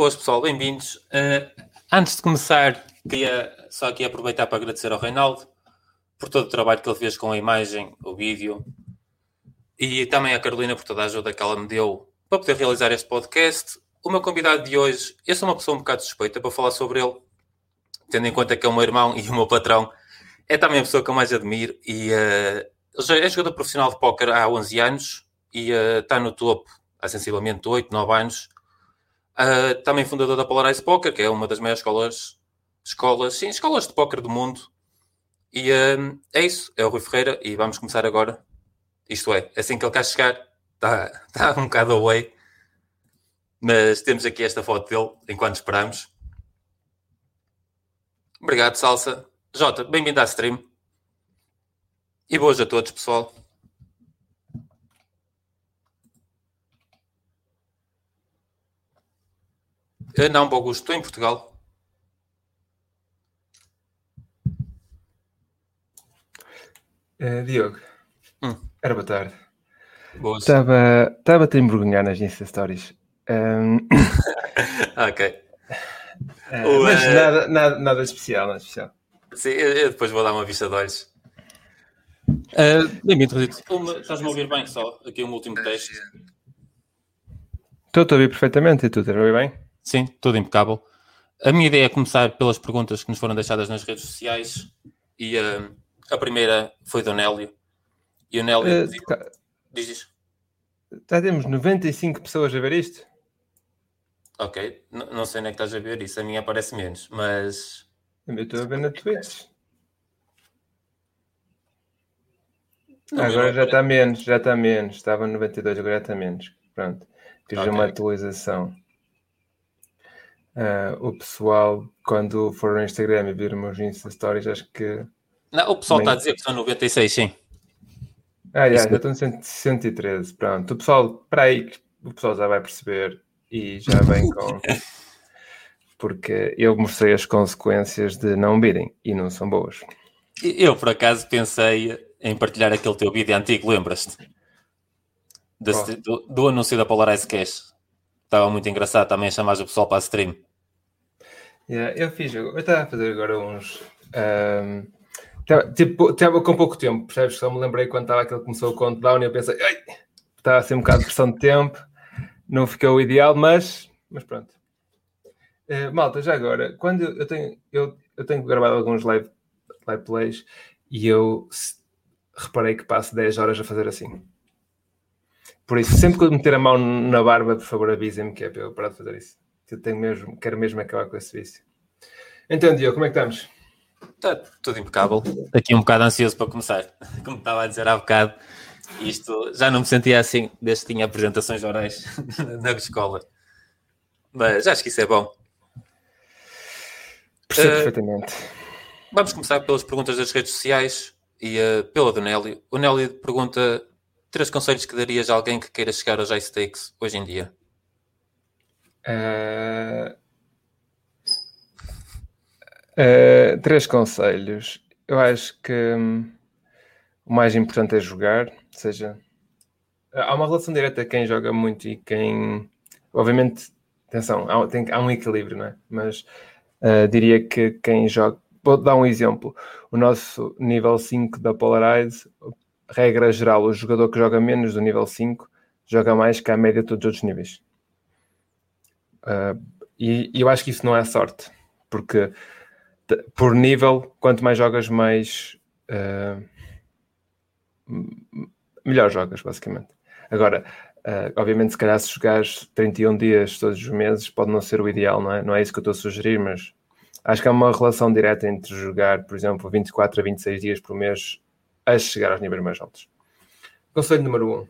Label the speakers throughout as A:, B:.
A: Boas, pessoal, bem-vindos. Antes de começar, queria só aqui aproveitar para agradecer ao Reinaldo por todo o trabalho que ele fez com a imagem, o vídeo, e também à Carolina por toda a ajuda que ela me deu para poder realizar este podcast. O meu convidado de hoje, eu sou uma pessoa um bocado suspeita para falar sobre ele, tendo em conta que é o meu irmão e o meu patrão. É também a pessoa que eu mais admiro e ele já é jogador profissional de póquer há 11 anos e está no topo há sensivelmente 8, 9 anos. Também fundador da Polarize Poker, que é uma das maiores escolas de póquer do mundo. E é isso, é o Rui Ferreira e vamos começar agora. Isto é, assim que ele cá chegar, está um bocado away, mas temos aqui esta foto dele enquanto esperamos. Obrigado, Salsa. Jota, bem-vindo à stream. E boas a todos, pessoal. Não, bom gosto. Estou em Portugal.
B: Diogo, era boa tarde.
A: Boas.
B: Estava-te a envergonhar nas Insta Stories.
A: Ok.
B: Mas nada especial, nada especial.
A: Sim, eu depois vou dar uma vista de olhos. Bem-vindo, Rodrigo. Estás-me a ouvir bem só? Aqui um último teste.
B: Estou a ouvir perfeitamente e tu estás a ouvir bem?
A: Sim, tudo impecável. A minha ideia é começar pelas perguntas que nos foram deixadas nas redes sociais e a primeira foi do Nélio. E o Nélio diz.
B: Já temos 95 pessoas a ver isto?
A: Ok, não sei onde é que estás a ver isso, a minha aparece menos, mas...
B: Eu estou a ver na Twitch.
A: Não,
B: agora já está menos. Estava 92, agora já está menos. Pronto, fiz uma atualização. O pessoal, quando for no Instagram e vir meus Insta Stories, acho que...
A: Não, o pessoal está a dizer que são 96, sim.
B: Já estou no 113, pronto. O pessoal, para aí, o pessoal já vai perceber e já vem com... Porque eu mostrei as consequências de não virem e não são boas.
A: Eu, por acaso, pensei em partilhar aquele teu vídeo antigo, lembras-te? Do anúncio da Polarize Cash. Estava muito engraçado também chamar o pessoal para a stream.
B: Eu estava a fazer agora uns... Estava com pouco tempo, percebes? Só me lembrei quando estava aquele que começou o countdown e eu pensei, estava a ser um bocado de pressão de tempo, não ficou ideal, mas pronto. Malta, já agora, quando eu tenho gravado alguns live plays e eu reparei que passo 10 horas a fazer assim. Por isso, sempre que eu meter a mão na barba, por favor, avisem-me que é para eu parar de fazer isso. Quero mesmo acabar com esse vício. Então, Diogo, como é que estamos?
A: Está tudo impecável. Aqui um bocado ansioso para começar. Como estava a dizer há bocado, isto já não me sentia assim desde que tinha apresentações orais na escola. Mas acho que isso é bom.
B: Percebo perfeitamente.
A: Vamos começar pelas perguntas das redes sociais e pela do Nélio. O Nélio pergunta 3 conselhos que darias a alguém que queira chegar aos high stakes hoje em dia.
B: 3 conselhos. Eu acho que o mais importante é jogar, ou seja, há uma relação direta quem joga muito e quem... Obviamente, atenção, há um equilíbrio, não é? Mas diria que quem joga... Vou dar um exemplo. O nosso nível 5 da Polarize, regra geral, o jogador que joga menos do nível 5 joga mais que a média de todos os outros níveis. E eu acho que isso não é sorte, porque por nível, quanto mais jogas, mais melhor jogas, basicamente. Agora, obviamente, se calhar se jogares 31 dias todos os meses, pode não ser o ideal, não é? Não é isso que eu estou a sugerir, mas acho que há uma relação direta entre jogar, por exemplo, 24 a 26 dias por mês a chegar aos níveis mais altos. Conselho número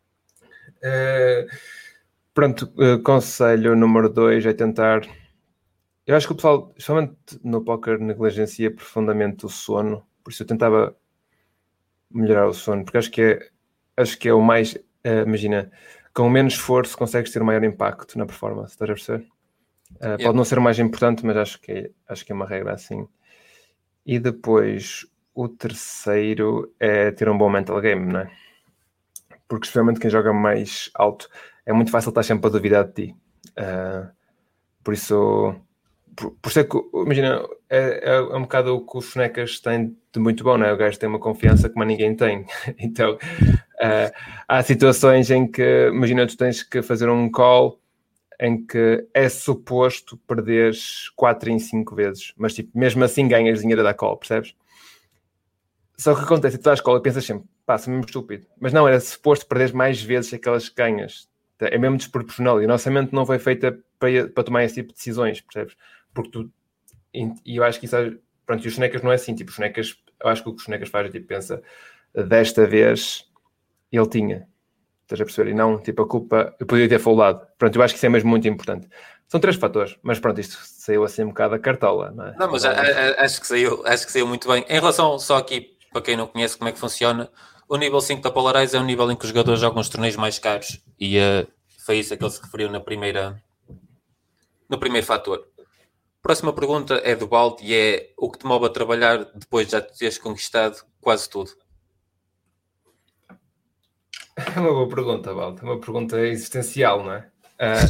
B: 1. Conselho número 2 é tentar... Eu acho que o pessoal, especialmente no póquer, negligencia profundamente o sono. Por isso eu tentava melhorar o sono, porque acho que é o mais... imagina, com menos esforço consegues ter maior impacto na performance, estás a perceber? Pode não ser o mais importante, mas acho que é uma regra assim. E depois, o terceiro é ter um bom mental game, não é? Porque especialmente quem joga mais alto, é muito fácil estar sempre a duvidar de ti. Por isso é que, imagina, é um bocado o que os sonecas têm de muito bom, não é? O gajo tem uma confiança que mais ninguém tem. Então, há situações em que, imagina, tu tens que fazer um call em que é suposto perderes 4 em 5 vezes, mas tipo, mesmo assim ganhas dinheiro da call, percebes? Só que acontece, tu dás call e pensas sempre, pá, sou mesmo estúpido. Mas não, era suposto perderes mais vezes aquelas que ganhas. É mesmo desproporcional. E a nossa mente não foi feita para tomar esse tipo de decisões, percebes? Porque tu... E eu acho que isso... Pronto, e os sonecas não é assim. Tipo, os sonecas... Eu acho que o que os sonecas fazem, tipo, pensa, desta vez ele tinha. Estás a perceber? E não, tipo, a culpa... Eu podia ter foldado. Pronto, eu acho que isso é mesmo muito importante. São 3 fatores. Mas pronto, isto saiu assim um bocado da cartola, não é?
A: Não, mas acho que saiu muito bem. Em relação só aqui, para quem não conhece como é que funciona, o nível 5 da Polarize é um nível em que os jogadores jogam os torneios mais caros. E foi isso a que ele se referiu no primeiro fator. Próxima pergunta é do Balde e é o que te move a trabalhar depois de já teres conquistado quase tudo?
B: É uma boa pergunta, Balde. É uma pergunta existencial, não é?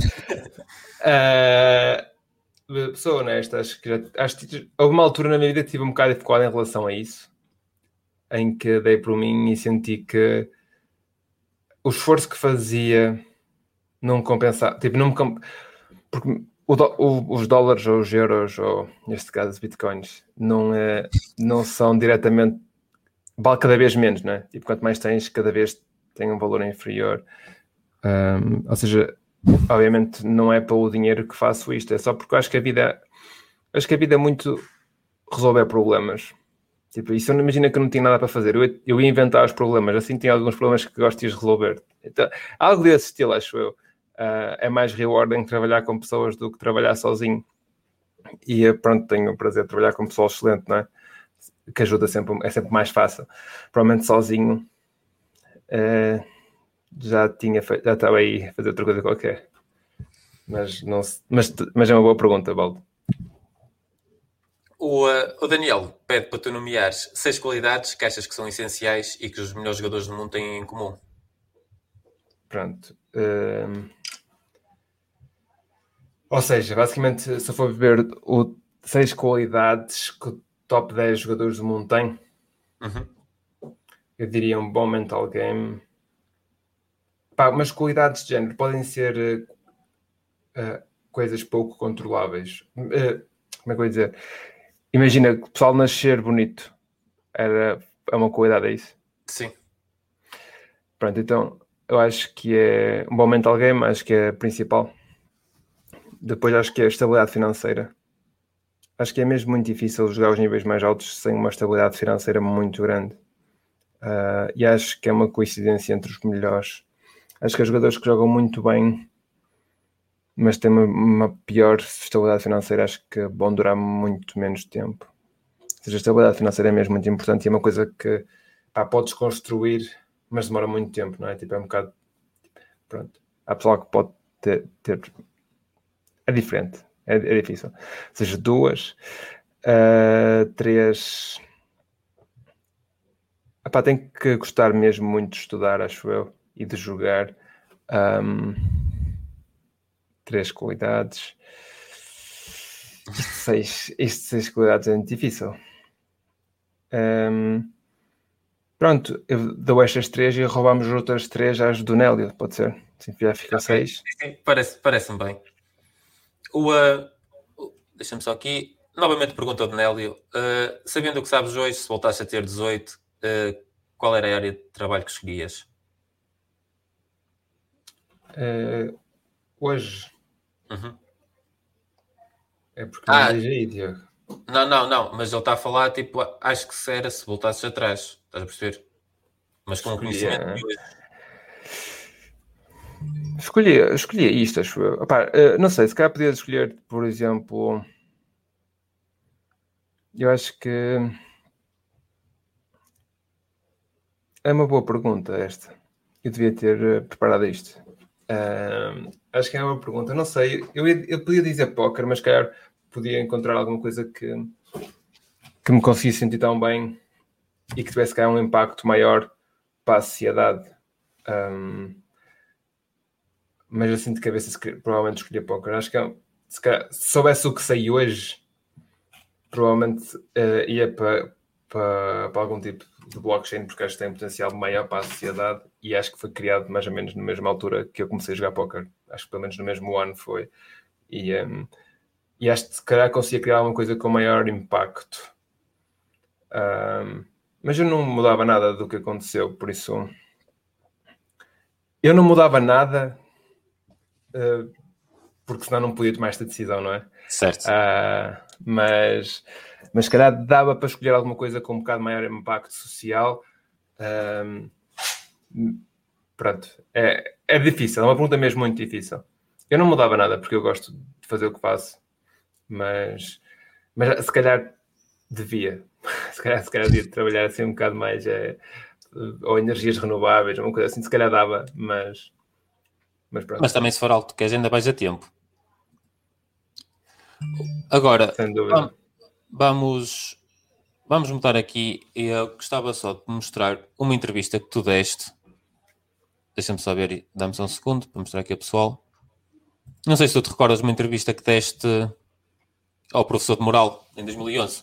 B: Sou honesto, acho que houve uma altura na minha vida que tive um bocado de dificuldade em relação a isso, em que dei por mim e senti que o esforço que fazia não me compensava, tipo, porque os dólares ou os euros, ou neste caso os bitcoins, não são diretamente, vale cada vez menos, não é? Tipo, quanto mais tens, cada vez tem um valor inferior. Ou seja, obviamente não é pelo dinheiro que faço isto, é só porque eu acho que a vida é muito resolver problemas. Tipo, isso eu imagina que eu não tinha nada para fazer. Eu ia inventar os problemas, assim tinha alguns problemas que gosto de resolver. Então, algo desse estilo, acho eu. É mais rewarding trabalhar com pessoas do que trabalhar sozinho. E pronto, tenho o prazer de trabalhar com pessoal excelente, não é? Que ajuda sempre, é sempre mais fácil. Provavelmente sozinho já estava aí a fazer outra coisa qualquer. Mas é uma boa pergunta, Baldo.
A: O Daniel pede para tu nomeares 6 qualidades que achas que são essenciais e que os melhores jogadores do mundo têm em comum.
B: Pronto. Ou seja, basicamente, se eu for ver 6 qualidades que o top 10 jogadores do mundo têm, eu diria um bom mental game. Mas qualidades de género podem ser coisas pouco controláveis. Como é que eu vou dizer? Imagina que o pessoal nascer bonito é uma qualidade, é isso?
A: Sim.
B: Pronto, então eu acho que é um bom mental game, acho que é a principal. Depois acho que é a estabilidade financeira. Acho que é mesmo muito difícil jogar os níveis mais altos sem uma estabilidade financeira muito grande. E acho que é uma coincidência entre os melhores. Acho que há jogadores que jogam muito bem, mas têm uma pior estabilidade financeira. Acho que vão durar muito menos tempo. Ou seja, a estabilidade financeira é mesmo muito importante e é uma coisa que podes construir, mas demora muito tempo, não é? Tipo, é um bocado... Pronto. Há pessoal que pode ter... É diferente. É difícil. Ou seja, 2, 3... tem que gostar mesmo muito de estudar, acho eu, e de jogar. 3 qualidades. Isto 6 qualidades é muito difícil. Pronto, eu dou estas 3 e roubamos as outras 3 às do Nélio, pode ser? Assim já fica 6.
A: Sim, parece-me bem. Deixa-me só aqui. Novamente pergunta do Nélio. Sabendo o que sabes hoje, se voltasse a ter 18, qual era a área de trabalho que escolhias?
B: Hoje? É porque
A: Ah,
B: não diz aí, Tiago.
A: Não, mas ele está a falar, tipo, acho que se voltasses atrás, estás a perceber? Mas com o conhecimento de hoje.
B: Escolhi isto, acho eu. Não sei, se calhar podia escolher, por exemplo... Eu acho que... É uma boa pergunta esta. Eu devia ter preparado isto. Acho que é uma pergunta. Não sei, eu podia dizer póquer, mas calhar podia encontrar alguma coisa que me conseguisse sentir tão bem e que tivesse cá um impacto maior para a sociedade. Mas assim de cabeça provavelmente escolhi póquer. Acho que se soubesse o que sei hoje, provavelmente ia para algum tipo de blockchain, porque acho que tem um potencial maior para a sociedade e acho que foi criado mais ou menos na mesma altura que eu comecei a jogar póquer. Acho que pelo menos no mesmo ano foi. E acho que se calhar conseguia criar alguma coisa com maior impacto. Mas eu não mudava nada do que aconteceu, por isso... Eu não mudava nada... porque senão não podia tomar esta decisão, não é?
A: Certo.
B: Mas se calhar dava para escolher alguma coisa com um bocado maior impacto social. Pronto, é difícil, é uma pergunta mesmo muito difícil. Eu não mudava nada porque eu gosto de fazer o que faço, mas se calhar devia. Se calhar devia trabalhar assim um bocado mais, ou energias renováveis, uma coisa assim, se calhar dava, mas pronto.
A: Mas também se for algo que tu queres, ainda vais a tempo. Agora,
B: sem dúvida.
A: vamos mudar aqui. Eu gostava só de mostrar uma entrevista que tu deste. Deixa-me só ver, dá-me só um segundo para mostrar aqui ao pessoal. Não sei se tu te recordas de uma entrevista que deste ao professor de moral em 2011.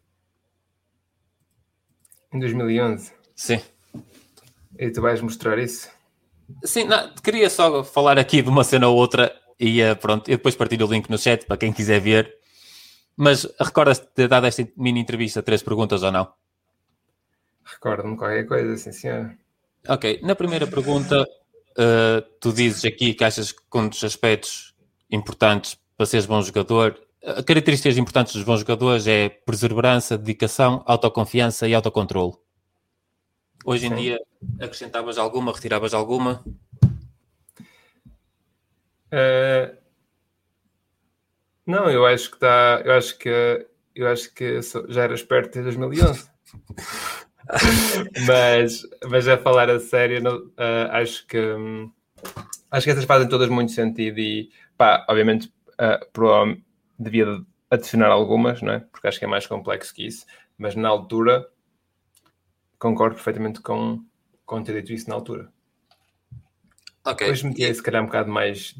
B: Em 2011?
A: Sim.
B: E tu vais mostrar isso?
A: Sim, queria só falar aqui de uma cena ou outra e pronto, eu depois partilho o link no chat para quem quiser ver. Mas recordas-te de ter dado esta mini entrevista 3 perguntas ou não?
B: Recordo-me qualquer coisa, sim senhor.
A: Ok, na primeira pergunta tu dizes aqui que achas que um dos aspectos importantes para seres bom jogador, características importantes dos bons jogadores é perseverança, dedicação, autoconfiança e autocontrole. Hoje em dia acrescentavas alguma, retiravas alguma?
B: Não, eu acho que está. Eu acho que já era esperto em 2011. mas a falar a sério, acho que essas fazem todas muito sentido e pá, obviamente devia adicionar algumas, não é? Porque acho que é mais complexo que isso, mas na altura concordo perfeitamente com ter dito isso na altura.
A: Ok.
B: Hoje metia se calhar um bocado mais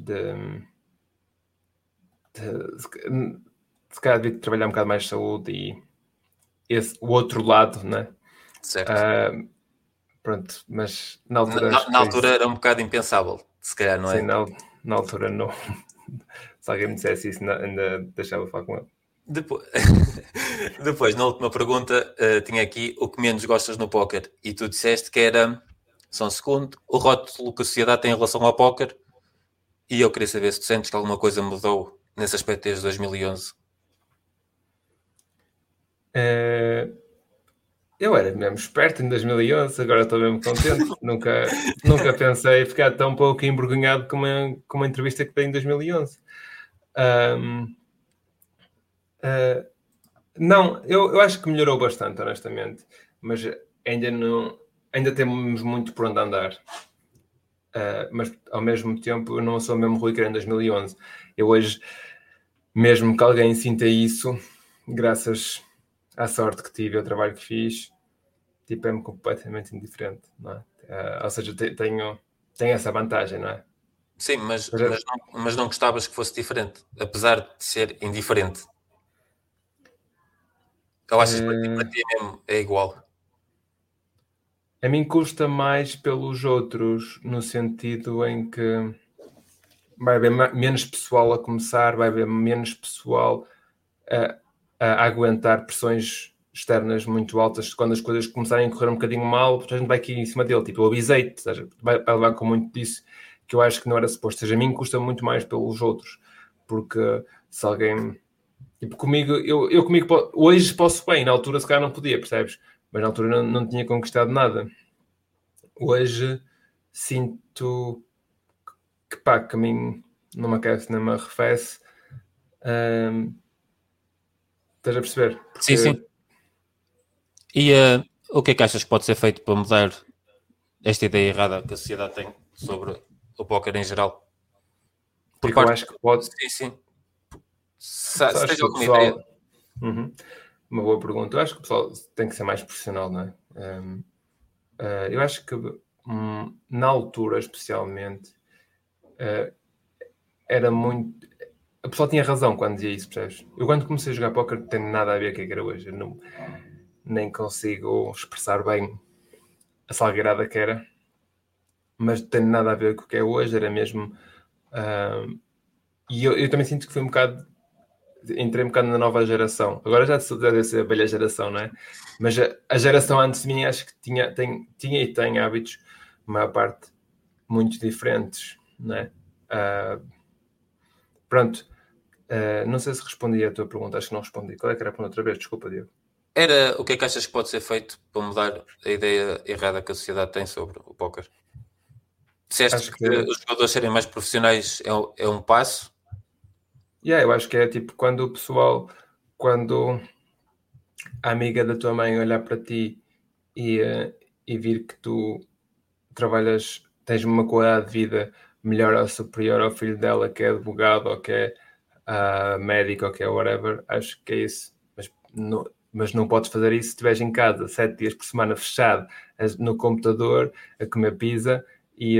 B: se calhar devia trabalhar um bocado mais de saúde e o outro lado, né?
A: Certo.
B: Pronto, mas na altura...
A: Na altura era um bocado impensável, se calhar, não é?
B: Sim, na altura não. Se alguém me dissesse isso, ainda deixava falar com ele.
A: Depois, na última pergunta, tinha aqui o que menos gostas no póquer. E tu disseste que era, só um segundo, o rótulo que a sociedade tem em relação ao póquer. E eu queria saber se tu sentes que alguma coisa mudou nesse aspecto desde 2011.
B: Eu era mesmo esperto em 2011, agora estou mesmo contente. nunca pensei ficar tão pouco envergonhado com uma entrevista que dei em 2011. Não, eu acho que melhorou bastante, honestamente, mas ainda temos muito por onde andar. Mas ao mesmo tempo eu não sou mesmo Rui que era em 2011. Eu hoje, mesmo que alguém sinta isso, graças à sorte que tive, ao trabalho que fiz, tipo, é-me completamente indiferente, não é? Ou seja, tenho essa vantagem, não é?
A: Sim, mas não gostavas que fosse diferente, apesar de ser indiferente. Eu acho que para ti mesmo é igual.
B: A mim custa mais pelos outros, no sentido em que vai haver menos pessoal a começar, vai haver menos pessoal a aguentar pressões externas muito altas. Quando as coisas começarem a correr um bocadinho mal, a gente vai aqui em cima dele. Tipo, eu avisei-te, vai levar com muito disso, que eu acho que não era suposto. Ou seja, a mim custa muito mais pelos outros, porque se alguém... Tipo, comigo, eu comigo hoje posso bem, na altura se calhar não podia, percebes? Mas na altura não tinha conquistado nada. Hoje sinto que pá, que a mim não me aquece nem me arrefece. Estás a perceber? Porque...
A: Sim. E o que é que achas que pode ser feito para mudar esta ideia errada que a sociedade tem sobre o póquer em geral?
B: Porque eu acho que pode...
A: Sim.
B: Se
A: tens
B: o
A: alguma
B: pessoal...
A: ideia?
B: Uma boa pergunta. Eu acho que o pessoal tem que ser mais profissional, não é? Eu acho que na altura, especialmente, era muito... a pessoa tinha razão quando dizia isso, percebes? Eu quando comecei a jogar póquer não tem nada a ver com o que era hoje. Eu não, nem consigo expressar bem a salgueirada que era, mas não tem nada a ver com o que é hoje, era mesmo... e eu também sinto que fui um bocado... Entrei um bocado na nova geração. Agora já deve ser a velha geração, não é? Mas a geração antes de mim acho que tinha e tem hábitos, a maior parte, muito diferentes, não é? Pronto. Não sei se respondi à tua pergunta, acho que não respondi. Qual é que era a pergunta outra vez? Desculpa, Diego.
A: Era o que é que achas que pode ser feito para mudar a ideia errada que a sociedade tem sobre o póquer? Disseste que os jogadores serem mais profissionais é um passo?
B: Eu acho que é tipo quando a amiga da tua mãe olhar para ti e vir que tu trabalhas, tens uma qualidade de vida melhor ou superior ao filho dela que é advogado ou que é médico ou que é whatever, acho que é isso. Mas não podes fazer isso se estiveres em casa 7 dias por semana fechado no computador a comer pizza e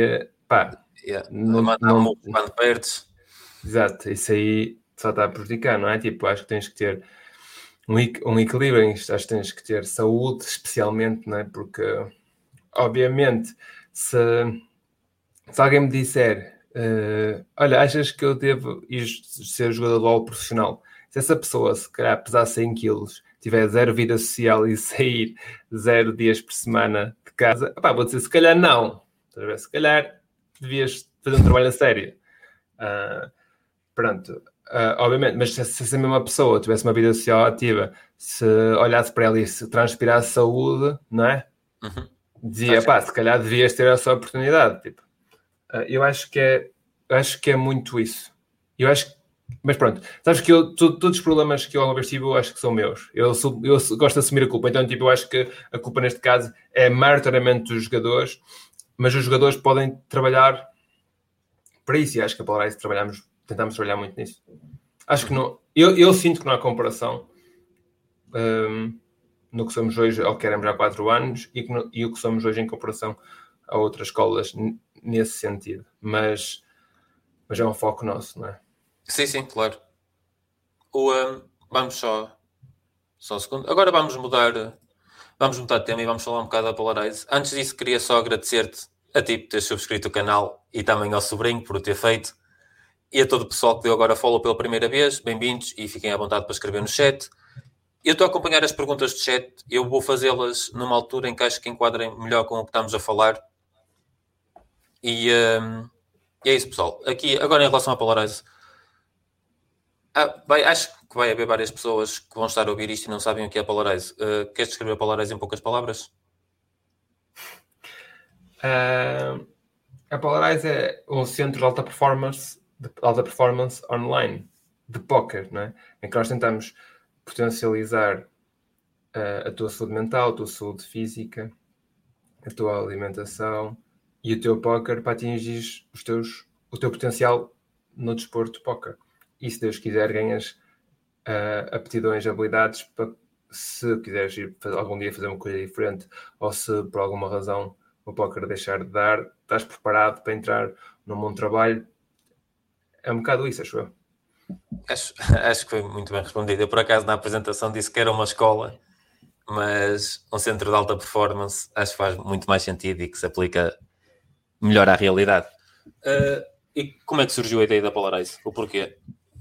A: quando perdes.
B: Exato, isso aí só está a prejudicar, não é? Tipo, acho que tens que ter um equilíbrio em isto, acho que tens que ter saúde especialmente, não é? Porque obviamente se alguém me disser olha, achas que eu devo ir ser jogador de LOL profissional? Se essa pessoa, se calhar, pesar 100 quilos, tiver zero vida social e sair 0 dias por semana de casa, vou dizer, se calhar não. Se calhar devias fazer um trabalho a sério. Pronto. Obviamente, mas se essa mesma pessoa tivesse uma vida social ativa, se olhasse para ela e se transpirasse saúde, não é?
A: Uhum.
B: Dizia, se calhar devias ter essa oportunidade. Tipo. Eu acho que é muito isso. Mas pronto, sabes que todos os problemas que eu alguma vez tive, eu acho que são meus. Eu gosto de assumir a culpa. Então, tipo, eu acho que a culpa neste caso é maioritariamente dos jogadores, mas os jogadores podem trabalhar para isso. E acho que a Polarize tentamos trabalhar muito nisso. Acho que não. Eu sinto que não há comparação no que somos hoje ao que éramos há 4 anos e o que somos hoje em comparação a outras escolas nesse sentido. Mas é um foco nosso, não é?
A: Sim, claro. Vamos só um segundo. Agora vamos mudar de tema e vamos falar um bocado da Polarize. Antes disso, queria só agradecer-te a ti por teres subscrito o canal e também ao sobrinho por o ter feito. E a todo o pessoal que deu agora follow pela primeira vez, bem-vindos e fiquem à vontade para escrever no chat. Eu estou a acompanhar as perguntas do chat, eu vou fazê-las numa altura em que acho que enquadrem melhor com o que estamos a falar. E é isso, pessoal. Aqui, agora em relação à Polarize, acho que vai haver várias pessoas que vão estar a ouvir isto e não sabem o que é a Polarize. Queres descrever a Polarize em poucas palavras?
B: A Polarize é um centro de alta performance online de póquer, não é? Em que nós tentamos potencializar a tua saúde mental, a tua saúde física, a tua alimentação e o teu póquer para atingir o teu potencial no desporto de póquer. E se Deus quiser, ganhas aptidões, habilidades para, se quiseres ir algum dia fazer uma coisa diferente ou se por alguma razão o póquer deixar de dar, estás preparado para entrar num mundo de trabalho. É um bocado isso, acho eu.
A: Acho que foi muito bem respondido. Eu, por acaso, na apresentação disse que era uma escola, mas um centro de alta performance acho que faz muito mais sentido e que se aplica melhor à realidade. E como é que surgiu a ideia da Polarize? O porquê?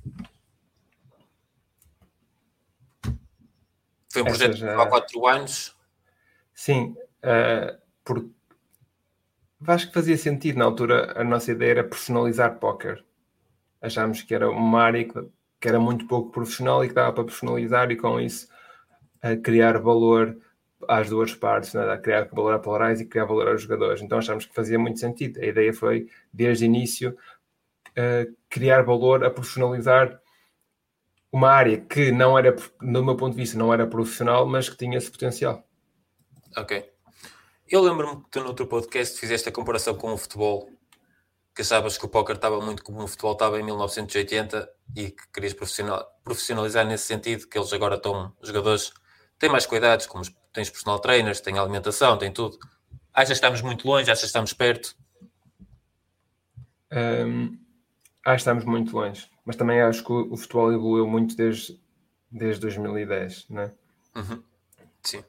A: Foi um projeto que há 4 anos?
B: Sim, porque acho que fazia sentido. Na altura, a nossa ideia era profissionalizar póquer. Achámos que era uma área que era muito pouco profissional e que dava para profissionalizar e com isso criar valor às duas partes, né? Criar valor à Polarize e criar valor aos jogadores. Então achámos que fazia muito sentido. A ideia foi, desde o início, criar valor a profissionalizar uma área que não era, do meu ponto de vista, não era profissional, mas que tinha esse potencial.
A: Ok. Eu lembro-me que tu no outro podcast fizeste a comparação com o futebol, que achavas que o póquer estava muito como o futebol estava em 1980 e que querias profissionalizar nesse sentido, que eles agora estão, os jogadores têm mais cuidados, como tens personal trainers, têm alimentação, têm tudo. Achas que estamos muito longe? Achas que estamos perto?
B: Acho que estamos muito longe, mas também acho que o futebol evoluiu muito desde 2010, não é?
A: Sim.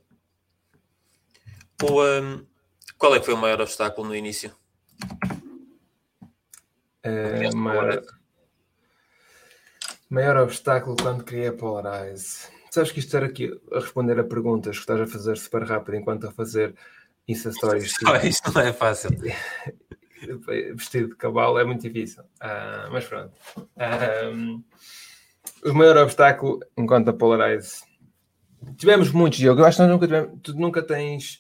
A: Qual é que foi o maior obstáculo no início?
B: Maior obstáculo quando criei a Polarize. Sabes que isto estar aqui a responder a perguntas que estás a fazer super rápido enquanto a fazer Insta Stories.
A: Isto não é fácil.
B: Vestido de cavalo é muito difícil. Mas pronto. O maior obstáculo enquanto a Polarize. Tivemos muitos, Diogo. Eu acho que nós nunca tivemos. Tu nunca tens.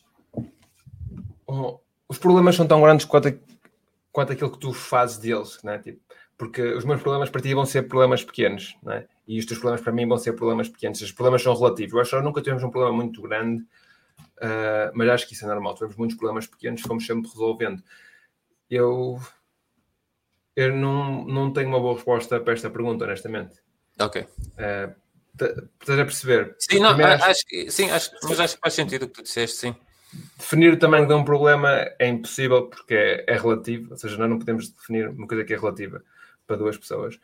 B: Os problemas são tão grandes quanto aquilo que tu fazes deles, né? Tipo, porque os meus problemas para ti vão ser problemas pequenos, né? E os teus problemas para mim vão ser problemas pequenos. Os problemas são relativos. Eu acho que nós nunca tivemos um problema muito grande, mas acho que isso é normal. Tivemos muitos problemas pequenos, fomos sempre resolvendo. Eu não tenho uma boa resposta para esta pergunta, honestamente.
A: Ok.
B: Estás a perceber?
A: Sim, não, acho que faz sentido o que tu disseste, sim.
B: Definir o tamanho de um problema é impossível porque é relativo, ou seja, nós não podemos definir uma coisa que é relativa para duas pessoas.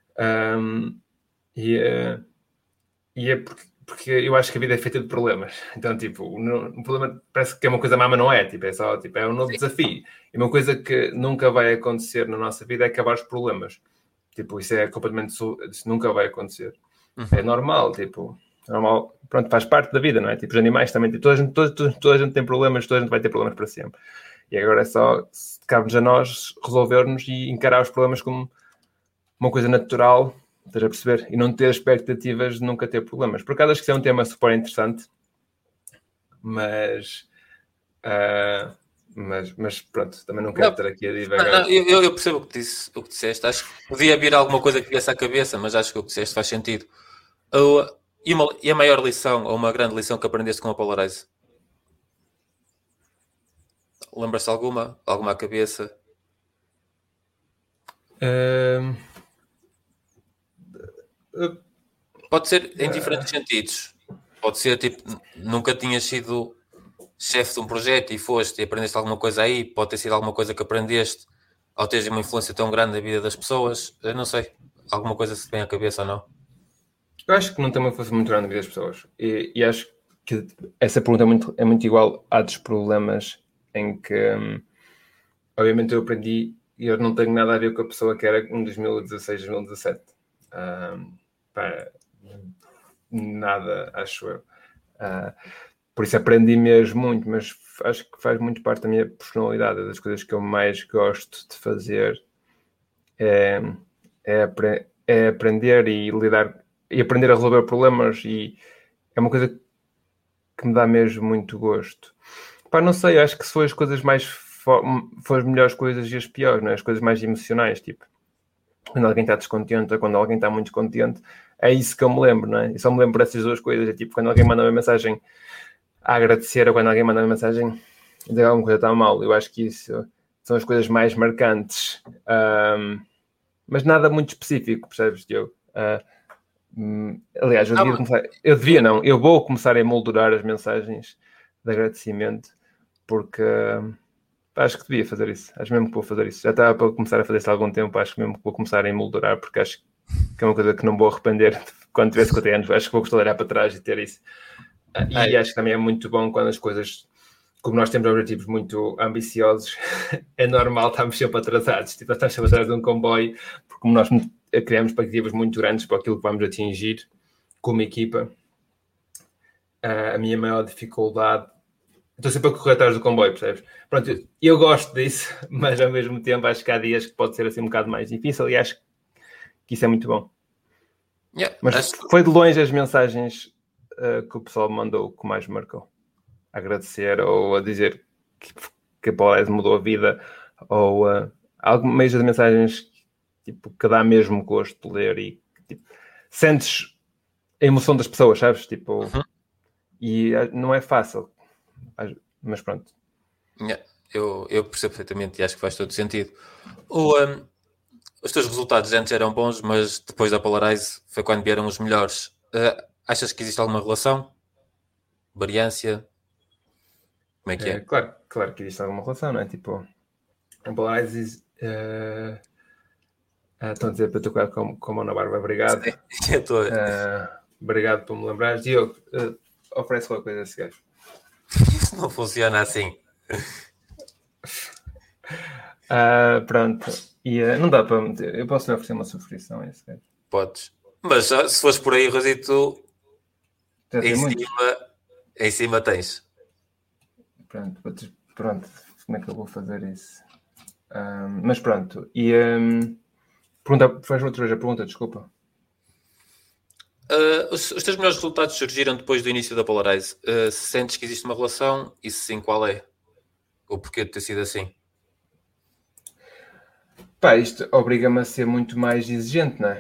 B: E é porque eu acho que a vida é feita de problemas. Então, tipo, um problema parece que é uma coisa má, mas não é. Tipo, é só, tipo, é um novo desafio. E uma coisa que nunca vai acontecer na nossa vida é acabar os problemas. Tipo, isso é completamente... Isso nunca vai acontecer. É normal, tipo... Normal, pronto, faz parte da vida, não é? Tipo, os animais também... Tipo, toda a gente tem problemas, toda a gente vai ter problemas para sempre. E agora é só... Cabe-nos a nós resolvermos e encarar os problemas como uma coisa natural... Estás a perceber? E não ter expectativas de nunca ter problemas. Por acaso acho que isso é um tema super interessante, mas pronto, também não quero estar aqui a divagar.
A: Não, eu percebo o que disseste. Acho que podia vir alguma coisa que viesse à cabeça, mas acho que o que disseste faz sentido. E a maior lição, ou uma grande lição que aprendeste com a Polarize? Lembras-te alguma? Alguma à cabeça? Pode ser em diferentes sentidos. Pode ser tipo, nunca tinhas sido chefe de um projeto e foste e aprendeste alguma coisa aí. Pode ter sido alguma coisa que aprendeste ao teres uma influência tão grande na vida das pessoas. Eu não sei. Alguma coisa se te vem à cabeça ou não?
B: Eu acho que não tem uma influência muito grande na vida das pessoas. E acho que essa pergunta é muito igual à dos problemas em que, obviamente, eu aprendi e eu não tenho nada a ver com a pessoa que era em 2016, 2017. Nada, acho eu. Por isso aprendi mesmo muito, mas acho que faz muito parte da minha personalidade. Das coisas que eu mais gosto de fazer é aprender e lidar e aprender a resolver problemas, e é uma coisa que me dá mesmo muito gosto. Não sei, acho que se for as coisas mais for as melhores coisas e as piores, não é? As coisas mais emocionais, tipo quando alguém está descontente ou quando alguém está muito contente, é isso que eu me lembro, não é? Eu só me lembro dessas duas coisas, é tipo quando alguém manda uma mensagem a agradecer ou quando alguém manda uma mensagem a dizer alguma coisa está mal. Eu acho que isso são as coisas mais marcantes, mas nada muito específico, percebes, Diogo? Aliás, eu vou começar a emoldurar as mensagens de agradecimento porque acho que devia fazer isso. Acho mesmo que vou fazer isso. Já estava para começar a fazer isso há algum tempo. Acho mesmo que vou começar a emoldurar porque acho que é uma coisa que não vou arrepender quando tiver 50 anos. Acho que vou gostar de olhar para trás e ter isso. E acho que também é muito bom quando as coisas, como nós temos objetivos muito ambiciosos, é normal estarmos sempre atrasados. Tipo, estamos sempre atrás de um comboio, porque como nós criamos expectativas muito grandes para aquilo que vamos atingir como equipa, a minha maior dificuldade... Estou sempre a correr atrás do comboio, percebes? Pronto, eu gosto disso, mas ao mesmo tempo acho que há dias que pode ser assim um bocado mais difícil e acho que isso é muito bom. Mas foi de longe as mensagens que o pessoal mandou que mais marcou. A agradecer ou a dizer que a Polarize mudou a vida, ou algumas das mensagens tipo, que dá mesmo gosto de ler e tipo, sentes a emoção das pessoas, sabes? Tipo, e não é fácil, mas pronto.
A: Eu percebo perfeitamente e acho que faz todo sentido. Os teus resultados antes eram bons, mas depois da Polarize foi quando vieram os melhores. Achas que existe alguma relação? Variância? Como é que é?
B: Claro que existe alguma relação, não é? Tipo, a Polarize Estão a dizer para tocar com a mão na barba. Obrigado.
A: Sim, eu estou a ver.
B: Obrigado por me lembrares. Diogo, oferece qualquer coisa a esse gajo.
A: Isso não funciona assim.
B: Pronto. E não dá para meter. Eu posso lhe oferecer uma subscrição a esse gajo.
A: Podes. Mas se fores por aí, Rosito,
B: Já tem muitos.
A: em cima tens.
B: Pronto. Como é que eu vou fazer isso? Mas pronto. E faz outra vez a pergunta, desculpa.
A: Os teus melhores resultados surgiram depois do início da Polarize. Se sentes que existe uma relação, e se sim, qual é? O porquê de ter sido assim?
B: Pá, isto obriga-me a ser muito mais exigente, não é?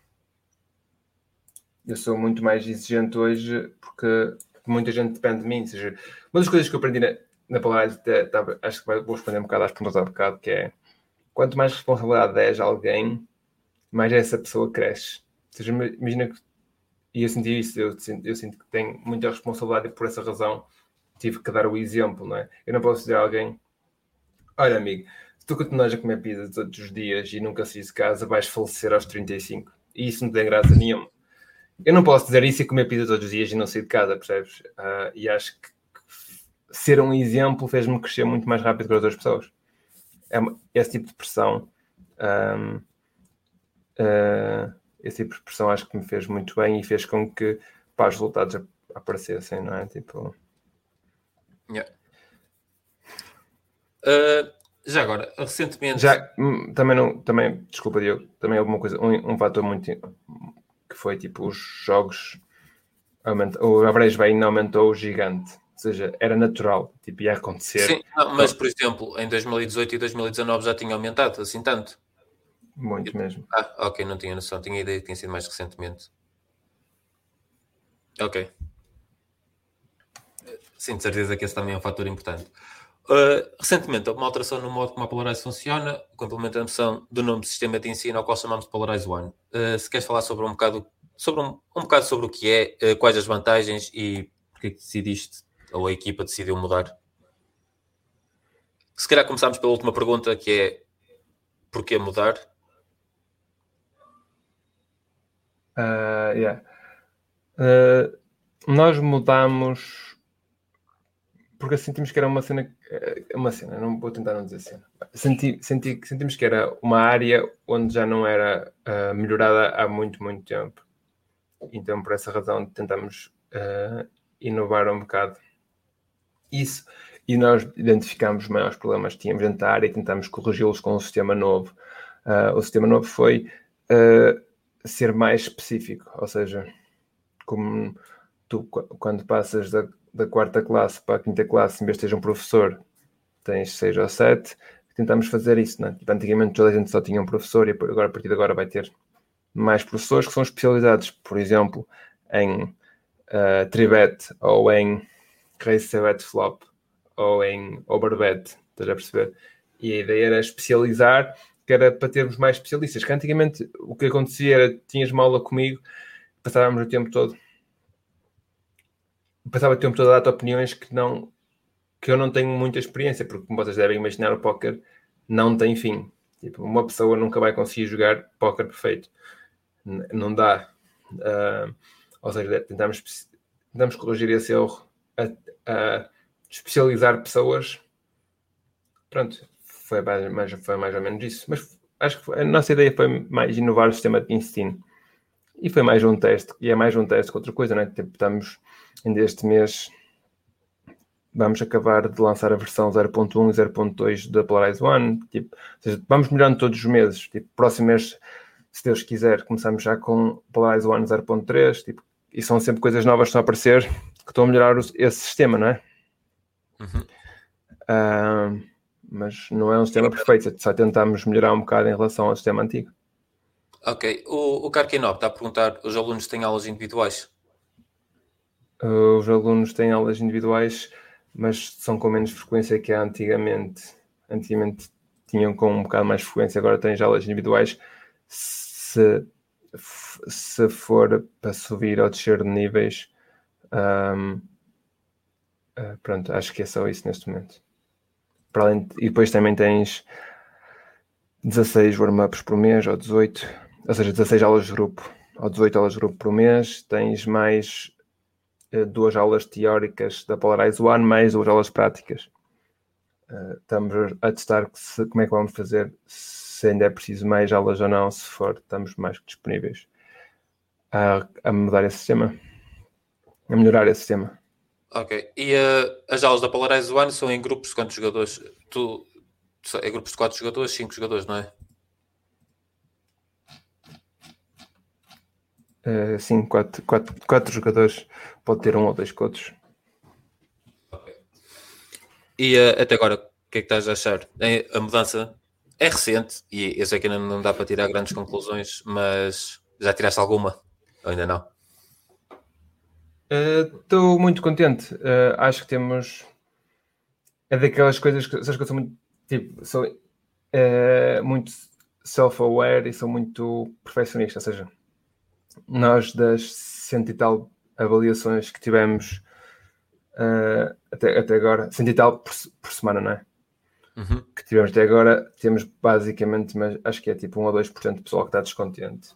B: Eu sou muito mais exigente hoje porque muita gente depende de mim. Ou seja, uma das coisas que eu aprendi na Polarize, acho que vou responder um bocado às perguntas há bocado, que é quanto mais responsabilidade des a alguém, mais essa pessoa cresce. Ou seja, imagina que, e eu senti isso, eu sinto que tenho muita responsabilidade e por essa razão tive que dar o exemplo, não é? Eu não posso dizer a alguém, olha amigo, se tu continuas a comer pizza todos os dias e nunca saís de casa, vais falecer aos 35. E isso não tem graça nenhuma. Eu não posso dizer isso e comer pizza todos os dias e não sair de casa, percebes? E acho que ser um exemplo fez-me crescer muito mais rápido que as outras pessoas. Esse tipo de pressão esse tipo de pressão acho que me fez muito bem e fez com que os resultados aparecessem, não é? Tipo...
A: Yeah. Já agora, recentemente...
B: Também, desculpa, Diogo, também alguma coisa, um fator muito que foi tipo os jogos o average bem aumentou gigante, ou seja, era natural, tipo, ia acontecer.
A: Sim, não, mas por exemplo, em 2018 e 2019 já tinha aumentado assim tanto?
B: Muito mesmo.
A: Ok, não tinha noção, tinha ideia que tinha sido mais recentemente. Ok. Sim, de certeza que esse também é um fator importante. Recentemente, houve uma alteração no modo como a Polarize funciona, com a implementação do nome de sistema de ensino, ao qual chamamos de Polarize One. Se queres falar sobre um bocado sobre o que é, quais as vantagens e porque decidiste, ou a equipa decidiu mudar. Se calhar começamos pela última pergunta, que é porquê mudar?
B: Nós mudamos porque sentimos que era uma cena, não vou tentar não dizer cena. Sentimos que era uma área onde já não era melhorada há muito, muito tempo. Então, por essa razão, tentamos inovar um bocado isso. E nós identificámos os maiores problemas que tínhamos dentro da área e tentámos corrigi-los com um sistema novo. O sistema novo foi ser mais específico, ou seja, como tu, quando passas da quarta classe para a quinta classe, em vez de teres um professor, tens 6 ou 7, tentamos fazer isso, não é? Tipo, antigamente toda a gente só tinha um professor e agora, a partir de agora vai ter mais professores que são especializados, por exemplo, em tribet ou em race bet flop ou em overbet, estás a perceber? E a ideia era especializar, que era para termos mais especialistas, que antigamente o que acontecia era, tinhas uma aula comigo, passava o tempo todo a dar-te opiniões que eu não tenho muita experiência, porque como vocês devem imaginar, o póquer não tem fim. Tipo, uma pessoa nunca vai conseguir jogar póquer perfeito. Não dá. Ou seja, tentamos corrigir esse erro a especializar pessoas. Pronto, foi mais ou menos isso. Mas acho que a nossa ideia foi mais inovar o sistema de ensino. E foi mais um teste, e é mais um teste que outra coisa, não é? Tipo, estamos ainda este mês, vamos acabar de lançar a versão 0.1 e 0.2 da Polarize One. Tipo, ou seja, vamos melhorando todos os meses. Tipo, próximo mês, se Deus quiser, começamos já com Polarize One 0.3. Tipo, e são sempre coisas novas que estão a aparecer que estão a melhorar esse sistema, não é?
A: Uhum.
B: Mas não é um sistema perfeito, só tentamos melhorar um bocado em relação ao sistema antigo.
A: Ok, o Karkinov está a perguntar, os alunos têm aulas individuais?
B: Os alunos têm aulas individuais, mas são com menos frequência que antigamente. Antigamente tinham com um bocado mais frequência, agora têm aulas individuais. Se for para subir ou descer de níveis, pronto, acho que é só isso neste momento. Para além e depois também tens 16 warm-ups por mês, ou 18, ou seja, 16 aulas de grupo, ou 18 aulas de grupo por mês, tens mais 2 aulas teóricas da Polarize One, mais 2 aulas práticas. Estamos a testar como é que vamos fazer, se ainda é preciso mais aulas ou não, se for, estamos mais que disponíveis a mudar esse sistema, a melhorar esse sistema.
A: Ok, e as aulas da Polarize One são em grupos de quantos jogadores? É grupos de 4 jogadores, 5 jogadores, não é?
B: Sim, 4 jogadores, pode ter 1 ou 2 coaches.
A: Okay. E até agora, o que é que estás a achar? A mudança é recente e eu sei que ainda não dá para tirar grandes conclusões, mas já tiraste alguma? Ou ainda não?
B: Estou muito contente. Acho que temos... É daquelas coisas que eu sou muito... Tipo, sou muito self-aware e sou muito perfeccionista. Ou seja, nós das 100 e tal avaliações que tivemos até agora, 100 e tal por semana, não é?
A: Uhum.
B: Que tivemos até agora, temos basicamente, mas acho que é tipo 1 ou 2% de pessoal que está descontente.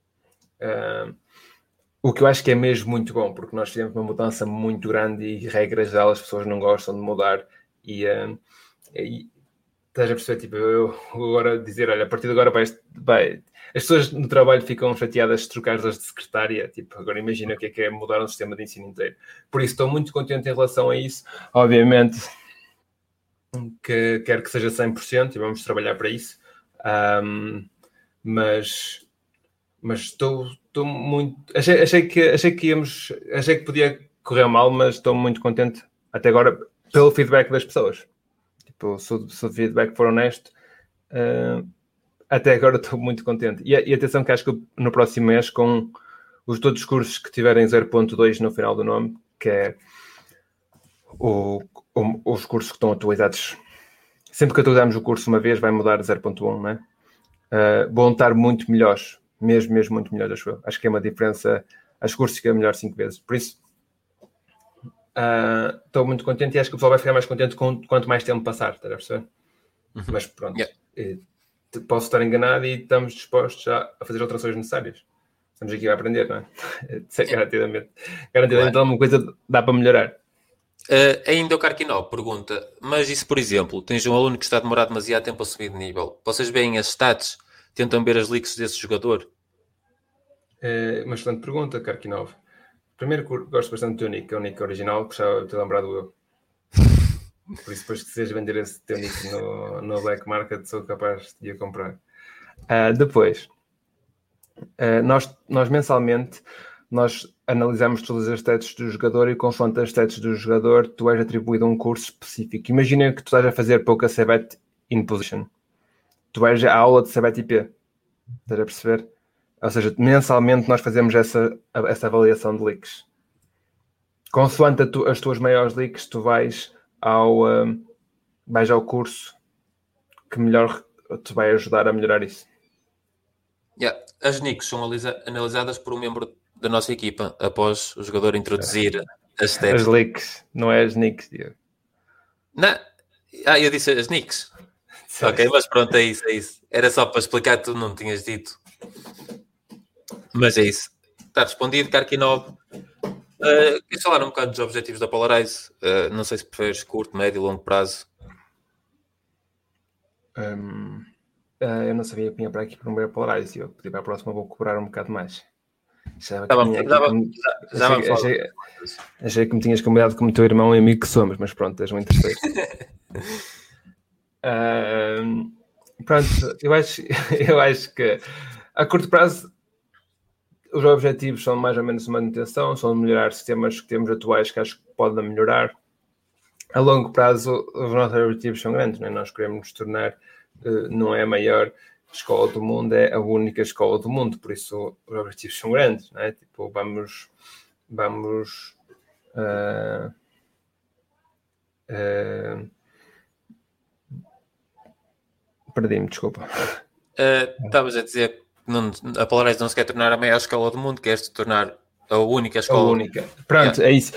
B: O que eu acho que é mesmo muito bom, porque nós fizemos uma mudança muito grande e regras delas, as pessoas não gostam de mudar e estás a perceber, tipo, eu agora dizer, olha, a partir de agora vai... As pessoas no trabalho ficam chateadas de trocar as de secretária, tipo, agora imagina o que é mudar um sistema de ensino inteiro. Por isso estou muito contente em relação a isso, obviamente que quero que seja 100% e vamos trabalhar para isso, mas estou muito... Achei que podia correr mal, mas estou muito contente até agora pelo feedback das pessoas. Tipo, se o feedback for honesto, até agora estou muito contente. E atenção que acho que no próximo mês, com todos os cursos que tiverem 0.2 no final do nome, que é os cursos que estão atualizados, sempre que atualizamos o curso uma vez vai mudar 0.1, não é? Vão estar muito melhores, mesmo muito melhores, acho eu. Acho que é uma diferença, acho que o curso fica melhor 5 vezes. Por isso, estou muito contente e acho que o pessoal vai ficar mais contente quanto mais tempo passar, estás a perceber? Uhum. Mas pronto, posso estar enganado e estamos dispostos a fazer alterações necessárias. Estamos aqui a aprender, não é? Garantidamente claro. Alguma coisa dá para melhorar.
A: Ainda o Karkinov pergunta, mas e se, por exemplo, tens um aluno que está a demorar demasiado tempo a subir de nível? Vocês veem as stats? Tentam ver as leaks desse jogador?
B: Uma excelente pergunta, Karkinov. Primeiro, gosto bastante do teu nick, é o nick original, que já te lembrado eu. Por isso, depois que desejas vender esse teu nick no Black Market, sou capaz de ir comprar. Depois, nós mensalmente, nós analisamos todas as stats do jogador e consoante as stats do jogador, tu és atribuído a um curso específico. Imagina que tu estás a fazer pouca CBET in position. Tu és a aula de CBET IP. Estás a perceber? Ou seja, mensalmente nós fazemos essa avaliação de leaks. Consoante as tuas maiores leaks, tu vais ao curso que melhor te vai ajudar a melhorar isso.
A: As nicks são analisadas por um membro da nossa equipa após o jogador introduzir as stats.
B: As leaks, não é as nicks, Diego.
A: Não. Eu disse as nicks. Ok, mas pronto, é isso. Era só para explicar que tu não tinhas dito. Mas é isso. Está respondido, Karkinov. Queres falar um bocado dos objetivos da Polarize? Não sei se preferes curto, médio, longo prazo.
B: Eu não sabia que vinha para aqui para um ver a Polarize. Eu pedi para a próxima, vou cobrar um bocado mais. Achei que me tinhas convidado como teu irmão e amigo que somos, mas pronto, és um interesseiro. Pronto, eu acho que a curto prazo os objetivos são mais ou menos de manutenção, são melhorar sistemas que temos atuais que acho que podem melhorar. A longo prazo os nossos objetivos são grandes, não é? Nós queremos nos tornar, não é a maior escola do mundo, é a única escola do mundo, por isso os objetivos são grandes, não é? Tipo, vamos perdi-me, desculpa.
A: Estavas a dizer que a Polarize não se quer tornar a maior escola do mundo, quer se tornar a única escola.
B: A única. Pronto, é isso.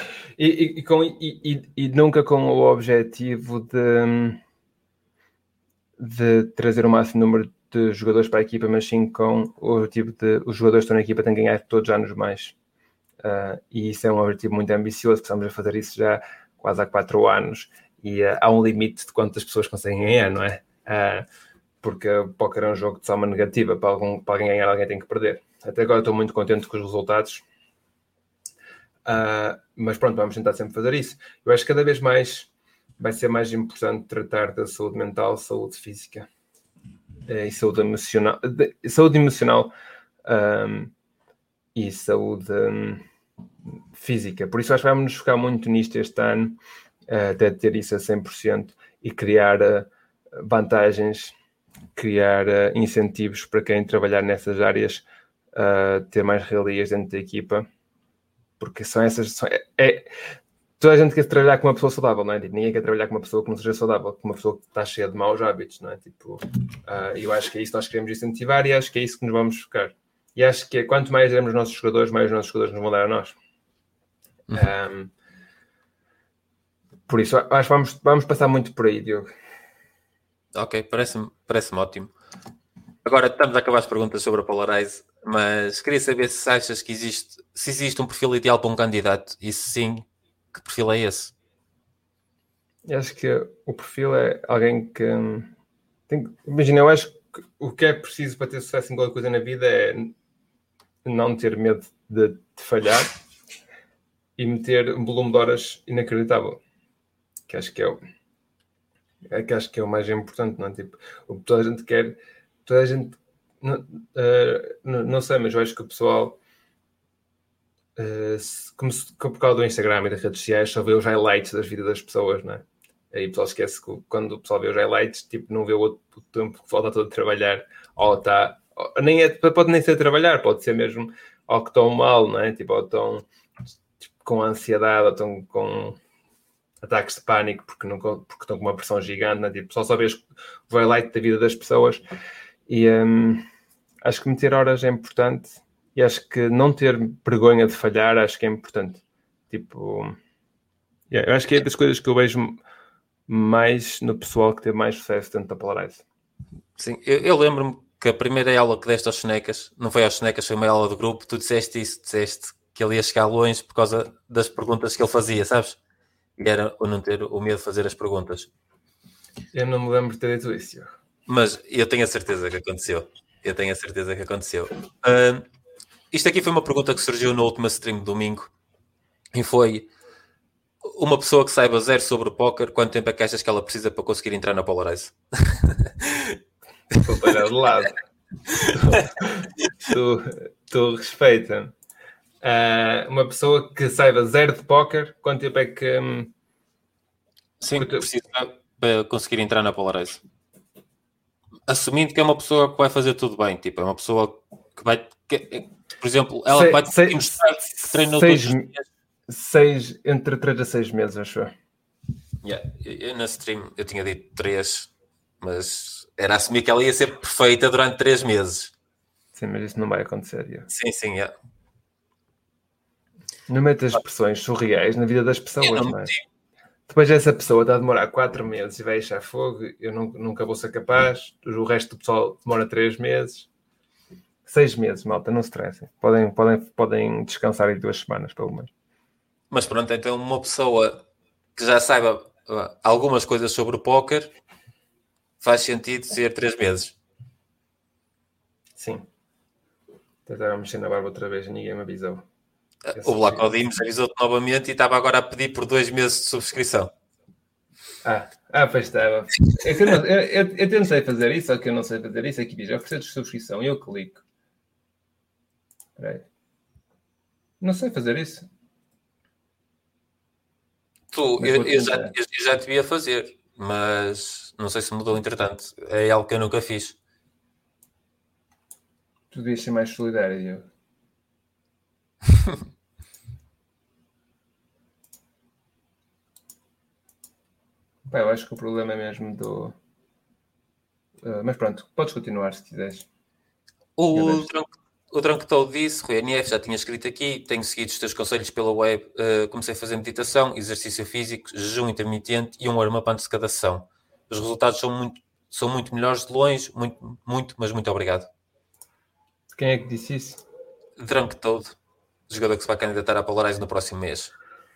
B: E nunca com o objetivo de trazer o máximo número de jogadores para a equipa, mas sim com o objetivo de os jogadores que estão na equipa têm que ganhar todos os anos mais. E isso é um objetivo muito ambicioso, estamos a fazer isso já quase há 4 anos, e há um limite de quantas pessoas conseguem ganhar, não é? Porque o póquer é um jogo de soma negativa, para alguém ganhar, alguém tem que perder. Até agora estou muito contente com os resultados, mas pronto, vamos tentar sempre fazer isso. Eu acho que cada vez mais vai ser mais importante tratar da saúde mental, saúde física e saúde emocional, e saúde física. Por isso acho que vamos nos focar muito nisto este ano, até ter isso a 100% e criar vantagens, criar incentivos para quem trabalhar nessas áreas, ter mais regalias dentro da equipa, porque são essas... toda a gente quer trabalhar com uma pessoa saudável, não é? Tipo, ninguém quer trabalhar com uma pessoa que não seja saudável, com uma pessoa que está cheia de maus hábitos, não é? Tipo, eu acho que é isso que nós queremos incentivar e acho que é isso que nos vamos focar. E acho que quanto mais dermos os nossos jogadores, mais os nossos jogadores nos vão dar a nós. Por isso, acho que vamos passar muito por aí, Diogo.
A: Ok, parece-me ótimo. Agora estamos a acabar as perguntas sobre a Polarize, mas queria saber se achas que existe um perfil ideal para um candidato, e se sim, que perfil é esse?
B: Eu acho que o perfil é alguém que... Imagina, eu acho que o que é preciso para ter sucesso em qualquer coisa na vida é não ter medo de falhar e meter um volume de horas inacreditável. Que acho que é o mais importante, não é? Tipo, o que toda a gente quer... Toda a gente... Não sei, mas eu acho que o pessoal... por causa do Instagram e das redes sociais, só vê os highlights das vidas das pessoas, não é? Aí o pessoal esquece que quando o pessoal vê os highlights, tipo, não vê o tempo que falta todo a trabalhar, ou está... pode nem ser a trabalhar, pode ser mesmo ou que estão mal, não é? Tipo, ou estão com ansiedade, ou estão com ataques de pânico porque estão com uma pressão gigante, não é? Tipo, só vês o highlight da vida das pessoas. E acho que meter horas é importante, e acho que não ter vergonha de falhar acho que é importante. Tipo, eu acho que é das coisas que eu vejo mais no pessoal que teve mais sucesso dentro da Polarize.
A: Sim, eu lembro-me que a primeira aula que deste aos Sonecas, não foi aos Sonecas, foi uma aula do grupo, tu disseste que ele ia chegar longe por causa das perguntas que ele fazia, sabes? E era o não ter o medo de fazer as perguntas.
B: Eu não me lembro de ter dito isso.
A: Mas eu tenho a certeza que aconteceu. Isto aqui foi uma pergunta que surgiu na última stream de domingo, e foi: uma pessoa que saiba zero sobre o póquer, quanto tempo é que achas que ela precisa para conseguir entrar na Polarize?
B: Vou parar de lado. Tu respeita-me. Uma pessoa que saiba zero de póquer, quanto tempo é que...
A: Sim, precisa para conseguir entrar na Polarize. Assumindo que é uma pessoa que vai fazer tudo bem. Tipo, é uma pessoa que vai... por exemplo, ela vai mostrar que treinou todos os dias.
B: Entre 3 a 6 meses, acho eu.
A: Eu na stream eu tinha dito 3, mas era assumir que ela ia ser perfeita durante 3 meses.
B: Sim, mas isso não vai acontecer. Yeah.
A: Sim.
B: Não metas pressões surreais na vida das pessoas, não é? Depois essa pessoa está a demorar 4 meses e vai achar fogo, eu nunca vou ser capaz, o resto do pessoal demora 3 meses. 6 meses, malta, não se estressem. Podem descansar em 2 semanas, pelo menos.
A: Mas pronto, então uma pessoa que já saiba algumas coisas sobre o póquer, faz sentido ser 3 meses.
B: Sim. Tentaram mexer na barba outra vez e ninguém me avisou.
A: O Black Odimes avisou-te novamente e estava agora a pedir por 2 meses de subscrição.
B: Pois estava. Eu tentei fazer isso, só que eu não sei fazer isso. Aqui diz, oferecer de subscrição, eu clico. Espera aí. Não sei fazer isso.
A: Eu já devia fazer, mas não sei se mudou entretanto. É algo que eu nunca fiz.
B: Tu devias ser mais solidário, Diogo. Eu acho que o problema é mesmo do... mas pronto, podes continuar se quiseres.
A: O Drunk Toad disse: Rui NF, já tinha escrito aqui, tenho seguido os teus conselhos pela web, comecei a fazer meditação, exercício físico, jejum intermitente e um warm-up antes de cada sessão. Os resultados são muito melhores de longe, muito, mas muito obrigado.
B: Quem é que disse isso?
A: Drunk Toad, jogador que se vai candidatar à Polarize no próximo mês.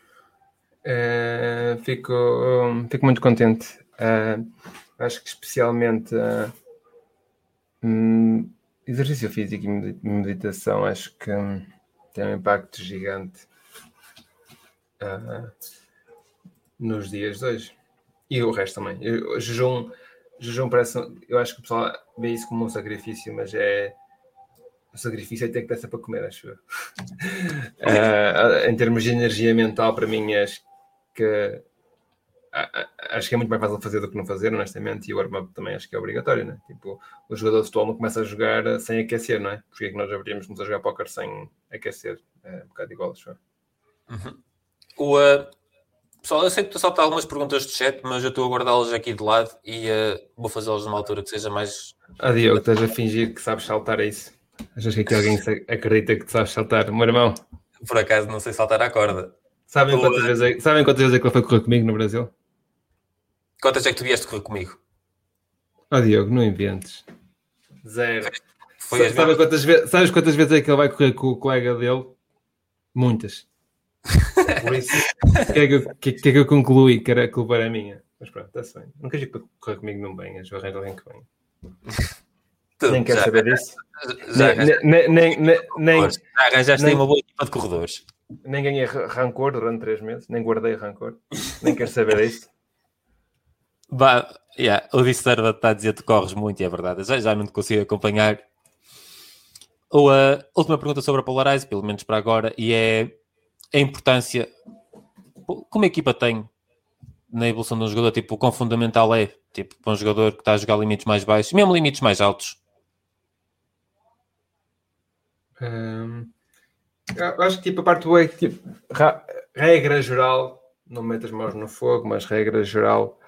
B: Fico muito contente. Acho que especialmente exercício físico e meditação acho que tem um impacto gigante nos dias de hoje. E o resto também. Jejum parece... Eu acho que o pessoal vê isso como um sacrifício, mas o sacrifício é ter que ter para comer, acho eu. Em termos de energia mental, para mim, acho que é muito mais fácil fazer do que não fazer, honestamente, e o warm-up também acho que é obrigatório, né? Tipo, o jogador de futebol não começa a jogar sem aquecer, não é? Porque é que nós haveríamos começar a jogar póquer sem aquecer? É um bocado igual, acho eu.
A: Pessoal, eu sei que tu saltas algumas perguntas do chat, mas eu estou a guardá-las aqui de lado e vou fazê-las numa altura que seja mais...
B: Diogo, estás a fingir que sabes saltar, é isso? Achas que aqui alguém acredita que tu sabes saltar? Meu irmão?
A: Por acaso não sei saltar à corda.
B: Sabem quantas vezes é que ele foi correr comigo no Brasil?
A: Quantas é que tu vieste correr comigo?
B: Diogo, não inventes. 0. Sabes quantas vezes é que ele vai correr com o colega dele? Muitas. Por isso, que é que eu concluí que a culpa era minha. Mas pronto, está-se bem. Nunca digo para correr comigo não venhas, eu arranjo alguém que venha. Nem quero saber disso.
A: Nem arranjaste aí uma boa equipa de corredores.
B: Nem ganhei rancor durante 3 meses, nem guardei rancor. Nem quero saber disso.
A: O Disserva está a dizer que tu corres muito, e é verdade. Já não te consigo acompanhar. A última pergunta sobre a Polarize, pelo menos para agora, e é a importância como a equipa tem na evolução de um jogador, tipo, o quão fundamental é, tipo, para um jogador que está a jogar limites mais baixos, mesmo limites mais altos.
B: Eu acho que tipo, a parte boa é que tipo, regra geral, não metas mãos no fogo, mas regra geral,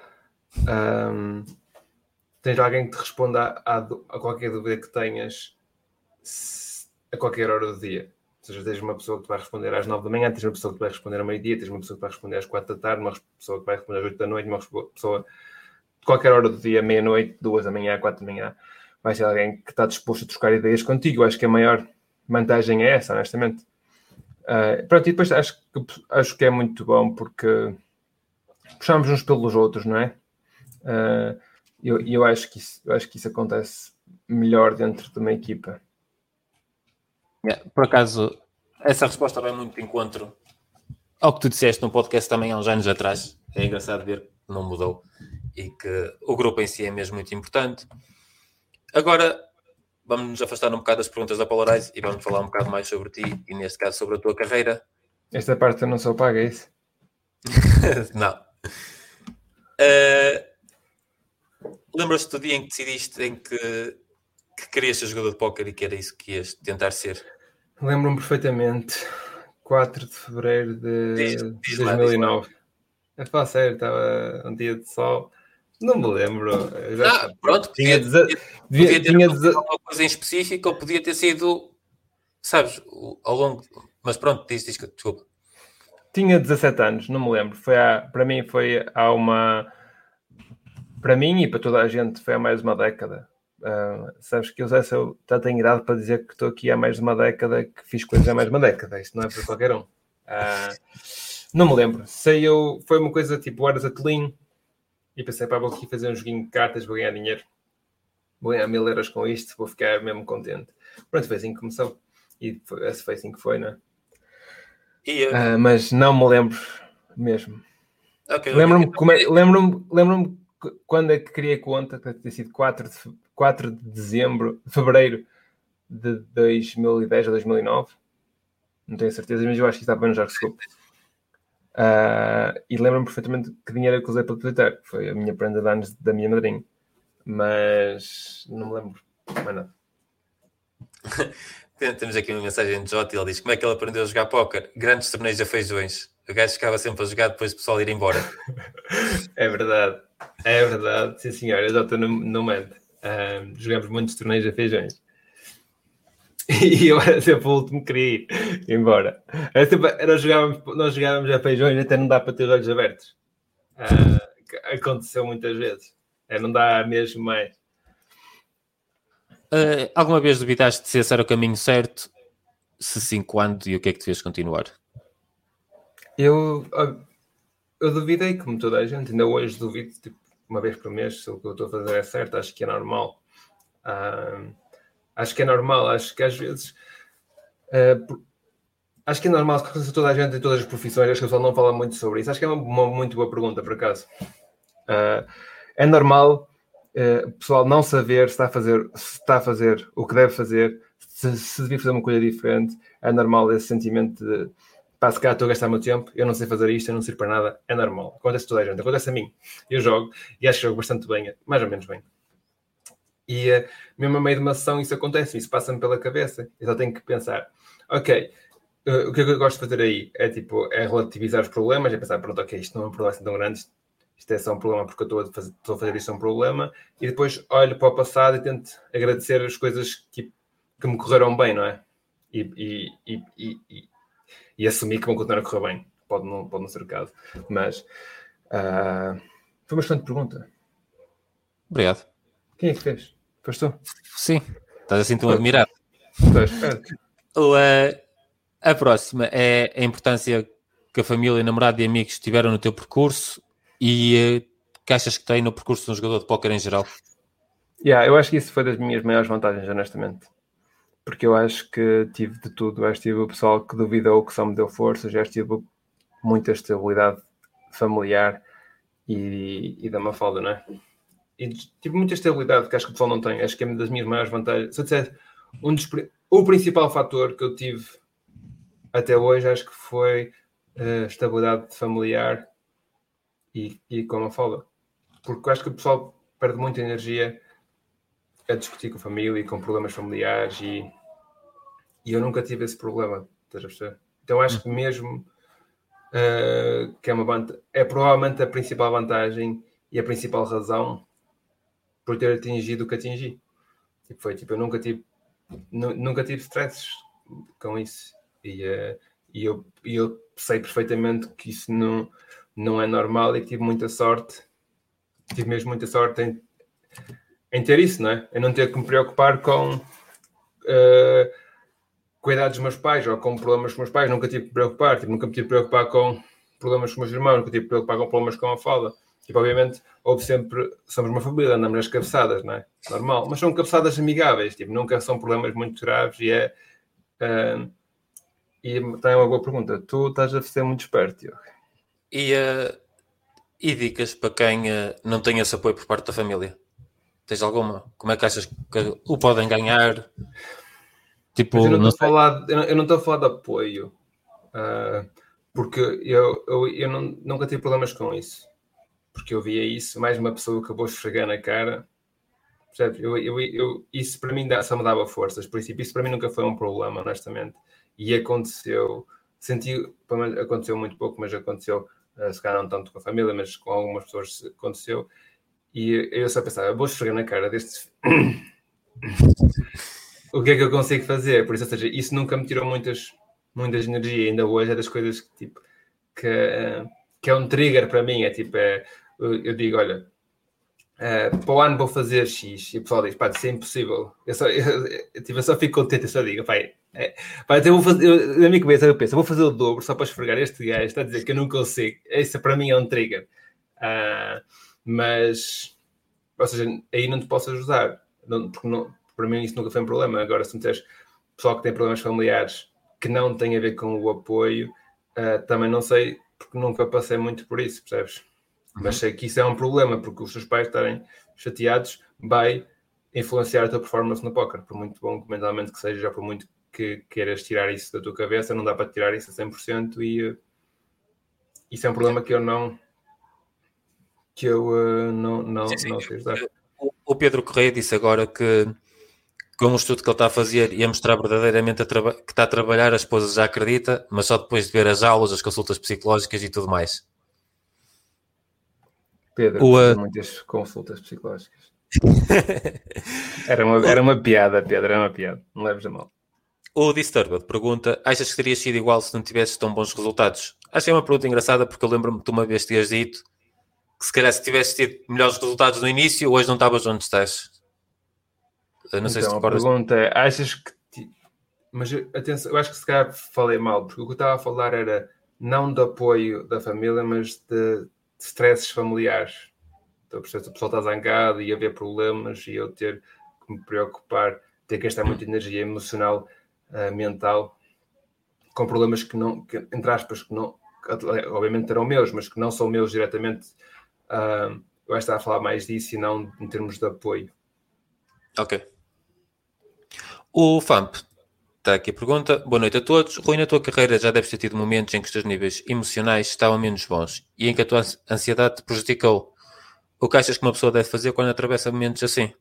B: tens alguém que te responda a qualquer dúvida que tenhas a qualquer hora do dia. Ou seja, tens uma pessoa que te vai responder às 9 da manhã, tens uma pessoa que te vai responder ao meio-dia, tens uma pessoa que vai responder às 4 da tarde, uma pessoa que vai responder às 8 da noite, uma pessoa de qualquer hora do dia, meia-noite, 2 da manhã, 4 da manhã, vai ser alguém que está disposto a trocar ideias contigo. Eu acho que a maior vantagem é essa, honestamente. Pronto, e depois acho que é muito bom porque puxamos uns pelos outros, não é? Eu acho que isso acontece melhor dentro de uma equipa.
A: Por acaso, essa resposta vai muito de encontro ao que tu disseste no podcast também há uns anos atrás. É engraçado ver que não mudou e que o grupo em si é mesmo muito importante. Agora, vamos nos afastar um bocado das perguntas da Polarize e vamos falar um bocado mais sobre ti e, neste caso, sobre a tua carreira.
B: Esta parte eu não sou paga, é isso?
A: Não. Lembras-te do dia em que decidiste em que querias ser jogador de póquer e que era isso que ias tentar ser?
B: Lembro-me perfeitamente. 4 de fevereiro de 2009. É falar sério, estava um dia de sol. Não me lembro.
A: Pronto, podia ter alguma coisa em específico ou podia ter sido, sabes, ao longo... Mas pronto, desculpa.
B: Tinha 17 anos, não me lembro. Para mim há uma... Para mim e para toda a gente foi há mais de uma década. Sabes que eu já tenho idade para dizer que estou aqui há mais de uma década, que fiz coisas há mais de uma década. Isto não é para qualquer um. Não me lembro. Foi uma coisa tipo horas a telinho e pensei, vou aqui fazer um joguinho de cartas, vou ganhar dinheiro. Vou ganhar 1000 euros com isto, vou ficar mesmo contente. Pronto, foi assim que começou. E foi assim que foi, não é? Mas não me lembro mesmo.
A: Okay,
B: Lembro-me quando é que criei conta, que deve ter sido 4 de fevereiro de 2010 ou 2009. Não tenho certeza, mas eu acho que estava no Jarco Scope. E lembro-me perfeitamente que dinheiro eu usei para depositar. Foi a minha prenda de anos da minha madrinha. Mas não me lembro mais nada.
A: Temos aqui uma mensagem de Jota e ele diz: como é que ele aprendeu a jogar póquer? Grandes torneios a feijões. O gajo ficava sempre a jogar depois do pessoal ir embora.
B: É verdade. Sim, senhor. Jota não mente. Jogamos muitos torneios a feijões. E eu era sempre o último que queria ir embora. Nós jogávamos a feijões até não dá para ter olhos abertos. Aconteceu muitas vezes. Não dá mesmo mais.
A: Alguma vez duvidaste se esse era o caminho certo? Se sim, quando e o que é que te fez continuar?
B: Eu duvidei, como toda a gente, ainda hoje duvido, tipo, uma vez por mês, se o que eu estou a fazer é certo, acho que é normal. Acho que é normal, acho que às vezes... acho que é normal que toda a gente em todas as profissões, acho que o pessoal não fala muito sobre isso. Acho que é uma muito boa pergunta, por acaso. É normal o pessoal não saber se está a fazer o que deve fazer, se devia fazer uma coisa diferente. É normal esse sentimento de se calhar estou a gastar o meu tempo, eu não sei fazer isto, eu não sirvo para nada. É normal. Acontece a toda a gente. Acontece a mim. Eu jogo e acho que jogo bastante bem, mais ou menos bem. E mesmo a meio de uma sessão isso acontece, isso passa-me pela cabeça. Eu só tenho que pensar, ok, o que é que eu gosto de fazer aí? É relativizar os problemas, é pensar, pronto, ok, isto não é um problema assim tão grande, isto é só um problema porque eu estou a fazer isto é um problema, e depois olho para o passado e tento agradecer as coisas que me correram bem, não é? E assumir que vão continuar a correr bem. Pode não ser o caso. Mas foi uma excelente pergunta.
A: Obrigado.
B: Quem é que fez? Foste tu?
A: Sim, estás assim tão admirado. A próxima é a importância que a família, namorado e amigos tiveram no teu percurso e que achas que tem no percurso de um jogador de póquer em geral?
B: Eu acho que isso foi das minhas maiores vantagens, honestamente. Porque eu acho que tive de tudo. Acho que tive o pessoal que duvidou, que só me deu força. Já tive muita estabilidade familiar e da Mafalda, não é? E tive muita estabilidade que acho que o pessoal não tem. Acho que é uma das minhas maiores vantagens. Se eu disser o principal fator que eu tive até hoje, acho que foi a estabilidade familiar e com a Mafalda. Porque eu acho que o pessoal perde muita energia a discutir com a família e com problemas familiares e eu nunca tive esse problema. Estás a perceber? Então acho que mesmo que é provavelmente a principal vantagem e a principal razão por ter atingido o que atingi. Eu nunca tive stresses com isso e eu sei perfeitamente que isso não é normal e que tive muita sorte. Tive mesmo muita sorte em ter isso, não é? Em não ter que me preocupar com cuidar dos meus pais ou com problemas com os meus pais. Nunca tive que me preocupar. Nunca me tive que preocupar com problemas com os meus irmãos. Nunca tive que me preocupar com problemas com a Falda. Obviamente, somos uma família, andamos nas cabeçadas, não é? Normal. Mas são cabeçadas amigáveis. Nunca são problemas muito graves e e tem uma boa pergunta. Tu estás a ser muito esperto, Tiago.
A: E dicas para quem não tem esse apoio por parte da família? Tens alguma? Como é que achas que o podem ganhar?
B: Mas eu não estou a falar de apoio, porque eu nunca tive problemas com isso, porque eu via isso, mais uma pessoa que eu vou esfregar na cara, percebes? Isso para mim só me dava forças, por isso para mim nunca foi um problema, honestamente, e aconteceu muito pouco, mas aconteceu, se calhar não tanto com a família, mas com algumas pessoas aconteceu, e eu só pensava, vou esfregar na cara destes... O que é que eu consigo fazer? Por isso, ou seja, isso nunca me tirou muitas energia. Ainda hoje é das coisas que é um trigger para mim. Eu digo, olha, para o ano vou fazer X. E o pessoal diz, pá, isso é impossível. Eu só fico contente, eu só digo, eu vou fazer, na minha cabeça eu penso, vou fazer o dobro só para esfregar este gajo. Está a dizer que eu não consigo. Isso para mim é um trigger. Mas, ou seja, aí não te posso ajudar. Porque não... Para mim isso nunca foi um problema. Agora, se me disseres pessoal que tem problemas familiares que não têm a ver com o apoio, também não sei, porque nunca passei muito por isso, percebes? Uhum. Mas sei que isso é um problema, porque os teus pais estarem chateados vai influenciar a tua performance no póquer, por muito bom mentalmente que seja, já por muito que queiras tirar isso da tua cabeça, não dá para tirar isso a 100% e isso é um problema que eu não sei ajudar.
A: O Pedro Correia disse agora que com o estudo que ele está a fazer e a mostrar verdadeiramente que está a trabalhar, a esposa já acredita, mas só depois de ver as aulas, as consultas psicológicas e tudo mais.
B: Pedro, muitas consultas psicológicas. Era uma piada, Pedro, era uma piada. Não leves a mal.
A: O Disturbed pergunta, achas que terias sido igual se não tivesses tão bons resultados? Acho que é uma pergunta engraçada porque eu lembro-me que tu uma vez tinhas dito que se calhar se tivesse tido melhores resultados no início, hoje não estavas onde estás. Não sei se te
B: Então, a
A: recordas.
B: pergunta é, achas que... Mas, atenção, eu acho que se calhar falei mal, porque o que eu estava a falar era não de apoio da família, mas de stresses familiares. Então, o pessoal está zangado e haver problemas e eu ter que me preocupar, ter que gastar muita energia emocional, mental, com problemas que não, que, entre aspas, que não, que, obviamente eram meus, mas que não são meus diretamente. Eu estava a falar mais disso e não em termos de apoio.
A: Ok. O FAMP está aqui a pergunta. Boa noite a todos. Rui, na tua carreira já deves ter tido momentos em que os teus níveis emocionais estavam menos bons e em que a tua ansiedade te prejudicou. O que achas que uma pessoa deve fazer quando atravessa momentos assim?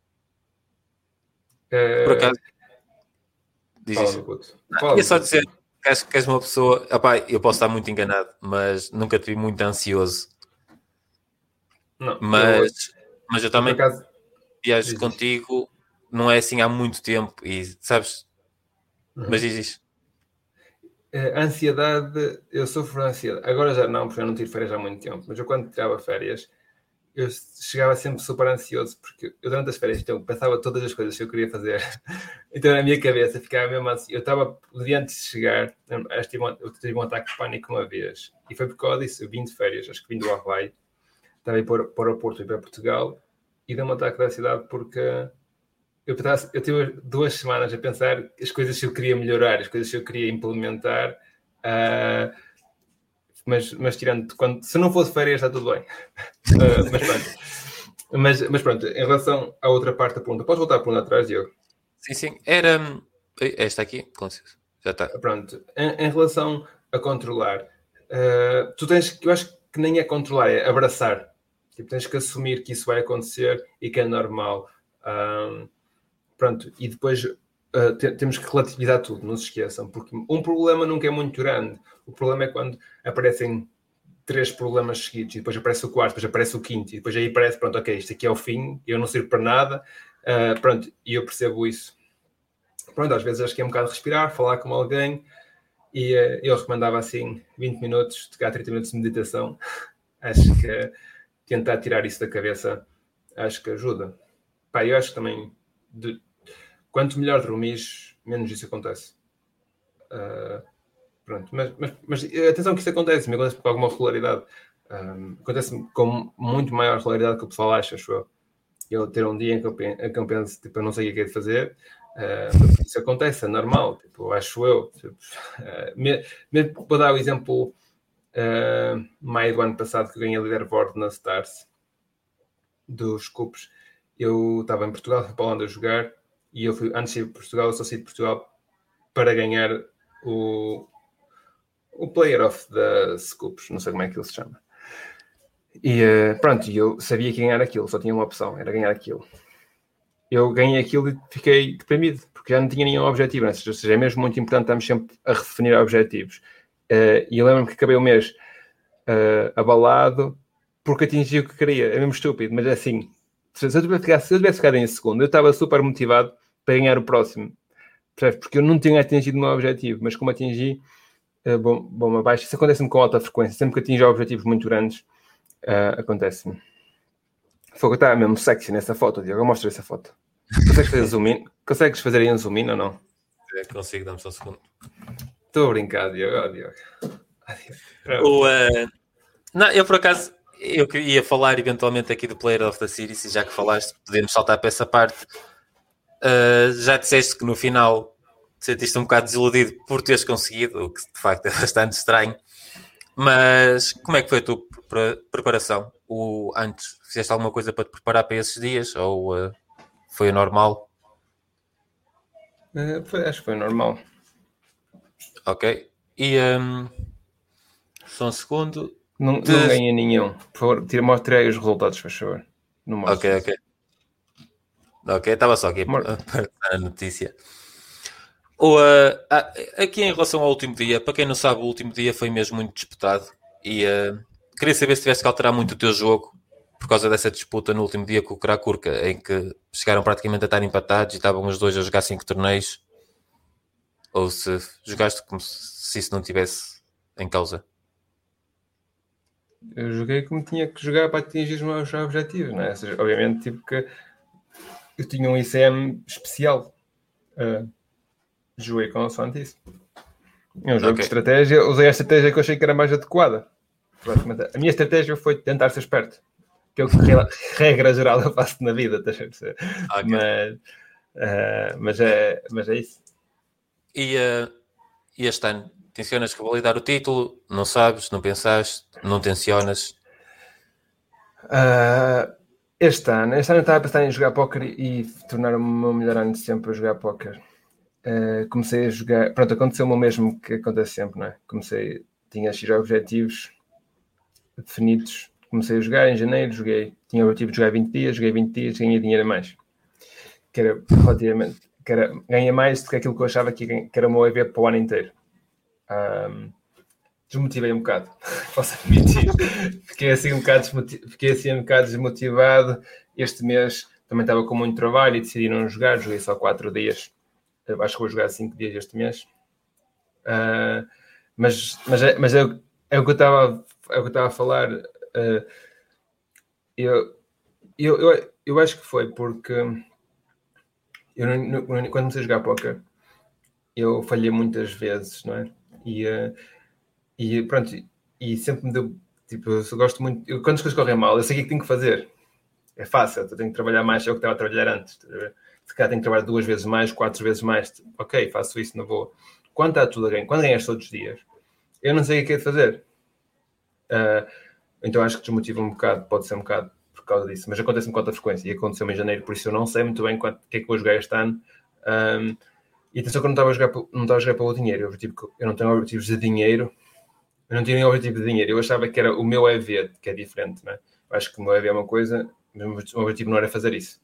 A: Por acaso, diz
B: Fala,
A: isso.
B: meu puto.
A: Queria só dizer que acho que és uma pessoa... Epá, eu posso estar muito enganado, mas nunca te vi muito ansioso.
B: Não,
A: Mas eu
B: por
A: também
B: acaso,
A: viajo
B: diz.
A: contigo, não é assim há muito tempo e sabes... Mas diz isso.
B: Ansiedade, eu sofro de ansiedade. Agora já não, porque eu não tiro férias há muito tempo. Mas eu quando tirava férias, eu chegava sempre super ansioso, porque eu durante as férias então, pensava todas as coisas que eu queria fazer. Então na minha cabeça ficava mesmo assim. Eu estava, o dia antes de chegar, eu tive um ataque de pânico uma vez. E foi porque eu disse, eu vim de férias, acho que vim do Havaí. Estava a ir para o Porto e para Portugal. E deu um ataque de ansiedade porque... Eu tive 2 semanas a pensar as coisas que eu queria melhorar, as coisas que eu queria implementar, mas tirando, se não fosse férias está tudo bem. Mas pronto. Mas pronto, em relação à outra parte da pergunta, podes voltar a pergunta atrás, Diogo?
A: Sim. Era... Esta aqui, com certeza. Já está.
B: Pronto. Em relação a controlar, tu tens, eu acho que nem é controlar, é abraçar. Tipo, tens que assumir que isso vai acontecer e que é normal. Pronto, e depois temos que relativizar tudo, não se esqueçam, porque um problema nunca é muito grande. O problema é quando aparecem 3 problemas seguidos, e depois aparece o quarto, depois aparece o quinto, e depois aí parece, pronto, ok, isto aqui é o fim, eu não sirvo para nada, pronto, e eu percebo isso. Pronto, às vezes acho que é um bocado respirar, falar com alguém, e eu recomendava assim 20 minutos, de cá 30 minutos de meditação. Acho que tentar tirar isso da cabeça, acho que ajuda. Pá, eu acho que também... Quanto melhor dormires, menos isso acontece. Pronto, mas atenção que isso acontece, me acontece com alguma regularidade. Acontece com muito maior regularidade que o pessoal acha, acho eu. Eu ter um dia em que eu penso, tipo, eu não sei o que é de fazer, isso acontece, é normal, tipo, acho eu. Tipo, mesmo para dar o exemplo, maio do ano passado, que eu ganhei leaderboard na Stars dos cupos, eu estava em Portugal, fui para a Holanda jogar, e eu fui, antes de ir para Portugal, eu só saí de Portugal para ganhar o Player of the Scoops, não sei como é que ele se chama. E pronto, eu sabia que ganhar aquilo, só tinha uma opção, era ganhar aquilo. Eu ganhei aquilo e fiquei deprimido, porque já não tinha nenhum objetivo, né? Ou seja, é mesmo muito importante estarmos sempre a redefinir objetivos. E eu lembro-me que acabei o mês abalado porque atingi o que queria. É mesmo estúpido, mas é assim. Se eu tivesse ficado em segundo, eu estava super motivado para ganhar o próximo. Porque eu não tinha atingido o meu objetivo, mas como atingi, bom abaixo. Isso acontece-me com alta frequência. Sempre que atinjo objetivos muito grandes, acontece-me. Fogo, está mesmo sexy nessa foto, Diogo. Eu mostro essa foto. Consegues fazer zoom in? Consegues fazer aí um zoom in ou não?
A: Consigo, dá-me só um segundo.
B: Estou a brincar, Diogo. Diogo.
A: Não, eu por acaso eu ia falar eventualmente aqui do Player of the Series e já que falaste, podemos saltar para essa parte. Já disseste que no final te sentiste um bocado desiludido por teres conseguido, o que de facto é bastante estranho. Mas como é que foi a tua preparação? Antes, fizeste alguma coisa para te preparar para esses dias? Ou foi normal?
B: Acho que foi normal.
A: Ok. E só um segundo.
B: Não ganhei nenhum. Por favor, mostrei os resultados, faz favor. Não mostro.
A: Ok, estava só aqui para a notícia. Aqui em relação ao último dia, para quem não sabe, o último dia foi mesmo muito disputado e queria saber se tivesse que alterar muito o teu jogo por causa dessa disputa no último dia com o Krakurka, em que chegaram praticamente a estar empatados e estavam os dois a jogar 5 torneios, ou se jogaste como se isso não tivesse em causa.
B: Eu joguei como tinha que jogar para atingir os meus objetivos, não é? Ou seja, obviamente, tipo que eu tinha um ICM especial. Joguei consoante isso. É um jogo de estratégia. Usei a estratégia que eu achei que era mais adequada. A minha estratégia foi tentar ser esperto. Que é o que, regra geral, eu faço na vida. Mas é isso.
A: E este ano, tencionas revalidar o título? Não sabes? Não pensaste? Não tencionas?
B: Este ano eu estava a pensar em jogar póquer e tornar-me o meu melhor ano de sempre a jogar póquer. Comecei a jogar. Pronto, aconteceu-me o mesmo que acontece sempre, não é? Tinha X objetivos definidos. Comecei a jogar em janeiro, tinha o objetivo de jogar 20 dias, joguei 20 dias, ganhei dinheiro a mais. Que era relativamente. Ganhei mais do que aquilo que eu achava que era o meu EV para o ano inteiro. Desmotivei um bocado, posso admitir. Fiquei assim um bocado desmotivado. Este mês também estava com muito trabalho e decidi não jogar, joguei só 4 dias. Acho que vou jogar 5 dias este mês. Mas é o que eu estava a falar. Eu acho que foi porque quando comecei a jogar póquer, eu falhei muitas vezes, não é? E pronto, e sempre me deu. Tipo, eu gosto muito. Quando as coisas correm mal, eu sei o que tenho que fazer. É fácil, eu tenho que trabalhar mais, é o que estava a trabalhar antes. Se calhar tenho que trabalhar 2 vezes mais, 4 vezes mais. Ok, faço isso, não vou. Quando está tudo a ganhar, quando ganhas todos os dias, eu não sei o que é de fazer. Então acho que desmotiva um bocado, pode ser um bocado por causa disso. Mas acontece-me com alta frequência e aconteceu-me em janeiro, por isso eu não sei muito bem o que é que vou jogar este ano. E atenção que eu não estava a jogar pelo dinheiro. Eu não tenho objetivos de dinheiro. Eu não tinha nenhum objetivo de dinheiro. Eu achava que era o meu EV, que é diferente, não é? Eu acho que o meu EV é uma coisa, mas o meu objetivo não era fazer isso.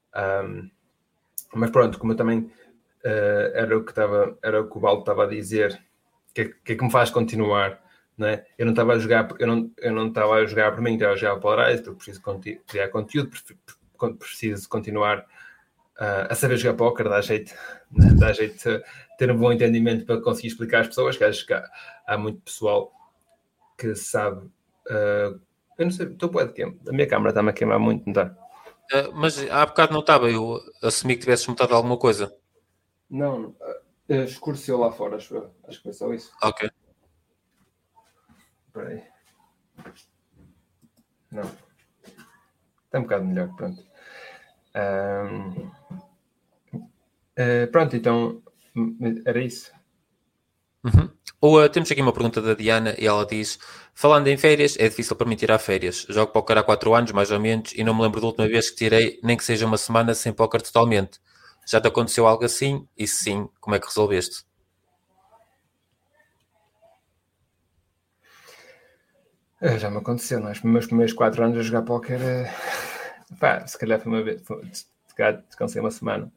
B: Mas pronto, como eu também era o que o Baldo estava a dizer, que é que me faz continuar, não é? Eu não estava a jogar, eu não estava a jogar por mim, estava a jogar para o Polarize, porque preciso criar conteúdo, preciso continuar a saber jogar póquer, dá jeito de ter um bom entendimento para conseguir explicar às pessoas, que acho que há muito pessoal que sabe. Eu não sei, estou a queimar. A minha câmera está-me a queimar muito, não está?
A: Mas há bocado não estava, eu assumi que tivesses mudado alguma coisa.
B: Não, escureceu lá fora, acho que foi só isso.
A: Ok.
B: Espera aí. Não. Está um bocado melhor, pronto. Pronto, então era isso.
A: Temos aqui uma pergunta da Diana e ela diz: falando em férias, é difícil para mim tirar férias. Jogo póquer há 4 anos, mais ou menos, e não me lembro da última vez que tirei, nem que seja uma semana sem póquer totalmente. Já te aconteceu algo assim? E se sim, como é que resolveste?
B: Já me aconteceu, não é? Os meus primeiros 4 anos a jogar póquer, se calhar foi uma vez, se calhar descansei uma semana.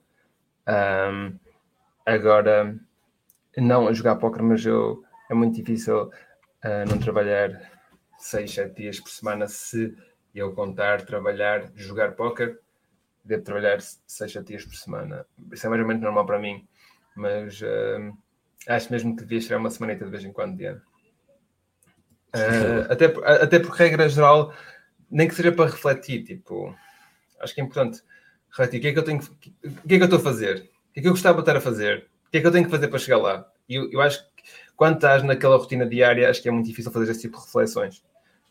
B: Agora, não a jogar póquer, mas é muito difícil não trabalhar 6, 7 dias por semana. Se eu contar trabalhar, jogar póquer, devo trabalhar 6, 7 dias por semana. Isso é mais ou menos normal para mim, mas acho mesmo que devia chegar uma semanita de vez em quando, Diana. Até por regra geral, nem que seja para refletir, tipo, acho que é importante refletir o que é que eu estou a fazer, o que é que eu gostava de estar a fazer, o que é que eu tenho que fazer para chegar lá. E eu acho que quando estás naquela rotina diária, acho que é muito difícil fazer esse tipo de reflexões.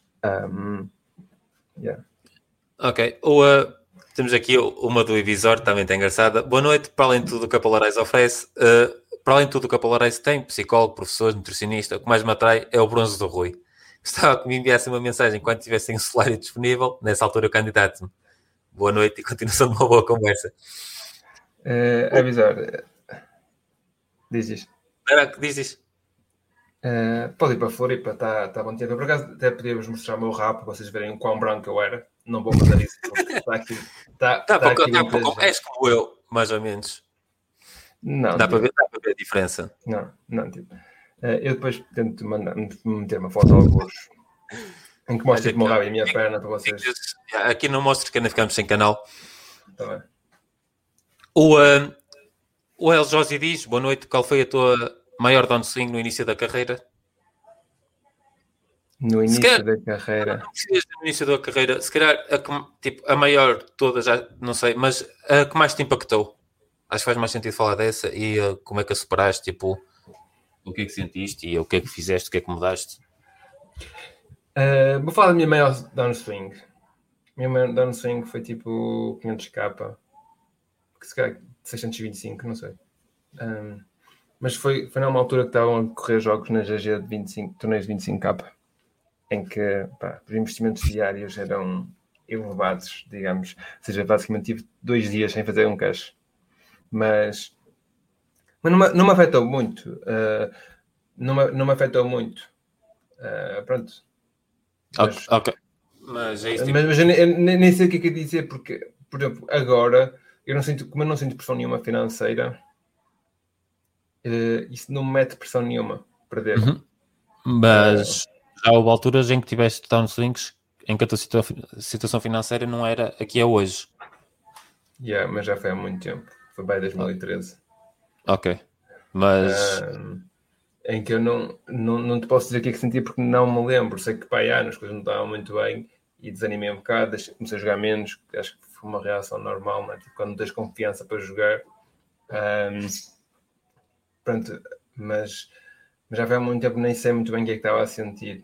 A: Ok. Temos aqui uma do Evisor, também está engraçada. Boa noite. Para além de tudo o que a Polarize oferece, para além de tudo o que a Polarize tem, psicólogo, professor, nutricionista, o que mais me atrai é o bronze do Rui. Gostava que me enviassem uma mensagem quando tivessem o celular disponível. Nessa altura eu candidato-me. Boa noite e continuação de uma boa conversa.
B: Avisar. Diz isto.
A: Diz isso.
B: Pode ir para a Floripa, está bom tempo. Por acaso até podíamos mostrar o meu rap para vocês verem o quão branco eu era. Não vou fazer isso porque está aqui.
A: És como eu, mais ou menos.
B: Não,
A: dá para ver a diferença.
B: Não, tipo. Eu depois tento meter uma foto alguns em que mostro o meu rabo e a minha perna para vocês.
A: Aqui não mostro que ainda ficamos sem canal.
B: Está bem.
A: O El Josi diz: boa noite, qual foi a tua maior downswing no início da carreira?
B: No início da carreira.
A: Não precisas no início da carreira. Se calhar a maior de todas, já não sei, mas a que mais te impactou. Acho que faz mais sentido falar dessa e como é que a superaste, tipo, o que é que sentiste e o que é que fizeste, o que é que mudaste.
B: Vou falar da minha maior downswing. A minha maior downswing foi tipo 500k, que se calhar 625, não sei. Mas foi numa altura que estavam a correr jogos na GG de 25, torneios de 25k, em que os investimentos diários eram elevados, digamos. Ou seja, basicamente tive 2 dias sem fazer um cash. Mas não me afetou muito. Não me afetou muito. Pronto.
A: Mas, ok. Mas é isso.
B: Tipo... Mas eu nem sei o que é que eu dizer, porque, por exemplo, agora, como eu não sinto pressão nenhuma financeira, isso não me mete pressão nenhuma, perder.
A: Mas já houve alturas em que tiveste downswings em que a tua situação financeira não era a que é hoje.
B: Mas já foi há muito tempo. Foi bem 2013.
A: Ok. Mas...
B: em que eu não te posso dizer o que é que senti porque não me lembro. Sei que as coisas não estavam muito bem e desanimei um bocado, comecei a jogar menos. Acho que foi uma reação normal, não é? Tipo, quando tens confiança para jogar. Pronto, mas já foi há muito tempo, nem sei muito bem o que é que estava a sentir.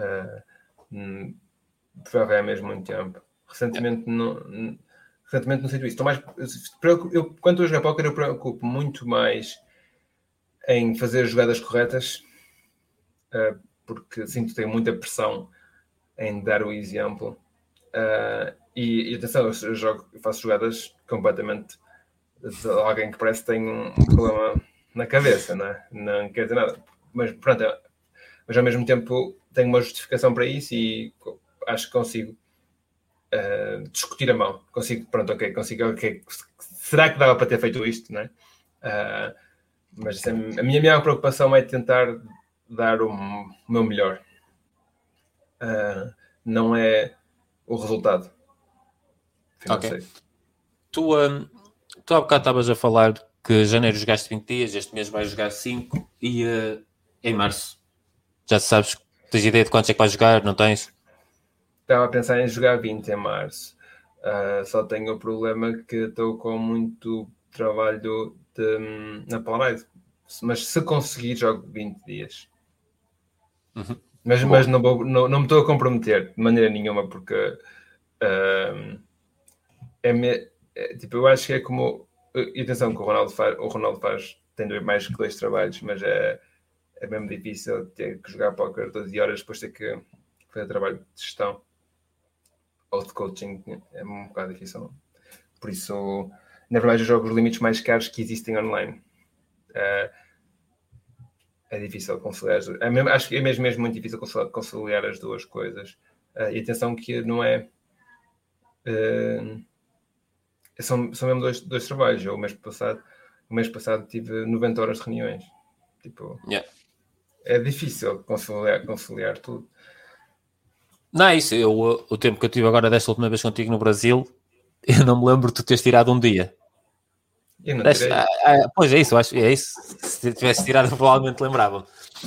B: Já foi há mesmo muito tempo. Recentemente não sinto isso. Quando eu jogo a póquer, eu preocupo muito mais em fazer jogadas corretas, porque sinto que tenho muita pressão em dar o exemplo. E atenção, eu faço jogadas completamente de alguém que parece que tem um problema na cabeça, não quer dizer nada. Mas pronto, mas ao mesmo tempo tenho uma justificação para isso e acho que consigo discutir a mão. Consigo, será que dava para ter feito isto, não é? Mas a minha maior preocupação é tentar dar o meu melhor. Não é o resultado financeiro.
A: Ok. Tu há bocado estavas a falar que janeiro jogaste 20 dias, este mês vais jogar 5 e em março já sabes, tens ideia de quantos é que vais jogar, não tens?
B: Estava a pensar em jogar 20 em março. Só tenho o problema que estou com muito trabalho na Paleride. Mas se conseguir, jogo 20 dias. Mas não me estou a comprometer de maneira nenhuma, porque tipo, eu acho que é como... E atenção que o Ronaldo faz, tem mais que 2 trabalhos, mas é mesmo difícil ter que jogar póquer 12 horas, depois ter que fazer trabalho de gestão ou de coaching, é um bocado difícil. Por isso, na verdade, eu jogo os limites mais caros que existem online. É difícil conciliar. Acho que é mesmo muito difícil conciliar as duas coisas. E atenção que não é... são mesmo dois trabalhos. O mês passado tive 90 horas de reuniões. Tipo, é difícil conciliar tudo.
A: Não é isso. O tempo que eu tive agora desta última vez contigo no Brasil, eu não me lembro de tu teres tirado um dia.
B: Eu não tirei.
A: Pois é isso, acho é isso. Se tivesse tirado, provavelmente lembrava.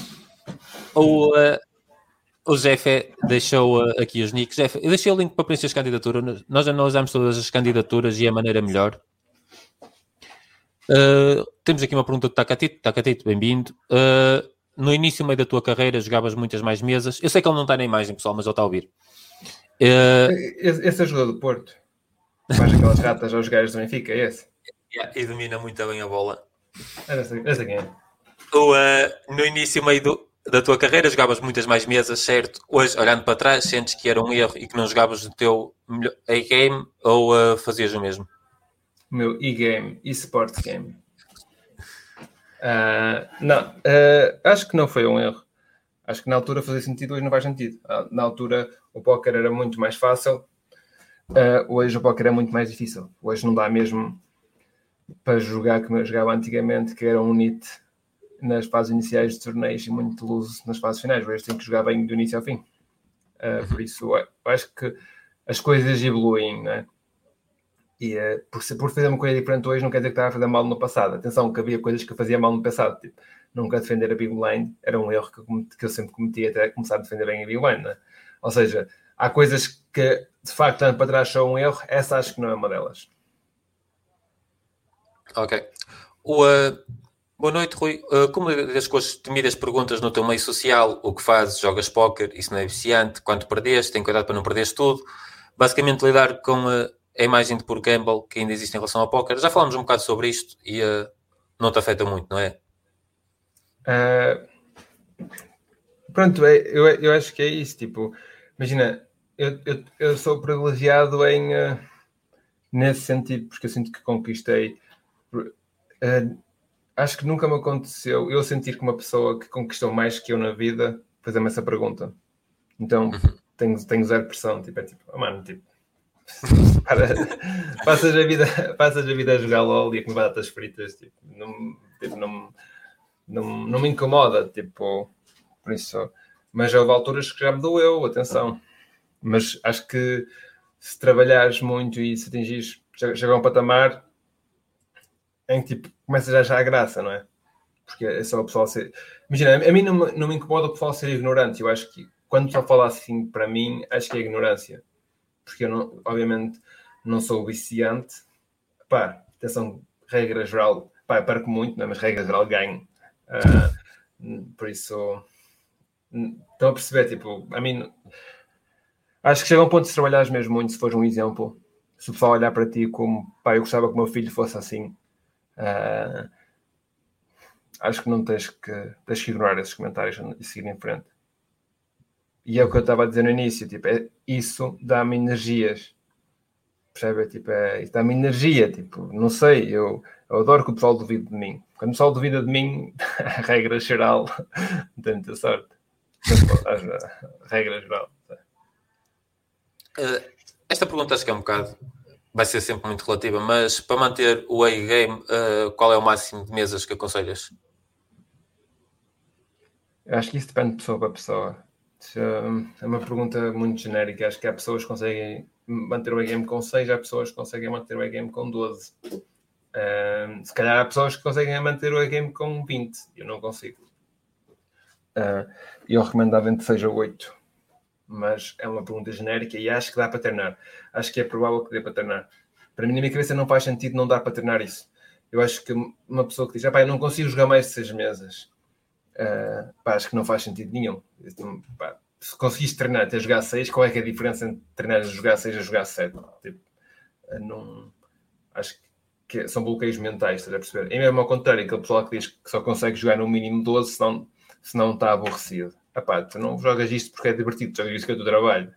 A: O Jeff deixou aqui os nicks. Jeff, eu deixei o link para preencher as candidaturas. Nós analisamos todas as candidaturas e a maneira melhor. Temos aqui uma pergunta do Takatito, bem-vindo. No início, meio da tua carreira, jogavas muitas mais mesas. Eu sei que ele não está na imagem, pessoal, mas ele está a ouvir.
B: Esse é o jogador do Porto. Faz aquelas ratas aos gajos do Benfica, é esse?
A: E domina muito bem a bola.
B: Esse quem é?
A: No início, meio da tua carreira, jogavas muitas mais mesas, certo? Hoje, olhando para trás, sentes que era um erro e que não jogavas o teu A-game ou fazias o mesmo?
B: O meu e-game, e-sports game. Não, acho que não foi um erro. Acho que na altura fazia sentido, hoje não faz sentido. Na altura o póquer era muito mais fácil, hoje o póquer é muito mais difícil. Hoje não dá mesmo para jogar como eu jogava antigamente, que era um NIT nas fases iniciais de torneios e muito loose nas fases finais. Hoje tenho que jogar bem do início ao fim. Por isso, eu acho que as coisas evoluem, não é? E por fazer uma coisa diferente hoje não quer dizer que estava a fazer mal no passado. Atenção, que havia coisas que eu fazia mal no passado. Tipo, nunca defender a Big Blind era um erro que eu sempre cometi até começar a defender bem a Big Blind, né? Ou seja, há coisas que de facto andam para trás são um erro, essa acho que não é uma delas.
A: Ok. Boa noite, Rui. Como lidas com as temidas perguntas no teu meio social? O que fazes? Jogas póquer? Isso não é viciante? Quanto perdeste? Tem cuidado para não perderes tudo? Basicamente, lidar com a imagem de puro gamble que ainda existe em relação ao póquer. Já falámos um bocado sobre isto e não te afeta muito, não é?
B: Pronto, eu acho que é isso. Tipo, imagina, eu sou privilegiado nesse sentido, porque eu sinto que conquistei. Acho que nunca me aconteceu eu sentir que uma pessoa que conquistou mais que eu na vida fazer-me essa pergunta. Então, tenho zero pressão. Tipo, é tipo, mano, tipo, passas a vida a jogar LOL e a comer batatas fritas. Tipo, não me incomoda. Tipo, por isso. Mas houve alturas que já me doeu, atenção. Mas acho que se trabalhares muito e se atingires, chegar a um patamar em que tipo, começa já a achar a graça, não é? Porque é só o pessoal ser... Imagina, a mim não me incomoda o pessoal ser ignorante. Eu acho que quando o pessoal fala assim para mim, acho que é ignorância. Porque eu, não, obviamente, não sou viciante. Pá, atenção, regra geral, pá, eu perco muito, não é? Mas regra geral ganho. Por isso, estão a perceber, tipo, a mim... Acho que chega a um ponto de trabalhares mesmo muito, se fores um exemplo. Se o pessoal olhar para ti como, pá, eu gostava que o meu filho fosse assim... acho que não tens que ignorar esses comentários e seguir em frente. E é o que eu estava a dizer no início, tipo, isso dá-me energias. Percebe? Tipo, isso dá-me energia, tipo, não sei, eu adoro que o pessoal duvide de mim. Quando o pessoal duvida de mim, a regra geral, não tenho muita sorte. A regra geral.
A: Esta pergunta acho que é um bocado... Vai ser sempre muito relativa, mas para manter o A-game, qual é o máximo de mesas que aconselhas?
B: Eu acho que isso depende de pessoa para pessoa. É uma pergunta muito genérica. Acho que há pessoas que conseguem manter o A-game com 6, há pessoas que conseguem manter o A-game com 12. Se calhar há pessoas que conseguem manter o A-game com 20. Eu não consigo. Eu recomendava entre 6 ou 8. Mas é uma pergunta genérica e acho que dá para treinar. Acho que é provável que dê para treinar. Para mim, na minha cabeça, não faz sentido não dar para treinar isso. Eu acho que uma pessoa que diz, eu não consigo jogar mais de 6 mesas, acho que não faz sentido nenhum. Se conseguiste treinar até jogar 6, qual é que é a diferença entre treinar a jogar 6 a jogar 7? Tipo, não, acho que são bloqueios mentais, estás a perceber? E mesmo ao contrário, aquele pessoal que diz que só consegue jogar no mínimo 12 se não está aborrecido. Tu não jogas isto porque é divertido, jogas isto que é o teu trabalho.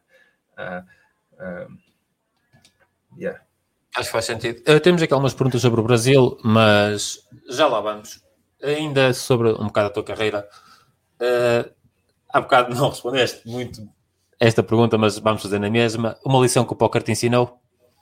A: Yeah. Acho que faz sentido. Temos aqui algumas perguntas sobre o Brasil, mas já lá vamos. Ainda sobre um bocado a tua carreira. Há bocado não respondeste muito esta pergunta, mas vamos fazer na mesma. Uma lição que o póquer te ensinou?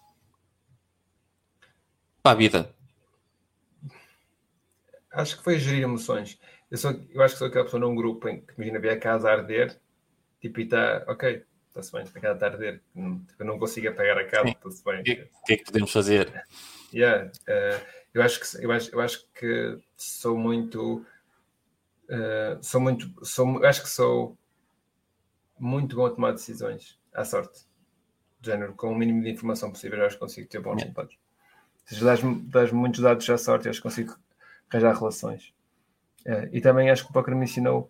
A: Para a vida.
B: Acho que foi gerir emoções. Eu acho que sou aquela pessoa num grupo em que, imagina, vê a casa a arder, tipo, e está, ok, está-se bem, a casa está a arder, tipo, eu não consigo apagar a casa, está-se bem.
A: O que é que podemos fazer?
B: Yeah, eu acho que sou muito, acho que sou muito bom a tomar decisões, à sorte, de género, com o mínimo de informação possível, eu acho que consigo ter bons resultados. Se dás-me muitos dados à sorte, eu acho que consigo arranjar relações. E também acho que o póquer me ensinou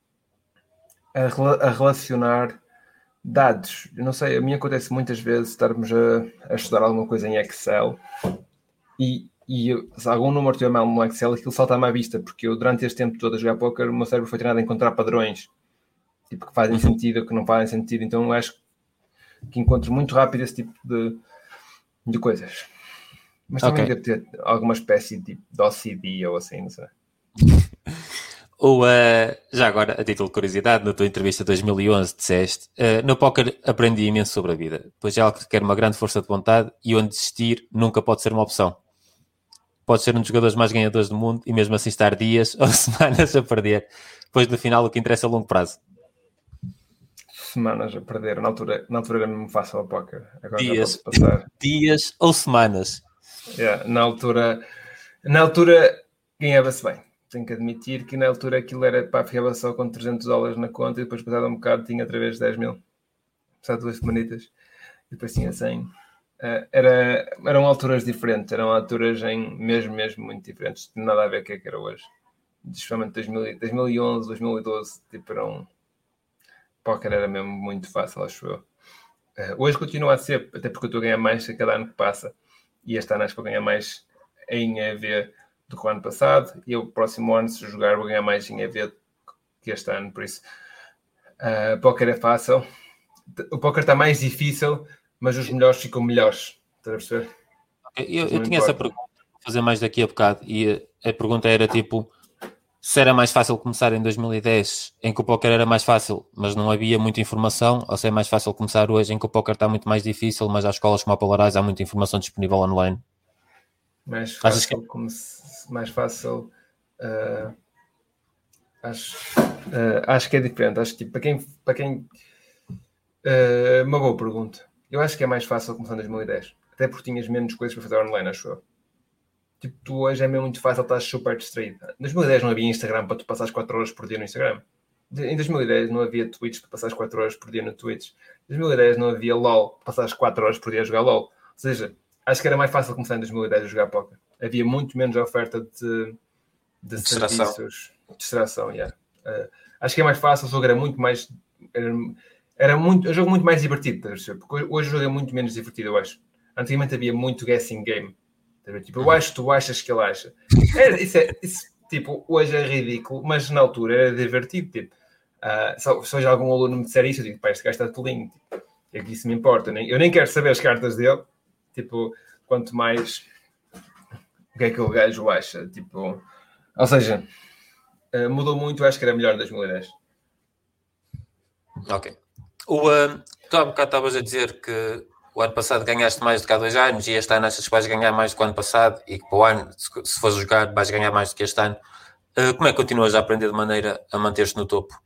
B: a relacionar dados. Eu não sei, a mim acontece muitas vezes estarmos a estudar alguma coisa em Excel e se algum número tiver mal no Excel, aquilo salta-me à vista, porque eu durante este tempo todo a jogar póquer, o meu cérebro foi treinado a encontrar padrões, tipo, que fazem sentido, que não fazem sentido. Então eu acho que encontro muito rápido esse tipo de coisas. Mas também deve ter alguma espécie de OCD ou assim, não sei.
A: Já agora, a título de curiosidade, na tua entrevista de 2011 disseste: no póquer aprendi imenso sobre a vida, pois é algo que requer uma grande força de vontade e onde desistir nunca pode ser uma opção. Podes ser um dos jogadores mais ganhadores do mundo e mesmo assim estar dias ou semanas a perder, pois no final o que interessa é a longo prazo.
B: Semanas a perder, na altura era mesmo fácil a póquer. Agora
A: dias,
B: já pode passar.
A: Dias ou semanas.
B: Na altura ganhava-se bem. tenho que admitir que na altura aquilo era, pá, ficava só com $300 na conta e depois passado um bocado tinha outra vez 10 mil. Passado 2 semanitas. E depois tinha 100. Eram alturas diferentes, eram alturas mesmo muito diferentes. Não tinha nada a ver com o que era hoje. Especialmente 2011, 2012, tipo, póquer era mesmo muito fácil, acho eu. Hoje continua a ser, até porque eu estou a ganhar mais a cada ano que passa. E este ano acho que vou ganhar mais em EV do que o ano passado. E o próximo ano, se jogar, vou ganhar mais em EV que este ano. Por isso, póquer é fácil. O póquer está mais difícil, mas os melhores ficam melhores. Estás a perceber?
A: Eu tinha essa pergunta, vou fazer mais daqui a bocado. E a pergunta era tipo... Se era mais fácil começar em 2010, em que o póquer era mais fácil, mas não havia muita informação, ou se é mais fácil começar hoje, em que o póquer está muito mais difícil, mas há escolas como a Polarise há muita informação disponível online?
B: Mais fácil, acho que é diferente. Acho que para quem uma boa pergunta. Eu acho que é mais fácil começar em 2010, até porque tinhas menos coisas para fazer online, acho eu. Tipo, tu hoje é mesmo muito fácil, estás super distraído. Em 2010 não havia Instagram para tu passares 4 horas por dia no Instagram. Em 2010 não havia Twitch para passares 4 horas por dia no Twitch. Em 2010 não havia LOL para passares 4 horas por dia a jogar LOL. Ou seja, acho que era mais fácil começar em 2010 a jogar póquer. Havia muito menos oferta de serviços. Distração, yeah. Acho que é mais fácil, o jogo era muito mais... Era um jogo muito mais divertido, porque hoje o jogo é muito menos divertido, eu acho. Antigamente havia muito guessing game. Tipo, eu acho que tu achas que ele acha. Isso, tipo, hoje é ridículo, mas na altura era divertido. Tipo, se hoje algum aluno me disser isso, eu digo, pá, este gajo está tolinho. Tipo, é que isso me importa. Eu nem quero saber as cartas dele. Tipo, quanto mais o que é que o gajo acha. Tipo, ou seja, mudou muito, acho que era melhor em 2010.
A: Ok. Tu há bocado estavas a dizer que o ano passado ganhaste mais do que há 2 anos e este ano achas que vais ganhar mais do que o ano passado e que para o ano, se fores jogar, vais ganhar mais do que este ano. Como é que continuas a aprender de maneira a manter-te no topo?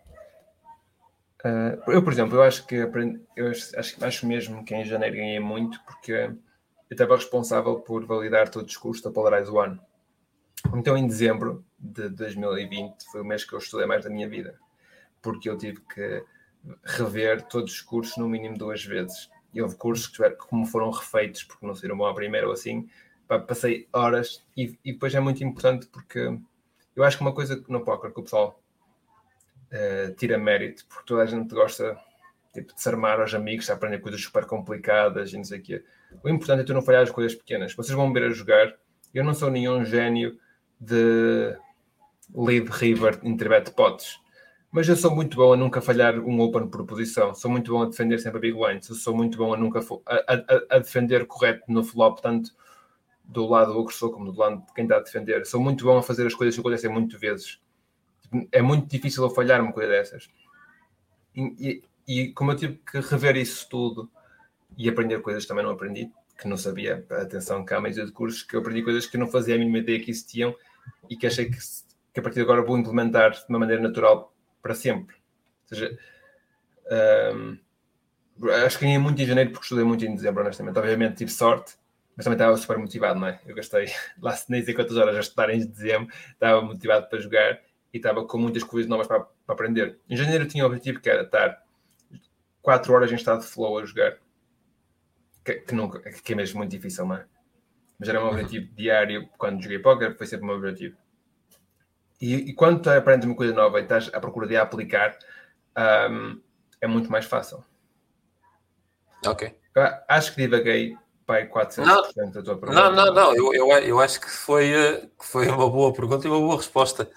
B: Eu, por exemplo, eu acho que acho mesmo que em janeiro ganhei muito porque eu estava responsável por validar todos os cursos da Polarize One. Então, em dezembro de 2020 foi o mês que eu estudei mais da minha vida, porque eu tive que rever todos os cursos no mínimo 2 vezes. E houve cursos que como foram refeitos, porque não saíram bom à primeira ou assim, passei horas e depois é muito importante porque eu acho que uma coisa no póquer que o pessoal tira mérito, porque toda a gente gosta tipo, de se armar aos amigos, a aprender coisas super complicadas e não sei o quê. O importante é tu não falhar as coisas pequenas. Vocês vão me ver a jogar, eu não sou nenhum gênio de lead river em three-bet pots, mas eu sou muito bom a nunca falhar um open por posição, sou muito bom a defender sempre a big lines, eu sou muito bom a nunca a defender correto no flop, tanto do lado do agressor como do lado de quem está a defender. Sou muito bom a fazer as coisas que acontecem muitas vezes. É muito difícil eu falhar uma coisa dessas. E como eu tive que rever isso tudo e aprender coisas que também não aprendi, que não sabia, atenção, que há meio de cursos que eu aprendi coisas que eu não fazia a mínima ideia que existiam e que achei que a partir de agora vou implementar de uma maneira natural para sempre. Ou seja, acho que ganhei muito em janeiro porque estudei muito em dezembro, honestamente. Obviamente tive sorte, mas também estava super motivado, não é? Eu gastei lá nem sei quantas horas a estudar em dezembro, estava motivado para jogar e estava com muitas coisas novas para aprender. Em janeiro eu tinha o objetivo que era estar 4 horas em estado de flow a jogar, que é mesmo muito difícil, não é? Mas era um objetivo diário. Quando joguei póquer foi sempre um objetivo. E quando tu aprendes uma coisa nova e estás à procura de a aplicar, é muito mais fácil.
A: Ok.
B: Acho que divaguei para 400% da tua pergunta.
A: Não. Eu acho que foi uma boa pergunta e uma boa resposta.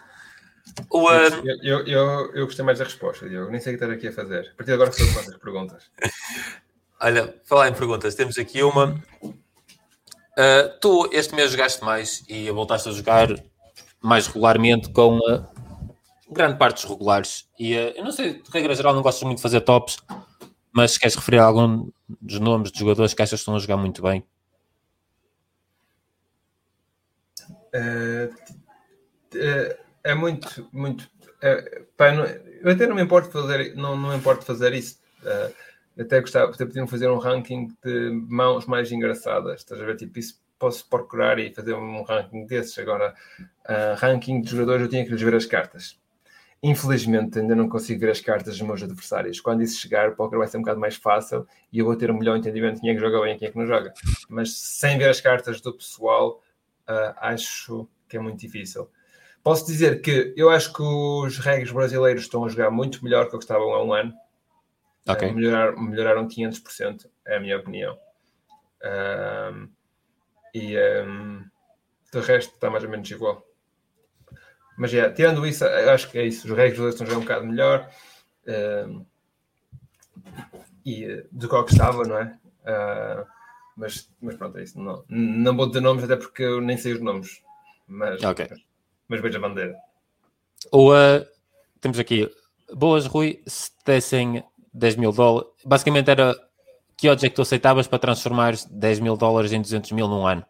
B: Eu gostei mais da resposta, Diogo. Nem sei o que estás aqui a fazer. A partir de agora são quantas perguntas?
A: Olha, falar em perguntas, temos aqui uma. Tu este mês jogaste mais e voltaste a jogar mais regularmente com grande parte dos regulares. E eu não sei, de regra geral não gostas muito de fazer tops, mas se queres referir a algum dos nomes de jogadores que achas que estão a jogar muito bem?
B: É muito. Eu até não me importo fazer, não me importo fazer isso. Até gostava, até podiam fazer um ranking de mãos mais engraçadas. Estás a ver? Tipo, isso posso procurar e fazer um ranking desses. Agora, ranking de jogadores, eu tinha que lhes ver as cartas. Infelizmente, ainda não consigo ver as cartas dos meus adversários. Quando isso chegar, o póquer vai ser um bocado mais fácil e eu vou ter um melhor entendimento de quem é que joga bem e quem é que não joga. Mas sem ver as cartas do pessoal, acho que é muito difícil. Posso dizer que eu acho que os regras brasileiros estão a jogar muito melhor que o que estavam há um ano.
A: Ok.
B: Melhoraram 500%, é a minha opinião. Do resto está mais ou menos igual. Mas tirando isso, acho que é isso. Os regras estão a jogar um bocado melhor e do que estava, não é? Mas pronto, é isso. Não vou dizer nomes, até porque eu nem sei os nomes. Mas vejo a bandeira.
A: Temos aqui boas, Rui. Se dessem $10,000, basicamente era que odds é que tu aceitavas para transformar $10,000 em 200,000 num ano?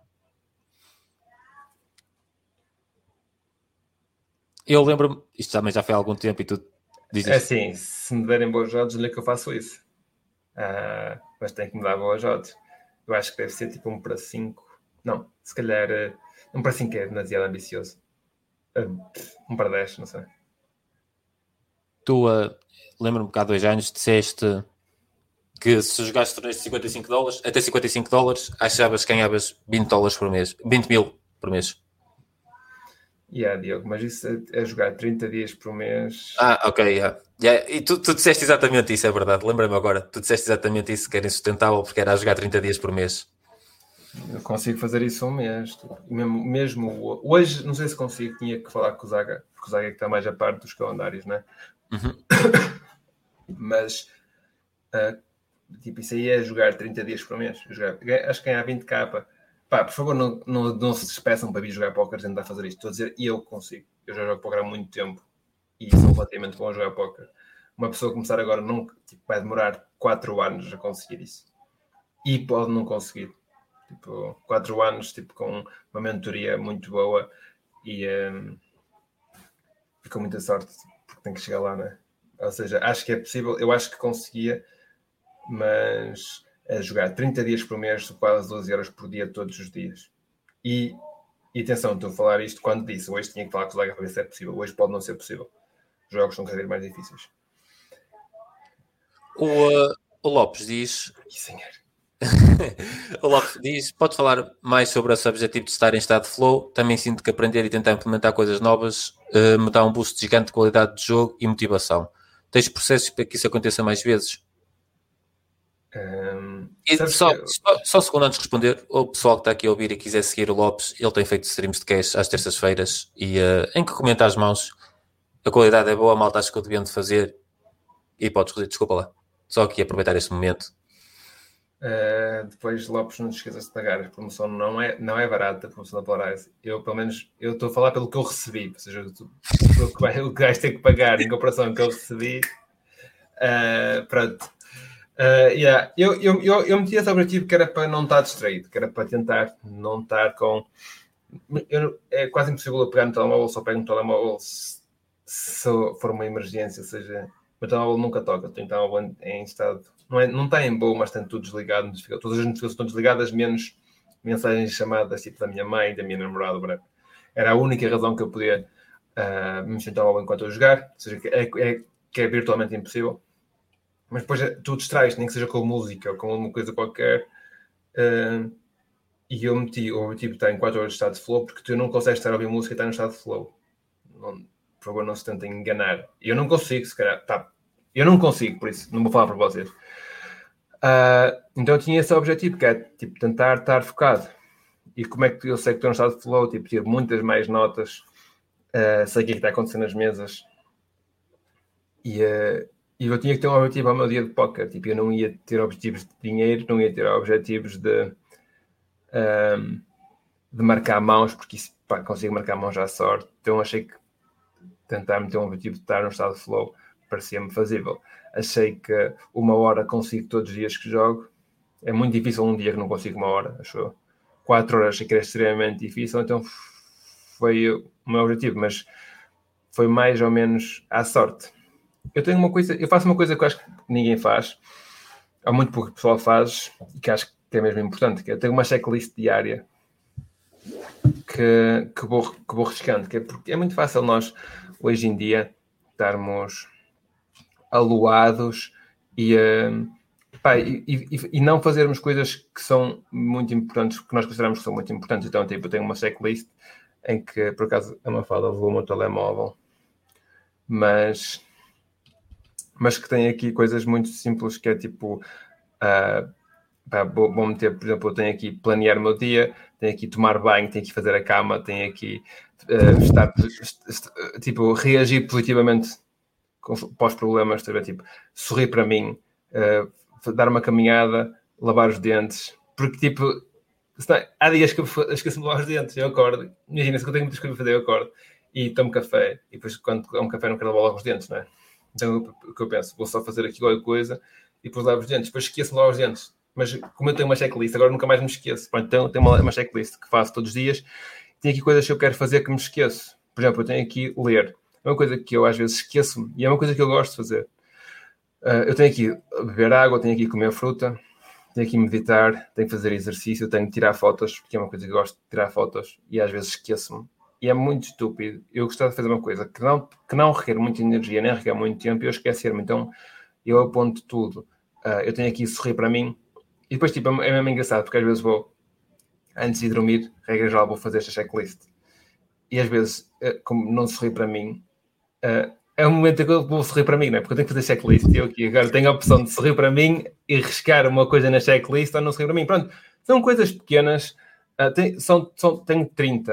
A: Eu lembro-me, isto também já foi há algum tempo e tu dizes.
B: É assim, se me derem boas odds, olha que eu faço isso. Mas tem que me dar boas odds. Eu acho que deve ser tipo 1 para 5. Não, se calhar 1 para 5 é demasiado ambicioso. 1 para 10, não sei.
A: Tu, lembro-me que há 2 anos disseste que se jogaste torneios de $55, até $55, achavas que ganhavas $20 por mês. 20,000 por mês.
B: Diogo, mas isso é jogar 30 dias por mês.
A: Ok. E tu disseste exatamente isso, é verdade. Lembra-me agora. Tu disseste exatamente isso, que era insustentável porque era a jogar 30 dias por mês.
B: Eu consigo fazer isso um mês. Mesmo hoje, não sei se consigo, tinha que falar com o Zaga, porque o Zaga é que está mais a parte dos calendários, não é?
A: Uhum.
B: Mas tipo, isso aí é jogar 30 dias por mês. Acho que ganhar 20k. Pá, por favor, não se despeçam para vir jogar póquer tentar fazer isto. Estou a dizer, eu consigo. Eu já jogo póquer há muito tempo e sou relativamente bom a jogar póquer. Uma pessoa começar agora vai demorar 4 anos a conseguir isso. E pode não conseguir. Tipo, 4 anos com uma mentoria muito boa e com muita sorte, porque tem que chegar lá, né? Ou seja, acho que é possível, eu acho que conseguia, mas a jogar 30 dias por mês, quase 12 horas por dia, todos os dias. E atenção, estou a falar isto quando disse, hoje tinha que falar com o colega para ver se é possível. Hoje pode não ser possível. Os jogos são cada vez mais difíceis.
A: O Lopes diz...
B: Senhor.
A: O Lopes diz, pode falar mais sobre esse objetivo de estar em estado de flow? Também sinto que aprender e tentar implementar coisas novas me dá um boost gigante de qualidade de jogo e motivação. Tens processos para que isso aconteça mais vezes? Só um segundo antes de responder, o pessoal que está aqui a ouvir e quiser seguir o Lopes, ele tem feito streams de cash às terças-feiras e em que comenta as mãos, a qualidade é boa, a malta acho que eu deviam de fazer e podes dizer, desculpa lá, só aqui aproveitar este momento.
B: Depois, Lopes, não te esqueças de pagar. A promoção não é barata, a promoção da Polarize. Eu, pelo menos, eu estou a falar pelo que eu recebi, ou seja, o que vais ter que pagar em comparação com o que eu recebi. Pronto. Eu meti esse objetivo que era para não estar distraído, que era para tentar não estar com... É quase impossível eu pegar no telemóvel, só pego no telemóvel se for uma emergência, ou seja, o meu telemóvel nunca toca, eu tenho telemóvel em estado... Não está em boa, mas tem tudo desligado, todas as notificações estão desligadas, menos mensagens chamadas tipo da minha mãe, da minha namorada, era a única razão que eu podia me mexer no telemóvel enquanto eu jogar, ou seja, que é virtualmente impossível. Mas depois tu distrais, nem que seja com música ou com alguma coisa qualquer. E eu meti o objetivo de estar em 4 horas de estado de flow, porque tu não consegues estar a ouvir música e estar no estado de flow. Por favor, não se tentem enganar. Eu não consigo, se calhar. Eu não consigo, por isso não vou falar para vocês. Então eu tinha esse objetivo, que é tipo, tentar estar focado. E como é que eu sei que estou no estado de flow? Tipo, ter muitas mais notas. Sei o que é que está acontecendo nas mesas. E eu tinha que ter um objetivo ao meu dia de póquer. Tipo, eu não ia ter objetivos de dinheiro, não ia ter objetivos de marcar mãos, porque isso, consigo marcar mãos à sorte. Então achei que tentar meter um objetivo de estar no estado de flow parecia-me fazível. Achei que 1 hora consigo todos os dias que jogo. É muito difícil um dia que não consigo 1 hora, acho eu. 4 horas achei que era extremamente difícil, então foi o meu objetivo, mas foi mais ou menos à sorte. Eu faço uma coisa que eu acho que ninguém faz, há muito pouco pessoal faz, e que acho que é mesmo importante, que é ter uma checklist diária vou riscando, que é porque é muito fácil nós, hoje em dia, estarmos aluados e não fazermos coisas que são muito importantes, que nós consideramos que são muito importantes. Então, tipo, eu tenho uma checklist em que, por acaso, a Mafalda levou o meu telemóvel, mas que tem aqui coisas muito simples, que é tipo, vou meter, por exemplo, eu tenho aqui planear o meu dia, tenho aqui tomar banho, tenho aqui fazer a cama, tenho aqui tipo, reagir positivamente para os problemas, tipo, sorrir para mim, dar uma caminhada, lavar os dentes, porque tipo, há dias que eu esqueço-me de lavar os dentes, eu acordo, imagina, se eu tenho muitas coisas para fazer, eu acordo e tomo café, e depois quando tomo café não quero lavar logo os dentes, não é? Então o que eu penso, vou só fazer aqui qualquer coisa e depois lavo os dentes, depois esqueço-me de lavar os dentes, mas como eu tenho uma checklist, agora nunca mais me esqueço, então tenho uma checklist que faço todos os dias, tenho aqui coisas que eu quero fazer que me esqueço, por exemplo, eu tenho aqui ler, é uma coisa que eu às vezes esqueço-me e é uma coisa que eu gosto de fazer. Eu tenho aqui beber água, tenho aqui comer fruta, tenho aqui meditar, tenho que fazer exercício, tenho que tirar fotos, porque é uma coisa que eu gosto de tirar fotos e às vezes esqueço-me. E é muito estúpido. Eu gostava de fazer uma coisa que não requer muita energia, nem requer muito tempo, e eu esquecer-me. Então eu aponto tudo. Eu tenho aqui sorrir para mim. E depois, tipo, é mesmo engraçado, porque às vezes vou, antes de dormir, regra geral, vou fazer esta checklist. E às vezes, como não sorri para mim, é um momento que eu vou sorrir para mim, não é? Porque eu tenho que fazer checklist. E eu aqui agora tenho a opção de sorrir para mim e riscar uma coisa na checklist ou não sorrir para mim. Pronto, são coisas pequenas. Tenho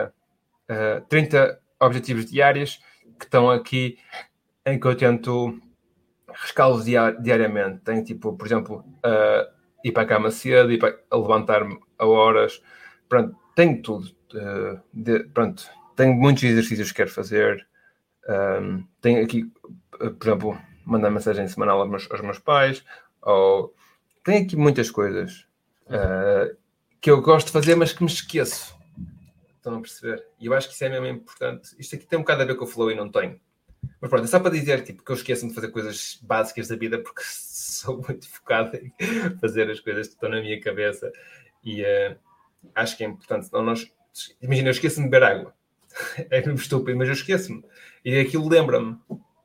B: 30 objetivos diários que estão aqui em que eu tento riscá-los diariamente. Tenho tipo, por exemplo, ir para a cama cedo, ir para levantar-me a horas. Pronto, tenho tudo. Pronto, tenho muitos exercícios que quero fazer. Tenho aqui, por exemplo, mandar mensagem semanal aos meus pais. Ou tenho aqui muitas coisas que eu gosto de fazer, mas que me esqueço. Estão a perceber? E eu acho que isso é mesmo importante. Isto aqui tem um bocado a ver com o flow e não tem. Mas pronto, é só para dizer tipo, que eu esqueço-me de fazer coisas básicas da vida porque sou muito focado em fazer as coisas que estão na minha cabeça e acho que é importante. Senão imagina, eu esqueço-me de beber água. É mesmo estúpido, mas eu esqueço-me. E aquilo lembra-me.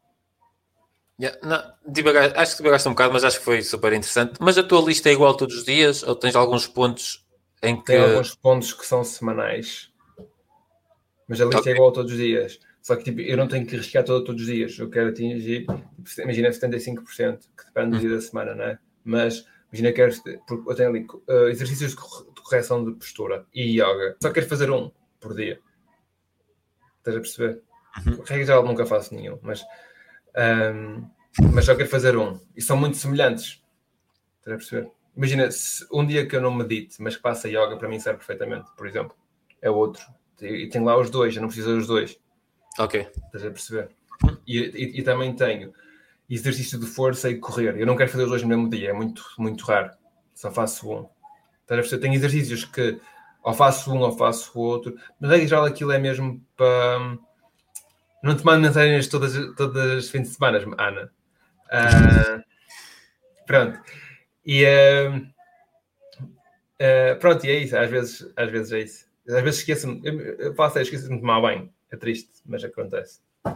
A: Acho que divagaste um bocado, mas acho que foi super interessante. Mas a tua lista é igual todos os dias ou tens alguns pontos em que...
B: Tem alguns pontos que são semanais. Mas a lista é igual todos os dias. Só que tipo, eu não tenho que riscar todos os dias. Eu quero atingir, imagina 75%, que depende do dia da semana, não é? Mas imagina que eu tenho ali exercícios de correção de postura e yoga. Só quero fazer um por dia. Estás a perceber? Regra geral nunca faço nenhum, mas só quero fazer um. E são muito semelhantes. Estás a perceber? Imagina, um dia que eu não medite, mas que faça yoga, para mim serve perfeitamente, por exemplo. É outro. E tenho lá os dois, eu não preciso dos dois.
A: Ok.
B: Estás a perceber? E também tenho exercício de força e correr. Eu não quero fazer os dois no mesmo dia, é muito, muito raro. Só faço um. Estás a perceber? Tenho exercícios que ou faço um ou faço o outro. Mas em geral aquilo é mesmo para... Não te mando mensagens todas as fins de semana, Ana. Pronto. E pronto, e é isso. Às vezes é isso. Às vezes esqueço-me. Eu faço esqueço-me de tomar banho. É triste, mas acontece.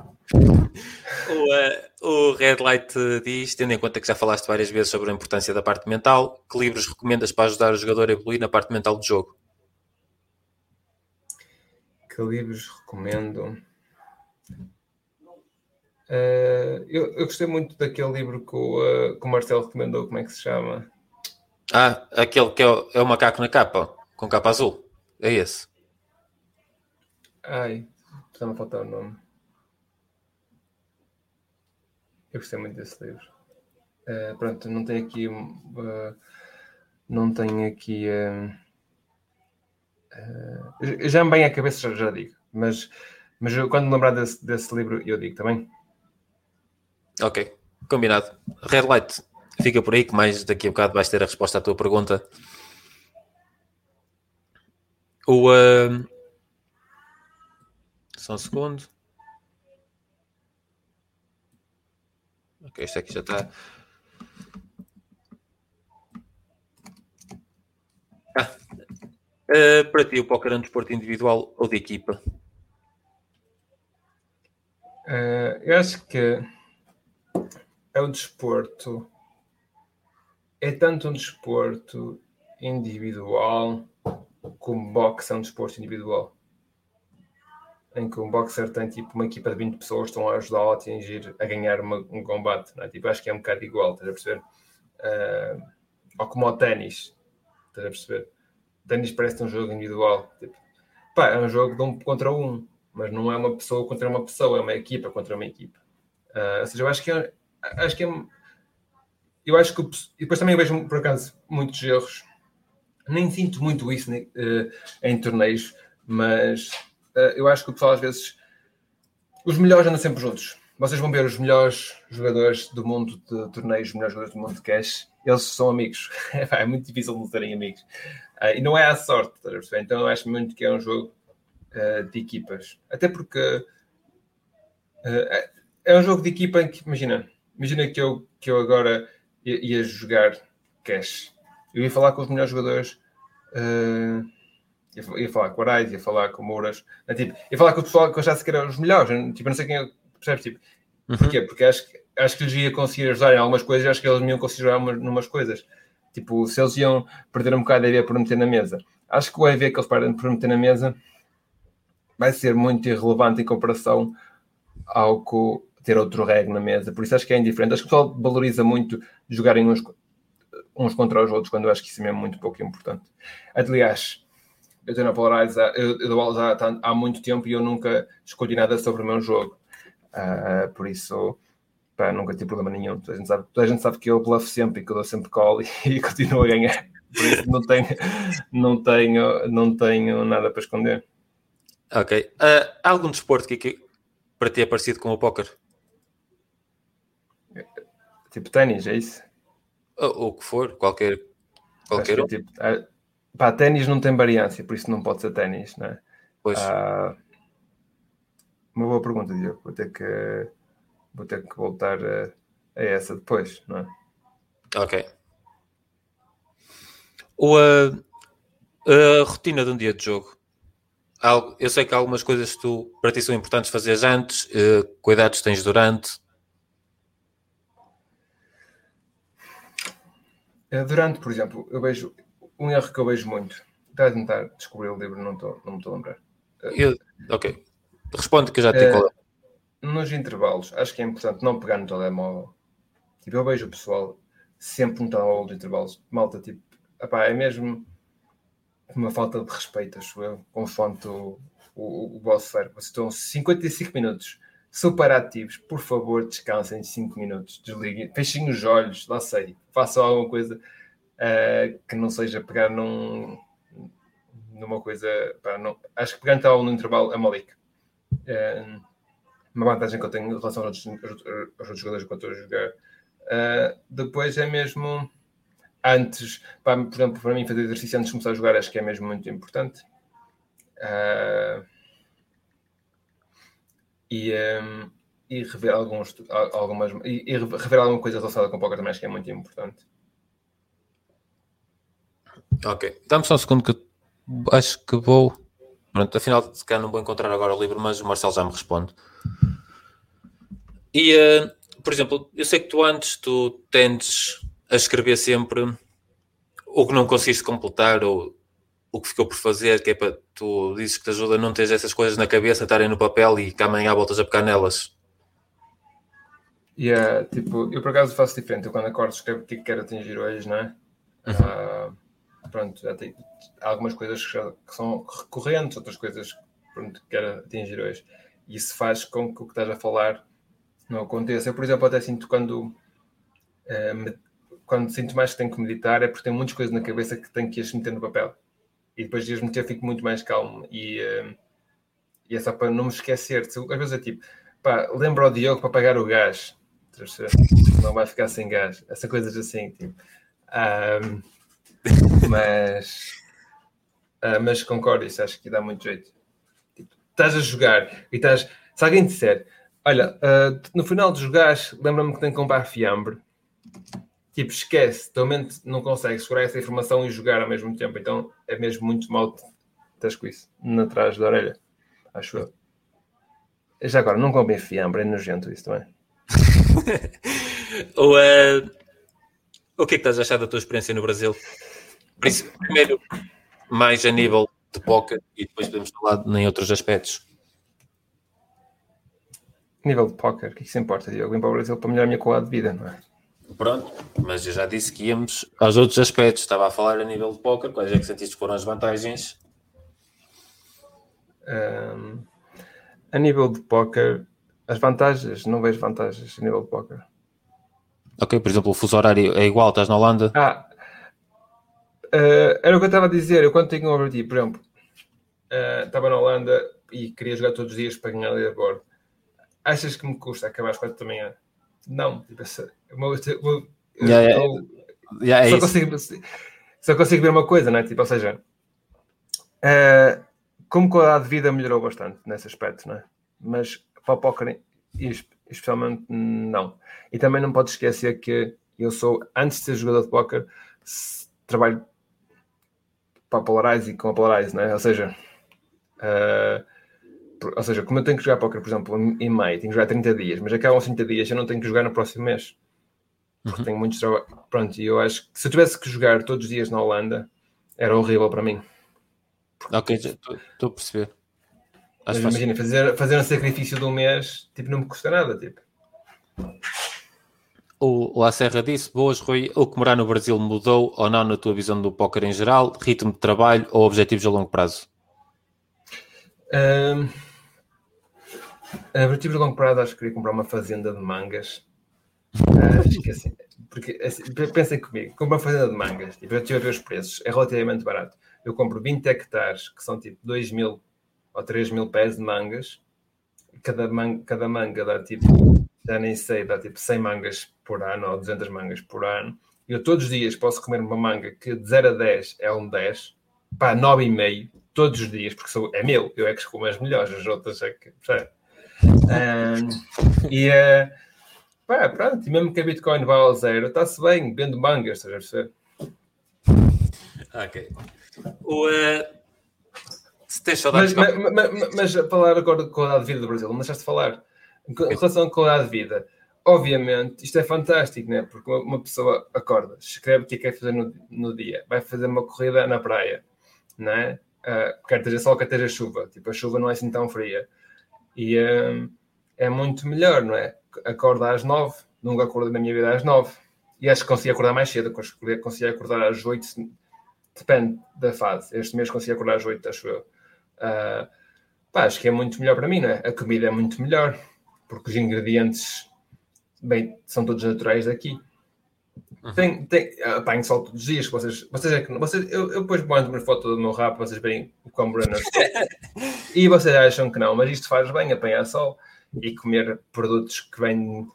A: O Red Light diz, tendo em conta que já falaste várias vezes sobre a importância da parte mental, que livros recomendas para ajudar o jogador a evoluir na parte mental do jogo?
B: Que livros recomendo? Eu gostei muito daquele livro que o Marcelo recomendou. Como é que se chama?
A: Aquele que é o macaco na capa, com capa azul. É esse.
B: Ai, está-me a faltar o nome. Eu gostei muito desse livro. Pronto, não tenho aqui... não tenho aqui... já me vem à cabeça, já digo. Mas eu, quando me lembrar desse livro, eu digo também.
A: Ok, combinado. Red Light, fica por aí que mais daqui a bocado vais ter a resposta à tua pergunta. Só um segundo. Ok, este aqui já está. Para ti, o póquer é um desporto individual ou de equipa?
B: Eu acho que é um desporto... É tanto um desporto individual como boxe é um desporto individual. Em que um boxer tem tipo uma equipa de 20 pessoas que estão a ajudá-lo a atingir, a ganhar um combate. Não é? Tipo, acho que é um bocado igual, estás a perceber? Ou como o ténis, estás a perceber? O ténis parece um jogo individual. Tipo, é um jogo de um contra um, mas não é uma pessoa contra uma pessoa, é uma equipa contra uma equipa. Ou seja, eu acho que é. Eu acho que. E depois também vejo, por acaso, muitos erros. Nem sinto muito isso em torneios, mas eu acho que o pessoal às vezes... Os melhores andam sempre juntos. Vocês vão ver os melhores jogadores do mundo de torneios, os melhores jogadores do mundo de cash, eles são amigos. É muito difícil não serem amigos. E não é à sorte, estás a perceber? Então eu acho muito que é um jogo de equipas. Até porque é um jogo de equipa em que, imagina que eu agora ia jogar cash. Eu ia falar com os melhores jogadores, ia falar com o Arais, ia falar com o Mouras, tipo, ia falar com o pessoal que eu achasse que eram os melhores. Tipo, não sei quem, percebes? Tipo, porquê? Porque acho que eles iam conseguir ajudar em algumas coisas, acho que eles me iam conseguir ajudar em umas coisas. Tipo, se eles iam perder um bocado a EV por meter na mesa, acho que o EV que eles perdem por meter na mesa vai ser muito irrelevante em comparação ao que ter outro reg na mesa. Por isso acho que é indiferente. Acho que o pessoal valoriza muito jogarem uns contra os outros, quando eu acho que isso é mesmo muito pouco importante. Aliás, eu estou na Polarize, eu dou aulas há muito tempo e eu nunca escolhi nada sobre o meu jogo. Por isso, nunca tive problema nenhum. Toda a gente sabe que eu bluffo sempre e que eu dou sempre call e continuo a ganhar. Por isso não tenho nada para esconder.
A: Ok. Há algum desporto que para ti é parecido com o póquer?
B: Tipo ténis, é isso?
A: O que for, qualquer
B: Acho que é tipo... ténis não tem variância, por isso não pode ser ténis, não é?
A: Pois.
B: Uma boa pergunta, Diogo. Vou ter que voltar a essa depois, não é?
A: Ok. A rotina de um dia de jogo. Eu sei que há algumas coisas que para ti são importantes fazer antes, cuidados tens durante.
B: Durante, por exemplo, eu vejo um erro que eu vejo muito. Está a tentar descobrir o livro, não me estou a lembrar.
A: Ok. Responde que eu já te digo.
B: Nos intervalos, acho que é importante não pegar no telemóvel. Tipo, eu vejo o pessoal sempre no telemóvel de intervalos. Malta, tipo, é mesmo uma falta de respeito, acho eu, consoante o vosso cérebro. Vocês estão 55 minutos super ativos, por favor, descansem 5 minutos, desliguem, fechem os olhos, lá sei, façam alguma coisa que não seja pegar numa coisa. Acho que pegar no intervalo é malique. Uma vantagem que eu tenho em relação aos outros jogadores que eu estou a jogar. Depois é mesmo antes, por exemplo, para mim fazer exercício antes de começar a jogar acho que é mesmo muito importante. E rever rever alguma coisa relacionada com o póquer também acho que é muito importante.
A: Ok. Dá-me só um segundo que eu acho que vou... Pronto, afinal, se calhar não vou encontrar agora o livro, mas o Marcelo já me responde. E, por exemplo, eu sei que tu tendes a escrever sempre o que não conseguiste completar ou o que ficou por fazer, que é para tu dizes que te ajuda a não ter essas coisas na cabeça, estarem no papel e que amanhã voltas a pegar nelas.
B: Tipo, eu por acaso faço diferente. Eu quando acordo escrevo o que quero atingir hoje, não é? Pronto, já tenho algumas coisas que são recorrentes, outras coisas que quero atingir hoje. E isso faz com que o que estás a falar não aconteça. Eu, por exemplo, até sinto quando sinto mais que tenho que meditar é porque tenho muitas coisas na cabeça que tenho que as meter no papel. E depois de as meter fico muito mais calmo. E é só para não me esquecer. Às vezes é tipo, lembra ao Diogo para pagar o gás. Não vai ficar sem gás. Essas coisas assim, tipo. Mas concordo, isso acho que dá muito jeito. Tipo, estás a jogar e estás... Se alguém disser, olha, no final de jogares, lembra-me que tenho que comprar fiambre. tipo, esquece, tua mente não consegue segurar essa informação e jogar ao mesmo tempo, então é mesmo muito mal estás com isso, na trás da orelha, acho eu. Já agora, não comem fiambre, é nojento isso também.
A: O que é que estás a achar da tua experiência no Brasil? Primeiro, mais a nível de póquer e depois podemos falar em outros aspectos.
B: Nível de póquer, o que é que se importa, Diogo? Vim para o Brasil para melhorar a minha qualidade de vida, não é?
A: Pronto, mas eu já disse que íamos aos outros aspectos. Estava a falar a nível de póquer, quais é que sentiste que foram as vantagens?
B: A nível de póquer, as vantagens, não vejo vantagens a nível de póquer.
A: Ok, por exemplo, o fuso horário é igual, estás na Holanda?
B: Era o que eu estava a dizer, eu quando tenho um objetivo, por exemplo, estava na Holanda e queria jogar todos os dias para ganhar leaderboard. Achas que me custa acabar às 4 da manhã? Não, tipo, só consigo ver uma coisa, não é? Tipo, ou seja, como qualidade de vida melhorou bastante nesse aspecto, não é? Mas para o póquer, especialmente, não. E também não podes esquecer que eu sou, antes de ser jogador de póquer, trabalho para a Polarize e com a Polarize, não é? Ou seja, como eu tenho que jogar póquer, por exemplo, em maio, tenho que jogar 30 dias, mas acabam 30 dias, eu não tenho que jogar no próximo mês. Porque tenho muitos trabalhos. Pronto, e eu acho que se eu tivesse que jogar todos os dias na Holanda, era horrível para mim.
A: Ok, estou a perceber.
B: Mas imagina, fazer um sacrifício de um mês, tipo, não me custa nada, tipo.
A: O La Serra disse: boas, Rui, o que morar no Brasil mudou ou não na tua visão do póquer em geral, ritmo de trabalho ou objetivos a longo prazo?
B: Objetivos a longo prazo, acho que queria comprar uma fazenda de mangas. Esqueci. Porque, assim, pensem comigo, compro uma fazenda de mangas, tipo, eu estive a ver os preços, é relativamente barato. Eu compro 20 hectares, que são tipo 2.000 ou 3.000 pés de mangas. Cada manga dá tipo, já nem sei, dá tipo 100 mangas por ano ou 200 mangas por ano. Eu todos os dias posso comer uma manga que de 0 a 10 é um 10, pá, 9,5 todos os dias, porque é meu, eu é que como as melhores, as outras é que, percebe? Pá, pronto, e mesmo que a Bitcoin vá ao zero, está-se bem, vendo mangas, estás a perceber?
A: Ok. Se tens saudades...
B: Mas a falar agora de qualidade de vida do Brasil, não deixaste de falar. Em relação à qualidade de vida, obviamente, isto é fantástico, né? Porque uma pessoa acorda, escreve o que quer fazer no dia, vai fazer uma corrida na praia, não é? Quer esteja sol, quer esteja chuva. Tipo, a chuva não é assim tão fria. E é muito melhor, não é? Acorda às 9, nunca acordei na minha vida às 9. E acho que consegui acordar mais cedo, consegui acordar às 8, depende da fase. Este mês consegui acordar às 8, acho eu. Acho que é muito melhor para mim, não é? A comida é muito melhor, porque os ingredientes, bem, são todos naturais daqui. Apanho sol todos os dias. Eu depois mando uma foto do meu rabo para vocês verem o quão moreno eu estou. E vocês acham que não, mas isto faz bem, apanhar sol e comer produtos que vêm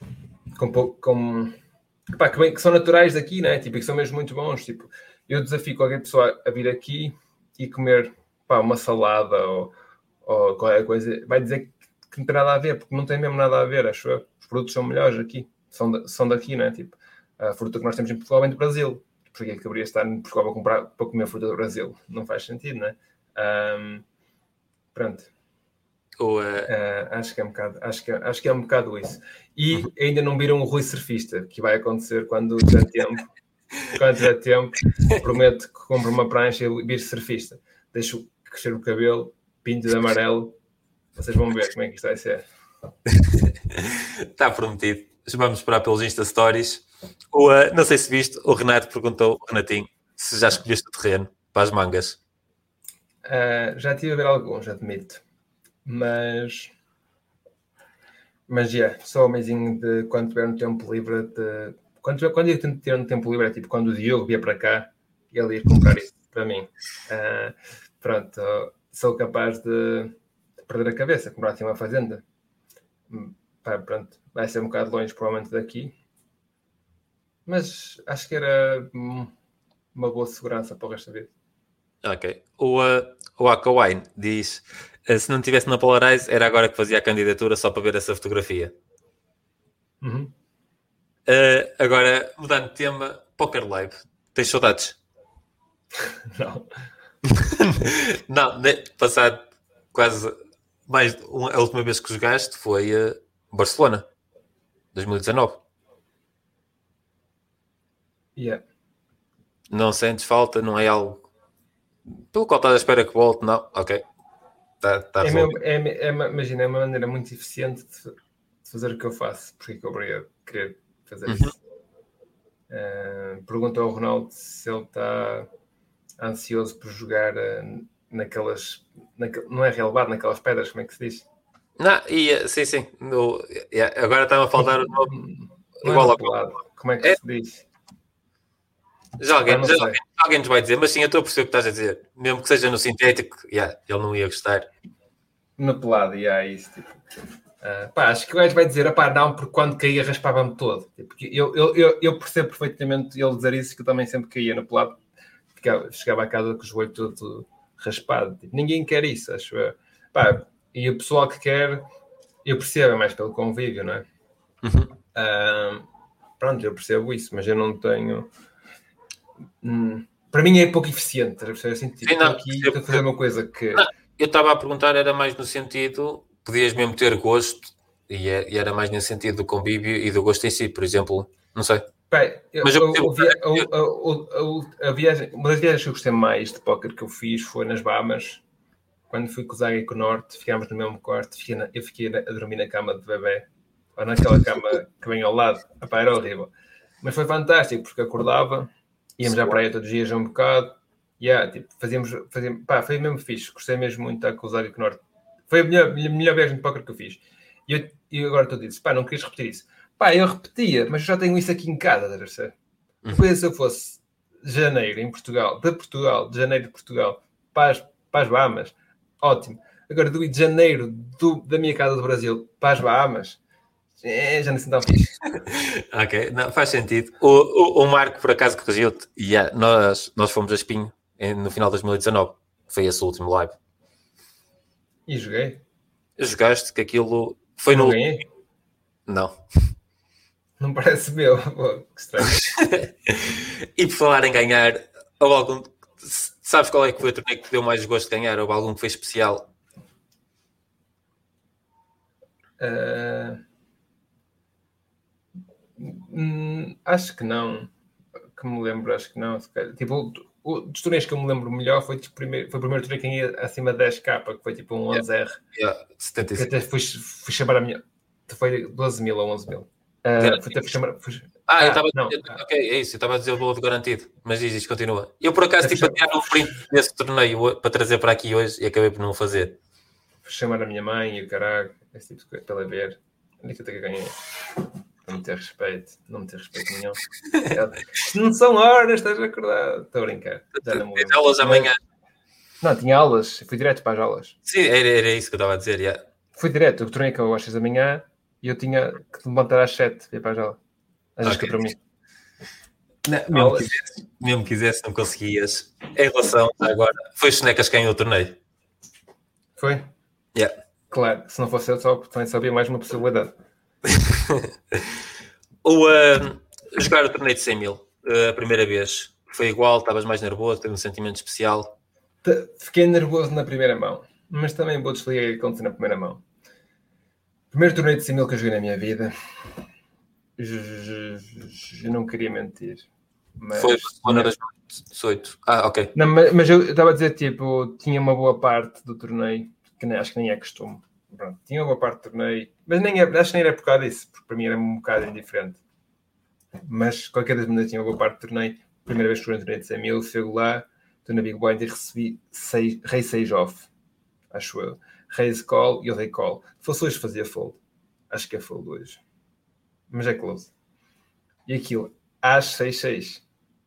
B: que são naturais daqui, né? Tipo, que são mesmo muito bons. Tipo, eu desafio qualquer pessoa a vir aqui e comer uma salada ou qualquer coisa. Vai dizer que não tem nada a ver, porque não tem mesmo nada a ver, acho eu. Os produtos são melhores aqui, são daqui, né? Tipo, a fruta que nós temos em Portugal vem do Brasil. Porque é que deveria estar em Portugal para comer fruta do Brasil? Não faz sentido, né? Pronto. Acho que é um bocado isso. E ainda não viram o Rui Surfista, que vai acontecer quando tiver tempo. Quando tiver tempo, prometo que compro uma prancha e vir surfista. Deixo crescer o cabelo, pinto de amarelo. Vocês vão ver como é que isto vai ser.
A: Está prometido. Vamos esperar pelos Insta Stories. Não sei se viste, o Renato perguntou, o Renatinho, se já escolheste o terreno para as mangas.
B: Já estive a ver alguns, admito. Mas só amazing de quando tiver um tempo livre quando eu ter um tempo livre é tipo quando o Diogo vier para cá e ele ir comprar isso para mim. Pronto, sou capaz de perder a cabeça, comprar assim uma fazenda. Pronto, vai ser um bocado longe provavelmente daqui, mas acho que era uma boa segurança para o resto da vida.
A: Ok. O Akawine diz: se não estivesse na Polarize, era agora que fazia a candidatura só para ver essa fotografia. Agora, mudando de tema, Poker Live. Tens saudades?
B: Não.
A: Não, passado quase mais. A última vez que jogaste foi Barcelona, 2019.
B: Yeah.
A: Não sentes falta? Não é algo pelo qual estás à espera que volte? Não? Ok. Tá resolvido.
B: Imagina, é uma maneira muito eficiente de fazer o que eu faço. Porque é que eu obrigado a querer fazer isso? Pergunta ao Ronaldo se ele está ansioso por jogar naquelas... não é relevado, naquelas pedras, como é que se diz?
A: Não, sim. Agora está-me a faltar o nome.
B: Não
A: Igual
B: é
A: ao
B: pelado. Como é que se diz?
A: Já alguém
B: não sei.
A: nos vai dizer, mas sim, eu estou a perceber o que estás a dizer. Mesmo que seja no sintético, ele não ia gostar.
B: No pelado, é isso. Tipo, acho que o gajo vai dizer, não, porque quando caía raspava-me todo. Tipo, eu percebo perfeitamente ele dizer isso, que eu também sempre caía no pelado. Chegava a casa com o joelho todo raspado. Tipo, ninguém quer isso, acho eu. E o pessoal que quer, eu percebo, é mais pelo convívio, não é? Pronto, eu percebo isso, mas eu não tenho... para mim é pouco eficiente. Assim, tipo, estou a fazer uma coisa que...
A: Não, eu estava a perguntar, era mais no sentido, podias mesmo ter gosto, e era mais nesse sentido do convívio e do gosto em si, por exemplo, não sei.
B: A viagem, uma das viagens que eu gostei mais de póquer que eu fiz foi nas Bahamas, quando fui com o Zaga e com o Norte, ficámos no mesmo quarto, eu fiquei a dormir na cama de bebê, ou naquela cama que vem ao lado. Era horrível. Mas foi fantástico, porque acordava, íamos à praia todos os dias um bocado, tipo, fazíamos, foi mesmo fixe, gostei mesmo muito de estar com o Zaga e com o Norte. Foi a melhor viagem de póquer que eu fiz. E agora tu dizes, não querias repetir isso. Eu repetia, mas eu já tenho isso aqui em casa, deve ser. Coisa se eu fosse janeiro em Portugal, de janeiro de Portugal, para as Bahamas, ótimo. Agora, do Rio de Janeiro, da minha casa do Brasil, para as Bahamas, já não se tão fixe.
A: Ok, não, faz sentido. O Marco, por acaso, corrigiu-te. Nós fomos a Espinho no final de 2019. Foi esse o último live.
B: E joguei.
A: Jogaste que aquilo foi
B: não
A: no...
B: ganhei?
A: Não.
B: Não parece meu. Que estranho.
A: E por falar em ganhar, houve algum... Sabes qual é que foi o torneio que te deu mais gosto de ganhar? Houve algum que foi especial?
B: Acho que não. Que me lembro, acho que não. Tipo, dos torneios que eu me lembro melhor foi o primeiro torneio que ia acima de 10k, que foi tipo um 11R.
A: 75.
B: Que até fui chamar a minha... Foi 12.000 ou 11.000. Fui chamar...
A: eu estava a dizer, ok, é isso, eu estava a dizer o valor garantido, mas diz, continua. Eu por acaso tive a tirar um print desse torneio para trazer para aqui hoje e acabei por não fazer.
B: Fui chamar a minha mãe e o caralho, esse tipo de coisa, para ela ver. Onde é que eu tenho que ganhar? Não me ter respeito nenhum. Não são horas, estás acordado. Estou a brincar. Já não me lembro.
A: Aulas amanhã.
B: Não, tinha aulas, fui direto para as aulas.
A: Sim, era isso que eu estava a dizer, yeah.
B: Fui direto, o torneio que eu às 6 da manhã e eu tinha que levantar às 7 e ir para as aulas. Às vezes que para mim.
A: Mesmo quisesse, não conseguias. Em relação a agora, foi Sonecas quem ganhou o torneio.
B: Foi?
A: Yeah.
B: Claro, se não fosse eu, também sabia mais uma possibilidade.
A: Jogar o torneio de 100 mil, a primeira vez, foi igual, estavas mais nervoso, teve um sentimento especial?
B: Fiquei nervoso na primeira mão, mas também vou desligar o que aconteceu na primeira mão. Primeiro torneio de 100 mil que eu joguei na minha vida, eu não queria mentir. Mas
A: foi Barcelona 2018. Ok.
B: Não, mas eu estava a dizer, tipo, tinha uma boa parte do torneio, que acho que nem é costume. Pronto, tinha uma boa parte do torneio, mas acho que nem era por causa disso, porque para mim era um bocado indiferente. Mas qualquer das maneiras tinha uma boa parte do torneio. Primeira vez que joguei no torneio de 100 mil, chego lá, estou na Big Blind e recebi rei 6 off, acho eu. Raise call e eu dei call. Se fosse hoje fazia fold. Acho que é fold hoje. Mas é close. E aquilo, às 6-6.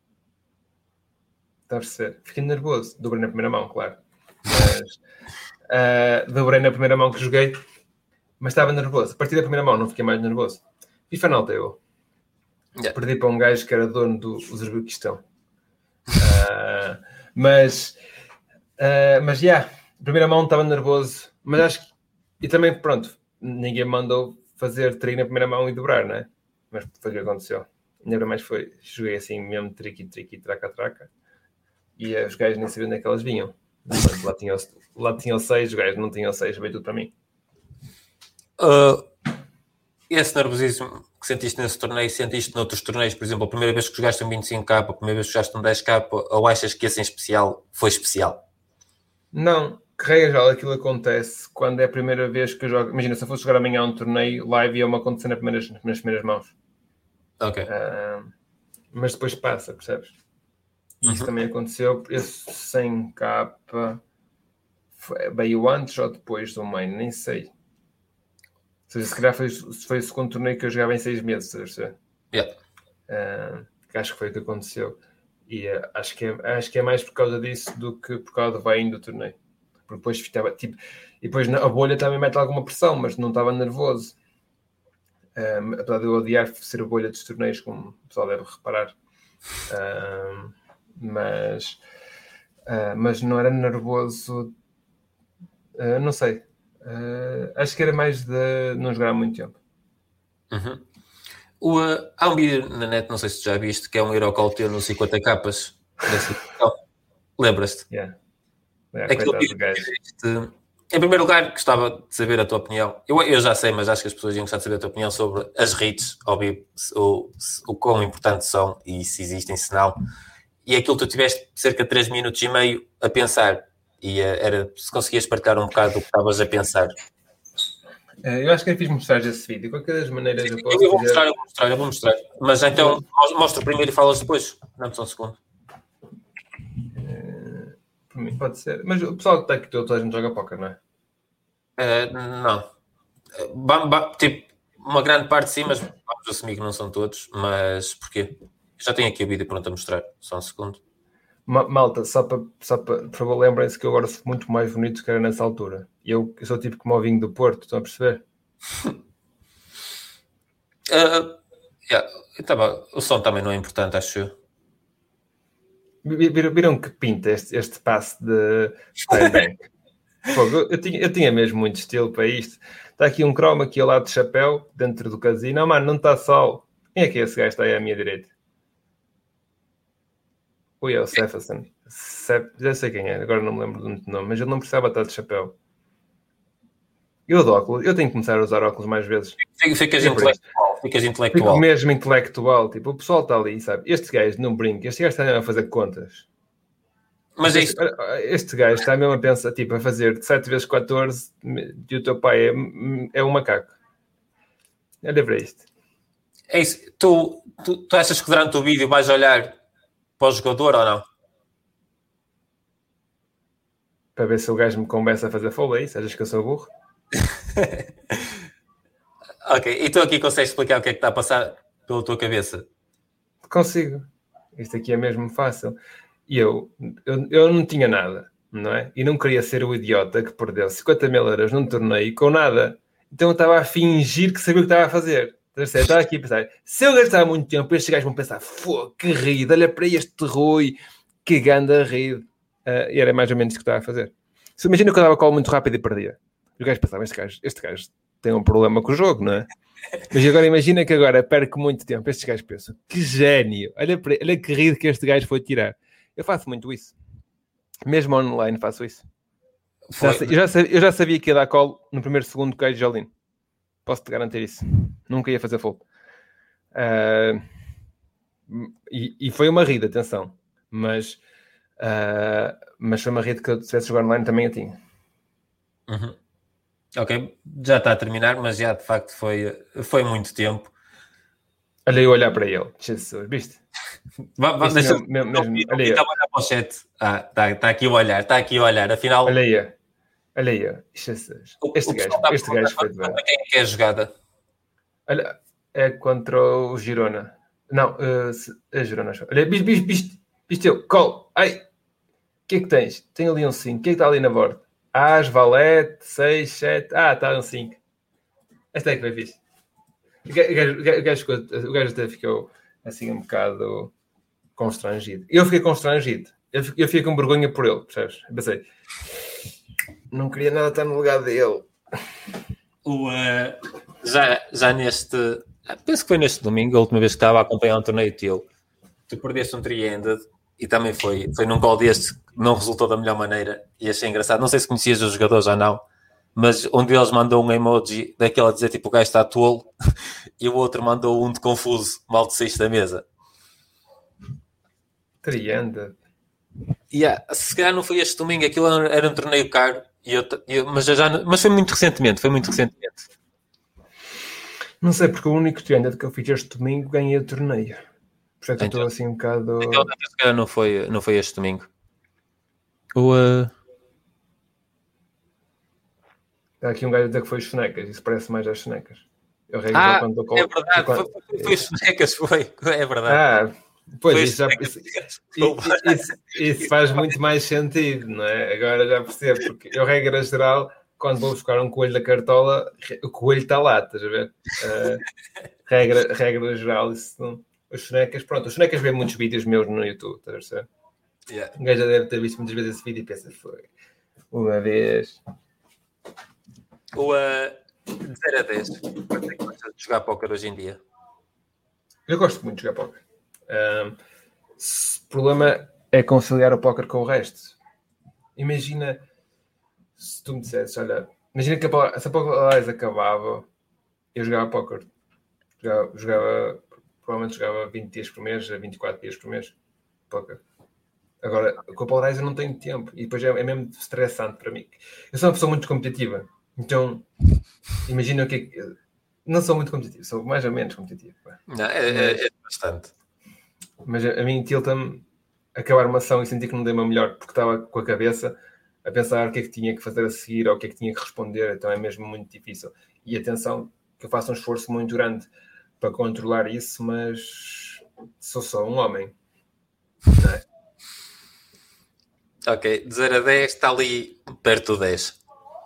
B: Está a perceber? Fiquei nervoso. Dobrei na primeira mão, claro. Mas dobrei na primeira mão que joguei. Mas estava nervoso. A partir da primeira mão não fiquei mais nervoso. E final table. Yeah. Perdi para um gajo que era dono do Uzbequistão. Mas yeah, primeira mão estava nervoso, mas acho que... E também, pronto, ninguém mandou fazer tri na primeira mão e dobrar, não é? Mas foi o que aconteceu. Ainda mais joguei assim mesmo triqui, traca. E os gajos nem sabiam onde é que elas vinham. Lá tinham 6, os gajos não tinham 6, veio tudo para mim.
A: Esse nervosismo que sentiste nesse torneio, sentiste noutros torneios, por exemplo, a primeira vez que jogaste um 25k, a primeira vez que jogaste um 10k, ou achas que esse em especial foi especial?
B: Não, que regra geral aquilo acontece quando é a primeira vez que eu jogo. Imagina, se eu fosse jogar amanhã um torneio live, ia-me acontecer nas primeiras mãos.
A: Ok.
B: Mas depois passa, percebes? E isso também aconteceu. Esse 100k veio antes ou depois do main, nem sei. Ou seja, se calhar foi o segundo torneio que eu jogava em 6 meses, sabes?
A: Yeah.
B: Acho que foi o que aconteceu. E acho que é mais por causa disso do que por causa do vai-in do torneio. Porque depois estava tipo. E depois a bolha também mete alguma pressão, mas não estava nervoso. Apesar de eu odiar ser a bolha dos torneios, como o pessoal deve reparar. Mas não era nervoso. Não sei. Acho que era mais de não jogar há muito tempo.
A: Há um vídeo na net, não sei se tu já viste, que é um Eurocall teu no 50 capas. Lembras-te?
B: Yeah.
A: Em primeiro lugar, gostava de saber a tua opinião. Eu já sei, mas acho que as pessoas iam gostar de saber a tua opinião sobre as reads, o quão importantes são e se existem, se não. E aquilo que tu tiveste cerca de 3 minutos e meio a pensar. E era se conseguias partilhar um bocado do que estavas a pensar.
B: Eu acho que eu fiz mostrar esse vídeo. De qualquer das maneiras eu posso
A: eu vou mostrar. Mas então, mostra primeiro e falas depois. Dá-me só um segundo.
B: Por mim pode ser. Mas o pessoal que está aqui, toda a gente joga póquer, não é?
A: Não. Tipo, uma grande parte sim, mas vamos assumir que não são todos. Mas porquê? Já tenho aqui o vídeo pronto a mostrar. Só um segundo.
B: Malta, só para por favor, lembrem-se que eu agora sou muito mais bonito do que era nessa altura. Eu sou tipo como o vinho do Porto, estão a perceber? O som também não é importante, acho eu. Viram que pinta este passe de Steinbeck? eu tinha mesmo muito estilo para isto. Está aqui um croma aqui ao lado de chapéu, dentro do casino. Mano, não está sol. Quem é que é esse gajo que está aí à minha direita? Ui, é o Cefason. Já sei quem é, agora não me lembro do nome, mas ele não precisava estar de chapéu. Eu de óculos, eu tenho que começar a usar óculos mais vezes.
A: Ficas intelectual.
B: Fico mesmo intelectual. Tipo, o pessoal está ali, sabe? Este gajo não brinca, este gajo está a fazer contas.
A: Mas
B: este gajo está mesmo a pensar, tipo, a fazer 7 vezes 14 e o teu pai é um macaco. Olha para isto.
A: É isso. Tu achas que durante o vídeo vais olhar para o jogador ou não?
B: Para ver se o gajo me começa a fazer fold, é isso? Achas que eu sou burro?
A: Ok, e tu aqui consegues explicar o que é que está a passar pela tua cabeça?
B: Consigo. Isto aqui é mesmo fácil. E eu não tinha nada, não é? E não queria ser o idiota que perdeu 50 mil euros num torneio com nada. Então eu estava a fingir que sabia o que estava a fazer. Estava aqui a pensar, se eu gastar muito tempo, estes gajos vão pensar, que rido, olha para este Rui, que ganda rido. E era mais ou menos isso que estava a fazer. Imagina que eu dava call muito rápido e perdia. E o gajo pensava, este gajo tem um problema com o jogo, não é? Mas agora imagina que agora perco muito tempo. Estes gajos pensam, que gênio, olha que rido que este gajo foi tirar. Eu faço muito isso. Mesmo online faço isso. Eu já sabia que ia dar call no primeiro segundo do cage de all-in. Posso-te garantir isso. Nunca ia fazer fold. E foi uma rida, atenção. Mas foi uma rida que eu, se tivesse jogar online, também eu tinha.
A: Uhum. Ok, já está a terminar, mas já de facto foi muito tempo.
B: Olha eu olhar para ele. Jesus, viste?
A: Deixa-me olhar para o chat. Está aqui o olhar. Afinal...
B: Olha aí. Jesus. Este gajo foi de bem.
A: Quem é que é a jogada?
B: Olha, é contra o Girona. Não, é Girona. Olha, viste eu. Call. Ai, o que é que tens? Tenho ali um 5. O que é que está ali na borda? As, valete, 6, 7. Está um 5. Esta é que foi fixe. O gajo até ficou assim um bocado constrangido. Eu fiquei constrangido. Eu fiquei com vergonha por ele, percebes? Eu pensei, não queria nada estar no lugar dele.
A: Já Penso que foi neste domingo, a última vez que estava a acompanhar um torneio teu. Tu perdeste um three-handed e também foi num call deste que não resultou da melhor maneira e achei engraçado. Não sei se conhecias os jogadores ou não, mas um deles mandou um emoji daquele a dizer tipo o gajo está tolo e o outro mandou um de confuso, mal de 6 da mesa.
B: Three-handed.
A: Se calhar não foi este domingo, aquilo era um torneio caro, mas foi muito recentemente.
B: Não sei, porque o único three-handed que eu fiz este domingo ganhei o torneio. Por isso é que eu estou assim um bocado...
A: Então, se calhar não foi este domingo.
B: Há aqui um gajo a dizer que foi os Sonecas, isso parece mais às Sonecas. Eu rego já quando
A: é verdade, foi os Sonecas, é verdade.
B: Pois, isso faz muito mais sentido, não é? Agora já percebo, porque eu, regra geral, quando vou buscar um coelho da cartola, o coelho está lá, estás a ver? Regra geral, isso não... Os Sonecas vêem muitos vídeos meus no YouTube, estás a perceber?
A: Yeah.
B: Um gajo já deve ter visto muitas vezes esse vídeo e pensa, foi uma vez.
A: De 0 a 10, quanto é que gostas de jogar póquer hoje em dia?
B: Eu gosto muito de jogar póquer. O problema é conciliar o póquer com o resto. Imagina se tu me dissesses, olha, imagina que se a Polarise acabava, eu jogava póquer. Provavelmente jogava 20 dias por mês, 24 dias por mês. Póquer. Agora, com a Polarise eu não tenho tempo. E depois é mesmo estressante para mim. Eu sou uma pessoa muito competitiva. Então, imagina o que é que... Não sou muito competitivo, sou mais ou menos competitivo.
A: Não, é bastante.
B: Mas a mim tilta-me acabar uma ação e sentir que não dei uma melhor, porque estava com a cabeça a pensar o que é que tinha que fazer a seguir ou o que é que tinha que responder. Então é mesmo muito difícil. E atenção, que eu faço um esforço muito grande para controlar isso, mas sou só um homem. Não é?
A: Ok, de 0 a 10 está ali perto do 10.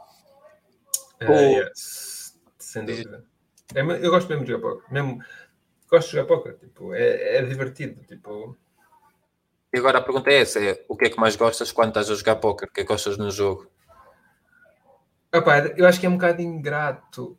B: Sem dúvida. Eu gosto mesmo de jogar póquer. Gosto de jogar póquer. Tipo, é divertido. Tipo...
A: E agora a pergunta é essa: o que é que mais gostas quando estás a jogar póquer? O que é que gostas no jogo?
B: Eu acho que é um bocado ingrato.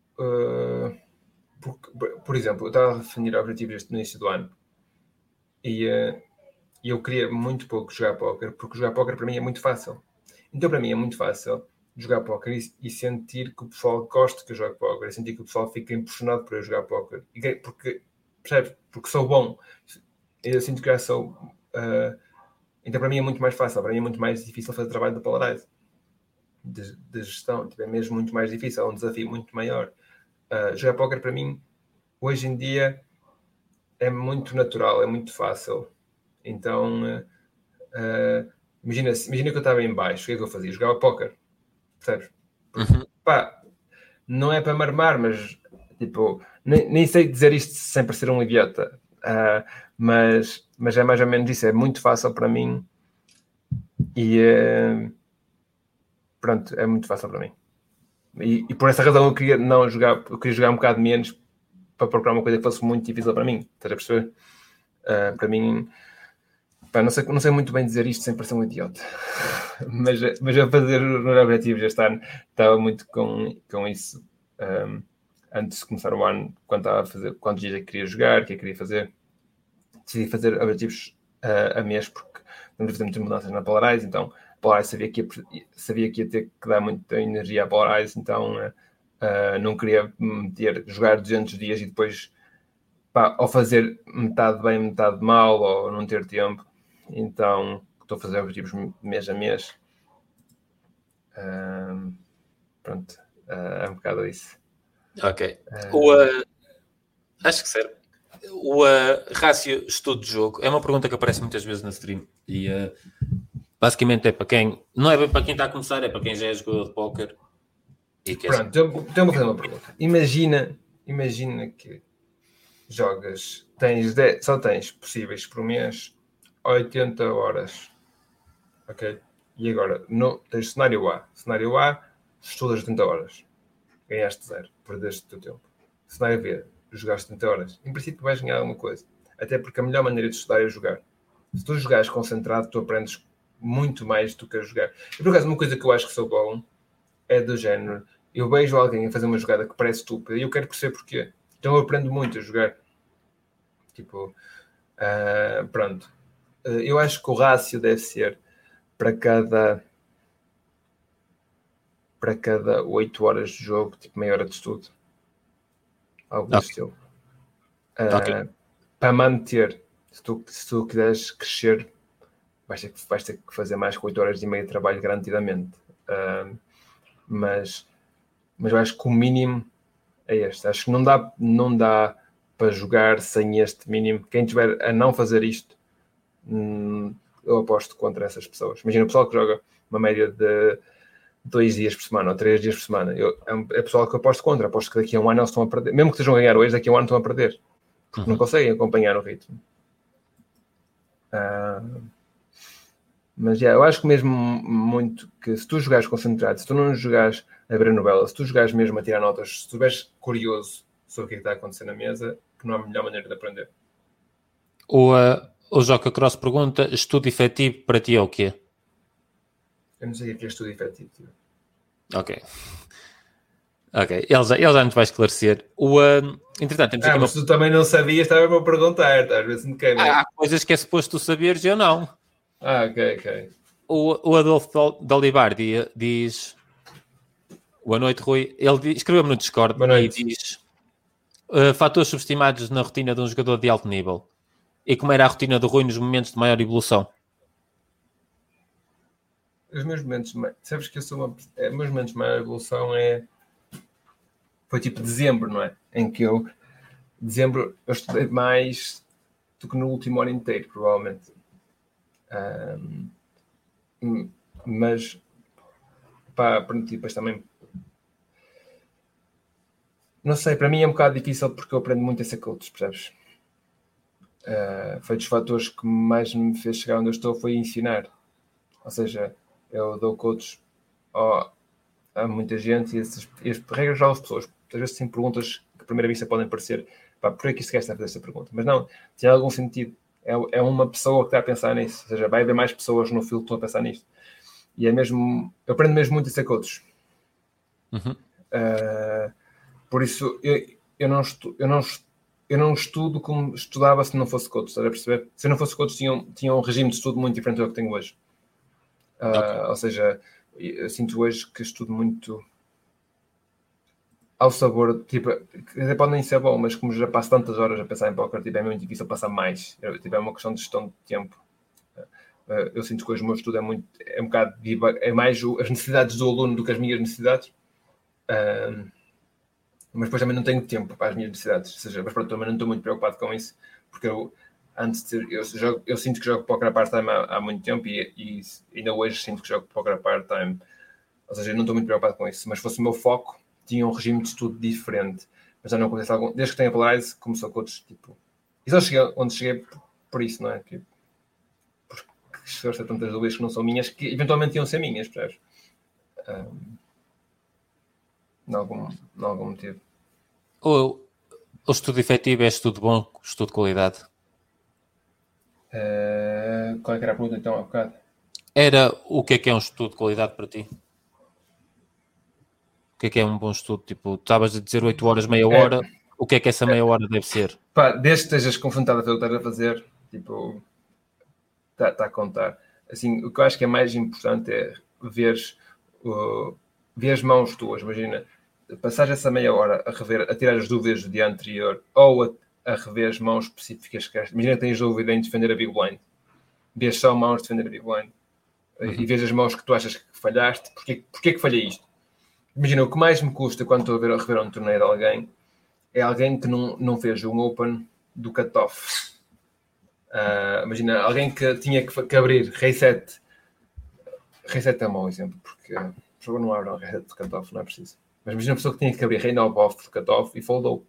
B: Por exemplo, eu estava a definir objetivos no início do ano. E eu queria muito pouco jogar póquer, porque jogar póquer para mim é muito fácil. Então para mim é muito fácil jogar póquer e sentir que o pessoal gosta que eu jogue póquer, e sentir que o pessoal fica impressionado por eu jogar póquer. Porque, percebes? Porque sou bom. Eu sinto que já sou... então para mim é muito mais fácil. Para mim é muito mais difícil fazer trabalho da Polarize. De gestão. Tipo, é mesmo muito mais difícil. É um desafio muito maior. Jogar póquer para mim, hoje em dia, é muito natural. É muito fácil. Então, imagina que eu estava em baixo. O que é que eu fazia? Jogava póquer. Percebes? Pá, não é para marmar, mas tipo, nem sei dizer isto sem parecer um idiota, mas é mais ou menos isso. É muito fácil para mim e pronto, é muito fácil para mim. E por essa razão eu queria não jogar, eu queria jogar um bocado menos para procurar uma coisa que fosse muito difícil para mim. Estás a perceber? Para mim, pá, não sei muito bem dizer isto sem parecer um idiota. mas a fazer os meus objetivos este ano estava muito com isso. Antes de começar o ano, quando estava a fazer quantos dias é que queria jogar, o que é que queria fazer, decidi fazer objetivos a mês, porque vamos fazer muitas mudanças na Polarize. Então a Polarize sabia que ia ter que dar muita energia à Polarize, então não queria jogar 200 dias e depois ou fazer metade bem, metade mal, ou não ter tempo. Então estou a fazer objetivos mês a mês. Pronto, é um bocado isso.
A: Ok. Acho que serve. O rácio estudo de jogo é uma pergunta que aparece muitas vezes na stream e basicamente é para quem não é bem para quem está a começar, é para quem já é jogador de póquer.
B: Pronto, então vou fazer uma pergunta. Imagina que jogas, só tens possíveis por mês 80 horas, ok? E agora, tens cenário A. Cenário A, estudas 80 horas. Ganhaste 0, perdeste o teu tempo. Cenário B, jogaste 70 horas. Em princípio vais ganhar alguma coisa. Até porque a melhor maneira de estudar é jogar. Se tu jogares concentrado, tu aprendes muito mais do que a jogar. E por acaso, uma coisa que eu acho que sou bom é do género. Eu vejo alguém a fazer uma jogada que parece estúpida e eu quero perceber porquê. Então eu aprendo muito a jogar. Tipo, pronto. Eu acho que o rácio deve ser para cada 8 horas de jogo, tipo meia hora de estudo. Algo desse estilo. Para manter, se tu quiseres crescer, vais ter que fazer mais que 8 horas e meia de trabalho garantidamente. Mas eu acho que o mínimo é este. Acho que não dá para jogar sem este mínimo. Quem tiver a não fazer isto, eu aposto contra essas pessoas. Imagina o pessoal que joga uma média de 2 dias por semana ou 3 dias por semana. É pessoal que eu aposto contra. Aposto que daqui a um ano eles estão a perder. Mesmo que estejam a ganhar hoje, daqui a um ano estão a perder. Porque não conseguem acompanhar o ritmo. Mas eu acho que mesmo muito que se tu jogares concentrado, se tu não jogares a ver a novela, se tu jogares mesmo a tirar notas, se tu estiveres curioso sobre o que está a acontecer na mesa, que não há melhor maneira de aprender.
A: O Joca Cross pergunta: estudo efetivo para ti é o quê?
B: Eu não sei o que é estudo efetivo.
A: Ok. Ele já nos vai esclarecer. Entretanto, temos aqui
B: mas tu também não sabias, estava-me a perguntar. Às vezes me queima.
A: Há coisas que é suposto tu saberes e eu não.
B: Ok.
A: O Adolfo de Olivar diz: boa noite, Rui. Ele escreveu-me no Discord e diz: fatores subestimados na rotina de um jogador de alto nível. E como era a rotina do Rui nos momentos de maior evolução?
B: Os meus momentos, sabes que eu sou meus momentos de maior evolução foi tipo dezembro, não é? Em que dezembro eu estudei mais do que no último ano inteiro, provavelmente. Mas depois também não sei, para mim é um bocado difícil porque eu aprendo muito a ser coach, percebes? Foi dos fatores que mais me fez chegar onde eu estou foi ensinar. Ou seja, eu dou coach a muita gente e as regras geral das pessoas. Às vezes tem perguntas que à primeira vista podem parecer por que este gajo está a fazer esta pergunta? Mas não, tem algum sentido. É uma pessoa que está a pensar nisso. Ou seja, vai haver mais pessoas no fio que estão a pensar nisto. E é mesmo... Eu aprendo mesmo muito a ser coach. Por isso, eu não estudo como estudava se não fosse coach. Estás a perceber? Se eu não fosse coach, tinha um regime de estudo muito diferente do que tenho hoje. Ou seja, eu sinto hoje que estudo muito ao sabor, tipo, até pode nem ser bom, mas como já passo tantas horas a pensar em póquer, tipo, é muito difícil passar mais. É uma questão de gestão de tempo. Eu sinto que hoje o meu estudo é um bocado é mais as necessidades do aluno do que as minhas necessidades. Mas depois também não tenho tempo para as minhas necessidades. Ou seja, mas pronto, também não estou muito preocupado com isso, porque eu sinto que jogo póquer a part-time há muito tempo e ainda hoje sinto que jogo póquer a part-time. Ou seja, eu não estou muito preocupado com isso. Mas se fosse o meu foco, tinha um regime de estudo diferente. Mas já não acontece algo. Desde que tenho a Polarize, começou com outros, tipo... E só cheguei onde cheguei por isso, não é? Porque esforço tantas dúvidas que não são minhas, que eventualmente iam ser minhas, percebes? Em algum motivo.
A: O estudo efetivo é estudo bom, estudo de qualidade?
B: Qual é que era a pergunta então há bocado?
A: Era o que é um estudo de qualidade para ti? O que é um bom estudo? Tipo, estavas a dizer 8 horas, meia hora. O que é que essa meia hora deve ser?
B: Desde que estejas confrontado a ver o que estás a fazer, tipo, está a contar. Assim, o que eu acho que é mais importante é ver as mãos tuas. Imagina, passar essa meia hora a tirar as dúvidas do dia anterior ou a rever as mãos específicas que queres. Imagina que tens dúvida em defender a Big Blind. Vês só mãos defender a Big Blind. E vês as mãos que tu achas que falhaste. Porquê que falhei isto? Imagina, o que mais me custa quando estou a rever um torneio de alguém é alguém que não fez um Open do cutoff. Imagina, alguém que tinha que abrir reset. Reset é um mau exemplo, porque por favor não abram reset do cutoff, não é preciso. Mas imagina a pessoa que tinha que abrir reina ao off do cutoff e foldou.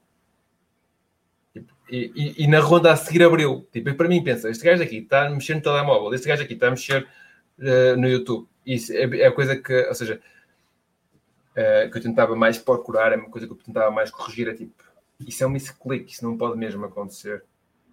B: E na ronda a seguir abriu. Tipo, e para mim pensa, este gajo aqui está a mexer no telemóvel, este gajo aqui está a mexer no YouTube. Isso é a coisa que, ou seja, que eu tentava mais procurar, é uma coisa que eu tentava mais corrigir, é tipo, isso é um misclick, isso não pode mesmo acontecer.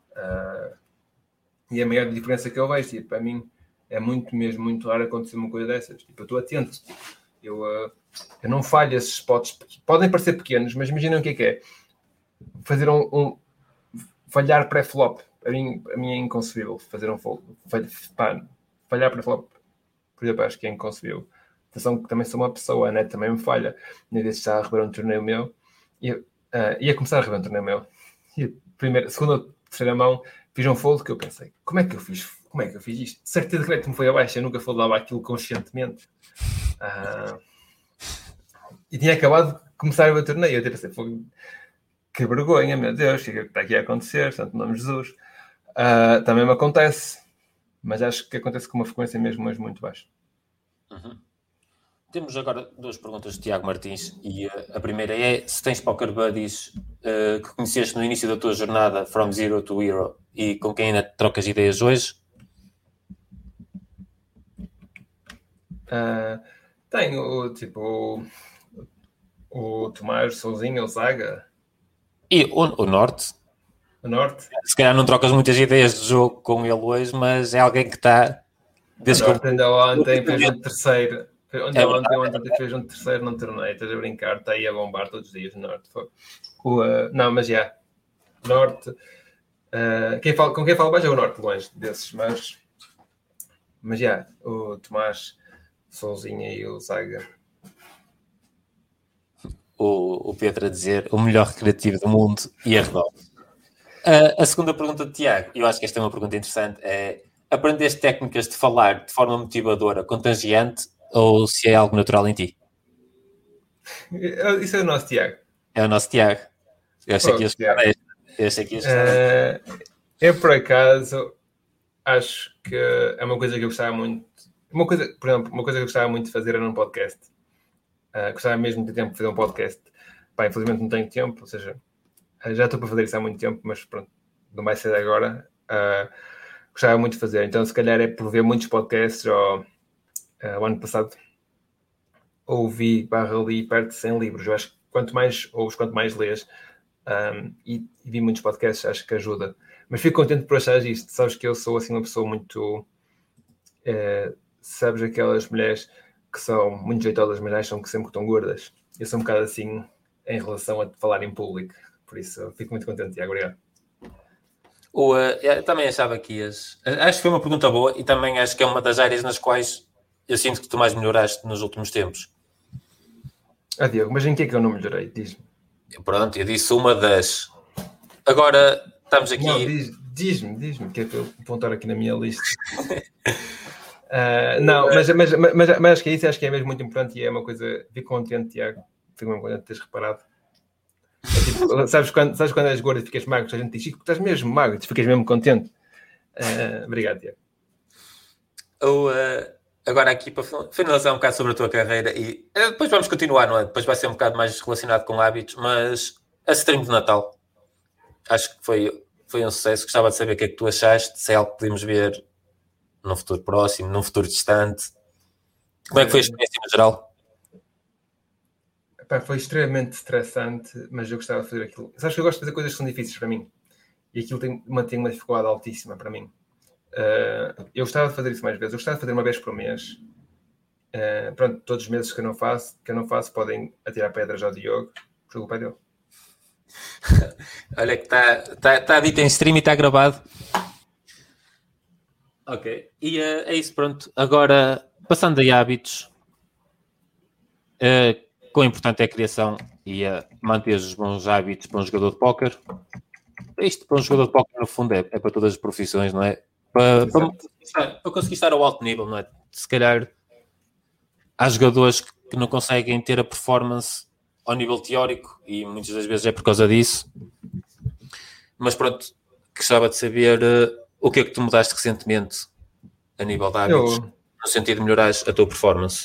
B: E a maior diferença que eu vejo, tipo, para mim é muito raro acontecer uma coisa dessas. Tipo, eu estou atento, tipo, eu não falho esses spots, podem parecer pequenos, mas imaginem o que é. fazer falhar pré-flop. A mim é inconcebível fazer um fold. Falhar pré-flop, por exemplo, acho que é inconcebível. Atenção que também sou uma pessoa, né? Também me falha. Nem desse está a rever um torneio meu. Ia começar a rever um torneio meu. E segunda ou terceira mão, fiz um fold que eu pensei, como é que eu fiz isto? De certeza que me foi abaixo, eu nunca foldava aquilo conscientemente. E tinha acabado de começar o torneio. Eu pensei, que vergonha, meu Deus, o que está aqui a acontecer? Santo nome de Jesus. Também me acontece, mas acho que acontece com uma frequência mesmo, mas muito baixa.
A: Uhum. Temos agora duas perguntas de Tiago Martins, e a primeira é se tens poker buddies que conheceste no início da tua jornada from zero to hero e com quem ainda trocas ideias hoje?
B: Tenho, tipo, o Tomás, o Souzinho, o Zaga.
A: E o Norte?
B: O Norte.
A: Se calhar não trocas muitas ideias de jogo com ele hoje, mas é alguém que está...
B: O Norte ainda ontem fez um terceiro. Ontem fez um terceiro num torneio. Estás a brincar, está aí a bombar todos os dias o Norte. Não, mas já. Norte. Com quem falo mais é o Norte, longe desses, mas já. O Tomás, Souzinha e o Zaga.
A: O Pedro a dizer o melhor recreativo do mundo e a redonda. A segunda pergunta de Tiago, eu acho que esta é uma pergunta interessante, é: aprendeste técnicas de falar de forma motivadora, contagiante, ou se é algo natural em ti?
B: Isso é o nosso Tiago.
A: É o nosso Tiago. Eu achei que
B: eu, por acaso, acho que é uma coisa que eu gostava muito. Por exemplo, uma coisa que eu gostava muito de fazer era um podcast. Gostava mesmo de ter tempo de fazer um podcast. Infelizmente não tenho tempo, ou seja, já estou para fazer isso há muito tempo, mas pronto, não vai ser agora. Gostava muito de fazer, então se calhar é por ver muitos podcasts. O ano passado ouvi li perto de 100 livros. Eu acho que quanto mais ouves, quanto mais lês, e vi muitos podcasts, acho que ajuda. Mas fico contente por achar isto. Sabes que eu sou assim uma pessoa muito... sabes aquelas mulheres que são muito jeitosas, mas acham que sempre estão gordas? Eu sou um bocado assim em relação a falar em público. Por isso, fico muito contente, Tiago. Obrigado.
A: Eu também achava que ias... Acho que foi uma pergunta boa e também acho que é uma das áreas nas quais eu sinto que tu mais melhoraste nos últimos tempos.
B: Diogo, mas em que é que eu não melhorei? Diz-me.
A: Pronto, eu disse uma das... Agora estamos aqui...
B: Não, diz-me, que é para eu apontar aqui na minha lista. Não, mas acho que é isso, acho que é mesmo muito importante e é uma coisa... Fico contente, Tiago. Fico mesmo contente de teres reparado. Tipo, sabes quando és gordo e ficas magro, a gente diz, Chico, estás mesmo magro, ficas mesmo contente. Obrigado, Tiago.
A: Agora aqui para finalizar um bocado sobre a tua carreira e depois vamos continuar, não é? Depois vai ser um bocado mais relacionado com hábitos, mas a stream de Natal acho que foi um sucesso. Gostava de saber o que é que tu achaste, se é algo que podemos ver num futuro próximo, num futuro distante. Como é que foi a experiência no geral?
B: Foi extremamente estressante, mas eu gostava de fazer aquilo. Sabes que eu gosto de fazer coisas que são difíceis para mim e aquilo mantém uma dificuldade altíssima para mim. Eu gostava de fazer isso mais vezes. Eu gostava de fazer uma vez por mês. Pronto, todos os meses que eu não faço podem atirar pedras ao Diogo, por culpa dele.
A: Olha que está dito em stream e está gravado. Ok, e é isso, pronto. Agora, passando a hábitos, quão importante é a criação e manter os bons hábitos para um jogador de póquer. Isto para um jogador de póquer, no fundo, é para todas as profissões, não é? Para conseguir estar ao alto nível, não é? Se calhar há jogadores que não conseguem ter a performance ao nível teórico e muitas das vezes é por causa disso. Mas pronto, gostava de saber o que é que tu mudaste recentemente a nível de hábitos, no sentido de melhorar a tua performance.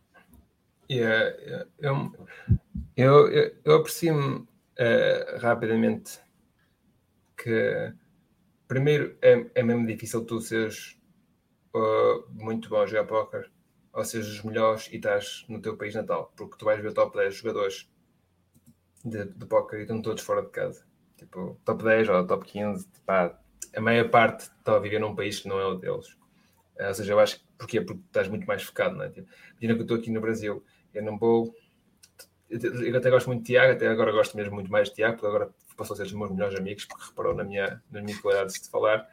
B: Eu aprecio-me rapidamente que primeiro é mesmo difícil tu seres muito bom a jogar póquer ou seres os melhores e estás no teu país natal, porque tu vais ver o top 10 jogadores de póquer e estão todos fora de casa, tipo top 10 ou top 15, pá, a maior parte está a viver num país que não é o deles. Ou seja, eu acho que porque estás muito mais focado, não é? Tipo, imagina que eu estou aqui no Brasil, eu não vou... Eu até gosto muito de Tiago, até agora gosto mesmo muito mais de Tiago, porque agora passou a ser os meus melhores amigos, porque reparou na minha qualidade de falar.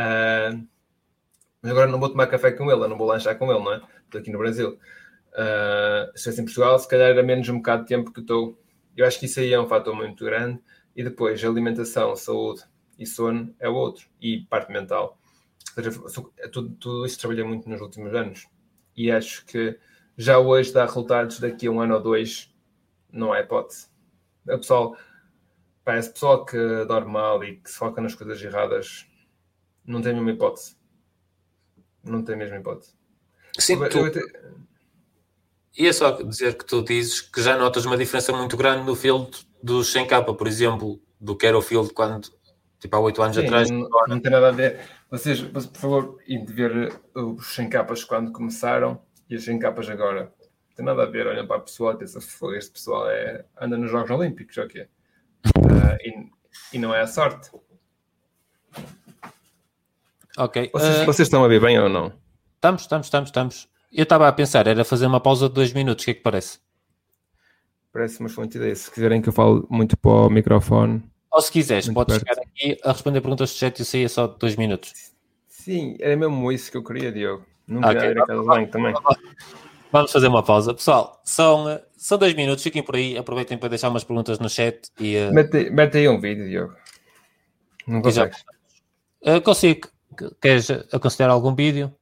B: Mas agora não vou tomar café com ele, eu não vou lanchar com ele, não é? Estou aqui no Brasil. Se estivesse em Portugal, se calhar era menos um bocado de tempo que estou. Eu acho que isso aí é um fator muito grande. E depois, alimentação, saúde e sono é outro. E parte mental. Ou seja, tudo isso trabalhei muito nos últimos anos. E acho que já hoje dá resultados daqui a 1 ano ou 2. Não há hipótese. O pessoal, esse pessoal que dorme mal e que se foca nas coisas erradas não tem mesmo hipótese. Não tem mesmo hipótese.
A: Sim, ia só dizer que tu dizes que já notas uma diferença muito grande no field dos 100K, por exemplo, do que era o field quando, tipo, há 8 anos atrás.
B: Não tem nada a ver. Vocês, por favor, ir ver os 100K quando começaram e os 100K agora. Não tem nada a ver. Olham para a pessoa e pensam, este pessoal anda nos Jogos Olímpicos, ou quê? E não é a sorte.
A: Ok.
B: Vocês estão a ver bem ou não?
A: Estamos. Eu estava a pensar, era fazer uma pausa de 2 minutos, o que é que parece?
B: Parece uma excelente ideia. Se quiserem que eu fale muito para o microfone...
A: Ou se quiseres, podes chegar aqui a responder perguntas do chat e sair só de 2 minutos.
B: Sim, era mesmo isso que eu queria, Diogo. Não queria ir a casa de banho também.
A: Vamos fazer uma pausa. Pessoal, são 2 minutos, fiquem por aí, aproveitem para deixar umas perguntas no chat e...
B: Mete aí um vídeo, Diogo. Não consegues?
A: Consigo. Queres aconselhar algum vídeo?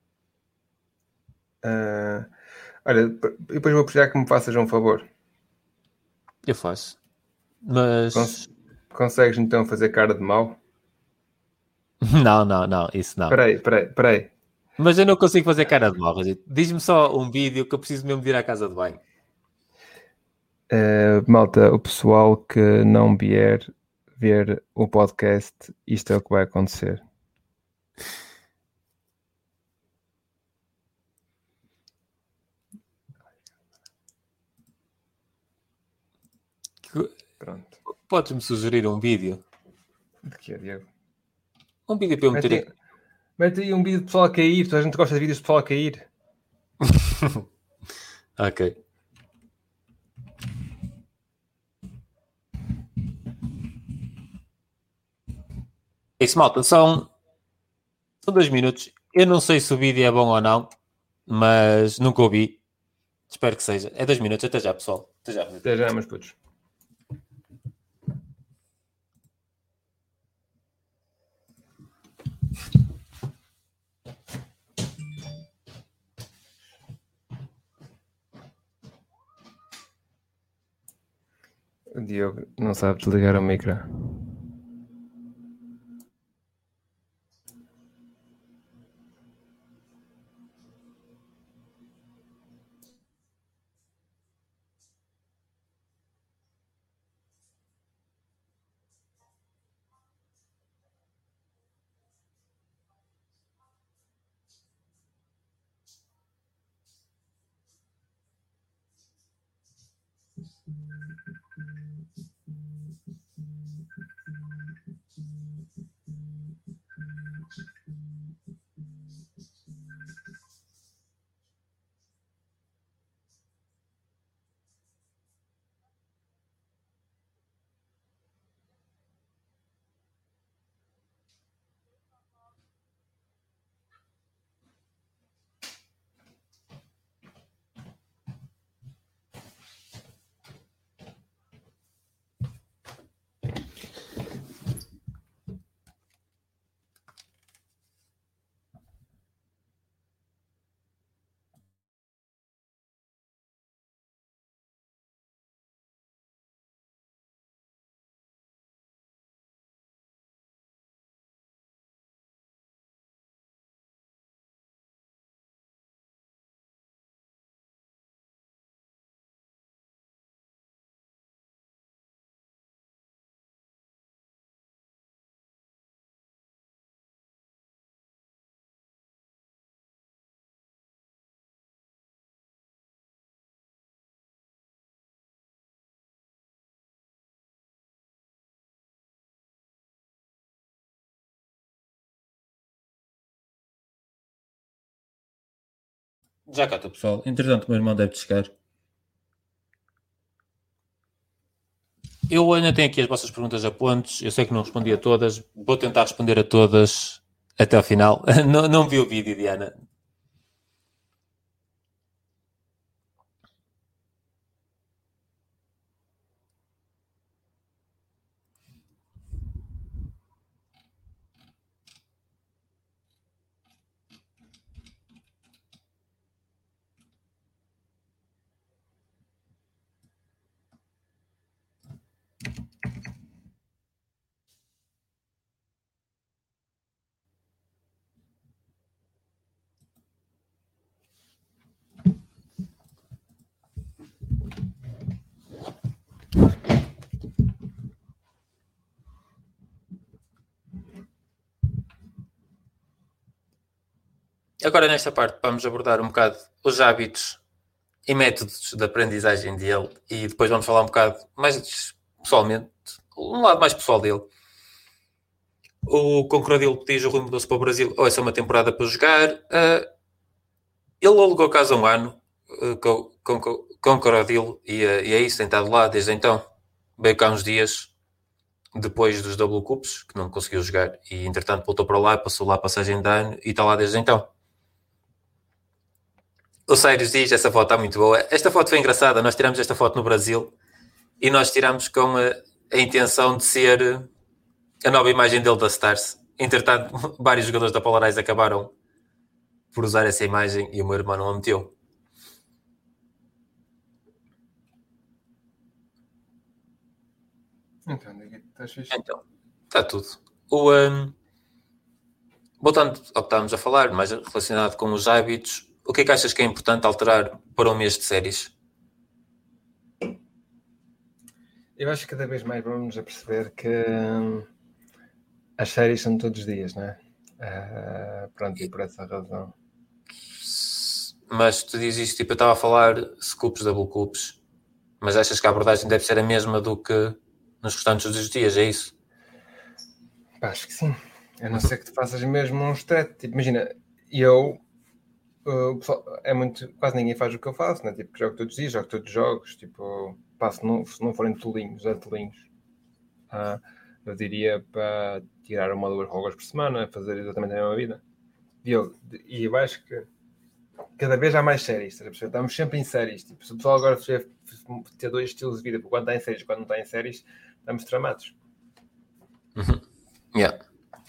B: Olha, depois vou precisar que me faças um favor.
A: Eu faço. Mas...
B: Consegues então fazer cara de mau?
A: Não, isso não.
B: Espera aí.
A: Mas eu não consigo fazer cara de mau, Rogério. Diz-me só um vídeo que eu preciso mesmo de ir à casa de banho.
B: Malta, o pessoal que não vier ver o podcast, isto é o que vai acontecer. Pronto.
A: Podes-me sugerir um vídeo?
B: De que é, Diego?
A: Um vídeo para eu meter aqui.
B: Mete aí um vídeo de pessoal a cair. Toda a gente gosta de vídeos de pessoal a cair.
A: Ok. Isso, malta, são 2 minutos. Eu não sei se o vídeo é bom ou não, mas nunca ouvi. Espero que seja. É 2 minutos. Até já, pessoal.
B: Até já, meus putos. O Diogo não sabe desligar o micro.
A: Já cá estou, pessoal. Entretanto, o meu irmão deve chegar. Eu ainda tenho aqui as vossas perguntas a pontos. Eu sei que não respondi a todas. Vou tentar responder a todas até ao final. Não vi o vídeo, Diana. Agora, nesta parte, vamos abordar um bocado os hábitos e métodos de aprendizagem dele e depois vamos falar um bocado mais pessoalmente, um lado mais pessoal dele. O Concrodilo diz: o Rui mudou-se para o Brasil, ou essa é uma temporada para jogar. Ele alugou casa há um ano com Concrodilo e é isso, tem estado lá desde então. Veio cá uns dias depois dos Double Cups, que não conseguiu jogar, e entretanto voltou para lá, passou lá a passagem de ano e está lá desde então. O Cyrus diz: essa foto está muito boa. Esta foto foi engraçada. Nós tiramos esta foto no Brasil e nós tiramos com a intenção de ser a nova imagem dele da Stars. Entretanto, vários jogadores da Polarize acabaram por usar essa imagem e o meu irmão não a meteu. Então, está tudo. Voltando ao que estávamos a falar, mais relacionado com os hábitos, o que é que achas que é importante alterar para um mês de séries?
B: Eu acho que cada vez mais vamos a perceber que as séries são todos os dias, não é? Pronto, e por essa razão.
A: Mas tu dizes isto, tipo, eu estava a falar scoops, double coops, mas achas que a abordagem deve ser a mesma do que nos restantes dos dias, é isso?
B: Acho que sim. A não ser que tu faças mesmo um stretch. Tipo, imagina, eu... quase ninguém faz o que eu faço, né? Tipo, jogo todos os dias, jogo todos os jogos, tipo, passo, se não forem tolinhos, eu diria para tirar 1 ou 2 folgas por semana, fazer exatamente a mesma vida. E eu acho que cada vez há mais séries, estamos sempre em séries. Tipo, se o pessoal agora ter 2 estilos de vida, quando está em séries e quando não está em séries, estamos tramados.
A: Yeah.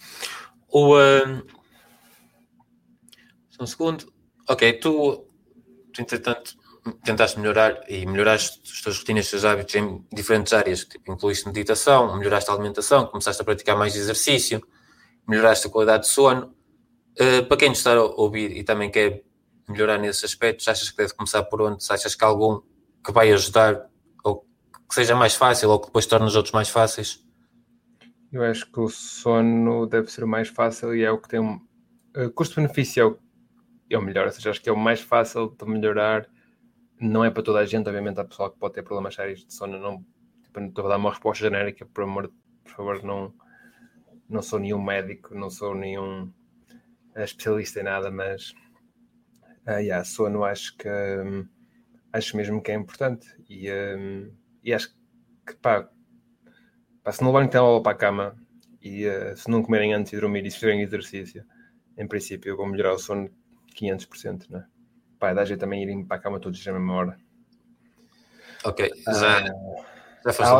A: Um segundo. Ok, tu entretanto tentaste melhorar e melhoraste as tuas rotinas, os teus hábitos em diferentes áreas, tipo, incluíste meditação, melhoraste a alimentação, começaste a praticar mais exercício, melhoraste a qualidade de sono. Para quem nos está a ouvir e também quer melhorar nesses aspectos, achas que deve começar por onde? Se achas que há algum que vai ajudar ou que seja mais fácil ou que depois torne os outros mais fáceis?
B: Eu acho que o sono deve ser o mais fácil e é o que tem custo-benefício é o melhor, ou seja, acho que é o mais fácil de melhorar. Não é para toda a gente, obviamente há pessoal que pode ter problemas sérios de sono. Não estou a dar uma resposta genérica, por favor, não sou nenhum médico, não sou nenhum especialista em nada, mas sono acho mesmo que é importante e acho que se não levarem então para a cama e se não comerem antes de dormir e se fizerem exercício, em princípio eu vou melhorar o sono 500%, não é? Dá jeito também irem para a cama todos à mesma hora.
A: Ok, já foste.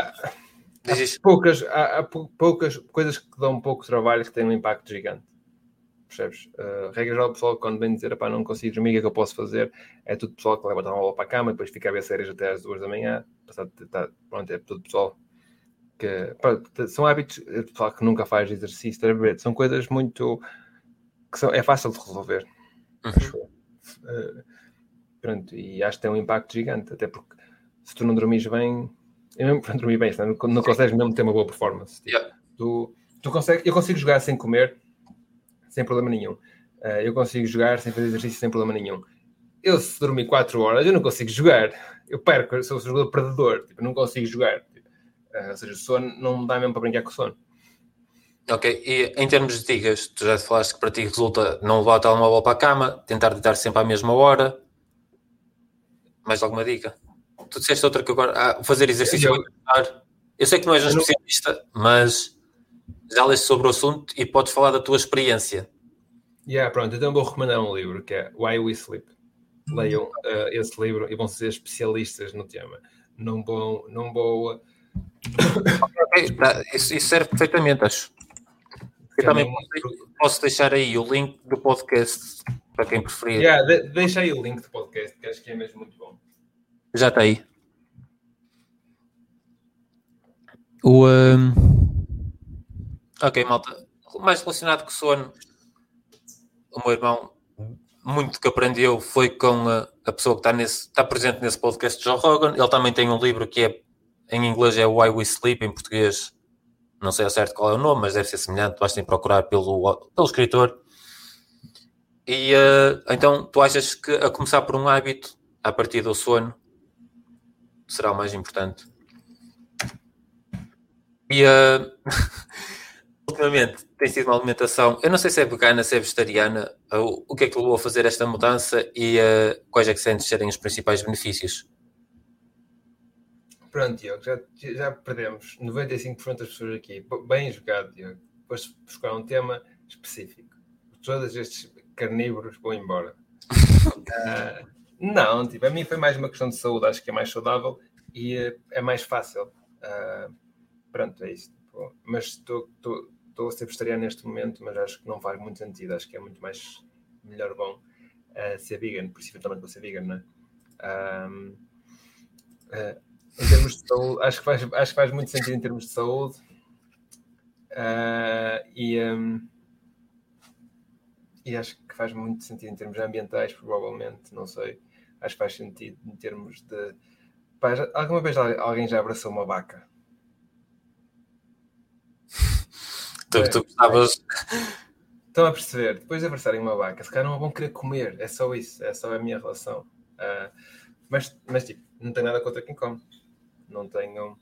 B: Há poucas coisas que dão um pouco de trabalho que têm um impacto gigante. Percebes? Regra geral, o pessoal quando vem dizer não consigo dormir, o que é que eu posso fazer? É tudo pessoal que leva a bola para a cama, depois fica a ver séries até às 2 da manhã. Pronto, é tudo pessoal que são hábitos de pessoal que nunca faz exercício. São coisas muito que é fácil de resolver. Pronto, e acho que tem um impacto gigante, até porque se tu não dormires bem, eu mesmo para dormir bem, não consegues mesmo ter uma boa performance. Eu consigo jogar sem comer sem problema nenhum. Eu consigo jogar sem fazer exercício sem problema nenhum. Eu, se dormir 4 horas, eu não consigo jogar. Eu perco, eu sou um jogador perdedor. Tipo, não consigo jogar. Ou seja, o sono não me dá mesmo para brincar com o sono.
A: Ok, e em termos de dicas, tu já te falaste que para ti resulta não levar o telemóvel para a cama, tentar deitar sempre à mesma hora. Mais alguma dica? Tu disseste outra que agora fazer exercício. Eu sei que não és um especialista, mas já leste sobre o assunto e podes falar da tua experiência.
B: Pronto, então vou recomendar um livro que é Why We Sleep. Leiam esse livro e vão ser especialistas no tema. Não vou
A: Okay, isso serve perfeitamente, acho. Eu também posso deixar aí o link do podcast para quem preferir.
B: Deixa aí o link do podcast, que acho que é mesmo muito bom.
A: Já está aí. Ok, malta. Mais relacionado com o sono, o meu irmão, muito que aprendeu foi com a pessoa que está presente nesse podcast de Joe Rogan. Ele também tem um livro que é, em inglês é Why We Sleep, em português não sei ao certo qual é o nome, mas deve ser semelhante, basta procurar pelo escritor. E então tu achas que a começar por um hábito, a partir do sono, será o mais importante? E ultimamente tem sido uma alimentação, eu não sei se é vegana, se é vegetariana, o que é que levou a fazer esta mudança e quais é que sentes serem os principais benefícios?
B: Pronto, Diogo, já perdemos 95% das pessoas aqui. Bem jogado, Diogo. Depois buscar um tema específico. Todos estes carnívoros vão embora. Não, tipo, a mim foi mais uma questão de saúde. Acho que é mais saudável e é mais fácil. Pronto, é isso. Mas estou a ser vegetariano neste momento, mas acho que não faz muito sentido. Acho que é muito mais melhor bom ser vegan, principalmente para ser vegan, não é? Em termos de saúde, acho que faz muito sentido em termos de saúde. E acho que faz muito sentido em termos ambientais, provavelmente, não sei. Acho que faz sentido em termos de... alguma vez alguém já abraçou uma vaca?
A: Tu gostavas...
B: Estão a perceber? Depois de abraçarem uma vaca, se calhar não vão querer comer. É só isso. É só a minha relação. Mas tipo, não tenho nada contra quem come. Não tenho...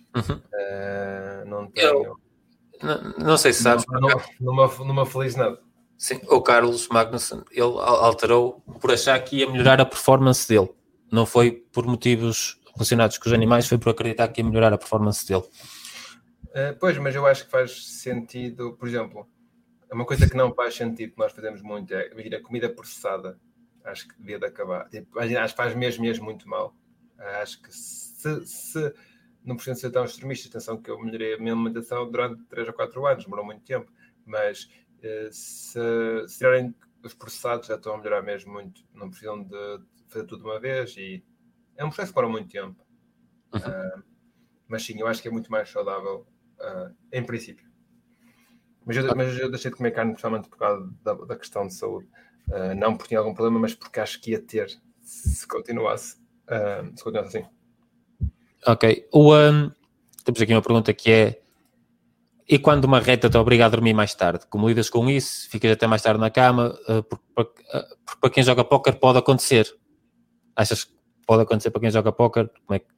B: não tenho...
A: Não sei se sabes...
B: Numa feliz nada.
A: Sim, o Carlos Magnusson, ele alterou por achar que ia melhorar a performance dele. Não foi por motivos relacionados com os animais, foi por acreditar que ia melhorar a performance dele.
B: Pois, mas eu acho que faz sentido, por exemplo, uma coisa que não faz sentido, que nós fazemos muito, é a comida processada. Acho que devia de acabar. Tipo, acho que faz mesmo muito mal. Acho que se não precisa ser tão extremista, atenção que eu melhorei a minha alimentação durante 3 ou 4 anos, demorou muito tempo, mas se tirarem os processados já estão a melhorar mesmo muito. Não precisam de fazer tudo de uma vez e é um processo que demora muito tempo. Mas sim, eu acho que é muito mais saudável em princípio. Mas eu deixei de comer carne principalmente por causa da questão de saúde. Não porque tinha algum problema, mas porque acho que ia ter se continuasse assim.
A: Ok. Temos aqui uma pergunta que é: e quando uma reta te obriga a dormir mais tarde? Como lidas com isso? Ficas até mais tarde na cama? Porque para quem joga póquer pode acontecer. Achas que pode acontecer para quem joga póquer? Como é que...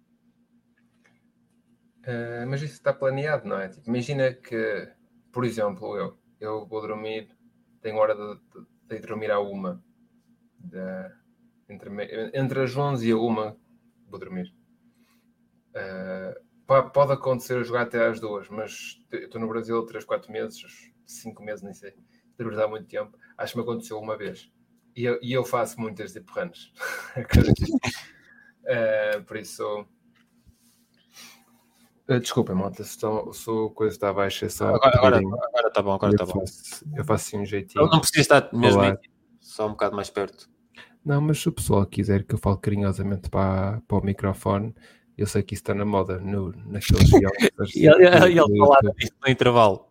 B: mas isso está planeado, não é? Tipo, imagina que, por exemplo, eu vou dormir, tenho hora de dormir à 1. Entre as 11 e a 1 vou dormir. Pode acontecer eu jogar até às 2, mas estou no Brasil 3, 4 meses, 5 meses, nem sei. Depois há muito tempo. Acho que me aconteceu uma vez. E eu faço muitas de runs. Por isso... Desculpa, malta, se a coisa está baixa, é só...
A: Agora está bom,
B: Eu faço assim um jeitinho.
A: Não precisa estar mesmo só um bocado mais perto.
B: Não, mas se o pessoal quiser que eu fale carinhosamente para o microfone, eu sei que isso está na moda, naqueles youngsters.
A: Ele falava disso no intervalo.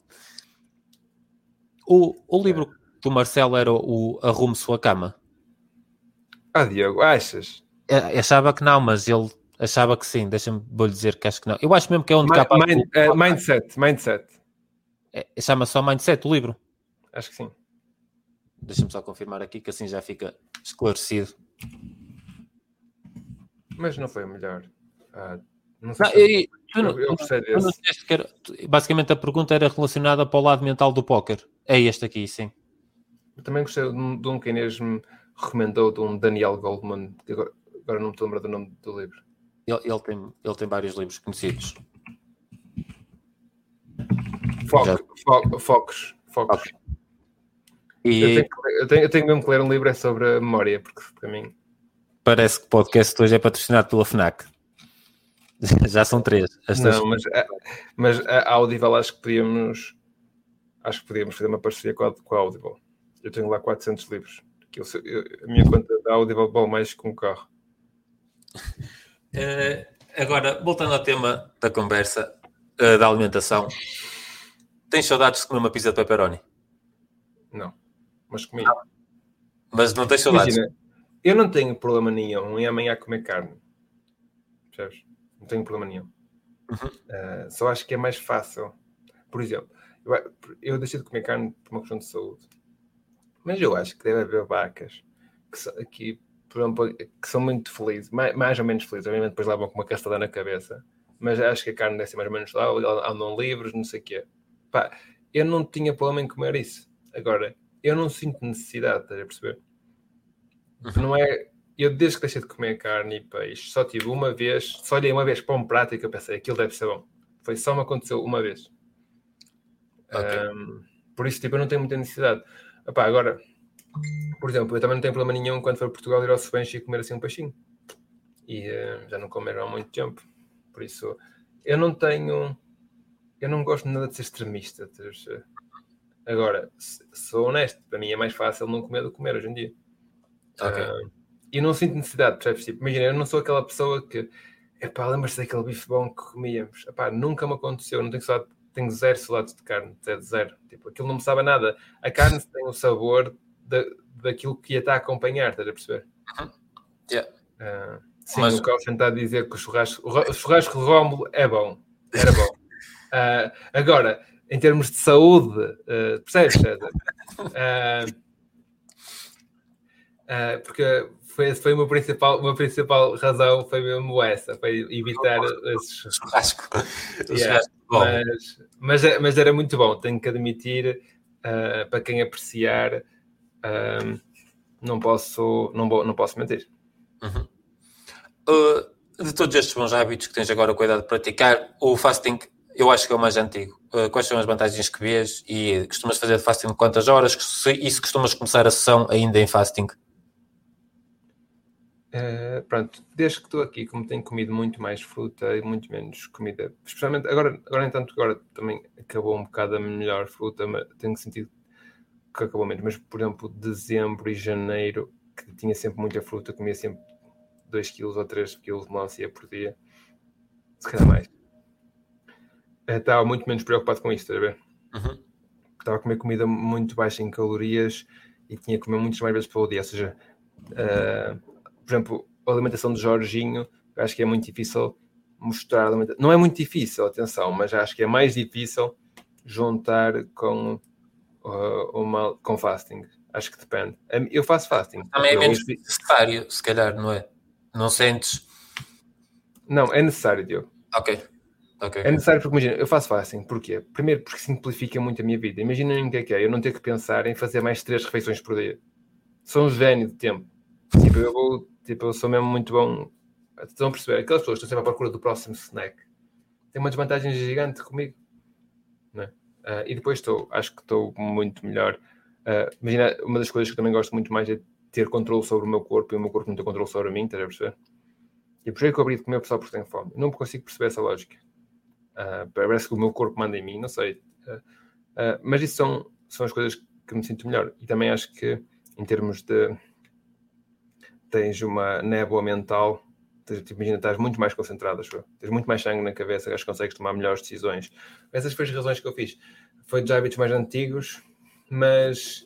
A: O livro do Marcelo era o Arrume Sua Cama.
B: Diogo, achas?
A: Achava que não, mas ele achava que sim. Vou-lhe dizer que acho que não. Eu acho mesmo que é onde capa...
B: Mindset.
A: Chama só Mindset o livro?
B: Acho que sim.
A: Deixa-me só confirmar aqui, que assim já fica esclarecido.
B: Mas não foi o melhor. Não sei eu gostei desse.
A: Basicamente a pergunta era relacionada para o lado mental do póquer. É este aqui, sim.
B: Eu também gostei de um que a Inês me recomendou, de um Daniel Goldman, que agora não me estou a lembrar do nome do livro.
A: Ele tem vários livros conhecidos.
B: Focos.
A: Okay. E
B: Eu tenho mesmo que ler um livro sobre a memória, porque para mim...
A: Parece que o podcast hoje é patrocinado pela FNAC. Já são 3.
B: Não, mas a Audible acho que podíamos fazer uma parceria com a Audible. Eu tenho lá 400 livros. A minha conta da Audible vale mais que um carro.
A: Agora, voltando ao tema da conversa, da alimentação, tens saudades de comer uma pizza de pepperoni?
B: Não, mas comi.
A: Mas não tens saudades?
B: Imagina, eu não tenho problema nenhum em amanhã comer carne. Percebes? Não tenho problema nenhum. Só acho que é mais fácil. Por exemplo, eu deixei de comer carne por uma questão de saúde. Mas eu acho que deve haver vacas que por exemplo, que são muito felizes, mais ou menos felizes. Obviamente depois levam com uma castada na cabeça. Mas acho que a carne deve ser mais ou menos lá, andam livres, não sei o quê. Pá, eu não tinha problema em comer isso. Agora, eu não sinto necessidade, estás a perceber? Não é... Eu, desde que deixei de comer carne e peixe, só tive uma vez, só olhei uma vez para um prato e que eu pensei, aquilo deve ser bom. Só me aconteceu uma vez. Okay. Por isso, tipo, eu não tenho muita necessidade. Epá, agora, por exemplo, eu também não tenho problema nenhum quando for a Portugal ir ao Sebenche e comer assim um peixinho. E já não comeram há muito tempo. Por isso, eu não gosto nada de ser extremista. Agora, sou honesto, para mim é mais fácil não comer do que comer hoje em dia.
A: Ok.
B: E não sinto necessidade, percebes? Tipo, imagina, eu não sou aquela pessoa que... Epá, lembras-te daquele bife bom que comíamos? Epá, nunca me aconteceu, não tenho saudade, tenho 0 saudades de carne, zero. Tipo, aquilo não me sabe nada. A carne tem o sabor daquilo que ia estar a acompanhar, estás a perceber?
A: Yeah.
B: Sim, mas... o Carlos está a dizer que o churrasco de Rómulo é bom. Era bom. Agora, em termos de saúde, percebes, César? Porque foi uma principal razão, foi mesmo essa, foi evitar esse
A: churrasco.
B: Mas era muito bom, tenho que admitir, para quem apreciar, não posso mentir.
A: De todos estes bons hábitos que tens agora cuidado de praticar, o fasting eu acho que é o mais antigo. Quais são as vantagens que vês? E costumas fazer fasting quantas horas? E se costumas começar a sessão ainda em fasting?
B: Pronto, desde que estou aqui, como tenho comido muito mais fruta e muito menos comida, especialmente agora também acabou um bocado a melhor fruta, mas tenho sentido que acabou menos. Mas, por exemplo, dezembro e janeiro, que tinha sempre muita fruta, comia sempre 2 kg ou 3 kg de melancia por dia, se calhar mais. Estava muito menos preocupado com isto, estás a ver? Estava a comer comida muito baixa em calorias e tinha que comer muitas mais vezes pelo dia, ou seja, por exemplo, a alimentação de Jorginho, eu acho que é muito difícil mostrar a alimentação. Não é muito difícil, atenção, mas acho que é mais difícil juntar com fasting. Acho que depende. Eu faço fasting.
A: Também é menos necessário, se calhar, não é? Não sentes?
B: Não, é necessário, Diogo.
A: Ok.
B: É necessário porque, imagina, eu faço fasting. Porquê? Primeiro, porque simplifica muito a minha vida. Imaginem o que é eu não ter que pensar em fazer mais 3 refeições por dia. Sou um gênio de tempo. Eu sou mesmo muito bom. Estão a perceber? Aquelas pessoas que estão sempre à procura do próximo snack têm uma desvantagem gigante comigo. Não é? E depois acho que estou muito melhor. Imagina, uma das coisas que eu também gosto muito mais é ter controle sobre o meu corpo e o meu corpo não ter controle sobre mim, estás a perceber? E por isso que eu abri de comer só porque tenho fome. Eu não consigo perceber essa lógica. Parece que o meu corpo manda em mim, não sei. Mas isso são as coisas que me sinto melhor. E também acho que, em termos de... tens uma névoa mental, imagina, estás muito mais concentrado, tens muito mais sangue na cabeça, acho que consegues tomar melhores decisões. Essas foram as razões que eu fiz. Foi dos hábitos mais antigos, mas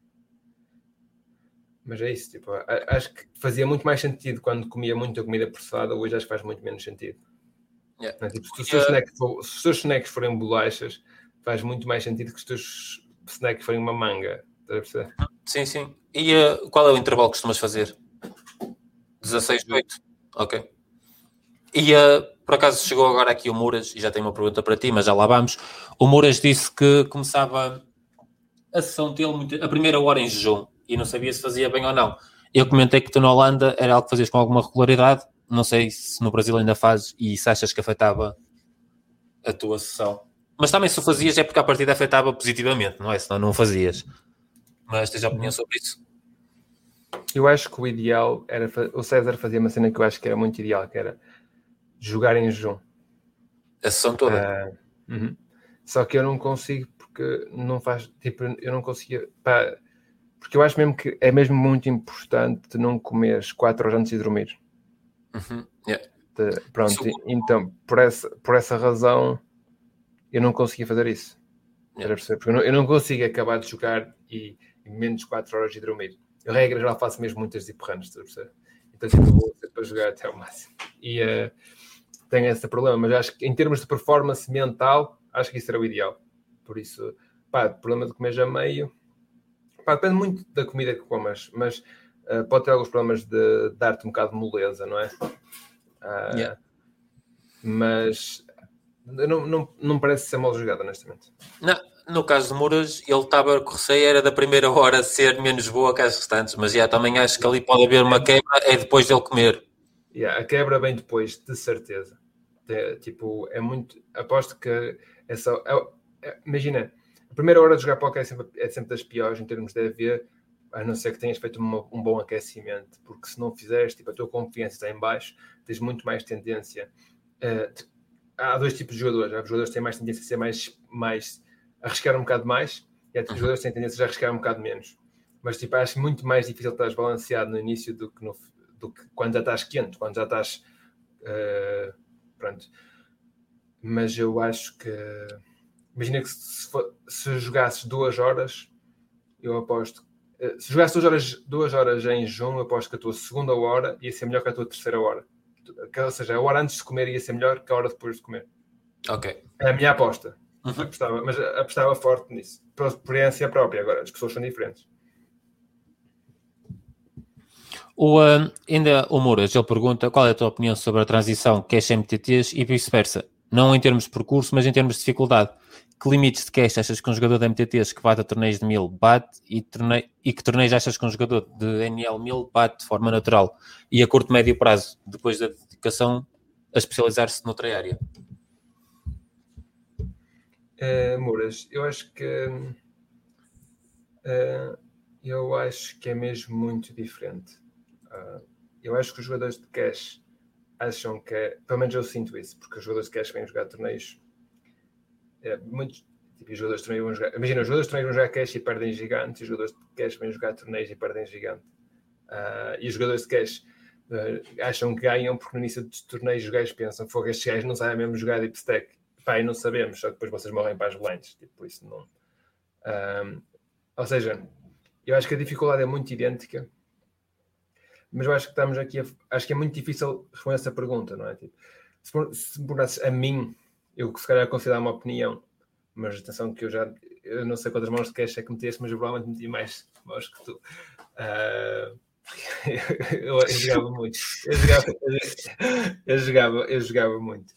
B: é isso, tipo, acho que fazia muito mais sentido quando comia muita comida processada, hoje acho que faz muito menos sentido.
A: Yeah.
B: Tipo, se os teus snacks forem bolachas, faz muito mais sentido que os teus snacks forem uma manga. Estás a perceber?
A: Sim. E qual é o intervalo que costumas fazer? 16-8? Ok. E por acaso chegou agora aqui o Muras, e já tenho uma pergunta para ti, mas já lá vamos. O Muras disse que começava a sessão dele a primeira hora em jejum e não sabia se fazia bem ou não. Eu comentei que tu na Holanda era algo que fazias com alguma regularidade. Não sei se no Brasil ainda fazes e se achas que afetava a tua sessão. Mas também se o fazias é porque a partida afetava positivamente, não é? Senão não o fazias. Mas tens opinião sobre isso?
B: Eu acho que o ideal era... O César fazia uma cena que eu acho que era muito ideal, que era jogar em jejum.
A: A sessão toda.
B: Só que eu não consigo, porque não faz... Tipo, eu não conseguia... Pá, porque eu acho mesmo que é mesmo muito importante não comeres 4 horas antes de dormir.
A: Yeah.
B: Pronto, então, por essa razão, eu não conseguia fazer isso.
A: Yeah.
B: Porque eu não consigo acabar de jogar e em menos de 4 horas de dormir. Eu, regra, já faço mesmo muitas deep runs, estás a perceber? Então, tipo, vou sempre para jogar até ao máximo. E tenho esse problema, mas acho que em termos de performance mental, acho que isso era o ideal. Por isso, pá, o problema de comer a meio, pá, depende muito da comida que comas, mas pode ter alguns problemas de dar-te um bocado de moleza, não é?
A: Yeah.
B: Mas não parece ser mal jogado, honestamente.
A: Não, no caso de Muras, ele estava com receio, era da primeira hora ser menos boa que as restantes, mas também acho que ali pode haver uma quebra, é depois dele comer.
B: A quebra vem depois, de certeza. Tipo, é muito... Aposto que é só... imagina, a primeira hora de jogar póquer é sempre das piores em termos de EV, a não ser que tenhas feito um bom aquecimento, porque se não fizeres, tipo, a tua confiança está em baixo, tens muito mais tendência... há dois tipos de jogadores. Há jogadores que têm mais tendência a ser mais arriscar um bocado mais, e há jogadores que têm tendência a arriscar um bocado menos. Mas tipo, acho muito mais difícil estar balanceado no início do que quando já estás quente, quando já estás pronto. Mas eu acho que imagina que se jogasses 2 horas, eu aposto, se jogasses 2 horas em junho, eu aposto que a tua segunda hora ia ser melhor que a tua terceira hora. Ou seja, a hora antes de comer ia ser melhor que a hora depois de comer.
A: Ok.
B: É a minha aposta. Mas apostava forte nisso. Pela experiência própria. Agora, as pessoas são diferentes.
A: Ainda o Muras, ele pergunta qual é a tua opinião sobre a transição cash-MTTs e vice-versa. Não em termos de percurso, mas em termos de dificuldade. Que limites de cash achas que um jogador de MTTs que vai a torneios de 1000 bate e que torneios achas que um jogador de NL 1000 bate de forma natural e a curto médio prazo, depois da dedicação a especializar-se noutra área?
B: Muras, eu acho que é mesmo muito diferente. Eu acho que os jogadores de cash acham que pelo menos eu sinto isso, porque os jogadores de cash vêm jogar torneios muitos, tipo, os jogadores de torneio vão jogar, imagina, os jogadores de torneio vão jogar cash e perdem gigante, e os jogadores de cash vêm jogar torneios e perdem gigante. E os jogadores de cash acham que ganham porque no início dos torneios os gajos pensam, fogo, estes gajos não sabem mesmo jogar deep stack. Pá, e não sabemos, só que depois vocês morrem para as blinds, tipo, isso não... ou seja, eu acho que a dificuldade é muito idêntica, mas eu acho que estamos aqui acho que é muito difícil responder essa pergunta, não é? Tipo, se me perguntasses a mim, eu se calhar considero uma opinião, mas atenção que eu não sei quantas mãos de cash é que meteste, mas eu provavelmente meti mais mãos que tu. Eu jogava muito. Eu jogava muito.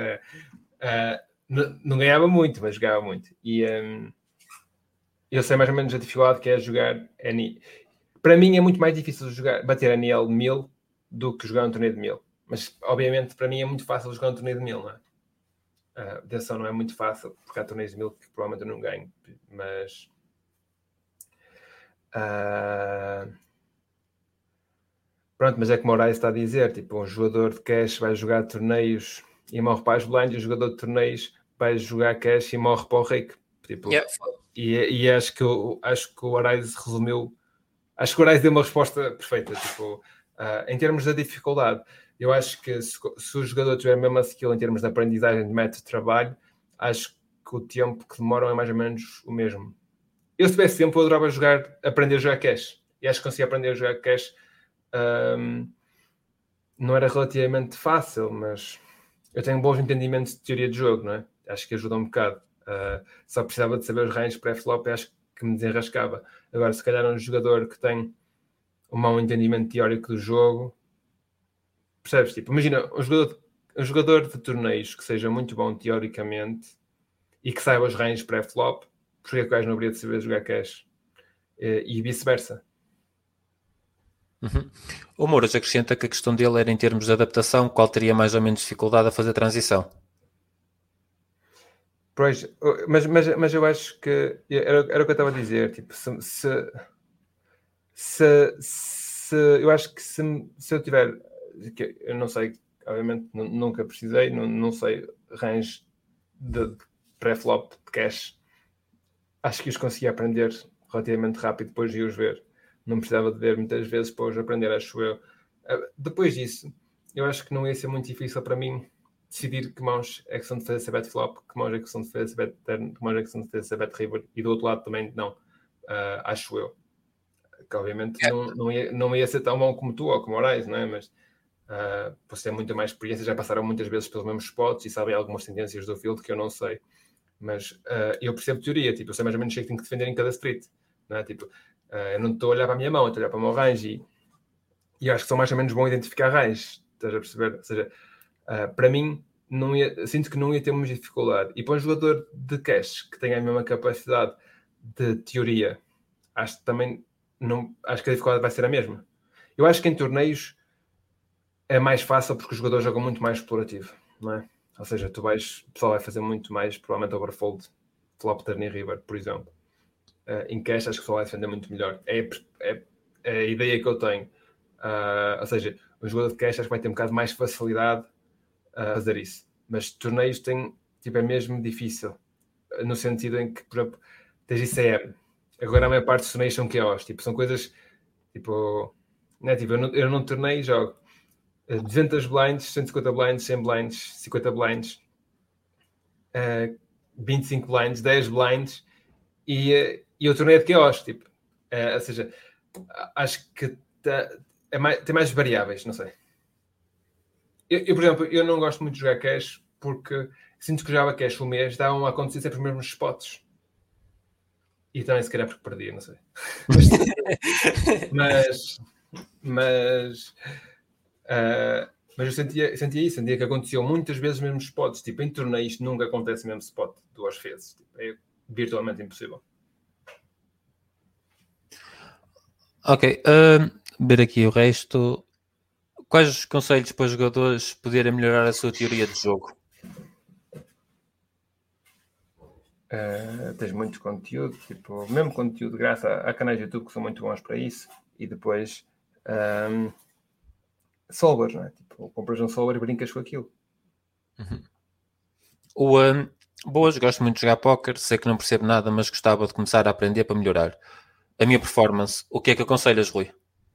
B: Não ganhava muito, mas jogava muito. E eu sei mais ou menos a dificuldade que é jogar. Para mim é muito mais difícil bater a NL 1000 do que jogar um torneio de 1000. Mas, obviamente, para mim é muito fácil jogar um torneio de 1000, não é? Atenção, não é muito fácil, porque há torneios de 1000 que provavelmente eu não ganho. Mas... pronto, mas é como o Horácio está a dizer, tipo, um jogador de cash vai jogar torneios e morre para as blinds, e um jogador de torneios vai jogar cash e morre para o rake. Tipo, e acho que o Horácio resumiu, acho que o Horácio deu uma resposta perfeita, tipo, em termos da dificuldade, eu acho que se o jogador tiver a mesma skill em termos de aprendizagem de método de trabalho, acho que o tempo que demoram é mais ou menos o mesmo. Eu, se tivesse tempo, eu adorava aprender a jogar cash, e acho que consegui aprender a jogar cash. Não era relativamente fácil, mas eu tenho bons entendimentos de teoria de jogo, não é? Acho que ajuda um bocado. Só precisava de saber os ranges pré-flop e acho que me desenrascava. Agora, se calhar um jogador que tem um mau entendimento teórico do jogo, percebes? Tipo, imagina, um jogador de torneios que seja muito bom teoricamente e que saiba os ranges pré-flop, porque é que o gajo não haveria de saber jogar cash? E vice-versa.
A: O Mouras acrescenta que a questão dele era em termos de adaptação, qual teria mais ou menos dificuldade a fazer a transição?
B: Pois, mas eu acho que era o que eu estava a dizer. Tipo, eu acho que se eu tiver, eu não sei, obviamente nunca precisei, não sei range de pré-flop de cash. Acho que os conseguia aprender relativamente rápido depois de os ver. Não precisava de ver muitas vezes para os aprender, acho eu. Depois disso, eu acho que não ia ser muito difícil para mim decidir que mãos é que são de fazer essa bet flop, que mãos é que são de fazer essa bet turn, que mãos é que são de fazer essa bet river, e do outro lado também não, acho eu. Que obviamente não ia ser tão bom como tu ou como Moraes, não é? Mas você tem muita mais experiência, já passaram muitas vezes pelos mesmos spots e sabem algumas tendências do field que eu não sei. Mas eu percebo teoria, tipo, eu sei mais ou menos o que tenho que defender em cada street, não é? Tipo, eu não estou a olhar para a minha mão, eu estou a olhar para o meu range e acho que sou mais ou menos bom a identificar range, estás a perceber? Ou seja, para mim, sinto que não ia ter muita dificuldade. E para um jogador de cash que tenha a mesma capacidade de teoria, acho que também acho que a dificuldade vai ser a mesma. Eu acho que em torneios é mais fácil porque os jogadores jogam muito mais explorativo, não é? Ou seja, o pessoal vai fazer muito mais, provavelmente, overfold, flop, turn e river, por exemplo. Em cash, acho que o pessoal vai defender muito melhor. É a ideia que eu tenho. Ou seja, o jogador de cash acho que vai ter um bocado mais facilidade a fazer isso. Mas torneios é mesmo difícil. No sentido em que, por exemplo, tens ICM. Agora a maior parte dos torneios são chaos. Tipo, são coisas, tipo... Né? Tipo, eu não torneio, jogo 200 blinds, 150 blinds, 100 blinds, 50 blinds, 25 blinds, 10 blinds e o torneio é de chaos, tipo. Ou seja, acho que tem mais variáveis, não sei. Eu, por exemplo, eu não gosto muito de jogar cash porque sinto que jogava cash um mês, davam a acontecer sempre os mesmos spots. E também se calhar porque perdia, não sei. Mas eu sentia isso, sentia que aconteciam muitas vezes os mesmos spots. Tipo, em torneios nunca acontece o mesmo spot duas vezes. Tipo, é virtualmente impossível.
A: Ok, ver aqui o resto. Quais os conselhos para os jogadores poderem melhorar a sua teoria de jogo?
B: Tens muito conteúdo, tipo, mesmo conteúdo, graças a canais de YouTube que são muito bons para isso. E depois solvers, não é? Tipo, compras um solver e brincas com aquilo.
A: Boas, gosto muito de jogar póquer, sei que não percebo nada, mas gostava de começar a aprender para melhorar a minha performance. O que é que aconselhas, Rui?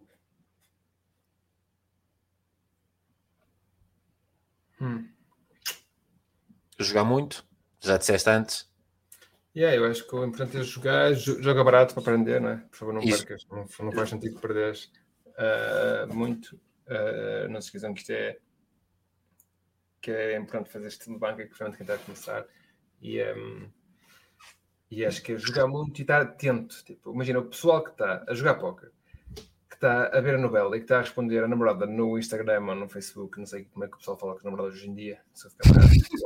A: Jogar muito? Já disseste antes?
B: Eu acho que o importante é joga barato para aprender, não é? Por favor, não percas, não faz sentido perderes muito. Não se esqueçam que isto é importante fazer este tipo de banca, que principalmente quem está a começar. E acho que é jogar muito e estar atento. Tipo, imagina o pessoal que está a jogar póquer, que está a ver a novela e que está a responder a namorada no Instagram ou no Facebook, não sei como é que o pessoal fala com as namoradas hoje em dia, se eu ficar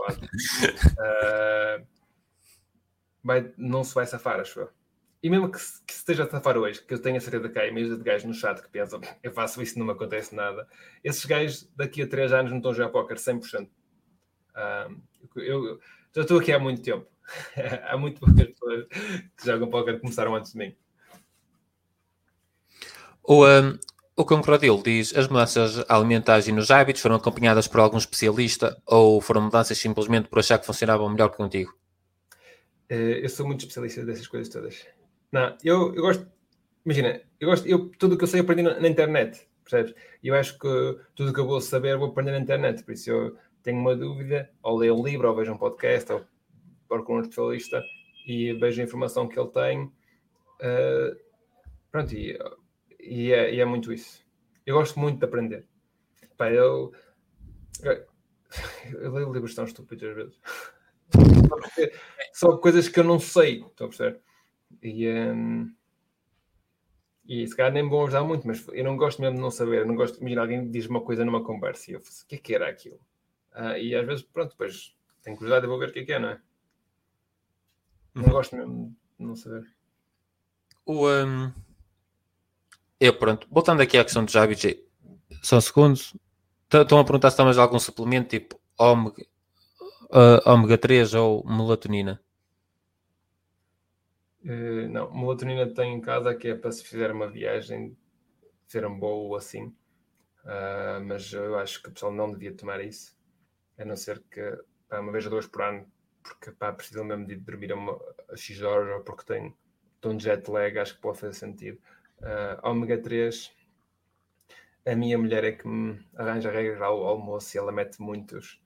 B: não se vai safar, acho eu. E mesmo que se esteja a safar hoje, que eu tenho a certeza que há e-mails de gajos no chat que pensam, eu faço isso e não me acontece nada, esses gajos daqui a 3 anos não estão a jogar póquer 100%. Eu já estou aqui há muito tempo. Há muito poucas pessoas que jogam póquer que começaram antes de mim.
A: O Concrodil diz: as mudanças alimentares e nos hábitos foram acompanhadas por algum especialista ou foram mudanças simplesmente por achar que funcionavam melhor que contigo?
B: Eu sou muito especialista dessas coisas todas. Não, eu gosto. Imagina, tudo o que eu sei aprendi na internet, percebes? E eu acho que tudo o que eu vou saber vou aprender na internet. Por isso eu tenho uma dúvida, ou leio um livro, ou vejo um podcast, ou procuro um especialista e vejo a informação que ele tem. Pronto, e é muito isso. Eu gosto muito de aprender. Pá, eu leio livros tão estúpidos às vezes. Só coisas que eu não sei, estou a perceber? E se calhar nem vão ajudar muito, mas eu não gosto mesmo de não saber. Eu não gosto de imaginar alguém diz uma coisa numa conversa e eu faço, o que era aquilo? E às vezes, pronto, depois tenho curiosidade e vou ver o que é, não é? Não gosto mesmo de não saber.
A: Pronto, voltando aqui à questão dos hábitos, só um segundo. Estão a perguntar se tens algum suplemento tipo Omega ômega 3 ou melatonina?
B: Não, melatonina tenho em casa, que é para se fizer uma viagem, ser um voo assim. Mas eu acho que o pessoal não devia tomar isso, a não ser que uma vez ou duas por ano, porque precisam mesmo de dormir a X horas, ou porque tem um jet lag, acho que pode fazer sentido. Ômega 3, a minha mulher é que me arranja regras ao almoço e ela mete muitos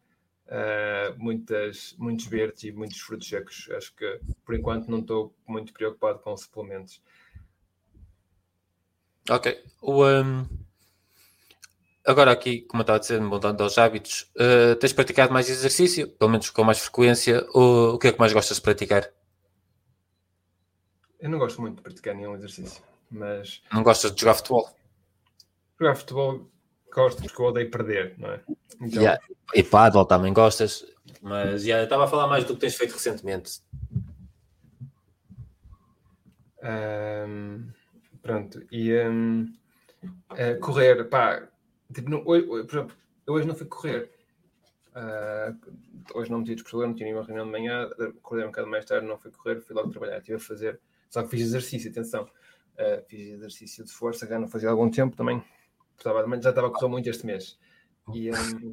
B: verdes e muitos frutos secos. Acho que por enquanto não estou muito preocupado com suplementos.
A: Ok. Agora aqui, como eu estava a dizer, mudando aos hábitos, tens praticado mais exercício, pelo menos com mais frequência, ou o que é que mais gostas de praticar?
B: Eu não gosto muito de praticar nenhum exercício, mas...
A: Não gostas de jogar futebol?
B: Jogar futebol gosto porque eu odeio perder, não é?
A: Então... E pádel também gostas, mas eu estava a falar mais do que tens feito recentemente.
B: Pronto, e correr, tipo, por exemplo, eu hoje não fui correr. Hoje não me tive disponível, não tinha nenhuma reunião de manhã, acordei um bocado mais tarde, não fui correr, fui logo trabalhar, estive a fazer, só que fiz exercício, atenção, fiz exercício de força, já não fazia há algum tempo também, já estava a correr muito este mês, e,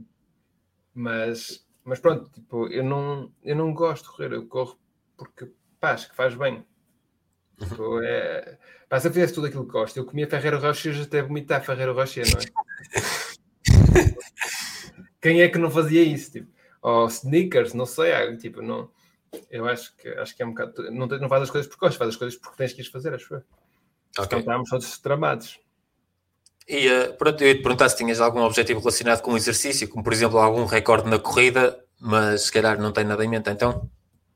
B: mas pronto, tipo, eu não gosto de correr, eu corro porque acho que faz bem. Tipo, se eu fizesse tudo aquilo que gosto, eu comia Ferrero Rocher até vomitar Ferrero Rocher, não é? Quem é que não fazia isso? Tipo, ou sneakers, não sei, tipo, não. Eu acho que é um bocado. Não faz as coisas porque gostas, faz as coisas porque tens que ir fazer, acho eu.
A: Okay.
B: Estamos todos tramados.
A: E pronto, eu ia te perguntar se tinhas algum objetivo relacionado com o exercício, como por exemplo algum recorde na corrida, mas se calhar não tem nada em mente, então?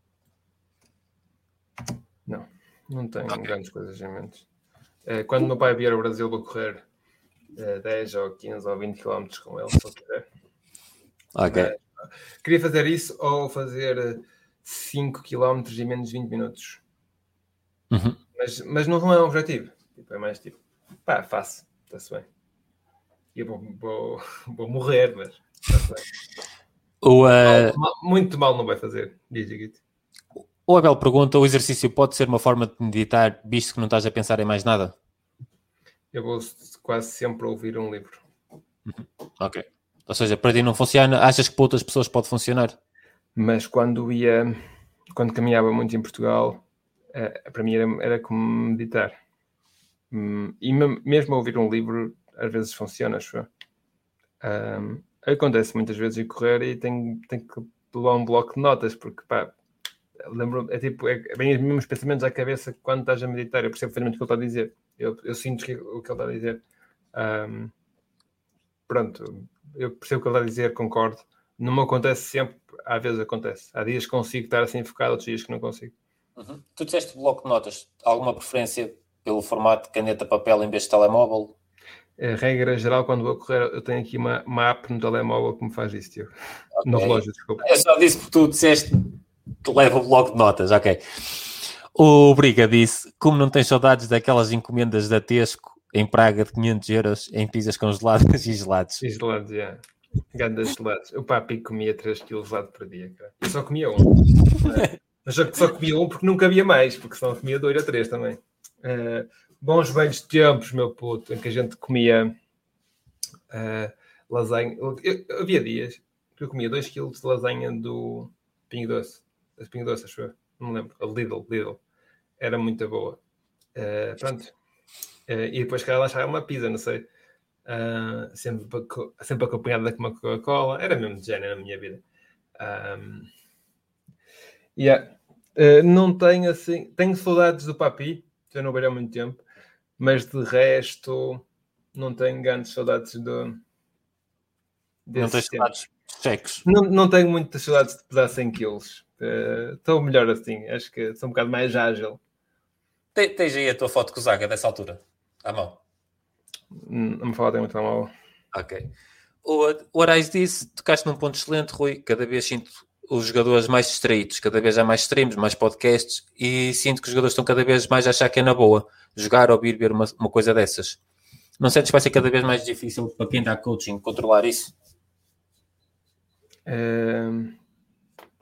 B: Não tenho grandes coisas em mente. Quando meu pai vier ao Brasil, vou correr 10 ou 15 ou 20 km com ele, se eu quiser.
A: Ok.
B: Queria fazer isso ou fazer 5 km em menos de 20 minutos.
A: Uhum.
B: Mas não é um objetivo. Tipo, é mais tipo, faço, está-se bem. E eu vou morrer, mas está-se bem. Muito mal não vai fazer, diz.
A: O Abel pergunta, o exercício pode ser uma forma de meditar, visto que não estás a pensar em mais nada?
B: Eu vou quase sempre ouvir um livro.
A: Ok. Ou seja, para ti não funciona, achas que para outras pessoas pode funcionar?
B: Mas quando caminhava muito em Portugal, para mim era como meditar. E mesmo ouvir um livro, às vezes funciona, acho. Acontece muitas vezes ir correr e tenho que levar um bloco de notas, porque lembro, vem os mesmos pensamentos à cabeça quando estás a meditar. Eu percebo perfeitamente o que ele está a dizer. Eu sinto o que ele está a dizer. Pronto, eu percebo o que ele está a dizer, concordo. Não me acontece sempre, às vezes acontece. Há dias que consigo estar assim focado, outros dias que não consigo.
A: Uhum. Tu disseste bloco de notas. Alguma preferência pelo formato de caneta-papel em vez de telemóvel?
B: A regra geral, quando vou correr, eu tenho aqui uma app no telemóvel que me faz isso, tio. Okay. No relógio, desculpa.
A: Eu só disse porque tu disseste que leva o bloco de notas, ok. O Briga disse, como não tens saudades daquelas encomendas da Tesco em Praga de 500 euros em pizzas congeladas e gelados?
B: E gelados, Grandes gelados. O papi comia 3 kg de gelado por dia, cara. Eu só comia um. Mas só comia um porque nunca havia mais, porque senão comia 2 ou 3 também. Bons velhos tempos, meu puto, em que a gente comia lasanha. Havia dias que eu comia 2 kg de lasanha do Pingo Doce. Das Pingo Doce, acho eu. Não me lembro. A Lidl. Era muito boa. Pronto. E depois cá lá achava uma pizza, não sei. Sempre acompanhada com uma Coca-Cola. Era mesmo de género na minha vida. Não tenho assim... Tenho saudades do papi. Já não vejo há muito tempo. Mas de resto... Não tenho grandes saudades do...
A: Não tens saudades cheques?
B: Não tenho muitas saudades de pesar 100 quilos. Estou melhor assim. Acho que sou um bocado mais ágil.
A: Tens aí a tua foto com o Zaga dessa altura? À mão?
B: Não me fala, tem muito mal.
A: Ok. O Arais disse, tocaste num ponto excelente, Rui. Cada vez sinto os jogadores mais distraídos. Cada vez há mais streams, mais podcasts. E sinto que os jogadores estão cada vez mais a achar que é na boa jogar ou vir ver uma coisa dessas. Não sentes que vai ser cada vez mais difícil para quem dá coaching controlar isso?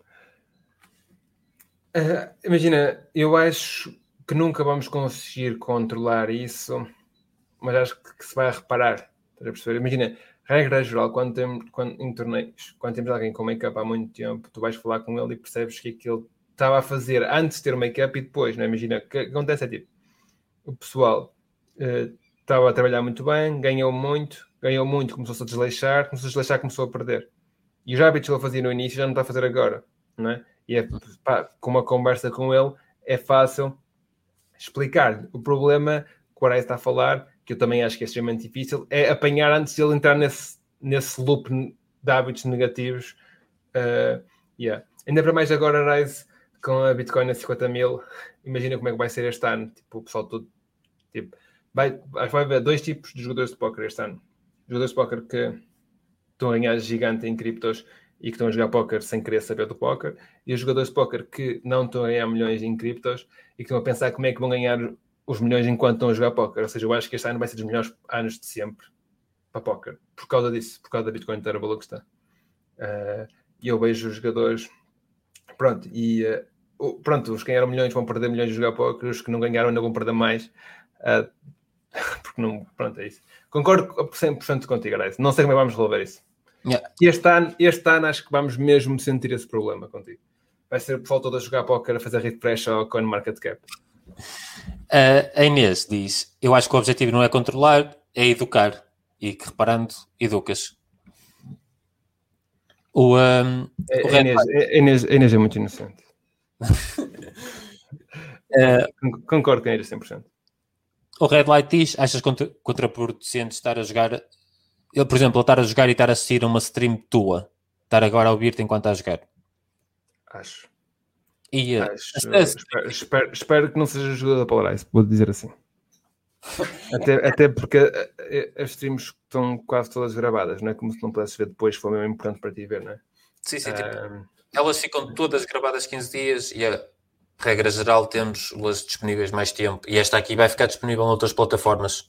B: Imagina, eu acho que nunca vamos conseguir controlar isso, mas acho que se vai reparar. Estás a perceber? Imagina, regra geral, em torneios, quando temos alguém com make-up há muito tempo, tu vais falar com ele e percebes que aquilo estava a fazer antes de ter o make-up e depois, não é? Imagina, o que acontece é tipo, o pessoal estava a trabalhar muito bem, ganhou muito, começou-se a desleixar, começou a perder. E os hábitos que ele fazia no início já não está a fazer agora, não é? E com uma conversa com ele é fácil explicar-lhe. O problema que o Arais está a falar, que eu também acho que é extremamente difícil, é apanhar antes de ele entrar nesse loop de hábitos negativos. Yeah. Ainda para mais agora, Arais, com a Bitcoin a 50 mil, imagina como é que vai ser este ano. Tipo, o pessoal todo... Tipo, vai haver dois tipos de jogadores de póquer este ano. Jogadores de póquer que estão a ganhar gigante em criptos e que estão a jogar póquer sem querer saber do póquer, e os jogadores de póquer que não estão a ganhar milhões em criptos e que estão a pensar como é que vão ganhar os milhões enquanto estão a jogar póquer. Ou seja, eu acho que este ano vai ser dos melhores anos de sempre para póquer, por causa disso, por causa da Bitcoin estar a valor que está. E eu vejo os jogadores, pronto, os que ganharam milhões vão perder milhões a jogar póquer, os que não ganharam ainda vão perder mais, porque não, pronto, é isso. Concordo 100% contigo, Arais. Não sei como é que vamos resolver isso.
A: Yeah.
B: Este ano acho que vamos mesmo sentir esse problema contigo. Vai ser o pessoal todo a jogar póquer, a fazer refresh ao CoinMarketCap.
A: A Inês diz: eu acho que o objetivo não é controlar, é educar. E que reparando, educas.
B: A Inês é muito inocente. Concordo com a Inês 100%.
A: O Red Light diz: achas contraproducente estar a jogar? Ele, por exemplo, estar a jogar e estar a assistir a uma stream tua, estar agora a ouvir-te enquanto estás a jogar.
B: Acho. Espero que não seja jogador da Polarize, vou dizer assim. até porque as streams estão quase todas gravadas, não é? Como se não pudesses ver depois, foi mesmo importante para ti ver, não é?
A: Sim, tipo, elas ficam todas gravadas 15 dias e a regra geral temos-las disponíveis mais tempo, e esta aqui vai ficar disponível noutras plataformas.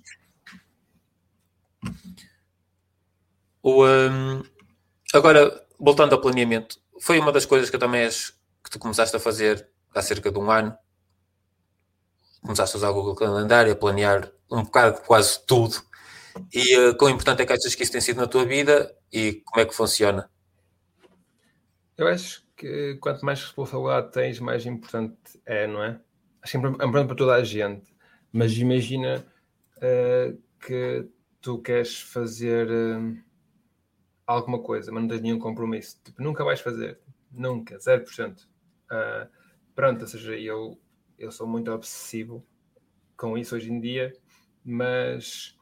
A: Agora, voltando ao planeamento, foi uma das coisas que eu também acho que tu começaste a fazer há cerca de um ano. Começaste a usar o Google Calendário, a planear um bocado quase tudo. E quão importante é que achas que isso tem sido na tua vida e como é que funciona?
B: Eu acho que quanto mais responsabilidade tens, mais importante é, não é? Acho que é importante para toda a gente. Mas imagina que tu queres fazer alguma coisa, mas não tens nenhum compromisso. Tipo, nunca vais fazer. Nunca. 0%. Pronto, ou seja, eu sou muito obsessivo com isso hoje em dia, mas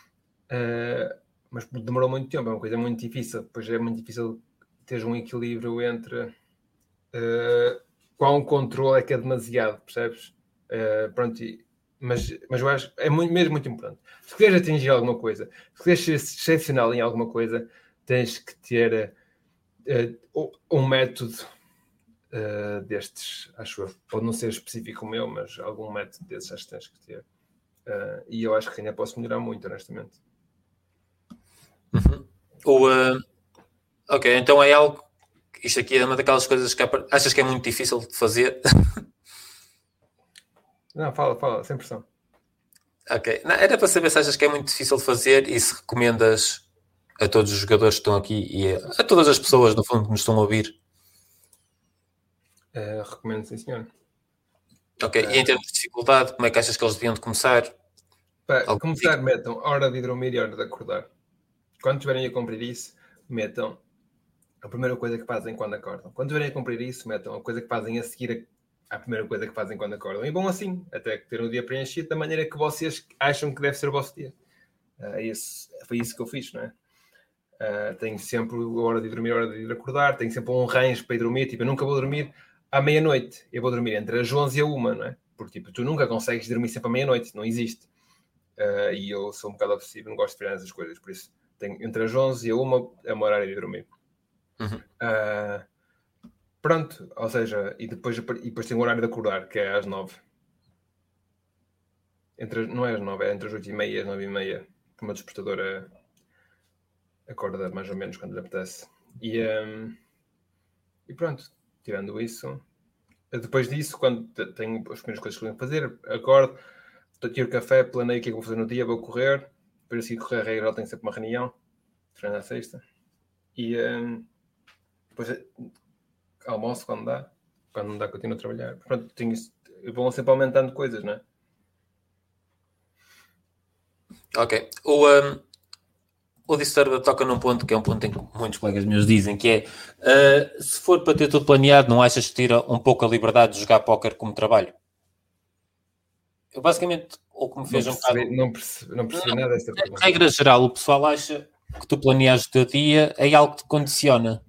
B: demorou muito tempo. É uma coisa muito difícil. Pois é muito difícil teres um equilíbrio entre qual controle é que é demasiado, percebes? Pronto, mas eu acho é mesmo muito importante. Se queres atingir alguma coisa, se queres ser excepcional em alguma coisa, tens que ter um método destes, acho eu. Pode não ser específico o meu, mas algum método desses acho que tens que ter. E eu acho que ainda posso melhorar muito, honestamente.
A: Ok, então é algo. Isto aqui é uma daquelas coisas que achas que é muito difícil de fazer.
B: Não, fala, sem pressão.
A: Ok, não, era para saber se achas que é muito difícil de fazer e se recomendas a todos os jogadores que estão aqui e a todas as pessoas, no fundo, que nos estão a ouvir.
B: Recomendo, sim, senhor.
A: Ok, e em termos de dificuldade, como é que achas que eles deviam de começar?
B: Para começar, metam hora de dormir e hora de acordar. Quando estiverem a cumprir isso, metam a primeira coisa que fazem quando acordam. Quando estiverem a cumprir isso, metam a coisa que fazem a seguir à primeira coisa que fazem quando acordam. E bom assim, até ter um dia preenchido da maneira que vocês acham que deve ser o vosso dia. Foi isso que eu fiz, não é? Tenho sempre a hora de dormir, a hora de ir acordar, tenho sempre um range para ir dormir. Tipo, eu nunca vou dormir à meia-noite. Eu vou dormir entre as 11 e a 1, não é? Porque tipo, tu nunca consegues dormir sempre à meia-noite, não existe. E eu sou um bocado obsessivo, não gosto de virar essas coisas, por isso tenho entre as 11 e a 1 é o meu horário de dormir. Pronto, ou seja, e depois tenho o horário de acordar, que é às 9. Não é às 9, é entre as 8h30 e as 9h30, que o meu despertador acorda mais ou menos quando lhe apetece. E pronto, tirando isso, Depois disso, quando tenho as primeiras coisas que tenho que fazer, acordo, tiro café, planeio o que é que vou fazer no dia, vou correr. Depois assim, correr a regra, tenho sempre uma reunião, treino à sexta. E depois almoço quando dá. Quando não dá, continuo a trabalhar. Pronto, vão sempre aumentando coisas, não é?
A: Ok. O Disturba toca num ponto que é um ponto em que muitos colegas meus dizem, que é se for para ter tudo planeado, não achas que tira um pouco a liberdade de jogar póquer como trabalho? Eu basicamente, o que me fez um bocado...
B: Não percebi nada desta pergunta.
A: Regra geral, o pessoal acha que tu planeas o teu dia é algo que te condiciona.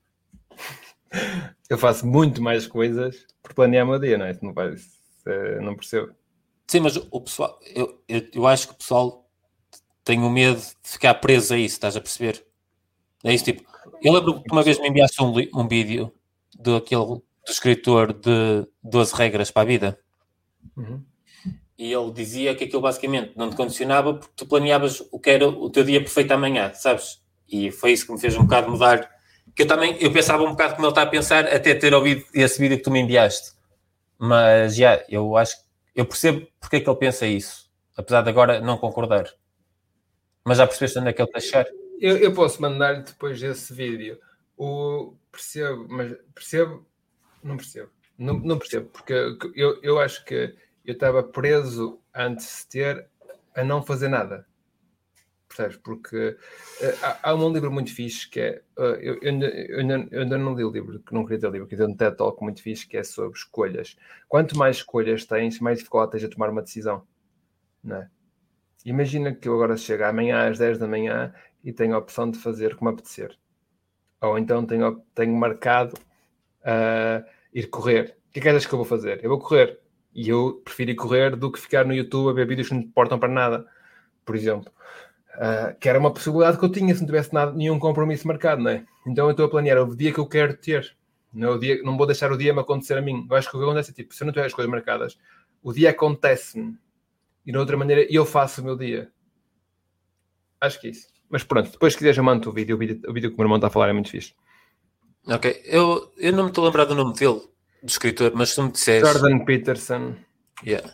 B: Eu faço muito mais coisas por planear o meu dia, não é? Não percebo.
A: Sim, mas o pessoal... Eu acho que o pessoal tem o medo de ficar preso a isso, estás a perceber? É isso, tipo... Eu lembro que uma vez me enviaste um vídeo do escritor de 12 regras para a vida.
B: Uhum.
A: E ele dizia que aquilo basicamente não te condicionava porque tu planeavas o que era o teu dia perfeito amanhã, sabes? E foi isso que me fez um bocado mudar. Que eu pensava um bocado como ele está a pensar até ter ouvido esse vídeo que tu me enviaste. Mas, eu acho que eu percebo porque é que ele pensa isso. Apesar de agora não concordar. Mas já percebeste onde é que ele está a chegar?
B: Eu posso mandar-lhe depois esse vídeo. Percebo, mas percebo... Não percebo. Não percebo, porque eu acho que eu estava preso antes de ter a não fazer nada. Percebes? Porque há um livro muito fixe que é... eu ainda não li o livro, que não queria ter o livro, que é um TED Talk muito fixe, que é sobre escolhas. Quanto mais escolhas tens, mais dificuldade tens a tomar uma decisão. Não é? Imagina que eu agora chego amanhã às 10 da manhã e tenho a opção de fazer como apetecer. Ou então tenho marcado ir correr. O que é que achas que eu vou fazer? Eu vou correr. E eu prefiro ir correr do que ficar no YouTube a ver vídeos que não importam para nada. Por exemplo. Que era uma possibilidade que eu tinha se não tivesse nenhum compromisso marcado, não é? Então eu estou a planear o dia que eu quero ter. Não vou deixar o dia me acontecer a mim. Eu acho que o que acontece é tipo, se eu não tiver as coisas marcadas, o dia acontece-me. E de outra maneira eu faço o meu dia. Acho que é isso. Mas pronto, depois se quiseres eu mando o vídeo. O vídeo que o meu irmão está a falar é muito fixe.
A: Ok. Eu não me estou a lembrar do nome dele, do escritor, mas se tu me disseres...
B: Jordan Peterson.
A: Yeah.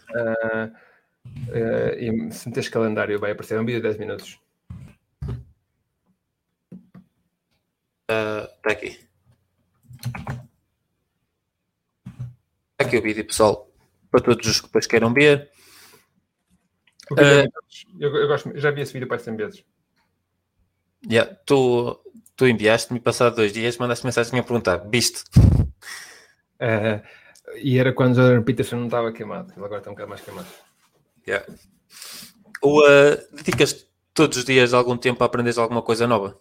B: E se meteres calendário vai aparecer um vídeo de 10 minutos.
A: Está aqui. Está aqui o vídeo, pessoal. Para todos os que depois queiram ver.
B: Eu gosto, já vi esse vídeo para 100 vezes.
A: Tu enviaste-me, passado 2 dias, mandaste mensagem a perguntar: viste?
B: E era quando o Jordan Peterson não estava queimado. Ele agora está um bocado mais queimado.
A: Dedicas todos os dias algum tempo a aprenderes alguma coisa nova?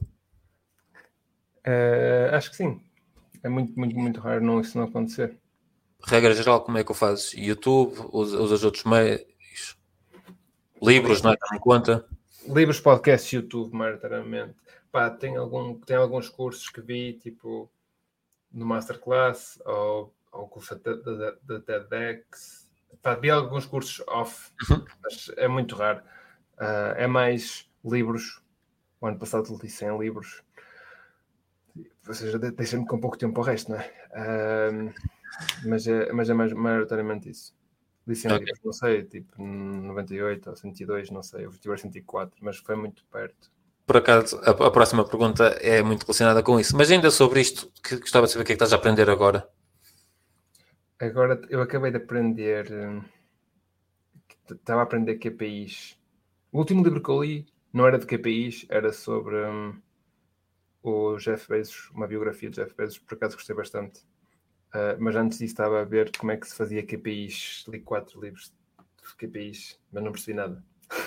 B: Acho que sim. É muito, muito, muito raro isso não acontecer.
A: Regra geral, como é que o fazes? YouTube? Usas outros meios? Livros, não é? Também conta?
B: Livros, podcasts, YouTube, maioritariamente. Tem alguns cursos que vi, tipo, no Masterclass ou curso da TEDx. Vi alguns cursos off, mas é muito raro. É mais livros. O ano passado li 100 livros. Ou seja, deixa-me com pouco tempo ao resto, não é? Mas é mais maioritariamente isso. Li 100 livros, não sei, tipo 98 ou 102, não sei. Eu tive 104, mas foi muito perto.
A: Por acaso, a próxima pergunta é muito relacionada com isso. Mas ainda sobre isto, que gostava de saber o que é que estás a aprender agora.
B: Agora, eu acabei de aprender... Estava a aprender KPIs. O último livro que eu li não era de KPIs, era sobre o Jeff Bezos, uma biografia de Jeff Bezos, por acaso gostei bastante. Mas antes disso estava a ver como é que se fazia KPIs. Li 4 livros de KPIs, mas não percebi nada.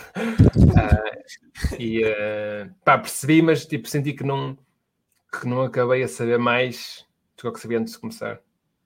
B: Percebi, mas tipo, senti que não acabei a saber mais do que sabia antes de começar.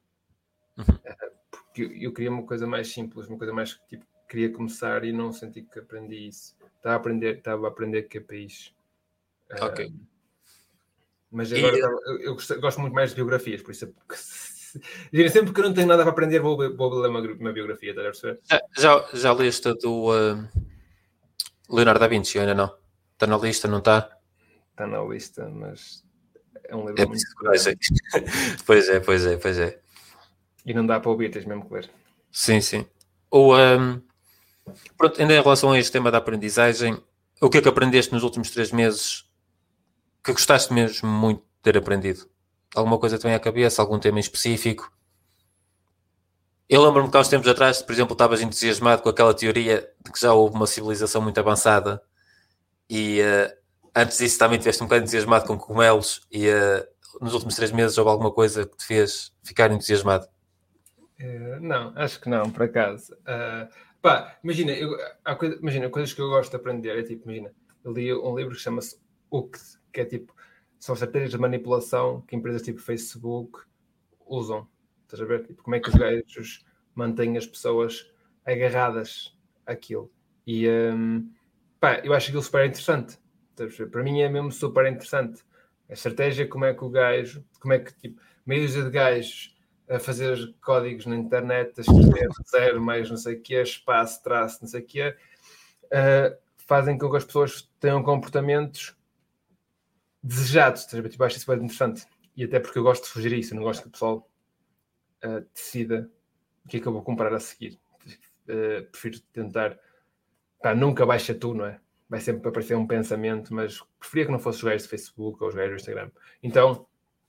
B: Porque eu queria uma coisa mais simples, uma coisa mais tipo, queria começar e não senti que aprendi isso. Estava a aprender KPIs.
A: Ok.
B: Mas agora eu gosto muito mais de biografias, por isso sempre que eu não tenho nada para aprender vou ler uma biografia, estás a perceber?
A: Já leste a do Leonardo da Vinci, ainda não? Está na lista, não está?
B: Está na lista, mas é um livro muito
A: grande. Pois é.
B: E não dá para ouvir, tens mesmo que ler.
A: Sim, sim. Ou, pronto, ainda em relação a este tema da aprendizagem, o que é que aprendeste nos últimos 3 meses que gostaste mesmo muito de ter aprendido? Alguma coisa que te vem à cabeça? Algum tema em específico? Eu lembro-me que há uns tempos atrás, por exemplo, estavas entusiasmado com aquela teoria de que já houve uma civilização muito avançada e antes disso também estiveste um bocado entusiasmado com cogumelos e nos últimos 3 meses houve alguma coisa que te fez ficar entusiasmado?
B: Não, acho que não, por acaso. Imagina, imagina, coisas que eu gosto de aprender. É tipo, imagina, eu li um livro que chama-se UCT, que é tipo, são estratégias de manipulação que empresas tipo Facebook usam. Estás a ver? Tipo, como é que os gajos mantêm as pessoas agarradas àquilo. E eu acho aquilo super interessante. Para mim é mesmo super interessante. A estratégia, como é que o gajo, como é que tipo, meia dúzia de gajos a fazer códigos na internet, a escrever zero mais não sei o que, espaço, traço, não sei o que, fazem com que as pessoas tenham comportamentos desejados. Tipo, acho isso bem interessante. E até porque eu gosto de fugir a isso, eu não gosto que o pessoal decida o que é que eu vou comprar a seguir. Prefiro tentar. Nunca baixa tu, não é? Vai sempre aparecer um pensamento, mas preferia que não fosse os gajos do Facebook ou os gajos do Instagram. Então,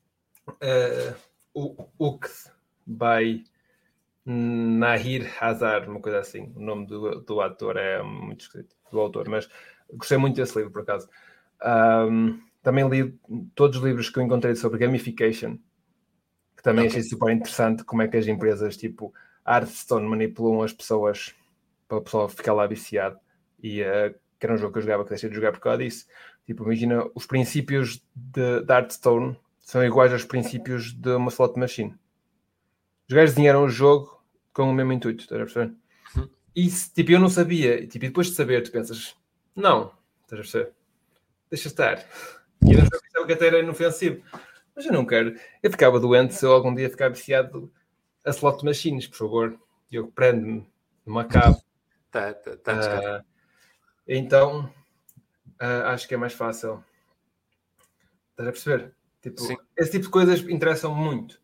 B: o que by Nahir Hazar, uma coisa assim. O nome do ator é muito escrito, do autor, mas gostei muito desse livro, por acaso. Também li todos os livros que eu encontrei sobre gamification, que também achei super interessante como é que as empresas tipo Hearthstone manipulam as pessoas para o pessoal ficar lá viciado. E que era um jogo que eu jogava, que deixei de jogar por causa disso. Tipo, imagina, os princípios de Hearthstone são iguais aos princípios de uma slot machine. Os gajos desenharam o jogo com o mesmo intuito, estás a perceber? E tipo, eu não sabia. Tipo, e depois de saber, tu pensas, não, estás a perceber? Deixa estar. E eu não sabia que até era inofensivo. Mas eu não quero. Eu ficava doente se eu algum dia ficar viciado a slot machines, por favor. Eu prendo-me numa cave.
A: Tá descansado.
B: Então, acho que é mais fácil. Estás a perceber? Tipo,
A: Sim.
B: esse tipo de coisas interessam muito.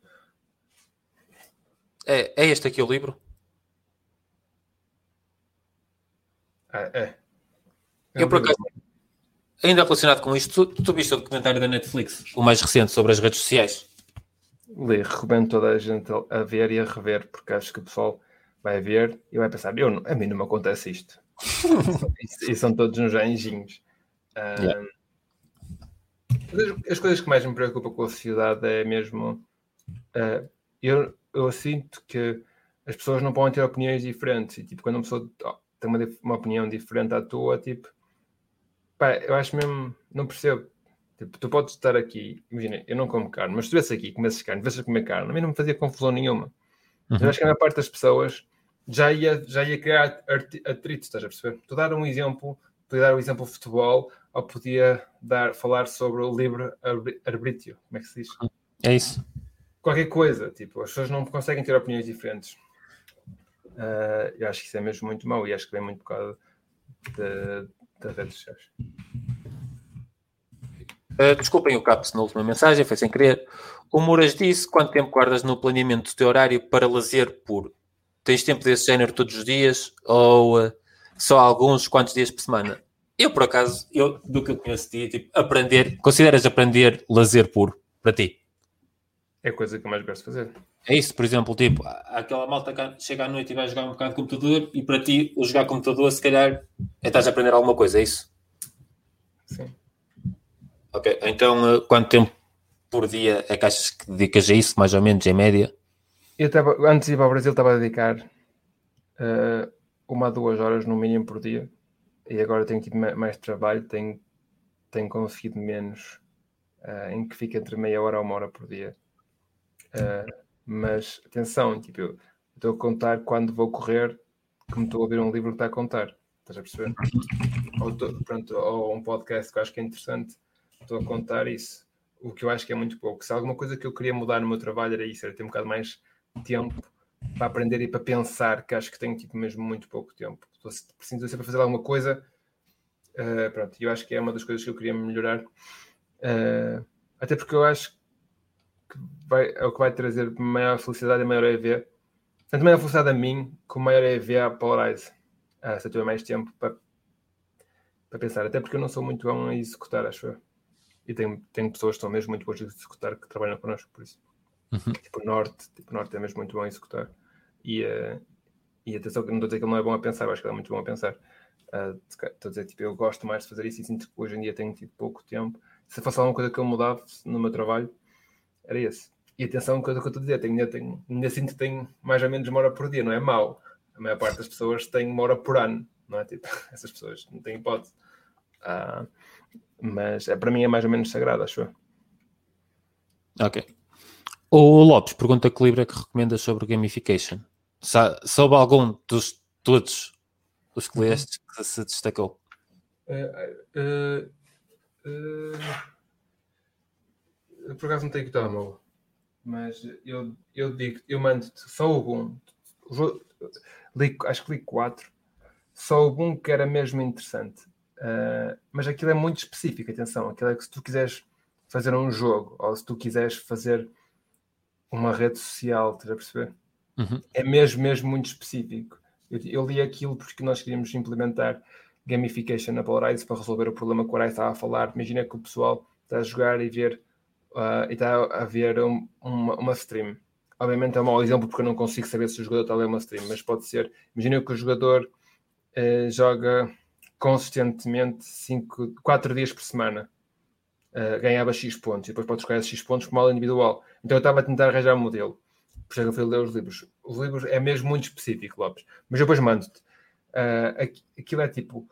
A: É este aqui o livro?
B: É
A: Eu,
B: um
A: por
B: livro.
A: acaso, ainda relacionado com isto, tu viste o documentário da Netflix, o mais recente, sobre as redes sociais?
B: Recomendo toda a gente a ver e a rever, porque acho que o pessoal vai ver e vai pensar, a mim não me acontece isto. E são todos uns anjinhos.
A: Yeah.
B: As coisas que mais me preocupam com a sociedade é mesmo... eu sinto que as pessoas não podem ter opiniões diferentes. E, tipo, quando uma pessoa tem uma opinião diferente à tua, tipo... eu acho mesmo... Não percebo. Tipo, tu podes estar aqui... Imagina, eu não como carne, mas se estivesse aqui e comesses carne, estivesse a comer carne, a mim não me fazia confusão nenhuma. Eu acho que a maior parte das pessoas já ia criar atrito, estás a perceber? Estou a dar um exemplo, podia dar o exemplo de futebol, ou podia falar sobre o livre arbítrio, como é que se diz?
A: É isso.
B: Qualquer coisa, tipo, as pessoas não conseguem ter opiniões diferentes. Eu acho que isso é mesmo muito mau e acho que vem muito por causa das redes sociais.
A: Desculpem o caps na última mensagem, foi sem querer. O Muras disse: quanto tempo guardas no planeamento do teu horário para lazer puro? Tens tempo desse género todos os dias ou só alguns quantos dias por semana? Eu, por acaso, do que eu conheço de ti, tipo, consideras aprender lazer puro para ti?
B: É a coisa que eu mais gosto de fazer.
A: É isso, por exemplo, tipo, há aquela malta que chega à noite e vai jogar um bocado de computador e para ti, o jogar computador, se calhar, estás a aprender alguma coisa, é isso?
B: Sim.
A: Ok, então quanto tempo por dia é que achas que dedicas a isso, mais ou menos, em média?
B: Antes de ir para o Brasil, estava a dedicar 1 a 2 horas no mínimo por dia. E agora tenho tido mais trabalho, tenho conseguido menos, em que fica entre meia hora a 1 hora por dia. Mas atenção, tipo, eu estou a contar quando vou correr, como estou a ouvir um livro que está a contar. Estás a perceber? Ou um podcast que eu acho que é interessante, estou a contar isso. O que eu acho que é muito pouco. Se há alguma coisa que eu queria mudar no meu trabalho era isso, era ter um bocado mais tempo para aprender e para pensar, que acho que tenho tipo mesmo muito pouco tempo. Preciso sempre fazer alguma coisa. Eu acho que é uma das coisas que eu queria melhorar. Até porque eu acho é o que vai trazer maior felicidade e maior EV. Tanto maior felicidade a mim, como maior EV à Polarize. Se eu tiver mais tempo para pensar. Até porque eu não sou muito bom a executar, acho eu. E tenho pessoas que são mesmo muito boas a executar, que trabalham connosco, por isso. Tipo Norte é mesmo muito bom a executar. E atenção, que não estou a dizer que ele não é bom a pensar, eu acho que ele é muito bom a pensar. Estou a dizer, tipo, eu gosto mais de fazer isso e sinto que hoje em dia tenho tido pouco tempo. Se fosse alguma coisa que eu mudava no meu trabalho, era esse. E atenção, uma coisa que eu estou a dizer, ainda sinto que tenho mais ou menos 1 hora por dia, não é mau. A maior parte das pessoas tem 1 hora por ano, não é? Tipo, essas pessoas não têm hipótese. Mas para mim é mais ou menos sagrado, acho eu.
A: Ok. O Lopes pergunta que livro é que recomendas sobre gamification. Soube algum dos todos os que leste que se destacou?
B: Por acaso não tenho que dar mal, mas eu digo, eu mando-te só algum. Acho que li 4. Só algum que era mesmo interessante. Mas aquilo é muito específico, atenção. Aquilo é que se tu quiseres fazer um jogo, ou se tu quiseres fazer uma rede social, estás a perceber? É mesmo muito específico. Eu li aquilo porque nós queríamos implementar gamification na Polarize para resolver o problema que o Arai estava a falar. Imagina que o pessoal está a jogar e ver e está a ver uma stream. Obviamente é um mau exemplo porque eu não consigo saber se o jogador está a ler uma stream, mas pode ser. Imagina que o jogador joga consistentemente 4 dias por semana. Ganhava X pontos e depois pode jogar esses X pontos por mal individual. Então eu estava a tentar arranjar um modelo. Por isso é que eu fui ler os livros. Os livros é mesmo muito específico, Lopes. Mas eu depois mando-te. Aquilo é tipo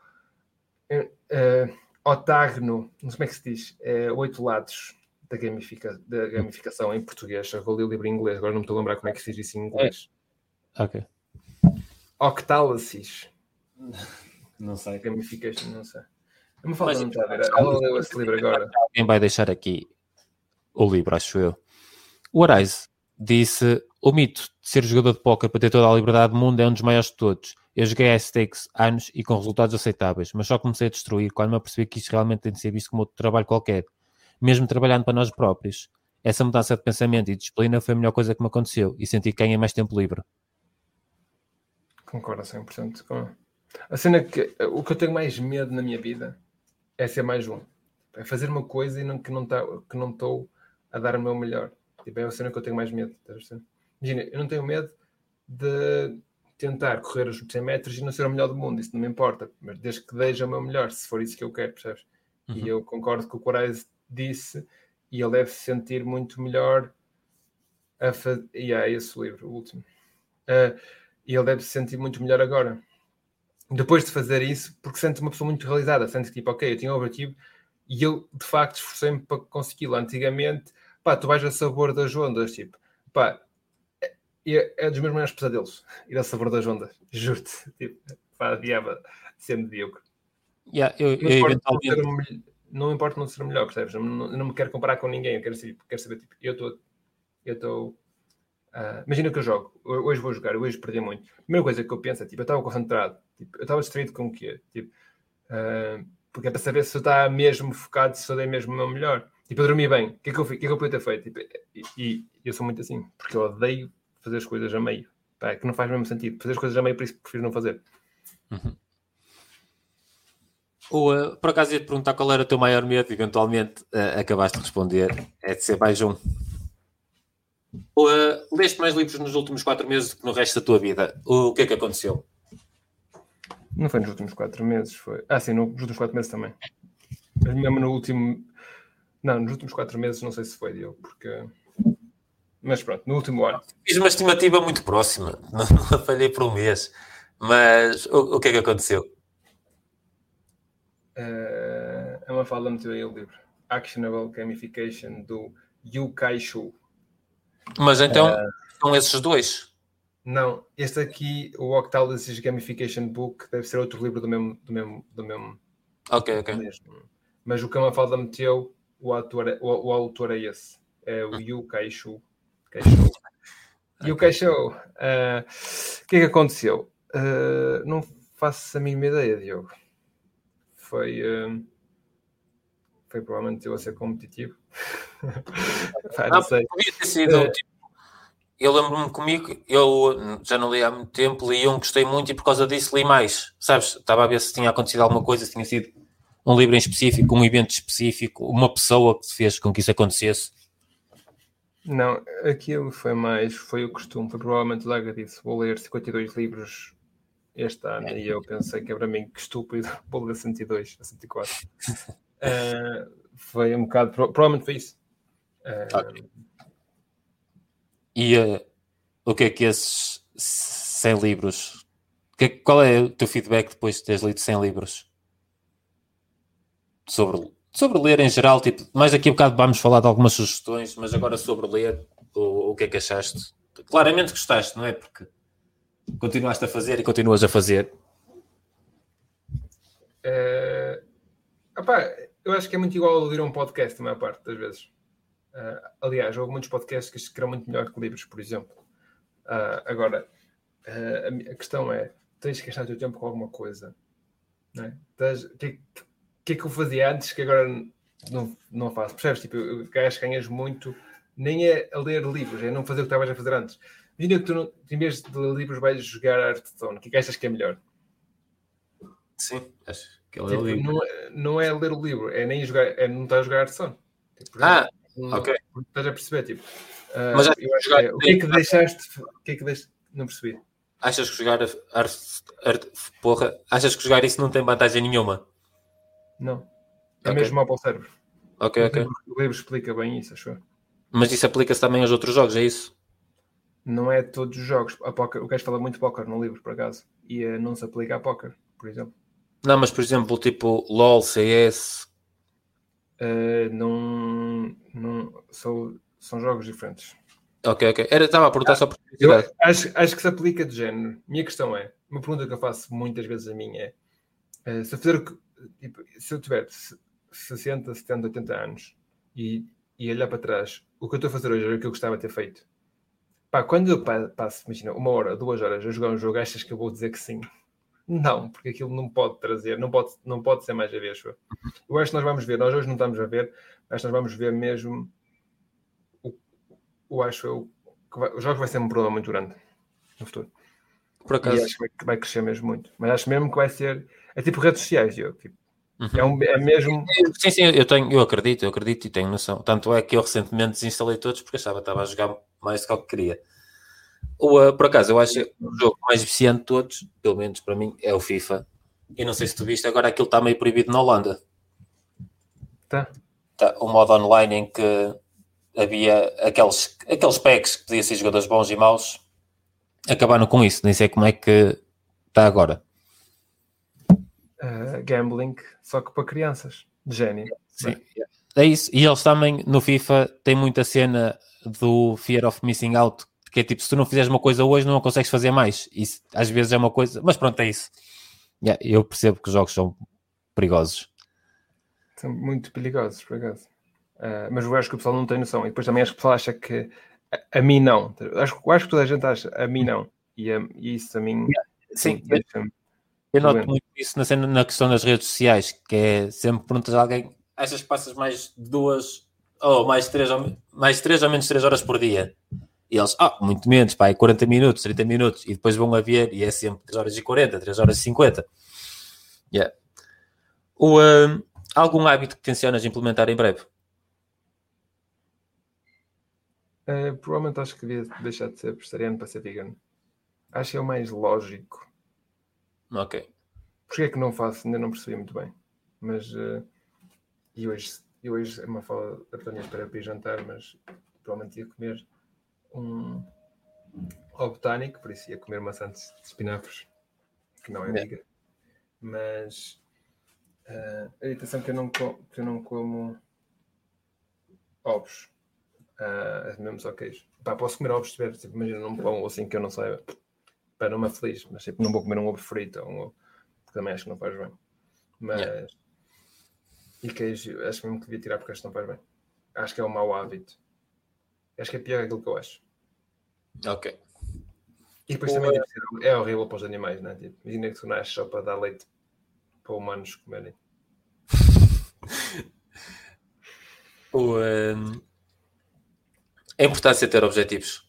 B: octágono, não sei como é que se diz, 8 lados da gamificação em português. Eu vou ler o livro em inglês, agora não me estou a lembrar como é que se diz isso em inglês.
A: Ok.
B: Octálasis.
A: Não sei.
B: Gamification, não sei. Não me falta, não está a ver. Ela leu esse livro agora.
A: Alguém vai deixar aqui o livro, acho eu. O Arise disse: o mito de ser jogador de póquer para ter toda a liberdade do mundo é um dos maiores de todos. Eu joguei a stakes anos e com resultados aceitáveis, mas só comecei a destruir quando me apercebi que isto realmente tem de ser visto como outro trabalho qualquer, mesmo trabalhando para nós próprios. Essa mudança de pensamento e disciplina foi a melhor coisa que me aconteceu e senti que ganhei mais tempo livre.
B: Concordo a 100% com a cena que o que eu tenho mais medo na minha vida é ser mais um. É fazer uma coisa e que não estou a dar o meu melhor. Tipo, é a cena que eu tenho mais medo. Imagina, eu não tenho medo de tentar correr os 100 metros e não ser o melhor do mundo. Isso não me importa. Mas desde que deixe o meu melhor, se for isso que eu quero, percebes? E eu concordo com o que o Corais disse e ele deve se sentir muito melhor a fazer... E é esse o livro, o último. E ele deve se sentir muito melhor agora. Depois de fazer isso, porque sente uma pessoa muito realizada, sente que tipo, ok, eu tinha um objetivo e eu de facto esforcei-me para consegui-lo. Antigamente, tu vais a sabor das ondas, tipo, é dos meus maiores pesadelos ir a sabor das ondas, juro-te, tipo, adiava ser medíocre. Não importa não ser o melhor, percebes? Eu não me quero comparar com ninguém, eu quero saber, tipo, eu estou. Imagina que eu jogo, hoje vou jogar, hoje perdi muito. A primeira coisa que eu penso é, tipo, eu estava concentrado, tipo, eu estava distraído com o quê? Tipo, porque é para saber se eu estava mesmo focado, se eu dei mesmo o meu melhor. Tipo, eu dormi bem, o que é que eu podia ter feito? Tipo, e eu sou muito assim, porque eu odeio fazer as coisas a meio. É que não faz o mesmo sentido. Fazer as coisas a meio, por isso prefiro não fazer.
A: Por acaso ia-te perguntar qual era o teu maior medo, eventualmente acabaste de responder, é de ser mais um. Leste mais livros nos últimos 4 meses do que no resto da tua vida. O que é que aconteceu?
B: Não foi nos últimos 4 meses, foi... sim, nos últimos 4 meses também. Mas mesmo no último... Não, nos últimos 4 meses não sei se foi, Diogo, porque... Mas pronto, no último ano.
A: Fiz uma estimativa muito próxima, não falhei por um mês. Mas o que é que aconteceu?
B: É uma fala meteu aí o livro. Actionable Gamification, do Yu Kai-Shu.
A: Mas então, são esses dois?
B: Não, este aqui, o Octalysis Gamification Book, deve ser outro livro do mesmo.
A: Ok.
B: Mesmo. Mas o que a Mafalda meteu, o autor é esse. É o Yu Kai-Shu. Yu Kai-Shu. O que é que aconteceu? Não faço a mínima ideia, Diogo. Foi foi provavelmente eu a ser competitivo. Não sei.
A: Podia ter sido, eu lembro-me comigo, eu já não li há muito tempo, li um que gostei muito e por causa disso li mais, sabes? Estava a ver se tinha acontecido alguma coisa, se tinha sido um livro em específico, um evento específico, uma pessoa que fez com que isso acontecesse.
B: Não, aquilo foi o costume, foi provavelmente o Daga disse, vou ler 52 livros este ano, e eu pensei que para mim, que estúpido, vou ler 102, a 104. Foi um bocado, provavelmente foi isso.
A: Okay. E o que é que esses 100 livros, qual é o teu feedback depois de teres lido 100 livros? Sobre ler em geral, tipo, mais daqui a bocado vamos falar de algumas sugestões, mas agora sobre ler, o que é que achaste? Claramente gostaste, não é? Porque continuaste a fazer e continuas a fazer.
B: Eu acho que é muito igual a ouvir um podcast a maior parte das vezes. Aliás, houve muitos podcasts que eram muito melhor que livros, por exemplo. Agora, a questão é, tens que gastar o teu tempo com alguma coisa. Não é? O que é que eu fazia antes que agora não faço? Percebes? Tipo, acho que ganhas muito, nem é a ler livros, é não fazer o que estavas a fazer antes. Imagina que tu, em vez de ler livros, vais jogar Hearthstone. O que é que achas que é melhor?
A: Sim, acho que é ler o livro.
B: Não é ler o livro, é nem jogar, é não estar a jogar Hearthstone. Tipo,
A: ok.
B: Estás a perceber, tipo.
A: Mas
B: eu acho que o que é que deixaste? Não percebi.
A: Achas que jogar achas que jogar isso não tem vantagem nenhuma?
B: Não. É mesmo mau para o cérebro.
A: Ok.
B: O livro explica bem isso, acho eu.
A: Mas isso aplica-se também aos outros jogos, é isso?
B: Não é todos os jogos. A poker, o gajo fala muito de póquer no livro, por acaso. E não se aplica a póquer, por exemplo.
A: Não, mas por exemplo, tipo LOL, CS.
B: Não são jogos diferentes.
A: Ok. Estava a perguntar só por curiosidade.
B: Acho que se aplica de género. Minha questão é, uma pergunta que eu faço muitas vezes a mim é, se eu tiver 60, 70, 80 anos e olhar para trás, o que eu estou a fazer hoje era o que eu gostava de ter feito. Quando eu passo, imagina, 1 hora, 2 horas a jogar um jogo, achas que eu vou dizer que sim? Não, porque aquilo não pode trazer, não pode ser mais a vez. Eu acho que nós vamos ver, nós hoje não estamos a ver, mas nós vamos ver mesmo os jogos vai ser um problema muito grande no futuro.
A: Por acaso.
B: E acho que vai crescer mesmo muito. Mas acho mesmo que vai ser, é tipo redes sociais, Diogo. Tipo, é mesmo...
A: Sim, eu acredito e tenho noção. Tanto é que eu recentemente desinstalei todos porque achava que estava a jogar mais do que eu queria. Por acaso, eu acho que o jogo mais viciante de todos, pelo menos para mim, é o FIFA. E não sei se tu viste, agora aquilo está meio proibido na Holanda.
B: Tá.
A: O modo online em que havia aqueles packs que podiam ser jogadores bons e maus, acabaram com isso. Nem sei como é que está agora.
B: Gambling, só que para crianças. De gênio.
A: Sim. É isso. E eles também, no FIFA, têm muita cena do Fear of Missing Out, que é tipo, se tu não fizeres uma coisa hoje, não a consegues fazer mais. Isso às vezes é uma coisa... Mas pronto, é isso. Eu percebo que os jogos são perigosos.
B: São muito perigosos, por acaso. Mas eu acho que o pessoal não tem noção. E depois também acho que o pessoal acha que a mim não. Acho que toda a gente acha a mim não. E isso a mim...
A: Sim, eu noto muito isso na questão das redes sociais, que é sempre perguntas a alguém, achas que passas mais de 2 ou mais 3 ou menos 3 horas por dia? E eles, muito menos, 40 minutos, 30 minutos, e depois vão a ver, e é sempre 3 horas e 40, 3 horas e 50. Algum hábito que tencionas implementar em breve?
B: Provavelmente acho que devia deixar de ser vegetariano para ser vegan. Acho que é o mais lógico.
A: Ok.
B: Porquê é que não faço? Ainda não percebi muito bem. Mas e hoje é uma fala da Tânia para ir jantar, mas provavelmente ia comer ao botânico, por isso ia comer maçãs de espinafres, que não é vegan. Mas a irritação que eu não como ovos. Mesmo só queijo. Posso comer ovos se tiver, tipo, imagina num pão ou assim que eu não saiba. Não me aflige, mas tipo, não vou comer um ovo frito ou um ovo, que também acho que não faz bem. Mas e queijo, acho mesmo que devia tirar porque acho que não faz bem. Acho que é um mau hábito. Acho que é pior aquilo que eu acho.
A: Ok.
B: E depois também é horrível para os animais, não é? Tipo, imagina que tu nasces só para dar leite para humanos comerem.
A: A importância de ter objetivos.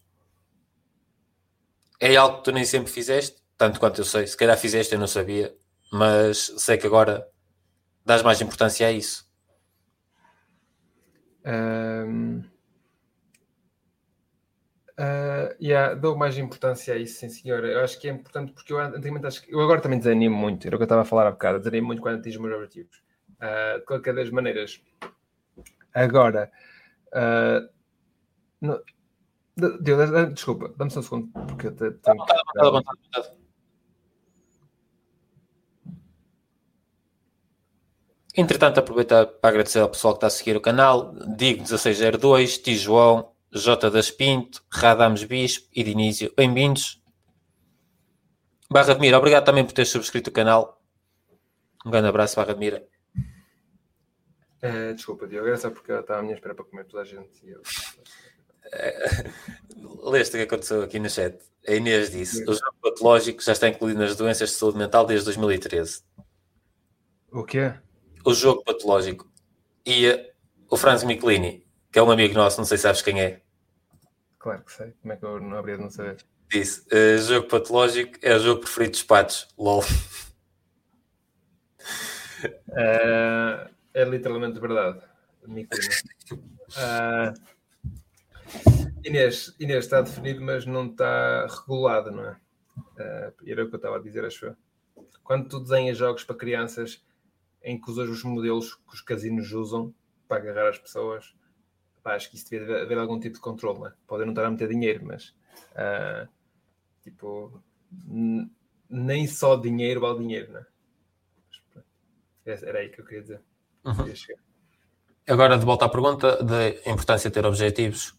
A: É algo que tu nem sempre fizeste, tanto quanto eu sei. Se calhar fizeste, eu não sabia, mas sei que agora dás mais importância a isso.
B: Dou mais importância a isso, sim senhor. Eu acho que é importante porque eu antigamente acho que eu agora também desanimo muito, era o que eu estava a falar há bocado, desanimo muito quando atingo os meus objetivos. De qualquer das maneiras. Agora, desculpa, dá-me só um segundo, porque eu tenho
A: vontade. Entretanto, aproveitar para agradecer ao pessoal que está a seguir o canal. Digo 1602, Tijoão, J. das Pinto, Radames Bispo e Dinísio. Bem-vindos. Barra de Mira, obrigado também por ter subscrito o canal. Um grande abraço, Barra de Mira.
B: Desculpa, Diogo, era só porque eu estava à minha espera para comer toda a gente.
A: Leste o que aconteceu aqui no chat. A Inês disse: o jogo patológico já está incluído nas doenças de saúde mental desde 2013.
B: O quê?
A: O jogo patológico. E o Franz Michelini, que é um amigo nosso, não sei se sabes quem é.
B: Claro que sei. Como é que eu não haveria de não saber?
A: Disse: jogo patológico é o jogo preferido dos patos. LOL.
B: É literalmente verdade. Inês está definido, mas não está regulado, não é? Era o que eu estava a dizer, acho eu. Quando tu desenhas jogos para crianças em que usas os modelos que os casinos usam para agarrar as pessoas, acho que isso devia haver algum tipo de controle, não é? Podem não estar a meter dinheiro, mas nem só dinheiro vale dinheiro, não é? Era aí que eu queria dizer.
A: Agora, de volta à pergunta da importância de ter objetivos.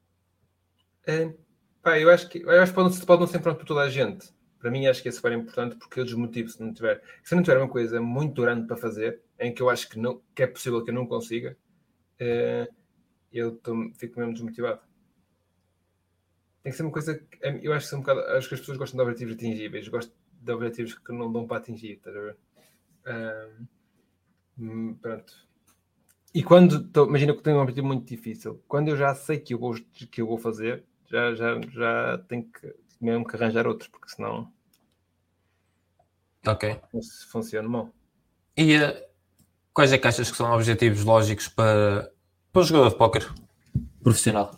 B: Eu acho que pode não ser pronto para toda a gente. Para mim, acho que é super importante porque eu desmotivo se não tiver uma coisa muito grande para fazer, em que eu acho que é possível que eu não consiga, eu fico mesmo desmotivado. Tem que ser uma coisa. Eu acho que acho que as pessoas gostam de objetivos atingíveis, gosto de objetivos que não dão para atingir, estás a ver? Pronto. E quando imagina que eu tenho um objetivo muito difícil, quando eu já sei que eu vou fazer, já tenho que mesmo que arranjar outros, porque senão funciona mal.
A: E quais é que achas que são objetivos lógicos para um jogador de póquer profissional?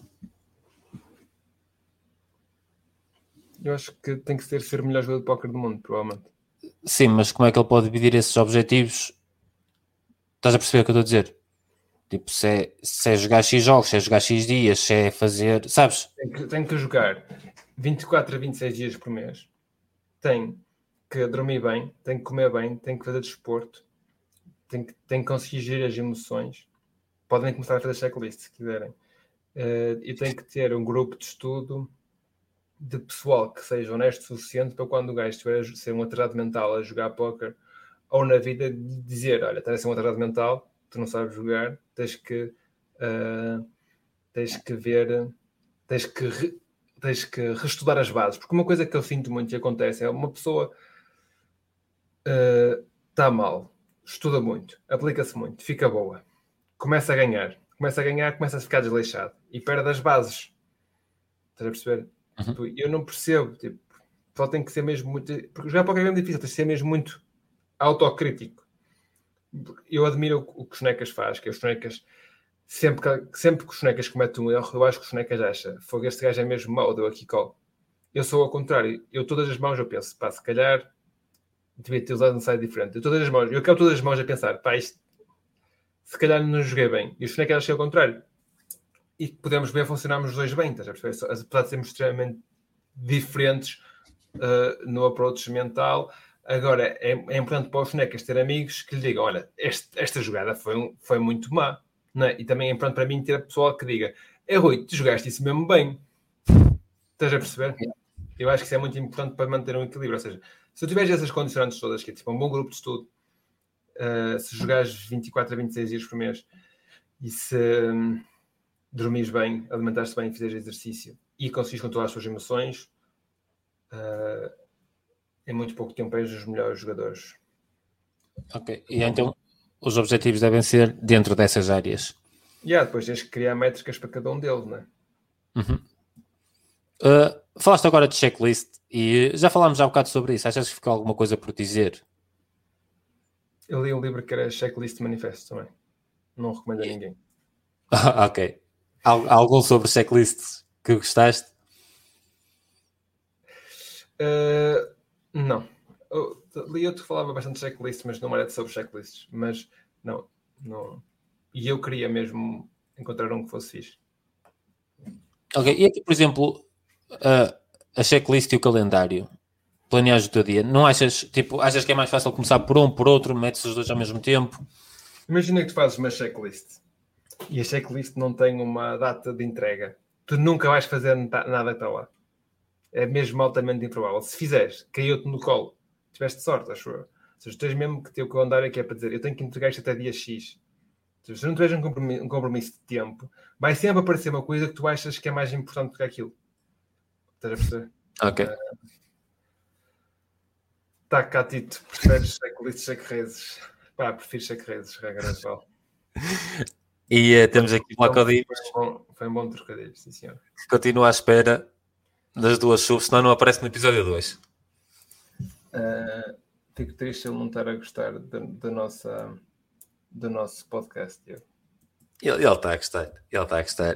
B: Eu acho que tem que ser o melhor jogador de póquer do mundo, provavelmente.
A: Sim, mas como é que ele pode dividir esses objetivos? Estás a perceber o que eu estou a dizer? Tipo, se é jogar X jogos, se é jogar X dias, se é fazer... Sabes?
B: Tem que jogar 24 a 26 dias por mês. Tem que dormir bem, tem que comer bem, tem que fazer desporto, tem que conseguir gerir as emoções. Podem começar a fazer checklist, se quiserem. E tem que ter um grupo de estudo de pessoal que seja honesto o suficiente para quando o gajo estiver a ser um atrasado mental a jogar póquer ou na vida dizer, olha, estás a ser um atrasado mental, tu não sabes jogar, tens que ver, tens que reestudar as bases, porque uma coisa que eu sinto muito e acontece é uma pessoa está mal, estuda muito, aplica-se muito, fica boa, começa a ganhar, começa a ficar desleixado e perde as bases. Estás a perceber?
A: Uhum.
B: Eu não percebo, só tem que ser mesmo muito, porque jogar póquer é mesmo difícil, tens de ser mesmo muito autocrítico. Eu admiro o que o Sonecas faz, que os Sonecas sempre que o Sonecas comete um erro, eu acho que o Sonecas acha, foi este gajo é mesmo mau, deu aqui call. Eu sou ao contrário, eu todas as mãos eu penso, pá, se calhar devia ter usado um site diferente. Eu acabo todas as mãos a pensar, pá, isto se calhar não joguei bem. E o Sonecas acha ao contrário. E podemos bem funcionarmos os dois bem, estás a perceber? Apesar de sermos extremamente diferentes no approach mental. Agora, é importante para os Sonecas ter amigos que lhe digam, olha, esta jogada foi muito má. Não é? E também é importante para mim ter pessoal que diga, Rui, tu jogaste isso mesmo bem. Estás a perceber? Eu acho que isso é muito importante para manter um equilíbrio. Ou seja, se tu tiveres essas condicionantes todas, que é tipo um bom grupo de estudo, se jogares 24 a 26 dias por mês e se dormires bem, alimentares-te bem, fizeres exercício e conseguires controlar as tuas emoções, em muito pouco tempo és os melhores jogadores.
A: Ok, e então os objetivos devem ser dentro dessas áreas.
B: Depois tens que criar métricas para cada um deles, não é?
A: Uhum. Falaste agora de checklist e já falámos já um bocado sobre isso. Achas que ficou alguma coisa por dizer?
B: Eu li um livro que era Checklist Manifesto também. Não recomendo a ninguém.
A: Ok. Algum sobre checklists que gostaste?
B: Não. Li outro que falava bastante de checklist, mas não era sobre checklists. Mas não. E eu queria mesmo encontrar um que fosse fixe.
A: Ok. E aqui, por exemplo, a checklist e o calendário. Planeares o teu dia. Não achas, achas que é mais fácil começar por um, por outro, metes os dois ao mesmo tempo?
B: Imagina que tu fazes uma checklist e a checklist não tem uma data de entrega. Tu nunca vais fazer nada que está lá. É mesmo altamente improvável. Se fizeres, caiu-te no colo. Tiveste sorte, acho eu. Ou seja, tens mesmo que ter o calendário aqui é para dizer eu tenho que entregar isto até dia X. Ou seja, se não tiveres um compromisso de tempo, vai sempre aparecer uma coisa que tu achas que é mais importante do que aquilo. Estás a perceber?
A: Ok.
B: Tá, Catito, preferes checklists, check-rezes? Pá, prefiro check-rezes, regra geral.
A: E temos aqui o Lacodimos.
B: Foi um bom trocadilho, sim senhor.
A: Continua à espera das duas chuvas, senão não aparece no episódio 2.
B: Fico triste ele não estar a gostar do nosso podcast.
A: Ele está a gostar. Ele está a gostar.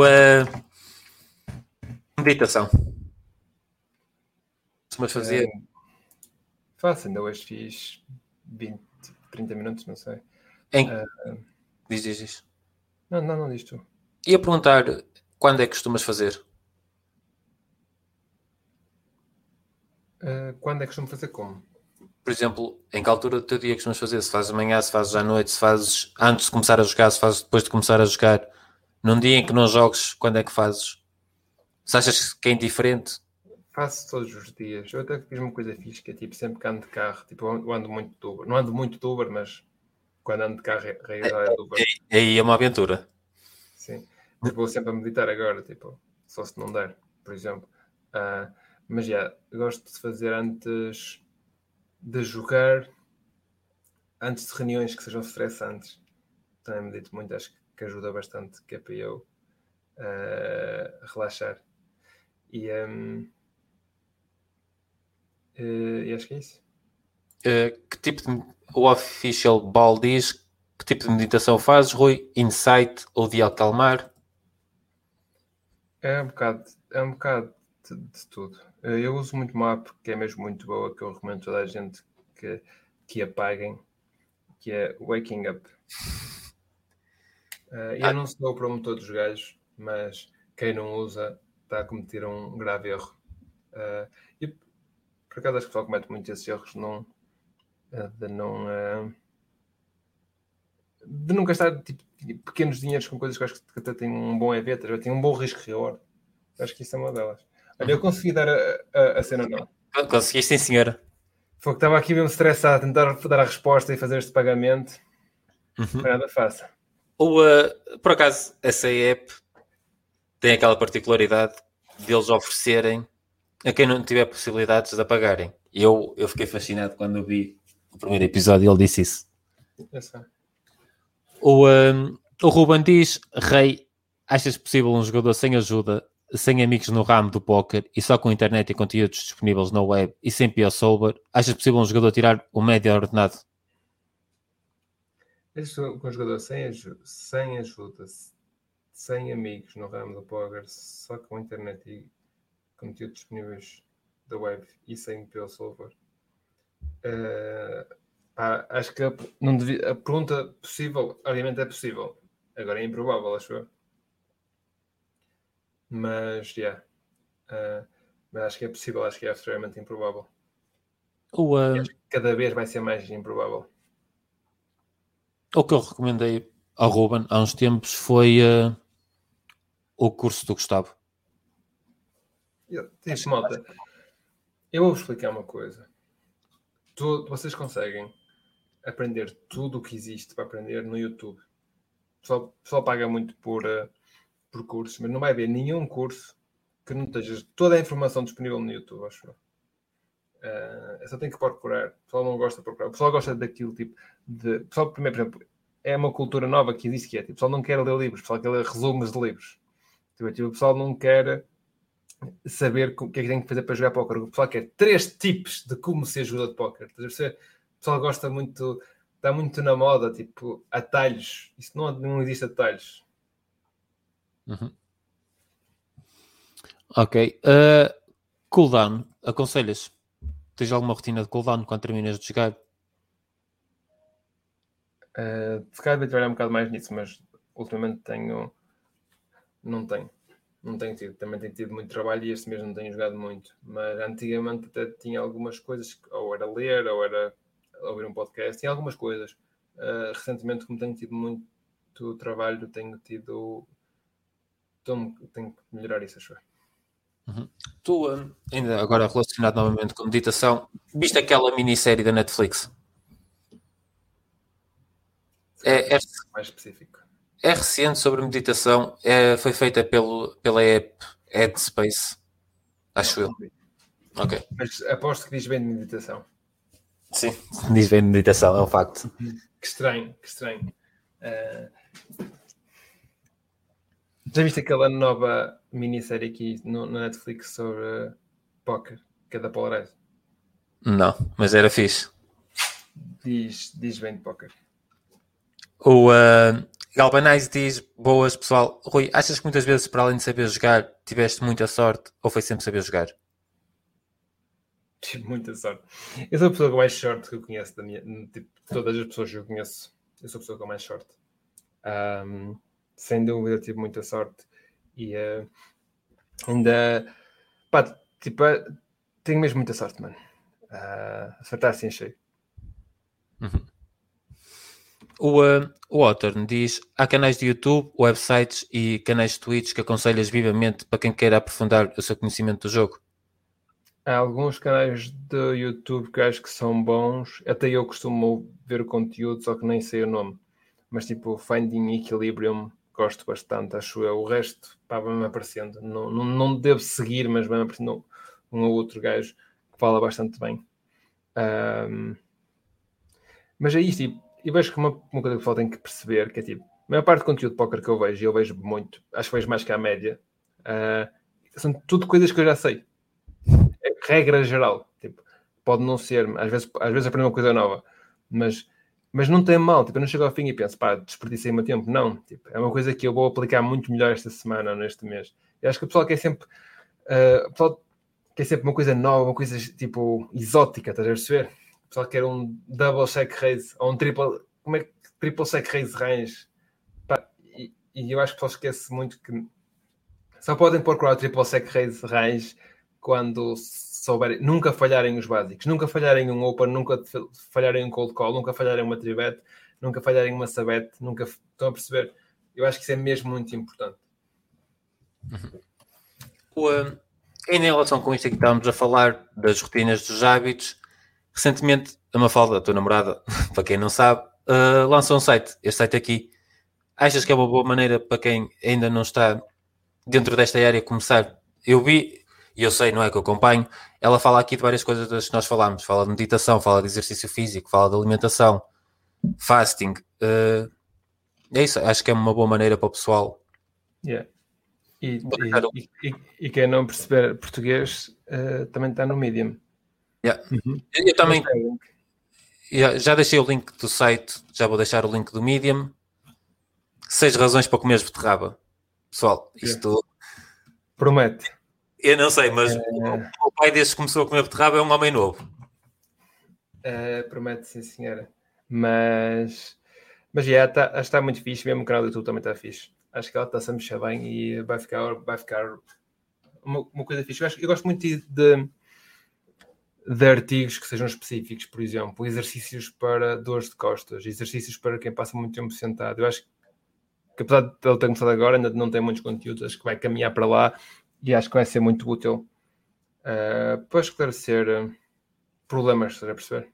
A: Meditação. Costumas fazer?
B: Faço, ainda hoje fiz 20, 30 minutos, não sei.
A: Diz.
B: Não diz tu.
A: Ia perguntar quando é que costumas fazer?
B: Quando é que costumo fazer como?
A: Por exemplo, em que altura do teu dia costumas fazer? Se fazes amanhã, se fazes à noite, se fazes antes de começar a jogar, se fazes depois de começar a jogar. Num dia em que não jogues, quando é que fazes? Se achas que é indiferente?
B: Faço todos os dias. Eu até fiz uma coisa fixe, que é tipo, sempre que ando de carro, tipo, eu ando muito de Uber. Não ando muito de Uber, mas quando ando de carro, a realidade é de Uber.
A: Aí é uma aventura.
B: Sim. Mas vou sempre a meditar agora, tipo, só se não der, por exemplo. Mas já, gosto de fazer antes de jogar, antes de reuniões que sejam estressantes. Também medito muito, acho que ajuda bastante, que é para eu relaxar. E acho que é isso.
A: Que tipo de... O Official Ball diz que tipo de meditação fazes, Rui? Insight ou de acalmar?
B: É um bocado de tudo. Eu uso muito uma app que é mesmo muito boa, que eu recomendo a toda a gente que apaguem, que é Waking Up. Eu não sou o promotor dos gajos, mas quem não usa está a cometer um grave erro. E por acaso acho que o pessoal comete muito esses erros de não gastar tipo, pequenos dinheiros com coisas que acho que até têm um bom EV, tem um bom risco-reward. Acho que isso é uma delas. Olha, eu consegui dar a cena não.
A: Conseguiste, sim, senhora.
B: Foi que estava aqui mesmo estressado a tentar dar a resposta e fazer este pagamento. Foi nada fácil.
A: Por acaso, essa app tem aquela particularidade de eles oferecerem a quem não tiver possibilidades de apagarem. Eu fiquei fascinado quando eu vi o primeiro episódio e ele disse isso. O Ruben diz: Rei, achas possível um jogador sem ajuda, sem amigos no ramo do póquer e só com internet e conteúdos disponíveis na web e sem PO Sober, achas possível um jogador tirar o médio ordenado?
B: Com um jogador sem ajuda, sem amigos no ramo do póquer, só com internet e conteúdos disponíveis da web e sem PO Sober. Acho que não devia, a pergunta possível, obviamente é possível. Agora é improvável, acho eu. Mas, mas acho que é possível, acho que é extremamente improvável. Acho que cada vez vai ser mais improvável.
A: O que eu recomendei ao Ruben há uns tempos foi o curso do Gustavo.
B: Malta, eu vou explicar uma coisa. Vocês conseguem aprender tudo o que existe para aprender no YouTube. O pessoal paga muito por cursos, mas não vai haver nenhum curso que não esteja toda a informação disponível no YouTube, acho eu. Só tem que procurar. O pessoal não gosta de procurar. O pessoal gosta daquilo tipo de... O pessoal, primeiro, por exemplo, é uma cultura nova que existe, que é, tipo, o pessoal não quer ler livros, o pessoal quer ler resumos de livros. Tipo, o pessoal não quer saber o que é que tem que fazer para jogar póquer. O pessoal quer 3 tipos de como ser jogador de póquer. O pessoal gosta muito, está muito na moda, tipo, atalhos. Isso não existe atalhos.
A: Ok. Cooldown, aconselhas? Tens alguma rotina de cooldown quando terminas de jogar?
B: Se calhar devia trabalhar um bocado mais nisso, mas ultimamente não tenho tido. Também tenho tido muito trabalho e este mês não tenho jogado muito. Mas antigamente até tinha algumas coisas, ou era ler, ou era ouvir um podcast, tinha algumas coisas. Recentemente, como tenho tido muito trabalho, tenho que melhorar isso, acho.
A: Tu, ainda agora relacionado novamente com meditação, viste aquela minissérie da Netflix? É
B: mais específico.
A: É recente, sobre meditação. Foi feita pela app Headspace, acho eu. Ok.
B: Mas aposto que diz bem de meditação.
A: Sim, diz bem de meditação, é um facto.
B: Que estranho. Já viste aquela nova minissérie aqui no Netflix sobre póquer, que é da Polarise?
A: Não, mas era fixe.
B: Diz bem de póquer.
A: O Galvanize diz: boas, pessoal. Rui, achas que muitas vezes, para além de saber jogar, tiveste muita sorte ou foi sempre saber jogar?
B: Tive muita sorte. Eu sou a pessoa com mais sorte que eu conheço tipo, todas as pessoas que eu conheço. Eu sou a pessoa com mais sorte. Sem dúvida, tive muita sorte. E ainda, pá, tipo, tenho mesmo muita sorte, mano. Acertar assim cheio.
A: O Watern diz: há canais de YouTube, websites e canais de Twitch que aconselhas vivamente para quem queira aprofundar o seu conhecimento do jogo?
B: Há alguns canais de YouTube que acho que são bons. Até eu costumo ver o conteúdo, só que nem sei o nome. Mas tipo, Finding Equilibrium, gosto bastante, acho eu. O resto, pá, vai-me aparecendo. Não devo seguir, mas vai-me aparecendo um ou outro gajo que fala bastante bem. Mas é isto, e vejo que uma coisa que o pessoal tem que perceber, que é tipo, a maior parte do conteúdo de póquer que eu vejo, e eu vejo muito, acho que vejo mais que a média, são tudo coisas que eu já sei. É regra geral. Tipo, pode não ser, às vezes aprendo uma coisa nova, mas não tem mal. Tipo, eu não chego ao fim e penso, pá, desperdicei o meu tempo. Não, tipo, é uma coisa que eu vou aplicar muito melhor esta semana ou neste mês. Eu acho que o pessoal quer sempre uma coisa nova, uma coisa tipo exótica, estás a perceber? O pessoal quer um double check raise ou um triple check raise range. Pá, e eu acho que o pessoal esquece muito que só podem procurar o triple check raise range quando souberem, nunca falharem os básicos, nunca falharem um open, nunca falharem um cold call, nunca falharem uma tribet, nunca falharem uma sabet, nunca. Estão a perceber? Eu acho que isso é mesmo muito importante.
A: Em relação com isto que estávamos a falar, das rotinas, dos hábitos, recentemente a Mafalda, a tua namorada, para quem não sabe, lançou um site, este site aqui. Achas que é uma boa maneira para quem ainda não está dentro desta área começar? Eu vi, e eu sei, não é que eu acompanho, ela fala aqui de várias coisas das que nós falámos. Fala de meditação, fala de exercício físico, fala de alimentação, fasting. É isso, acho que é uma boa maneira para o pessoal.
B: Yeah. E quem não perceber português também está no Medium.
A: Yeah. Eu também já deixei o link do site, já vou deixar o link do Medium. 6 razões para comeres beterraba. Pessoal, isto
B: promete.
A: Eu não sei, mas o pai desde que começou a comer beterraba é um homem novo.
B: Promete, sim, senhora. Mas já está muito fixe, mesmo o canal do YouTube também está fixe. Acho que ela está-se a mexer bem e vai ficar uma coisa fixe. Eu gosto muito de artigos que sejam específicos, por exemplo, exercícios para dores de costas, exercícios para quem passa muito tempo sentado. Eu acho que apesar de ele ter começado agora, ainda não tem muitos conteúdos, acho que vai caminhar para lá e acho que vai ser muito útil para esclarecer problemas, estás a perceber?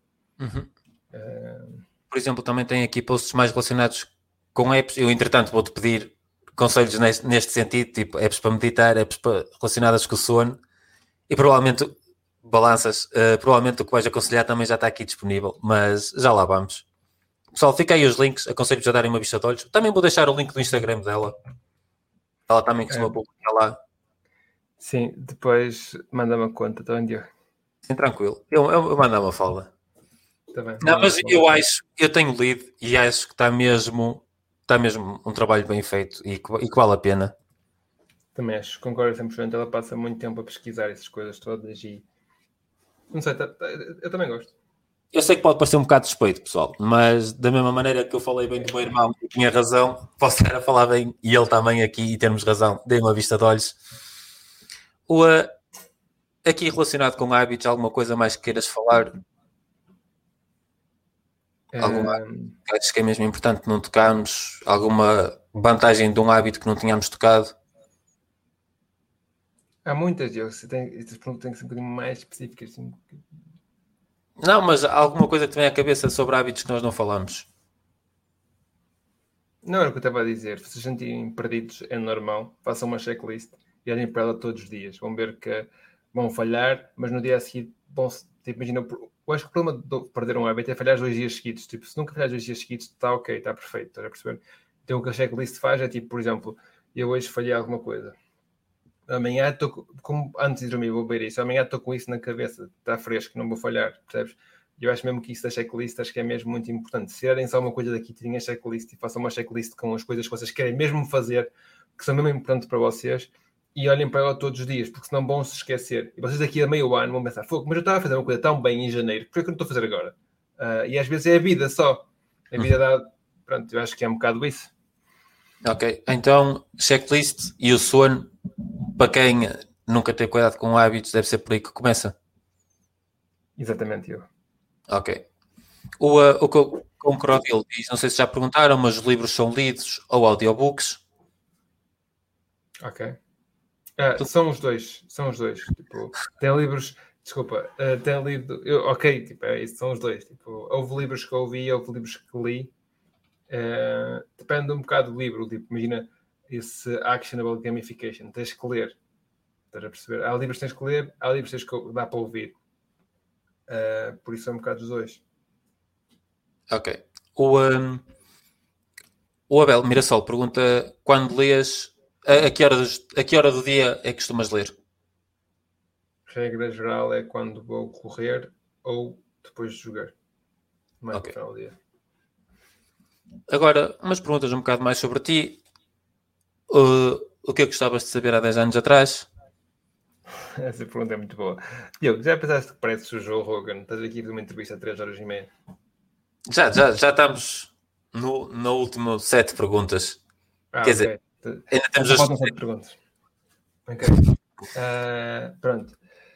A: Por exemplo, também tem aqui posts mais relacionados com apps. Eu, entretanto, vou-te pedir conselhos neste sentido, tipo apps para meditar, apps relacionadas com o sono e provavelmente balanças. Provavelmente o que vais aconselhar também já está aqui disponível, mas já lá vamos. pessoal, fica aí os links, aconselho-vos a darem uma vista de olhos. Também vou deixar o link do Instagram dela. Ela também costuma publicar lá.
B: Sim, depois manda-me a conta, está bem, Diogo?
A: Sim, tranquilo. Eu mando uma fala.
B: Tá bem,
A: não, mas eu tenho lido e acho que está mesmo um trabalho bem feito e que vale a pena.
B: Também acho, concordo 100%. Ela passa muito tempo a pesquisar essas coisas todas e não sei, eu também gosto.
A: Eu sei que pode parecer um bocado suspeito, pessoal, mas da mesma maneira que eu falei bem do meu irmão e tinha razão, posso estar a falar bem e ele também aqui e termos razão. Dei uma vista de olhos. Aqui relacionado com hábitos, alguma coisa mais que queiras falar? Alguma coisa que é mesmo importante não tocarmos? Alguma vantagem de um hábito que não tínhamos tocado?
B: Há muitas, Diogo. Estas perguntas têm que ser um bocadinho mais específicas. Assim.
A: Não, mas alguma coisa que te vem à cabeça sobre hábitos que nós não falamos?
B: Não era o que eu estava a dizer. Se se sentirem perdidos, é normal. Façam uma checklist e olhem para ela todos os dias. Vão ver que vão falhar, mas no dia a seguir vão... Tipo, imagina, eu acho que o problema de perder um hábito é falhar 2 dias seguidos. Tipo, se nunca falhar 2 dias seguidos, está ok, está perfeito. Estás a perceber? Então o que a checklist faz é tipo, por exemplo, eu hoje falhei alguma coisa. Amanhã estou, como antes de dormir, vou ver isso. Amanhã estou com isso na cabeça, está fresco, não vou falhar, percebes? Eu acho mesmo que isso da checklist acho que é mesmo muito importante. Se querem só uma coisa daqui, tirem a checklist e façam uma checklist com as coisas que vocês querem mesmo fazer, que são mesmo importantes para vocês, e olhem para ela todos os dias, porque senão vão se esquecer. E vocês daqui a meio ano vão pensar, mas eu estava a fazer uma coisa tão bem em janeiro, por que eu não estou a fazer agora? E às vezes é a vida só. A vida dá... Pronto, eu acho que é um bocado isso.
A: Ok, então checklist e o sono, para quem nunca tem cuidado com hábitos, deve ser por aí que começa.
B: Exatamente, eu.
A: Ok. O que eu concordo, ele diz, não sei se já perguntaram, mas os livros são lidos ou audiobooks?
B: Ok. São os dois. Tipo, tem livros... Desculpa, tem lido... ok, tipo, é isso, são os dois. Tipo, houve livros que eu ouvi, houve livros que li. Depende um bocado do livro. Tipo, imagina esse Actionable Gamification. Tens que ler. Estás a perceber? Há livros que tens que ler, há livros que dá para ouvir. Por isso é um bocado dos dois.
A: Ok. O Abel Mirassol pergunta, quando lês, a que hora do dia é que costumas ler?
B: Regra geral é quando vou correr ou depois de jogar. Mais no final do dia.
A: Agora, umas perguntas um bocado mais sobre ti. O que gostavas de saber há 10 anos atrás?
B: Essa pergunta é muito boa. Diogo, já pensaste que pareces o Joe Rogan? Estás aqui para uma entrevista a 3h30.
A: Já estamos no último set de perguntas. Quer dizer, ainda temos
B: faltam 7 perguntas. Ok. Pronto.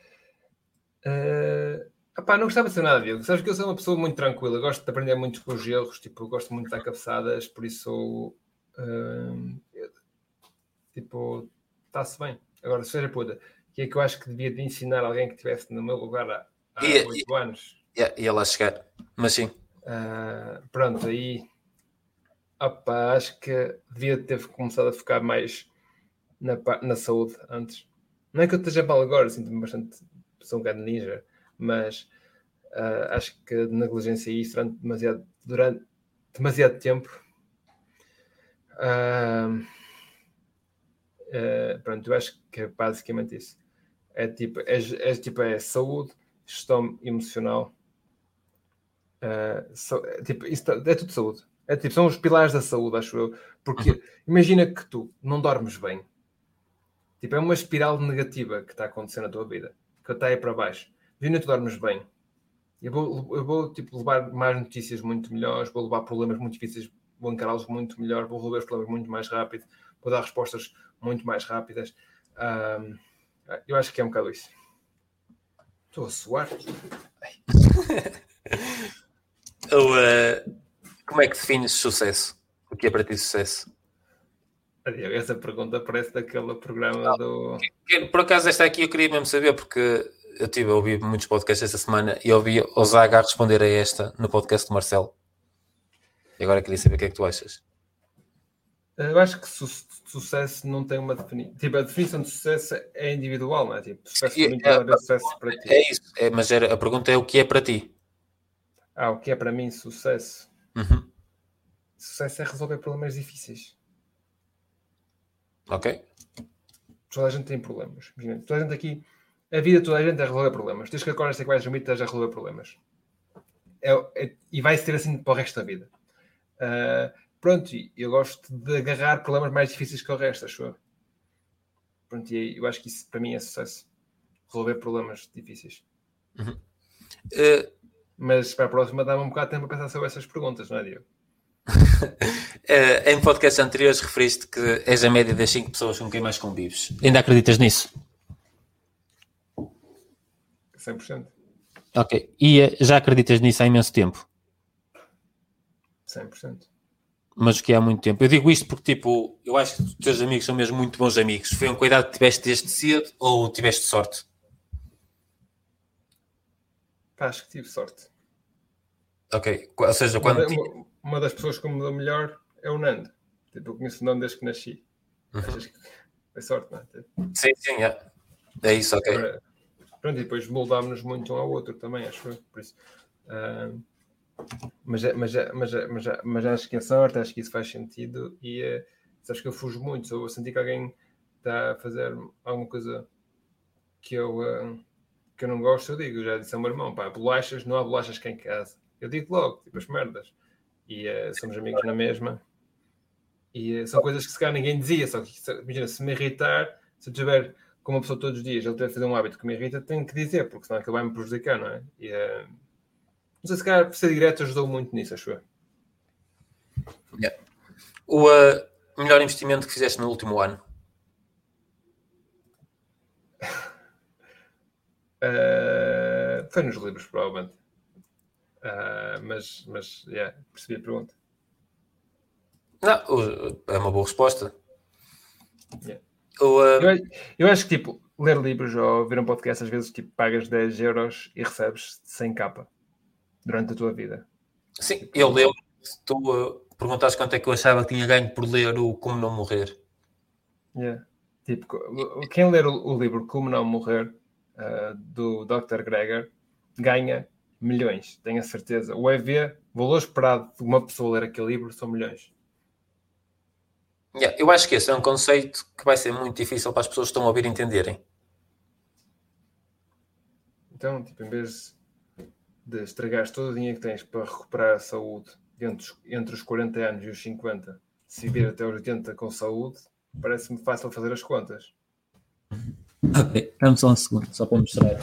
B: Não gostava de ser nada, Diogo. Sabes que eu sou uma pessoa muito tranquila. Gosto de aprender muito com os erros. Tipo, eu gosto muito de dar cabeçadas. Por isso, tipo, está-se bem. Agora, seja puta, que é que eu acho que devia de ensinar alguém que estivesse no meu lugar há 8 anos.
A: Ia lá chegar, mas sim.
B: Pronto, aí acho que devia ter começado a focar mais na saúde antes. Não é que eu esteja mal agora, sinto-me bastante, sou um bocado ninja, mas acho que a negligência é isso durante demasiado tempo. Pronto, eu acho que é basicamente isso. É tipo saúde, gestão emocional. Isso é tudo saúde. São os pilares da saúde, acho eu. Porque imagina que tu não dormes bem. Tipo, é uma espiral negativa que está acontecendo na tua vida. Que está aí para baixo. Imagina que tu dormes bem. Eu vou tipo, levar mais notícias muito melhores, vou levar problemas muito difíceis, vou encará-los muito melhor, vou resolver os problemas muito mais rápido, vou dar respostas muito mais rápidas. Eu acho que é um bocado isso. Estou a suar.
A: Como é que defines sucesso? O que é para ti sucesso?
B: Essa pergunta parece daquele programa do...
A: Por acaso esta aqui eu queria mesmo saber, porque eu tive a ouvir muitos podcasts esta semana e ouvi o Zaga a responder a esta no podcast do Marcelo. E agora queria saber o que é que tu achas.
B: Eu acho que sucesso não tem uma definição. Tipo, a definição de sucesso é individual, não é? Tipo, sucesso para mim é sucesso para ti.
A: É isso, mas a pergunta é o que é para ti?
B: O que é para mim sucesso? sucesso é resolver problemas difíceis.
A: Ok.
B: Toda a gente tem problemas. Imagina, toda a gente aqui, a vida de toda a gente é resolver problemas. Desde que acordas que vais dormir, estás a resolver problemas. E vai ser assim para o resto da vida. Pronto, eu gosto de agarrar problemas mais difíceis que o resto, acho eu. Pronto, e eu acho que isso para mim é sucesso. Resolver problemas difíceis.
A: Uhum.
B: Mas para a próxima dá-me um bocado de tempo a pensar sobre essas perguntas, não é, Diego?
A: Em podcasts anteriores referiste que és a média das 5 pessoas com quem mais convives. Ainda acreditas nisso?
B: 100%.
A: Ok. E já acreditas nisso há imenso tempo?
B: 100%.
A: Mas o que é há muito tempo? Eu digo isto porque, tipo, eu acho que os teus amigos são mesmo muito bons amigos. Foi um cuidado que tiveste desde cedo ou tiveste sorte?
B: Pá, acho que tive sorte.
A: Ok. Ou seja, quando...
B: Uma das pessoas que me deu melhor é o Nando. Tipo, eu conheço o Nando desde que nasci. Achas que foi sorte, não é?
A: Sim, é isso, ok.
B: Agora, pronto, e depois moldámos-nos muito um ao outro também, acho eu. Por isso. Mas acho que é sorte, acho que isso faz sentido. E sabes que eu fujo muito. Se eu sentir que alguém está a fazer alguma coisa que eu não gosto, eu digo. Eu já disse ao meu irmão: pá, bolachas, não há bolachas cá em casa. Eu digo logo, tipo as merdas. E somos amigos na mesma. E são coisas que se calhar ninguém dizia. Só que, imagina, se me irritar, se eu tiver com uma pessoa todos os dias, ele tiver a fazer um hábito que me irrita, tenho que dizer, porque senão aquilo vai me prejudicar, não é? E, não sei se calhar por ser direto ajudou muito nisso, acho eu.
A: Yeah. O melhor investimento que fizeste no último ano?
B: Foi nos livros, provavelmente. Mas percebi a pergunta.
A: Não, é uma boa resposta.
B: Yeah. Eu acho que, tipo, ler livros ou ver um podcast, às vezes, tipo, pagas 10 euros e recebes 100 capa durante a tua vida.
A: Sim,
B: tipo,
A: eu lembro. Tu perguntaste quanto é que eu achava que tinha ganho por ler o Como Não Morrer.
B: Yeah. Tipo, quem ler o livro Como Não Morrer, do Dr. Greger, ganha milhões, tenho a certeza. O EV, valor esperado de uma pessoa ler aquele livro, são milhões.
A: Yeah, eu acho que esse é um conceito que vai ser muito difícil para as pessoas que estão a ouvir entenderem.
B: Então, tipo, em vez de estragares todo o dinheiro que tens para recuperar a saúde entre os 40 anos e os 50, se viver até os 80 com saúde, parece-me fácil fazer as contas.
A: Ok, dá-me só um segundo, só para mostrar.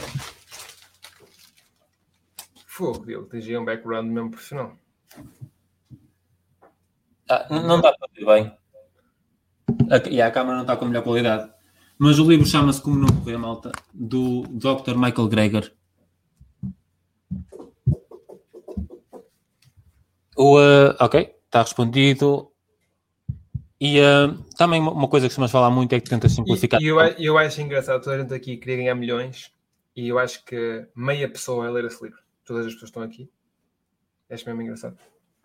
B: Fogo, Diogo, tens aí um background mesmo profissional.
A: Não dá para ver bem. A câmera não está com a melhor qualidade. Mas o livro chama-se Como Não Morrer, malta, do Dr. Michael Greger. Ok, está respondido. E também uma coisa que costumas falar muito é que tentas simplificar.
B: E eu acho engraçado, toda a gente aqui queria ganhar milhões e eu acho que meia pessoa vai ler esse livro. Todas as pessoas estão aqui. Acho mesmo engraçado.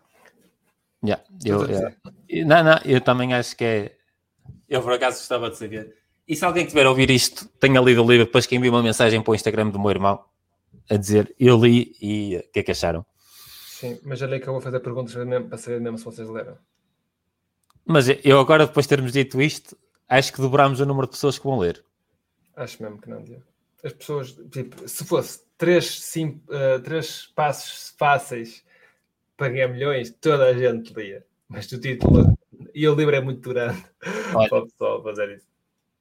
A: Eu também acho que é. Eu por acaso gostava de saber. E se alguém tiver a ouvir isto, tenha lido o livro, depois que envie uma mensagem para o Instagram do meu irmão a dizer eu li e o que é que acharam?
B: Sim, mas olha que eu vou fazer perguntas para saber mesmo se vocês leram.
A: Mas eu agora, depois de termos dito isto, acho que dobramos o número de pessoas que vão ler.
B: Acho mesmo que não, Diego. As pessoas, tipo, se fosse 3 passos fáceis para ganhar milhões, toda a gente lia. Mas o título e o livro é muito grande para o pessoal fazer isso.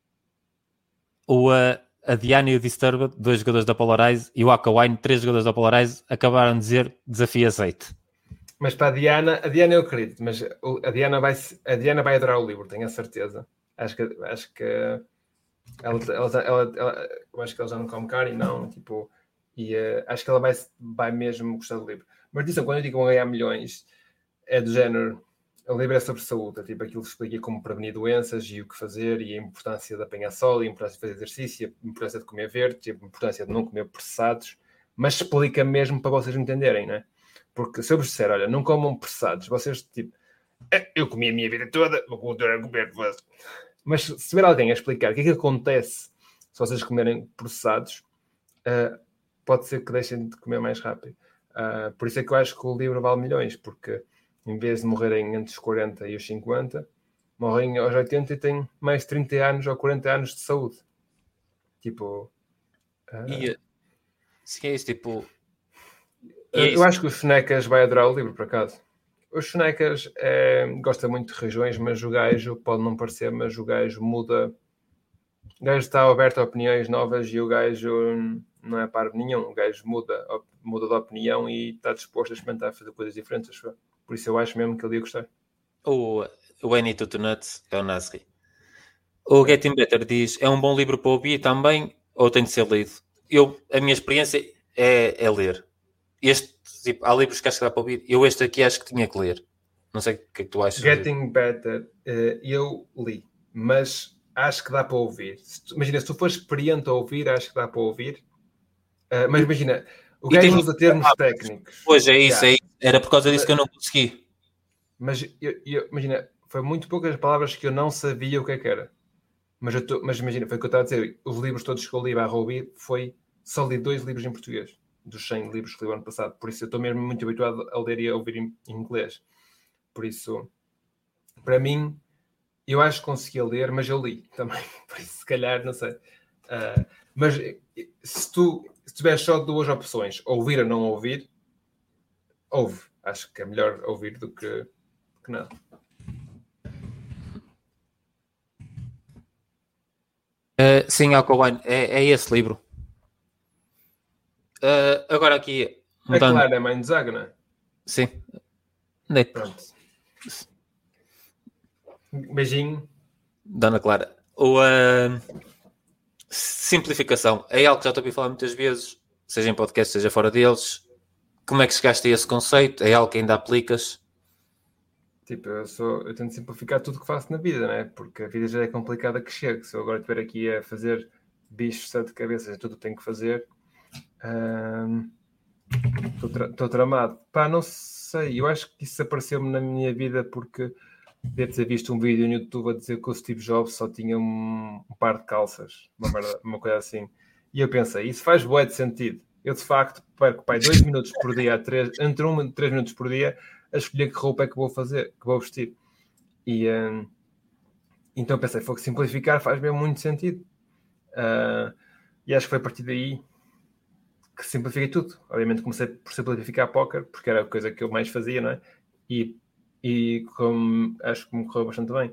A: A Diana e o Disturbed, 2 jogadores da Polarize, e o Akawine, 3 jogadores da Polarize, acabaram de dizer desafio aceite.
B: Mas para a Diana eu acredito, mas a Diana vai adorar o livro, tenho a certeza. Acho que ela eu acho que ela já não come carne, não, tipo, e acho que ela vai mesmo gostar do livro. Mas dizem, quando eu digo ganhar milhões, é do género, o livro é sobre saúde, é tipo aquilo que explica como prevenir doenças e o que fazer, e a importância de apanhar sol, e a importância de fazer exercício, a importância de comer verde, a importância de não comer processados, mas explica mesmo para vocês entenderem, não é? Porque se eu vos disser, olha, não comam processados, vocês tipo, eu comi a minha vida toda, vou continuar a comer. Mas se tiver alguém a explicar o que é que acontece se vocês comerem processados, pode ser que deixem de comer mais rápido. Por isso é que eu acho que o livro vale milhões, porque em vez de morrerem entre os 40 e os 50, morrem aos 80 e têm mais de 30 anos ou 40 anos de saúde. Tipo...
A: sim, é isso, tipo...
B: eu acho que o Sonecas vai adorar o livro, por acaso. O Sonecas gosta muito de regiões, mas o gajo, pode não parecer, mas o gajo muda. O gajo está aberto a opiniões novas e o gajo não é parvo nenhum. O gajo muda de opinião e está disposto a experimentar fazer coisas diferentes. Por isso eu acho mesmo que ele ia gostar.
A: O Any to Nuts é o Nasri. O Getting Better diz, é um bom livro para ouvir também, ou tem de ser lido? A minha experiência é ler. Tipo, há livros que acho que dá para ouvir. Eu este aqui acho que tinha que ler. Não sei o que é que tu achas.
B: Getting Better, eu li, mas acho que dá para ouvir. Imagina, se tu fores experiente a ouvir, acho que dá para ouvir. Mas imagina, o gajo usa termos técnicos.
A: Pois é isso, era por causa disso que eu não consegui.
B: Mas imagina, foi muito poucas palavras que eu não sabia o que é que era. Mas imagina, foi o que eu estava a dizer. Os livros todos que eu li a ouvir só li 2 livros em português, dos 100 livros que li o ano passado. Por isso eu estou mesmo muito habituado a ler e a ouvir em inglês. Por isso, para mim, eu acho que conseguia ler, mas eu li também. Por isso, se calhar, não sei. Mas se tiveres só 2 opções, ouvir ou não ouvir, ouve. Acho que é melhor ouvir do que não.
A: Sim, Alcobain, é esse livro. Agora aqui...
B: A Clara é mãe de Zaga, não é?
A: Sim.
B: Pronto. Beijinho.
A: Dona Clara. Simplificação. É algo que já estou a ouvir falar muitas vezes, seja em podcast, seja fora deles. Como é que chegaste a esse conceito? É algo que ainda aplicas?
B: Tipo, eu tento simplificar tudo que faço na vida, né? Porque a vida já é complicada que chega. Se eu agora estiver aqui a fazer bichos 7 cabeças, tudo o que tenho que fazer, estou tramado. Pá, não sei. Eu acho que isso apareceu-me na minha vida porque deve ter visto um vídeo no YouTube a dizer que o Steve Jobs só tinha um par de calças, uma coisa assim. E eu pensei, isso faz bué de sentido. Eu, de facto, perco 2 minutos por dia, entre 1 e 3 minutos por dia, a escolher que roupa é que vou fazer, que vou vestir. E então pensei, foi que simplificar faz mesmo muito sentido. E acho que foi a partir daí que simplifiquei tudo. Obviamente comecei por simplificar póquer, porque era a coisa que eu mais fazia, não é? E como acho que me correu bastante bem.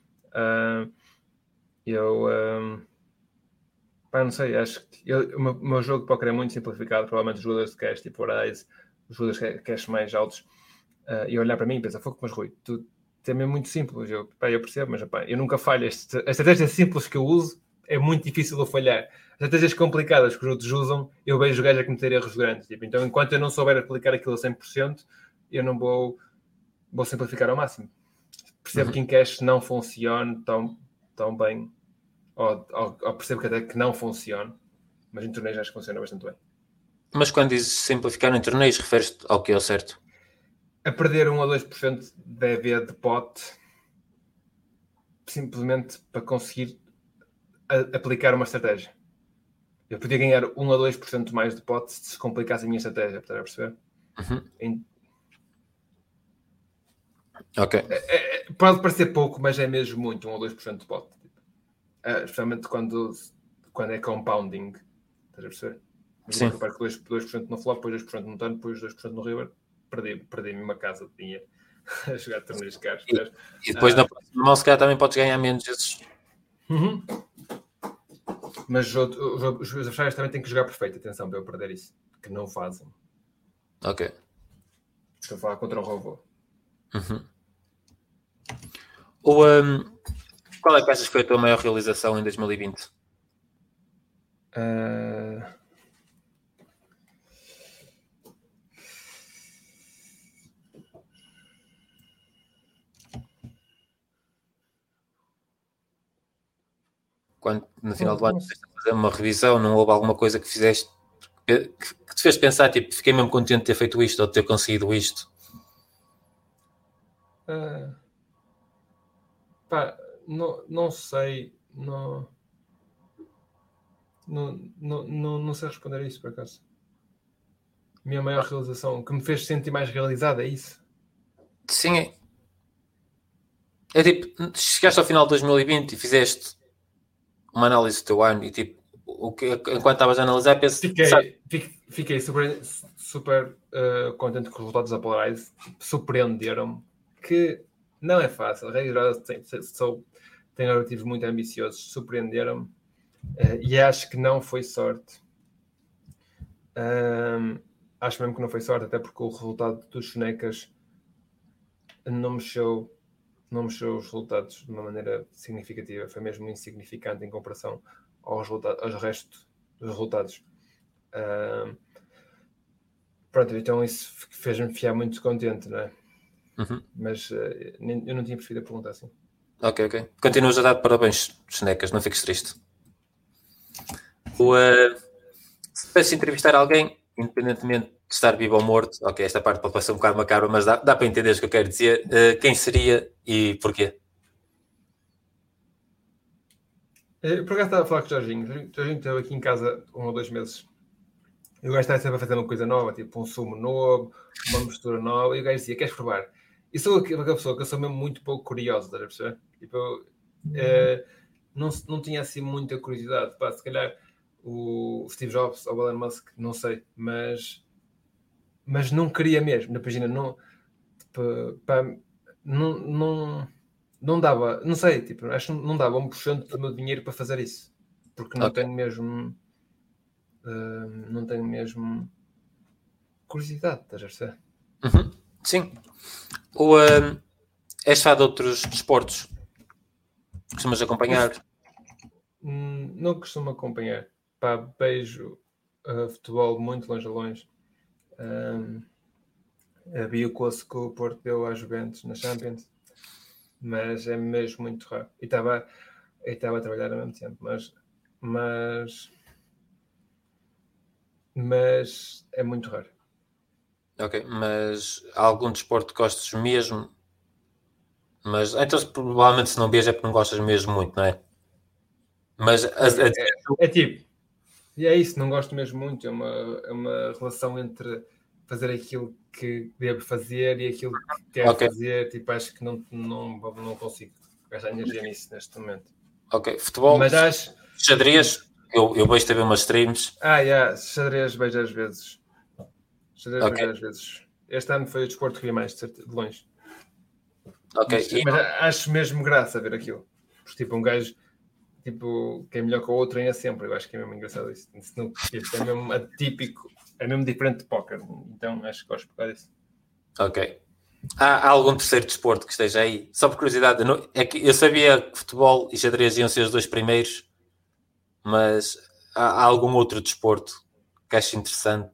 B: Não sei, acho que o meu jogo de póquer é muito simplificado. Provavelmente os jogadores de cash, tipo Horizon, os jogadores de cash mais altos, e olhar para mim e pensar, fogo, mas Rui, tu é mesmo muito simples. Eu percebo, mas eu nunca falho. As estratégias simples que eu uso é muito difícil eu falhar. As estratégias complicadas que os outros usam, eu vejo o gajo a cometer erros grandes. Tipo, então, enquanto eu não souber aplicar aquilo a 100%, eu não vou simplificar ao máximo. Percebo que em cash não funciona tão bem, ou percebo que até que não funciona, mas em torneios acho que funciona bastante bem.
A: Mas quando dizes simplificar em torneios, referes-te ao que é o certo?
B: A perder 1 a 2% de EV de pote, simplesmente para conseguir aplicar uma estratégia. Eu podia ganhar 1 a 2% mais de pote se complicasse a minha estratégia, estás a perceber?
A: Ok.
B: Pode parecer pouco, mas é mesmo muito, 1 a 2% de pote. Especialmente quando é compounding, estás a perceber? Sim. Eu perco 2% no flop, depois 2% no turn, depois 2% no river, perdi-me uma casa de dinheiro a jogar torneios caros.
A: E depois na próxima mão, se calhar também podes ganhar menos esses.
B: Mas os adversários também têm que jogar perfeito, atenção, para eu perder isso, que não fazem.
A: Ok.
B: Estou a falar contra o robô.
A: Qual é que achas que foi a tua maior realização em 2020? Quando no final do ano fizeste fazer uma revisão, não houve alguma coisa que fizeste que te fez pensar, tipo, fiquei mesmo contente de ter feito isto ou de ter conseguido isto?
B: Não sei, não sei responder a isso, por acaso. Minha maior realização, que me fez sentir mais realizado, é isso?
A: Sim, é tipo, chegaste ao final de 2020 e fizeste uma análise do teu ano e tipo, enquanto estavas a analisar,
B: Fiquei super contente com os resultados da Polarize. Surpreenderam-me, que não é fácil. A Reis tem objetivos muito ambiciosos, surpreenderam-me, e acho que não foi sorte. Acho mesmo que não foi sorte, até porque o resultado dos Sonecas não mexeu os resultados de uma maneira significativa. Foi mesmo insignificante em comparação aos restos dos resultados. Pronto, então isso fez-me ficar muito contente, não é?
A: Uhum.
B: Mas eu não tinha percebido a pergunta assim.
A: Ok. Continuas a dar parabéns, Sonecas, não fiques triste. Se tivesse entrevistar alguém, independentemente de estar vivo ou morto, ok, esta parte pode parecer um bocado macabra, mas dá para entender o que eu quero dizer. Quem seria e porquê?
B: Por acaso estava a falar com o Jorginho. O Jorginho esteve aqui em casa 1 ou 2 meses. E o gajo estava sempre a fazer uma coisa nova, tipo um sumo novo, uma mistura nova, e o gajo dizia: queres provar? E sou aquela pessoa que eu sou mesmo muito pouco curioso, estás a perceber? Tipo, não tinha assim muita curiosidade. Pá, se calhar o Steve Jobs ou o Elon Musk, não sei, mas não queria mesmo. Na página não, tipo, pá, não dava, não sei, tipo, acho que não dava 1% do meu dinheiro para fazer isso, porque não tenho mesmo curiosidade, estás a perceber?
A: Uhum. Sim. És fã de outros desportos? Costumas acompanhar?
B: Não costumo acompanhar. Pá, beijo futebol muito longe a longe. Vi o coço que o Porto deu à Juventus na Champions, mas é mesmo muito raro. E estava a trabalhar ao mesmo tempo, mas é muito raro.
A: Ok, mas há algum desporto que gostes mesmo? Mas então provavelmente se não vês é porque não gostas mesmo muito, não é? Mas
B: é tipo, e é isso, não gosto mesmo muito. É uma relação entre fazer aquilo que devo fazer e aquilo que quero fazer. Tipo, acho que não consigo gastar energia nisso neste momento.
A: Ok, futebol,
B: mas acho
A: xadrez, eu vejo também umas streams.
B: Xadrez vejo às vezes. Vejo às vezes. Este ano foi o desporto que vi mais de longe. Mas acho mesmo graça ver aquilo. Porque tipo, um gajo tipo, quem é melhor que o outro é sempre. Eu acho que é mesmo engraçado isso. É mesmo atípico, é mesmo diferente de póquer. Então acho que gosto por causa disso.
A: Ok. Há algum terceiro desporto que esteja aí? Só por curiosidade, é que eu sabia que futebol e xadrez iam ser os dois primeiros, mas há algum outro desporto que acho interessante?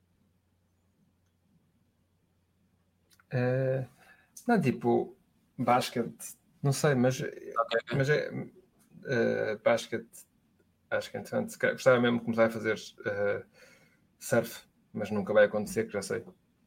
B: Não, tipo, basquete, não sei, mas basquete, acho que é interessante. Gostava mesmo de começar a fazer surf, mas nunca vai acontecer, que já sei.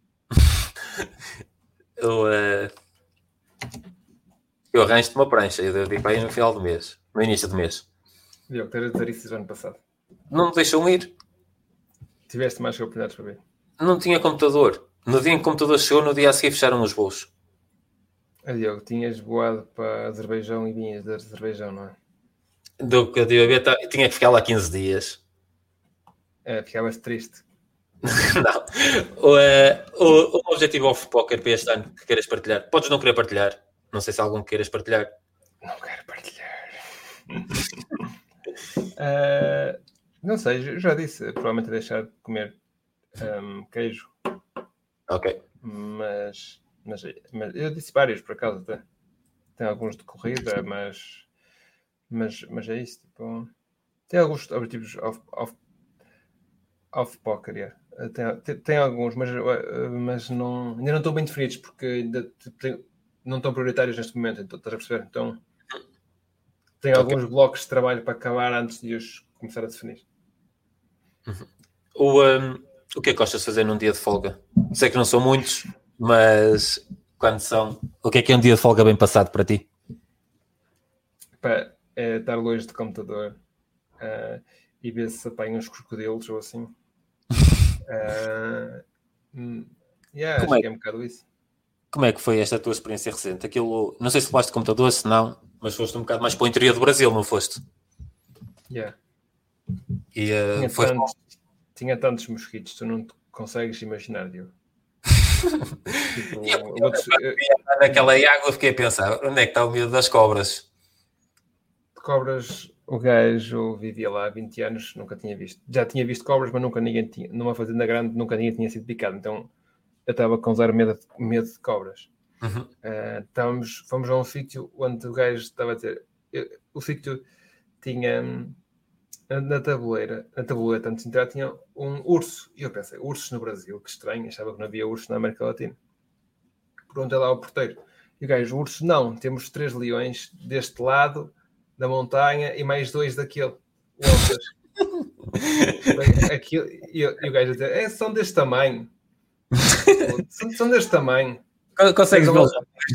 A: Eu arranjo-te uma prancha, eu devo ir para aí no final do mês, no início do mês.
B: Eu quero dizer isso do ano passado.
A: Não me deixam ir?
B: Tiveste mais oportunidades para ver?
A: Não tinha computador. No dia em que o computador chegou, no dia a seguir fecharam os voos.
B: Diogo, tinhas voado para Azerbaijão e vinhas de Azerbaijão, não é?
A: Do que eu devia ver, tinha que ficar lá 15 dias.
B: Ficavas triste.
A: Não. O objetivo off-poker para este ano que queiras partilhar. Podes não querer partilhar. Não sei se há algum que queiras partilhar.
B: Não quero partilhar. Não sei, já disse. Provavelmente deixar de comer queijo.
A: Ok.
B: Mas eu disse vários, por acaso, até. Tem alguns de corrida, mas é isso. Tipo, tem alguns objetivos off-poker, yeah. Tem alguns, mas não, ainda não estão bem definidos, porque ainda não estão prioritários neste momento, então, estás a perceber? Então, tem alguns blocos de trabalho para acabar antes de os começar a definir.
A: O que é que gostas de fazer num dia de folga? Sei que não são muitos, mas quando são, o que é um dia de folga bem passado para ti?
B: É estar longe de computador e ver se apanham uns crocodilos ou assim. Acho que é um bocado isso.
A: como é que foi esta tua experiência recente? Aquilo, não sei se falaste de computador, se não, mas foste um bocado mais para o interior do Brasil, não foste?
B: Yeah.
A: E
B: tinha tantos mosquitos, tu não te consegues imaginar, Diogo. Tipo,
A: naquela água fiquei a pensar, onde é que está o medo das cobras?
B: De cobras, o gajo vivia lá há 20 anos, nunca tinha visto. Já tinha visto cobras, mas nunca ninguém tinha, numa fazenda grande, nunca ninguém tinha sido picado. Então eu estava com zero medo de cobras.
A: Uhum.
B: Fomos a um sítio onde o gajo estava a dizer, o sítio tinha na tabuleira antes de entrar, tinha um urso. E eu pensei, ursos no Brasil, que estranho, achava que não havia urso na América Latina. Perguntei lá ao porteiro. E o gajo, urso não, temos 3 leões deste lado da montanha e mais 2 daquele. Onças. E o gajo a dizer, são deste tamanho. São deste tamanho.
A: Consegues vê-los?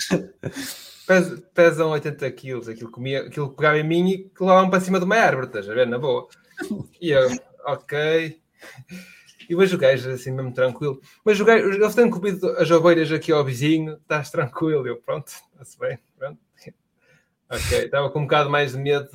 B: Pesam 80 quilos. Aquilo pegava em mim e levavam para cima de uma árvore, estás a ver? Na boa. E eu, ok. E vejo o gajo assim mesmo tranquilo. Mas o gajo, eles têm comido as ovelhas aqui ao vizinho, estás tranquilo. Eu, pronto, está-se bem. Pronto. Ok, estava com um bocado mais de medo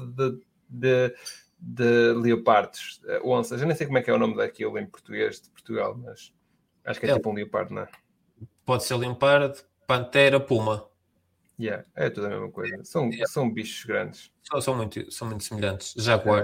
B: de leopardos, onças. Eu nem sei como é que é o nome daquilo em português de Portugal, mas acho que é tipo um leopardo, não é?
A: Pode ser leopardo, pantera, puma.
B: Yeah, é tudo a mesma coisa. São bichos grandes.
A: São muito semelhantes. Jaguar.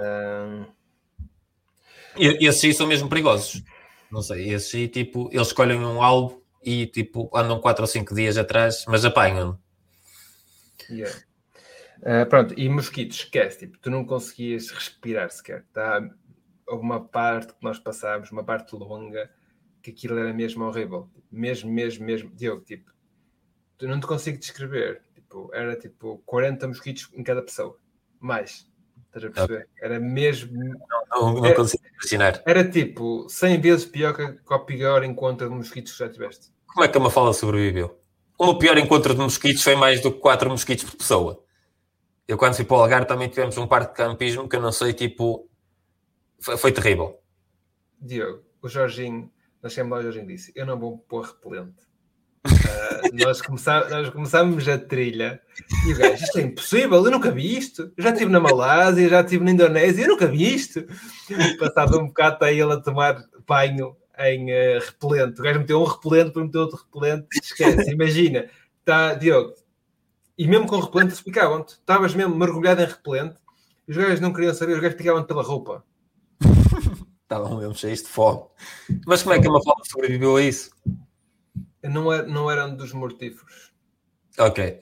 A: E esses aí são mesmo perigosos. Não sei, esses aí, tipo, eles escolhem um alvo e, tipo, andam 4 ou 5 dias atrás, mas apanham-no.
B: Yeah. Pronto, e mosquitos, esquece, tipo, tu não conseguias respirar sequer, tá? Houve uma parte que nós passámos, uma parte longa, que aquilo era mesmo horrível. Mesmo. Diogo, tipo, tu não te consigo descrever. Tipo, era tipo 40 mosquitos em cada pessoa. Mais. Estás a perceber? Okay. Era mesmo...
A: Não consigo imaginar.
B: Era tipo 100 vezes pior que o pior encontro de mosquitos que já tiveste.
A: Como é que a Mafalda sobreviveu? O meu pior encontro de mosquitos foi mais do que 4 mosquitos por pessoa. Eu quando fui para o Algarve também tivemos um parque de campismo que eu não sei, tipo... Foi terrível.
B: Diogo, o Jorginho, nós chegamos lá, o Jorginho disse, eu não vou pôr repelente. Nós começámos a trilha e o gajo, isto é impossível, eu nunca vi isto. Eu já estive na Malásia, já estive na Indonésia, eu nunca vi isto. Passava um bocado, está ele a tomar banho em repelente. O gajo meteu um repelente, depois meteu outro repelente. Esquece, imagina. Tá, Diogo, e mesmo com repelente explicavam-te. Estavas mesmo mergulhado em repelente e os gajos não queriam saber, os gajos picavam-te pela roupa.
A: Estavam mesmo cheios de fome. Mas como é que a Mafalda sobreviveu a isso?
B: Não eram dos mortíferos.
A: Ok.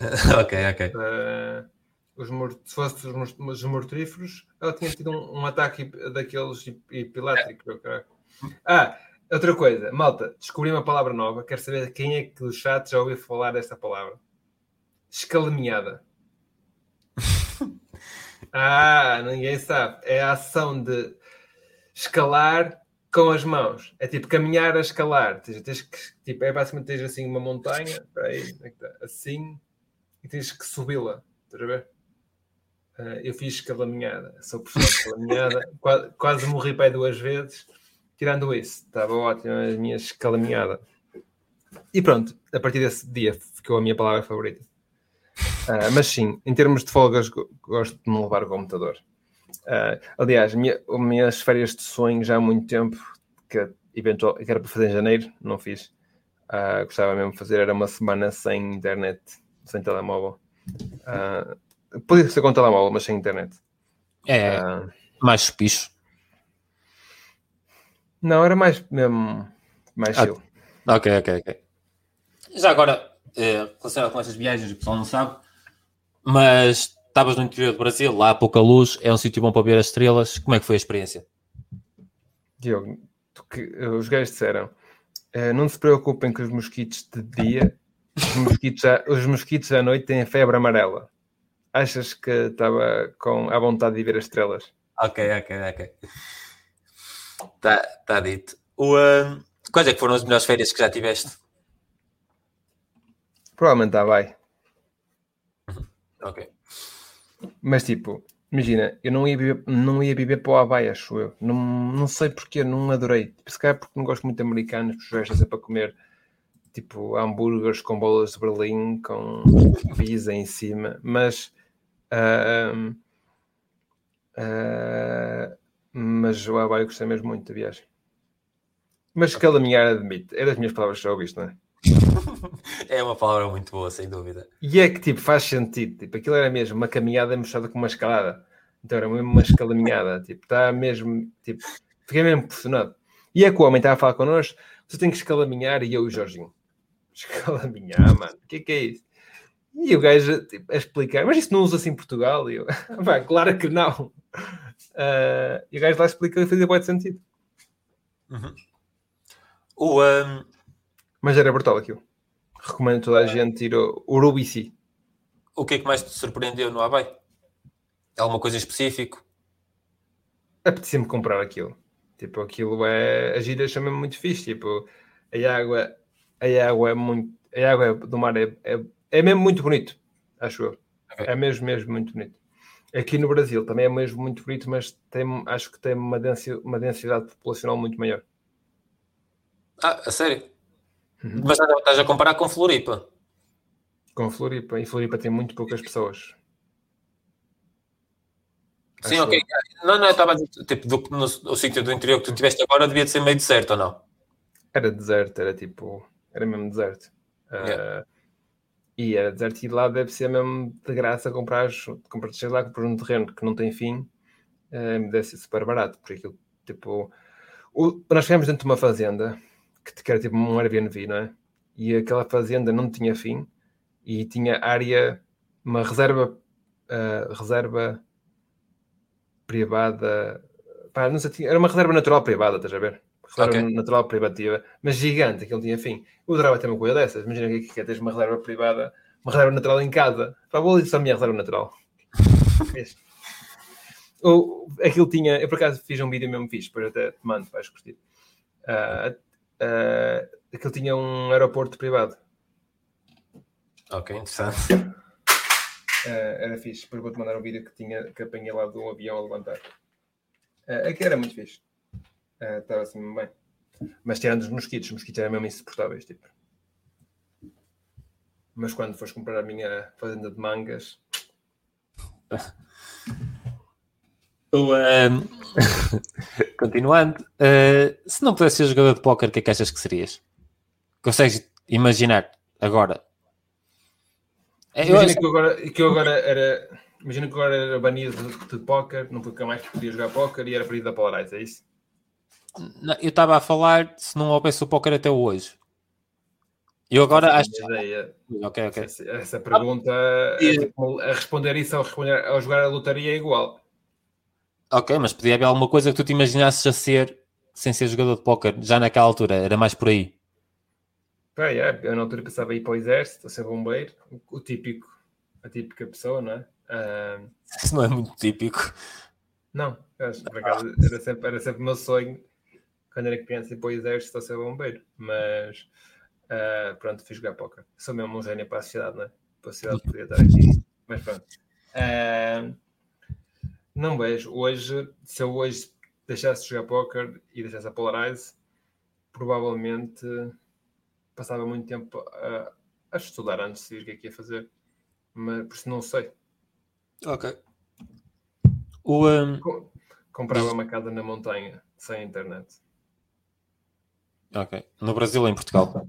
B: Se fosse os mortíferos, ela tinha tido um ataque daqueles epilétricos. Outra coisa, malta, descobri uma palavra nova. Quero saber quem é que do chat já ouviu falar desta palavra. Escalaminhada. Ninguém sabe. É a ação de escalar com as mãos. É tipo caminhar a escalar. Tens que, tipo, basicamente tens assim uma montanha, assim, e tens que subi-la. Estás a ver? Eu fiz escalaminhada. Sou professor de escalaminhada. quase morri para aí 2 vezes. Tirando isso, estava ótima a minha escalaminhada. E pronto, a partir desse dia ficou a minha palavra favorita. Mas sim, em termos de folgas, gosto de não levar o computador. Aliás, minhas férias de sonho já há muito tempo, que era para fazer em janeiro, não fiz. Gostava mesmo de fazer, era uma semana sem internet, sem telemóvel. Podia ser com telemóvel, mas sem internet.
A: Mais supicho.
B: Não, era mais mesmo, mais chill.
A: Ok. Já agora, relacionado com essas viagens, o pessoal não sabe, mas estavas no interior do Brasil, lá há pouca luz, é um sítio bom para ver as estrelas. Como é que foi a experiência?
B: Diogo, os gajos disseram, não se preocupem com os mosquitos de dia, os mosquitos à noite têm febre amarela. Achas que estava à vontade de ver as estrelas?
A: Ok. Tá dito. Quais é que foram as melhores férias que já tiveste?
B: Provavelmente vai.
A: Ok.
B: Mas tipo, imagina, eu não ia viver para o Havaí, acho eu. Não sei porquê, não adorei. Se calhar porque não gosto muito de americanos, porque os gajos é para comer tipo hambúrgueres com bolas de Berlim, com pizza em cima, mas o Havaí gostei mesmo muito da viagem. Mas escalaminhar, admito, é das minhas palavras que já ouviste, não é?
A: É uma palavra muito boa, sem dúvida.
B: E é que, tipo, faz sentido. Tipo, aquilo era mesmo uma caminhada misturada com uma escalada. Então era mesmo uma escalaminhada. Tipo, está mesmo... Tipo, fiquei mesmo impressionado. E é que o homem estava a falar connosco. Você tem que escalaminhar. E eu e o Jorginho. Escalaminhar, mano. O que é isso? E o gajo tipo, a explicar. Mas isso não usa-se em Portugal? E eu, claro que não. E o gajo lá explica e fazia muito sentido. Mas era brutal aquilo. Recomendo toda a gente ir ao Urubici.
A: O que é que mais te surpreendeu no Havaí? Alguma coisa em específico?
B: Apetecia-me comprar aquilo. Tipo, aquilo é... As ilhas são mesmo muito fixe. Tipo, a água é muito... A água do mar é mesmo muito bonito. Acho eu. Okay. É mesmo muito bonito. Aqui no Brasil também é mesmo muito bonito, mas acho que tem uma densidade populacional muito maior.
A: A sério? Mas estás a comparar com Floripa?
B: Com Floripa. E Floripa tem muito poucas pessoas.
A: Sim, ok. Não, eu estava a dizer, tipo, no sítio do interior que tu tiveste agora devia de ser meio deserto, ou não?
B: Era deserto, era mesmo deserto. E era deserto e lá deve ser mesmo de graça comprar lá, comprar um terreno que não tem fim, deve ser super barato, porque aquilo, tipo... nós ficámos dentro de uma fazenda, que era tipo um Airbnb, não é? E aquela fazenda não tinha fim, e tinha área, uma reserva privada, pá, não sei, era uma reserva natural privada, estás a ver? Reserva natural privativa, mas gigante, que não tinha fim. Eu adorava ter uma coisa dessas. Imagina que é teres uma reserva privada, uma reserva natural em casa. Pá, vou ali só a minha reserva natural. Aquilo tinha... Eu por acaso fiz um vídeo mesmo fixe, depois até te mando, vais curtir. Aquilo tinha um aeroporto privado.
A: Ok, interessante.
B: Era fixe. Depois vou-te mandar um vídeo que apanhei lá de um avião a levantar. Aqui era muito fixe. Estava assim bem. Mas tirando os mosquitos eram mesmo insuportáveis, tipo. Mas quando fores comprar a minha fazenda de mangas...
A: Continuando, se não pudesse ser jogador de póquer, o que é que achas que serias? Consegues imaginar agora?
B: Imagina que eu agora era banido de póquer, nunca mais podia jogar póquer e era banido da Polarize, é isso?
A: Não, eu estava a falar se não houvesse o póquer até hoje. Eu agora acho que...
B: Ok. Essa pergunta é tipo, a responder isso ao jogar a lotaria é igual.
A: Ok, mas podia haver alguma coisa que tu te imaginasses a ser sem ser jogador de póquer, já naquela altura, era mais por aí.
B: Eu na altura pensava em ir para o exército, a ser bombeiro, a típica pessoa, não é?
A: Isso não é muito típico.
B: Não, por acaso, era sempre o meu sonho, quando era criança, ir para o exército a ser bombeiro, mas pronto, fui jogar póquer. Sou mesmo um gênio para a sociedade, não é? Para a sociedade podia estar aqui, mas pronto. Não vejo. Se eu hoje deixasse de jogar póquer e deixasse a Polarize, provavelmente passava muito tempo a estudar antes de decidir o que é que ia fazer. Mas por isso não sei.
A: Ok.
B: Comprava uma casa na montanha, sem internet.
A: Ok. No Brasil ou em Portugal?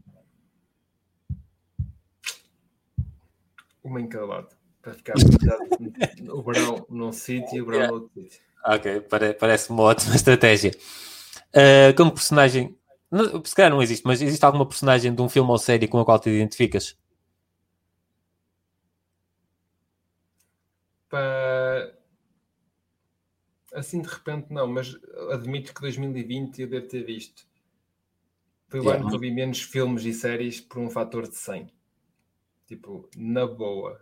B: Uma em cada lado. Para ficar o verão num sítio e o verão no outro sítio.
A: Ok, parece-me uma ótima estratégia. Como personagem... Se calhar não existe, mas existe alguma personagem de um filme ou série com a qual te identificas?
B: Assim de repente não, mas admito que 2020 eu devo ter visto. Foi o ano que eu vi menos filmes e séries por um fator de 100. Tipo, na boa.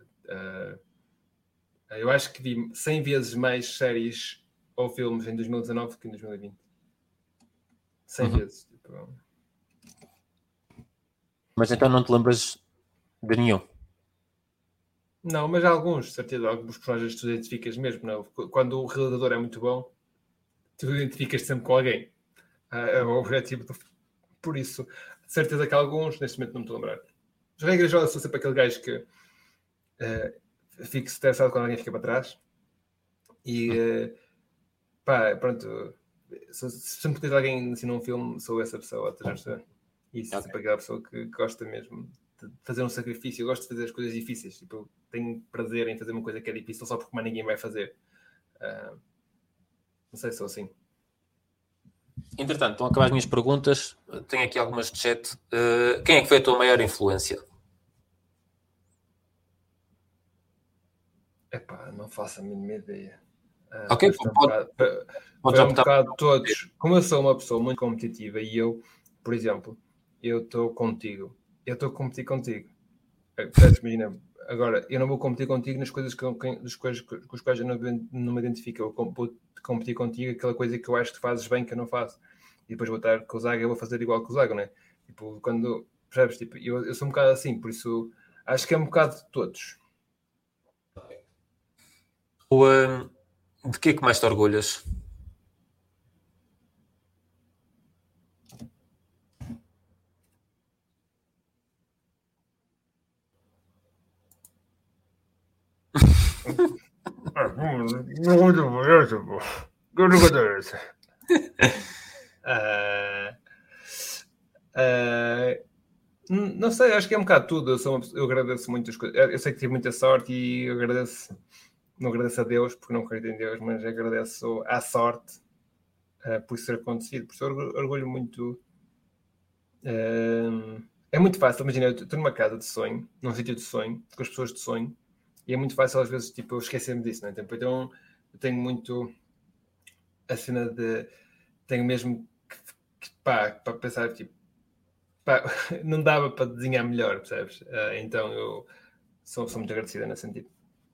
B: Eu acho que vi 100 vezes mais séries ou filmes em 2019 que em 2020. 100 vezes. Tipo...
A: Mas então não te lembras de nenhum?
B: Não, mas há alguns, certeza, alguns personagens que tu identificas mesmo. Não? Quando o realizador é muito bom, tu identificas sempre com alguém. É o objetivo. Por isso, de certeza que alguns, neste momento não me estou a lembrar. Mas regra geral, sou sempre aquele gajo que fico estressado quando alguém fica para trás. E pronto, se sempre tens alguém ensinar um filme, sou essa pessoa. E sou sempre aquela pessoa que gosta mesmo de fazer um sacrifício. Eu gosto de fazer as coisas difíceis. Tipo, eu tenho prazer em fazer uma coisa que é difícil só porque mais ninguém vai fazer. Não sei se sou assim.
A: Entretanto, estão a acabar as minhas perguntas. Tenho aqui algumas de chat. Quem é que foi a tua maior influência?
B: Epá, não faço a mínima ideia.
A: Ok,
B: Foi um bocado todos. Como eu sou uma pessoa muito competitiva e eu, por exemplo, eu estou contigo. Eu estou a competir contigo. Imagina, agora, eu não vou competir contigo nas coisas com as quais eu não me identifico. Eu vou competir contigo aquela coisa que eu acho que fazes bem que eu não faço. E depois vou estar com o Zaga, eu vou fazer igual que o Zaga, não é? Tipo, quando... Percebes? Tipo, eu sou um bocado assim, por isso acho que é um bocado de todos.
A: De que é que mais te orgulhas?
B: Não sei, acho que é um bocado tudo. Eu agradeço muitas coisas. Eu sei que tive muita sorte e eu agradeço. Não agradeço a Deus porque não acredito em Deus, mas agradeço à sorte por isso ter acontecido. Por isso eu orgulho muito. É muito fácil, imagina, eu estou numa casa de sonho, num sítio de sonho, com as pessoas de sonho, e é muito fácil às vezes tipo, eu esquecer-me disso, não é? Então eu tenho muito a cena de. Tenho mesmo para pensar, tipo, não dava para desenhar melhor, percebes? Então eu sou muito agradecida nesse sentido.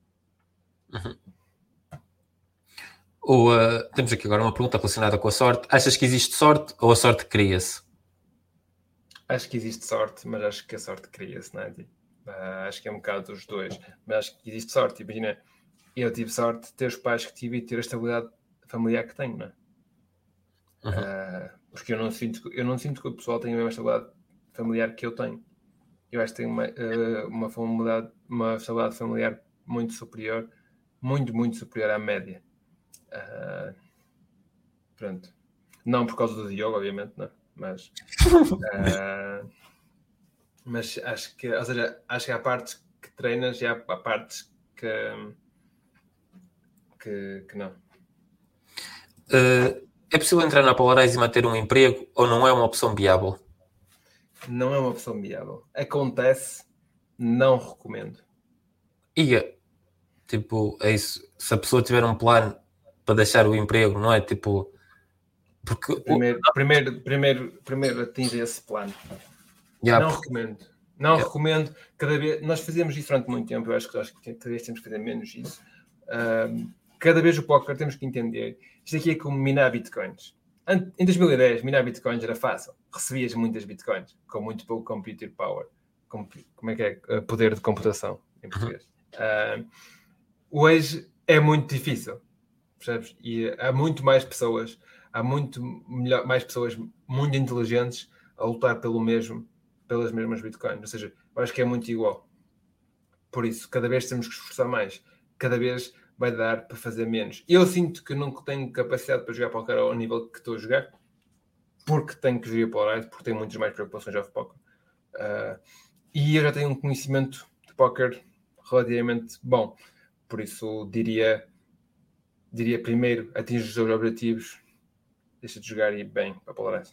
A: Temos aqui agora uma pergunta relacionada com a sorte. Achas que existe sorte ou a sorte cria-se?
B: Acho que existe sorte, mas acho que a sorte cria-se, não é? Tipo, acho que é um bocado dos dois, mas acho que existe sorte. Imagina, eu tive sorte de ter os pais que tive e ter a estabilidade familiar que tenho, não é? Porque eu não sinto que o pessoal tenha a mesma estabilidade familiar que eu tenho. Eu acho que tenho uma estabilidade familiar muito superior, muito superior à média. Pronto. Não por causa do Diogo, obviamente, não. Mas acho que, ou seja, acho que há partes que treinas e há partes que não.
A: É possível entrar na Polarize e manter um emprego ou não é uma opção viável?
B: Não é uma opção viável. Acontece, não recomendo.
A: Tipo, é isso. Se a pessoa tiver um plano para deixar o emprego, não é? Tipo, porque
B: primeiro atinge esse plano. Recomendo. Não recomendo. Cada vez, nós fazíamos isso durante muito tempo. Eu acho que cada vez temos que fazer menos isso. Cada vez o póquer temos que entender. Isto aqui é como minar bitcoins. Em 2010, minar bitcoins era fácil. Recebias muitas bitcoins com muito pouco computer power. Como é que é? Poder de computação em português. Hoje é muito difícil. Percebes? E há muito mais pessoas, mais pessoas muito inteligentes a lutar pelas mesmas bitcoins. Ou seja, eu acho que é muito igual. Por isso, cada vez temos que esforçar mais. Cada vez vai dar para fazer menos. Eu sinto que não tenho capacidade para jogar póquer ao nível que estou a jogar, porque tenho que jogar Polarize, porque tenho muitas mais preocupações ao póquer. E eu já tenho um conhecimento de póquer relativamente bom. Por isso, diria primeiro, atinge os seus objetivos, deixa de jogar e bem para Polarize.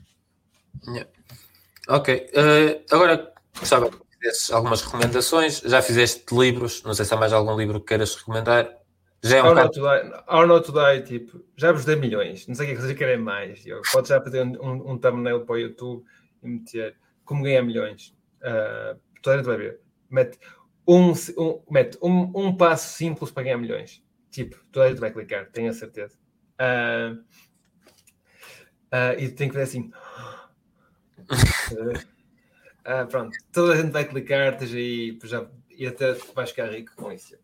A: Ok. Agora gostava que fizesses algumas recomendações. Já fizeste livros, não sei se há mais algum livro que queiras recomendar. Já é um
B: How Not to Die, tipo, já vos dei milhões, não sei o que vocês querem mais. Pode já fazer um thumbnail para o YouTube e meter como ganhar milhões. Toda a gente vai ver. Mete um passo simples para ganhar milhões. Tipo, toda a gente vai clicar, tenho a certeza. E tem que ver assim. Pronto, toda a gente vai clicar, esteja aí, e até vais ficar rico com isso.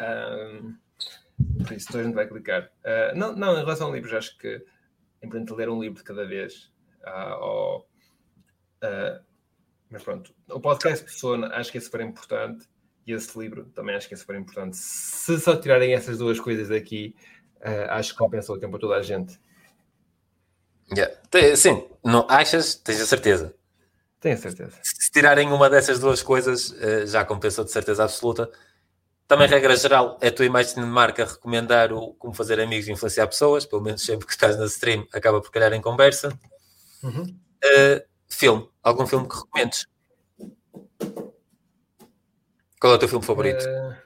B: Por isso, toda a gente vai clicar. Não, em relação a livros, acho que é importante ler um livro de cada vez. Mas pronto, o podcast Persona acho que é super importante e esse livro também acho que é super importante. Se só tirarem essas duas coisas daqui, acho que compensa o tempo a toda a gente.
A: Sim, não achas? Tens a certeza?
B: Tenho a certeza.
A: Se tirarem uma dessas duas coisas, já compensou de certeza absoluta. Também, regra geral, é a tua imagem de marca recomendar como fazer amigos e influenciar pessoas, pelo menos sempre que estás na stream, acaba por calhar em conversa.
B: Uhum.
A: Filme, algum filme que recomendes? Qual é o teu filme favorito?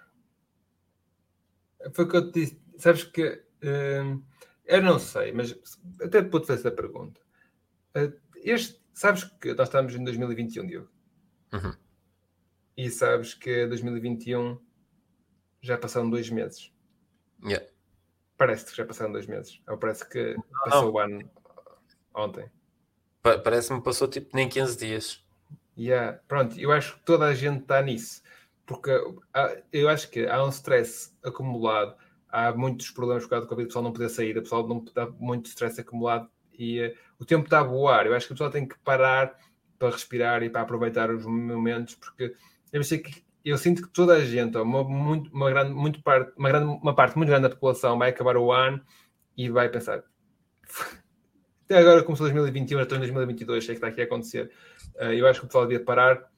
B: Foi o que eu te disse. Sabes que eu não sei, mas até te vou-te fazer essa pergunta. Sabes que nós estamos em 2021, Diogo?
A: Uhum.
B: E sabes que 2021 já passaram 2 meses.
A: Yeah.
B: Parece que já passaram 2 meses. Ou parece que passou o ano ontem.
A: Parece-me que passou tipo nem 15 dias.
B: Pronto, eu acho que toda a gente está nisso. Porque eu acho que há um stress acumulado. Há muitos problemas por causa do Covid. O pessoal não poder sair. O pessoal não está muito stress acumulado. E o tempo está a voar. Eu acho que o pessoal tem que parar para respirar e para aproveitar os momentos. Porque eu sinto que toda a gente, uma parte muito grande da população vai acabar o ano e vai pensar até agora começou 2021, já estou em 2022, sei que está aqui a acontecer. Eu acho que o pessoal devia parar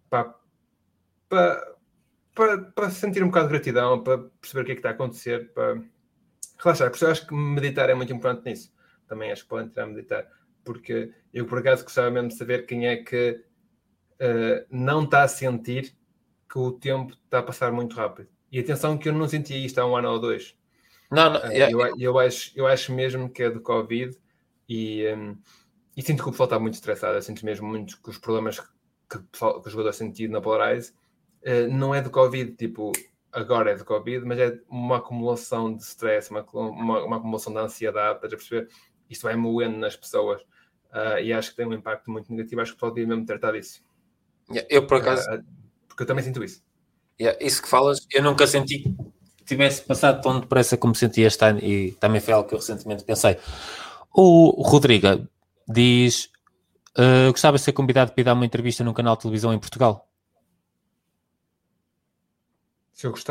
B: para sentir um bocado de gratidão, para perceber o que é que está a acontecer, para relaxar. Por isso eu acho que meditar é muito importante nisso. Também acho que podem tirar a meditar, porque eu por acaso gostava mesmo de saber quem é que não está a sentir que o tempo está a passar muito rápido. E atenção que eu não sentia isto há um ano ou dois.
A: Não,
B: eu acho mesmo que é do Covid e sinto que o pessoal está muito estressado. Eu sinto mesmo muito que os problemas que o jogador sentiu na Polarize não é do Covid, tipo, agora é do Covid, mas é uma acumulação de stress, uma acumulação de ansiedade, estás a perceber? Isto vai moendo nas pessoas e acho que tem um impacto muito negativo. Acho que o pessoal devia mesmo tratar disso.
A: Eu, por acaso,
B: porque eu também sinto isso.
A: Isso que falas, eu nunca senti que tivesse passado tão depressa como senti este ano e também foi algo que eu recentemente pensei. O Rodrigo diz: gostava de ser convidado para ir dar uma entrevista num canal de televisão em Portugal.
B: Se eu gostar